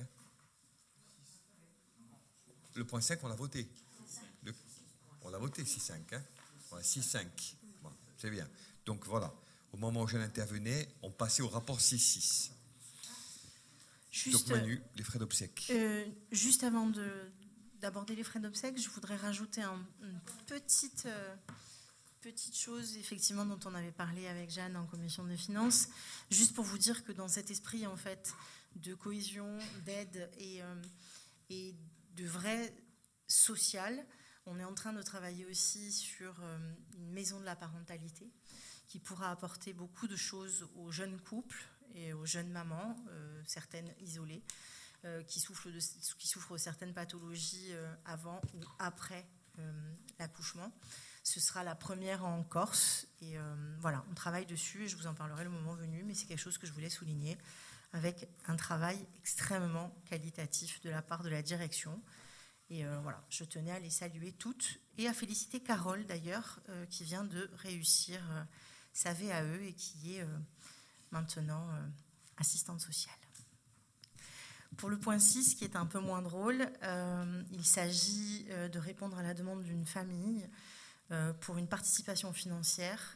Le point 5, on l'a voté. On l'a voté, 6-5. Voilà, 6-5. Bon, c'est bien. Donc, voilà. Au moment où Jeanne intervenait, on passait au rapport 6-6. Donc, Manu, les frais d'obsèques. Juste avant d'aborder les frais d'obsèques, je voudrais rajouter une petite chose, effectivement, dont on avait parlé avec Jeanne en commission des finances, juste pour vous dire que dans cet esprit, en fait, de cohésion, d'aide et de vrai social, on est en train de travailler aussi sur une maison de la parentalité qui pourra apporter beaucoup de choses aux jeunes couples et aux jeunes mamans, certaines isolées, qui souffrent de certaines pathologies avant ou après l'accouchement. Ce sera la première en Corse et voilà, on travaille dessus et je vous en parlerai le moment venu, mais c'est quelque chose que je voulais souligner avec un travail extrêmement qualitatif de la part de la direction. Et voilà, je tenais à les saluer toutes et à féliciter Carole d'ailleurs, qui vient de réussir sa VAE et qui est maintenant assistante sociale. Pour le point 6, qui est un peu moins drôle, il s'agit de répondre à la demande d'une famille pour une participation financière.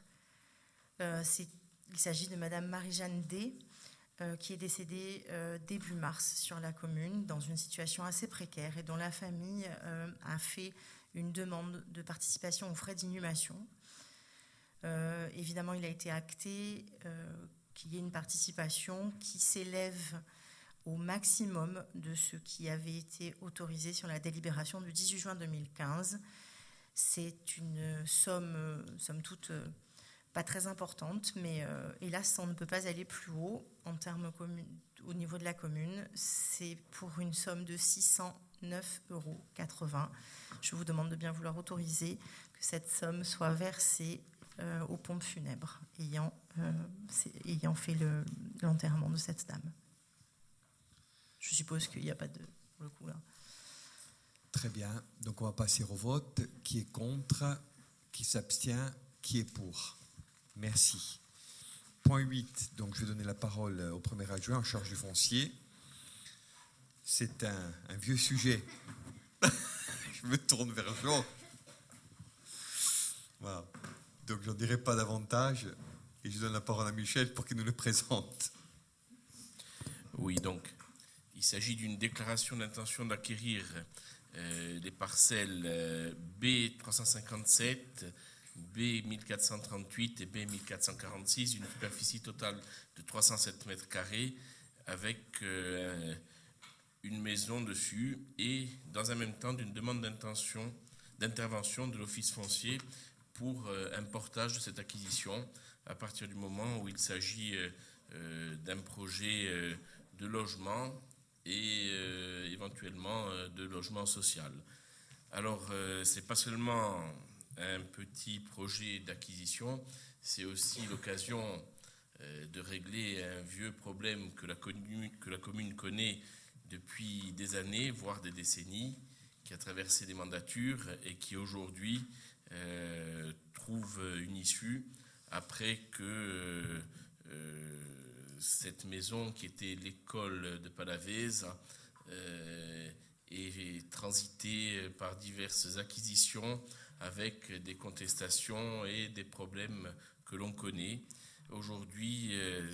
Il s'agit de Madame Marie-Jeanne D, qui est décédée début mars sur la commune, dans une situation assez précaire, et dont la famille a fait une demande de participation aux frais d'inhumation. Évidemment, il a été acté qu'il y ait une participation qui s'élève au maximum de ce qui avait été autorisé sur la délibération du 18 juin 2015. C'est une somme, somme toute, pas très importante, mais hélas, on ne peut pas aller plus haut en termes au niveau de la commune. C'est pour une somme de 609,80 €. Je vous demande de bien vouloir autoriser que cette somme soit versée aux pompes funèbres ayant fait l'enterrement de cette dame. Je suppose qu'il n'y a pas de... pour le coup, là. Très bien. Donc, on va passer au vote. Qui est contre? Qui s'abstient? Qui est pour? Merci. Point 8. Donc, je vais donner la parole au premier adjoint en charge du foncier. C'est un vieux sujet. Je me tourne vers Jean. Voilà. Donc, je n'en dirai pas davantage. Et je donne la parole à Michel pour qu'il nous le présente. Oui, donc, il s'agit d'une déclaration d'intention d'acquérir des parcelles B357, B1438 et B1446, d'une superficie totale de 307 mètres carrés, avec une maison dessus, et dans un même temps d'une demande d'intervention de l'Office foncier pour un portage de cette acquisition, à partir du moment où il s'agit d'un projet de logement et éventuellement de logement social. Alors, ce n'est pas seulement un petit projet d'acquisition, c'est aussi l'occasion de régler un vieux problème que la commune connaît depuis des années, voire des décennies, qui a traversé des mandatures et qui aujourd'hui trouve une issue après que cette maison qui était l'école de Palavese est transitée par diverses acquisitions avec des contestations et des problèmes que l'on connaît. Aujourd'hui,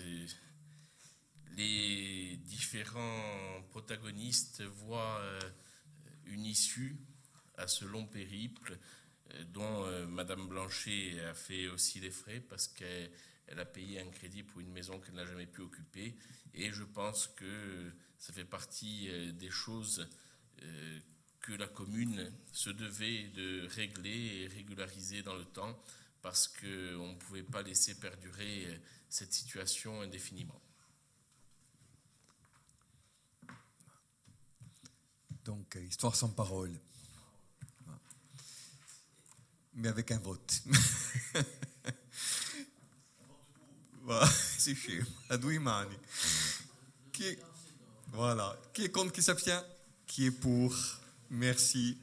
les différents protagonistes voient une issue à ce long périple dont Madame Blanchet a fait aussi les frais parce qu'elle a payé un crédit pour une maison qu'elle n'a jamais pu occuper, et je pense que ça fait partie des choses que la commune se devait de régler et régulariser dans le temps, parce qu'on ne pouvait pas laisser perdurer cette situation indéfiniment. Donc, histoire sans parole. Mais avec un vote. Voilà, c'est chiant. À due mani. Voilà. Qui est contre, qui s'abstient? Qui est pour? Merci.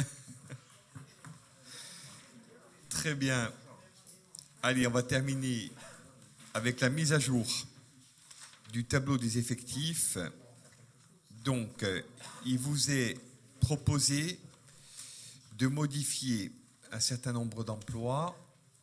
Très bien. Allez, on va terminer avec la mise à jour du tableau des effectifs. Donc, il vous est proposé de modifier un certain nombre d'emplois,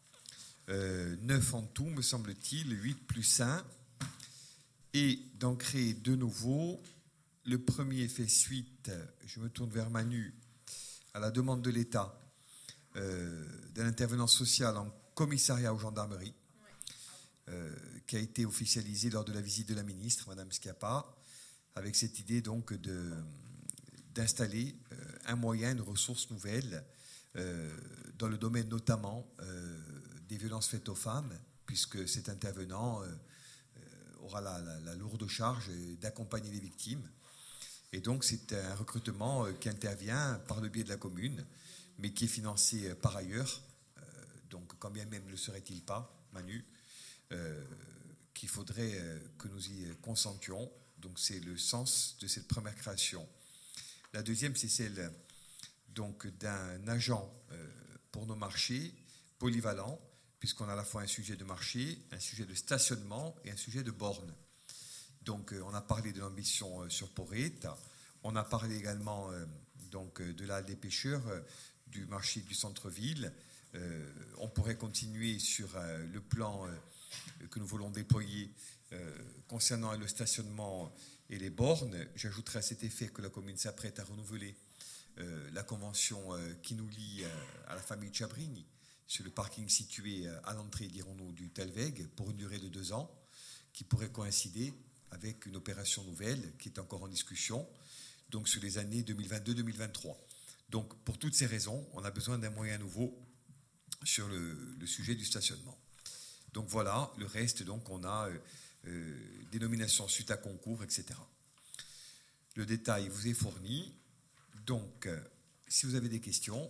9 en tout, me semble-t-il, 8 plus 1, et d'en créer 2 nouveaux. Le premier fait suite, je me tourne vers Manu, à la demande de l'État d'un intervenant social en commissariat aux gendarmeries, qui a été officialisé lors de la visite de la ministre, Madame Schiappa, avec cette idée donc d'installer un moyen, une ressource nouvelle dans le domaine notamment des violences faites aux femmes, puisque cet intervenant aura la lourde charge d'accompagner les victimes. Et donc c'est un recrutement qui intervient par le biais de la commune, mais qui est financé par ailleurs. Donc quand bien même le serait-il pas, Manu, qu'il faudrait que nous y consentions. Donc c'est le sens de cette première création. La deuxième, c'est celle donc d'un agent pour nos marchés polyvalent, puisqu'on a à la fois un sujet de marché, un sujet de stationnement et un sujet de borne. Donc on a parlé de l'ambition sur Porrette, on a parlé également donc de la halle des pêcheurs, du marché du centre-ville. On pourrait continuer sur le plan que nous voulons déployer concernant le stationnement et les bornes. J'ajouterai à cet effet que la commune s'apprête à renouveler la convention qui nous lie à la famille Chabrini sur le parking situé à l'entrée, dirons-nous, du Telveg pour une durée de 2 ans, qui pourrait coïncider avec une opération nouvelle qui est encore en discussion, donc sur les années 2022-2023. Donc pour toutes ces raisons, on a besoin d'un moyen nouveau sur le sujet du stationnement. Donc voilà, le reste, donc on a des nominations suite à concours, etc. Le détail vous est fourni. Donc, si vous avez des questions,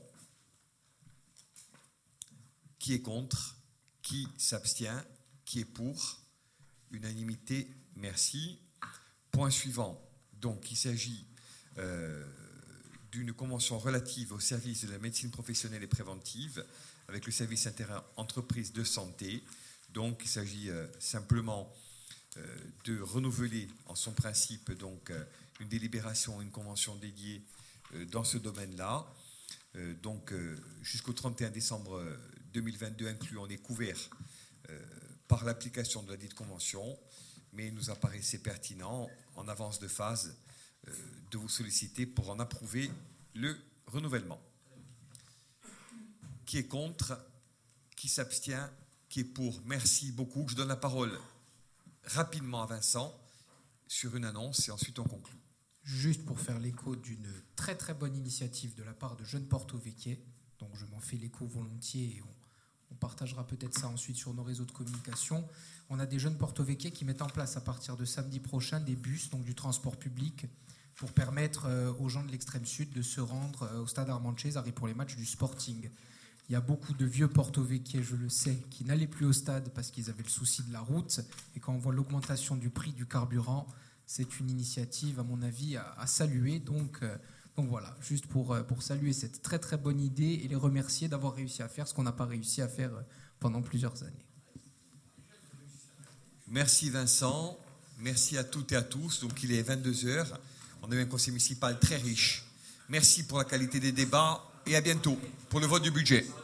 qui est contre? Qui s'abstient? Qui est pour? Unanimité, merci. Point suivant. Donc, il s'agit d'une convention relative au service de la médecine professionnelle et préventive avec le service inter-entreprise de santé. Donc, il s'agit simplement de renouveler en son principe donc une délibération, une convention dédiée dans ce domaine-là. Donc, jusqu'au 31 décembre 2022 inclus, on est couvert par l'application de la dite convention. mais il nous apparaissait pertinent, en avance de phase, de vous solliciter pour en approuver le renouvellement. Qui est contre? Qui s'abstient? Qui est pour? Merci beaucoup. Je donne la parole rapidement à Vincent sur une annonce et ensuite on conclut. Juste pour faire l'écho d'une très très bonne initiative de la part de Jeunes Porto Vecchie, donc je m'en fais l'écho volontiers et on partagera peut-être ça ensuite sur nos réseaux de communication. On a des Jeunes Porto Vecchie qui mettent en place à partir de samedi prochain des bus, donc du transport public, pour permettre aux gens de l'extrême sud de se rendre au stade Armand Cesari pour les matchs du Sporting. Il y a beaucoup de vieux Porto Vecchie, je le sais, qui n'allaient plus au stade parce qu'ils avaient le souci de la route. Et quand on voit l'augmentation du prix du carburant, c'est une initiative, à mon avis, à saluer. Donc voilà, juste pour saluer cette très très bonne idée et les remercier d'avoir réussi à faire ce qu'on n'a pas réussi à faire pendant plusieurs années. Merci Vincent, merci à toutes et à tous. Donc il est 22h, on a eu un conseil municipal très riche. Merci pour la qualité des débats et à bientôt pour le vote du budget.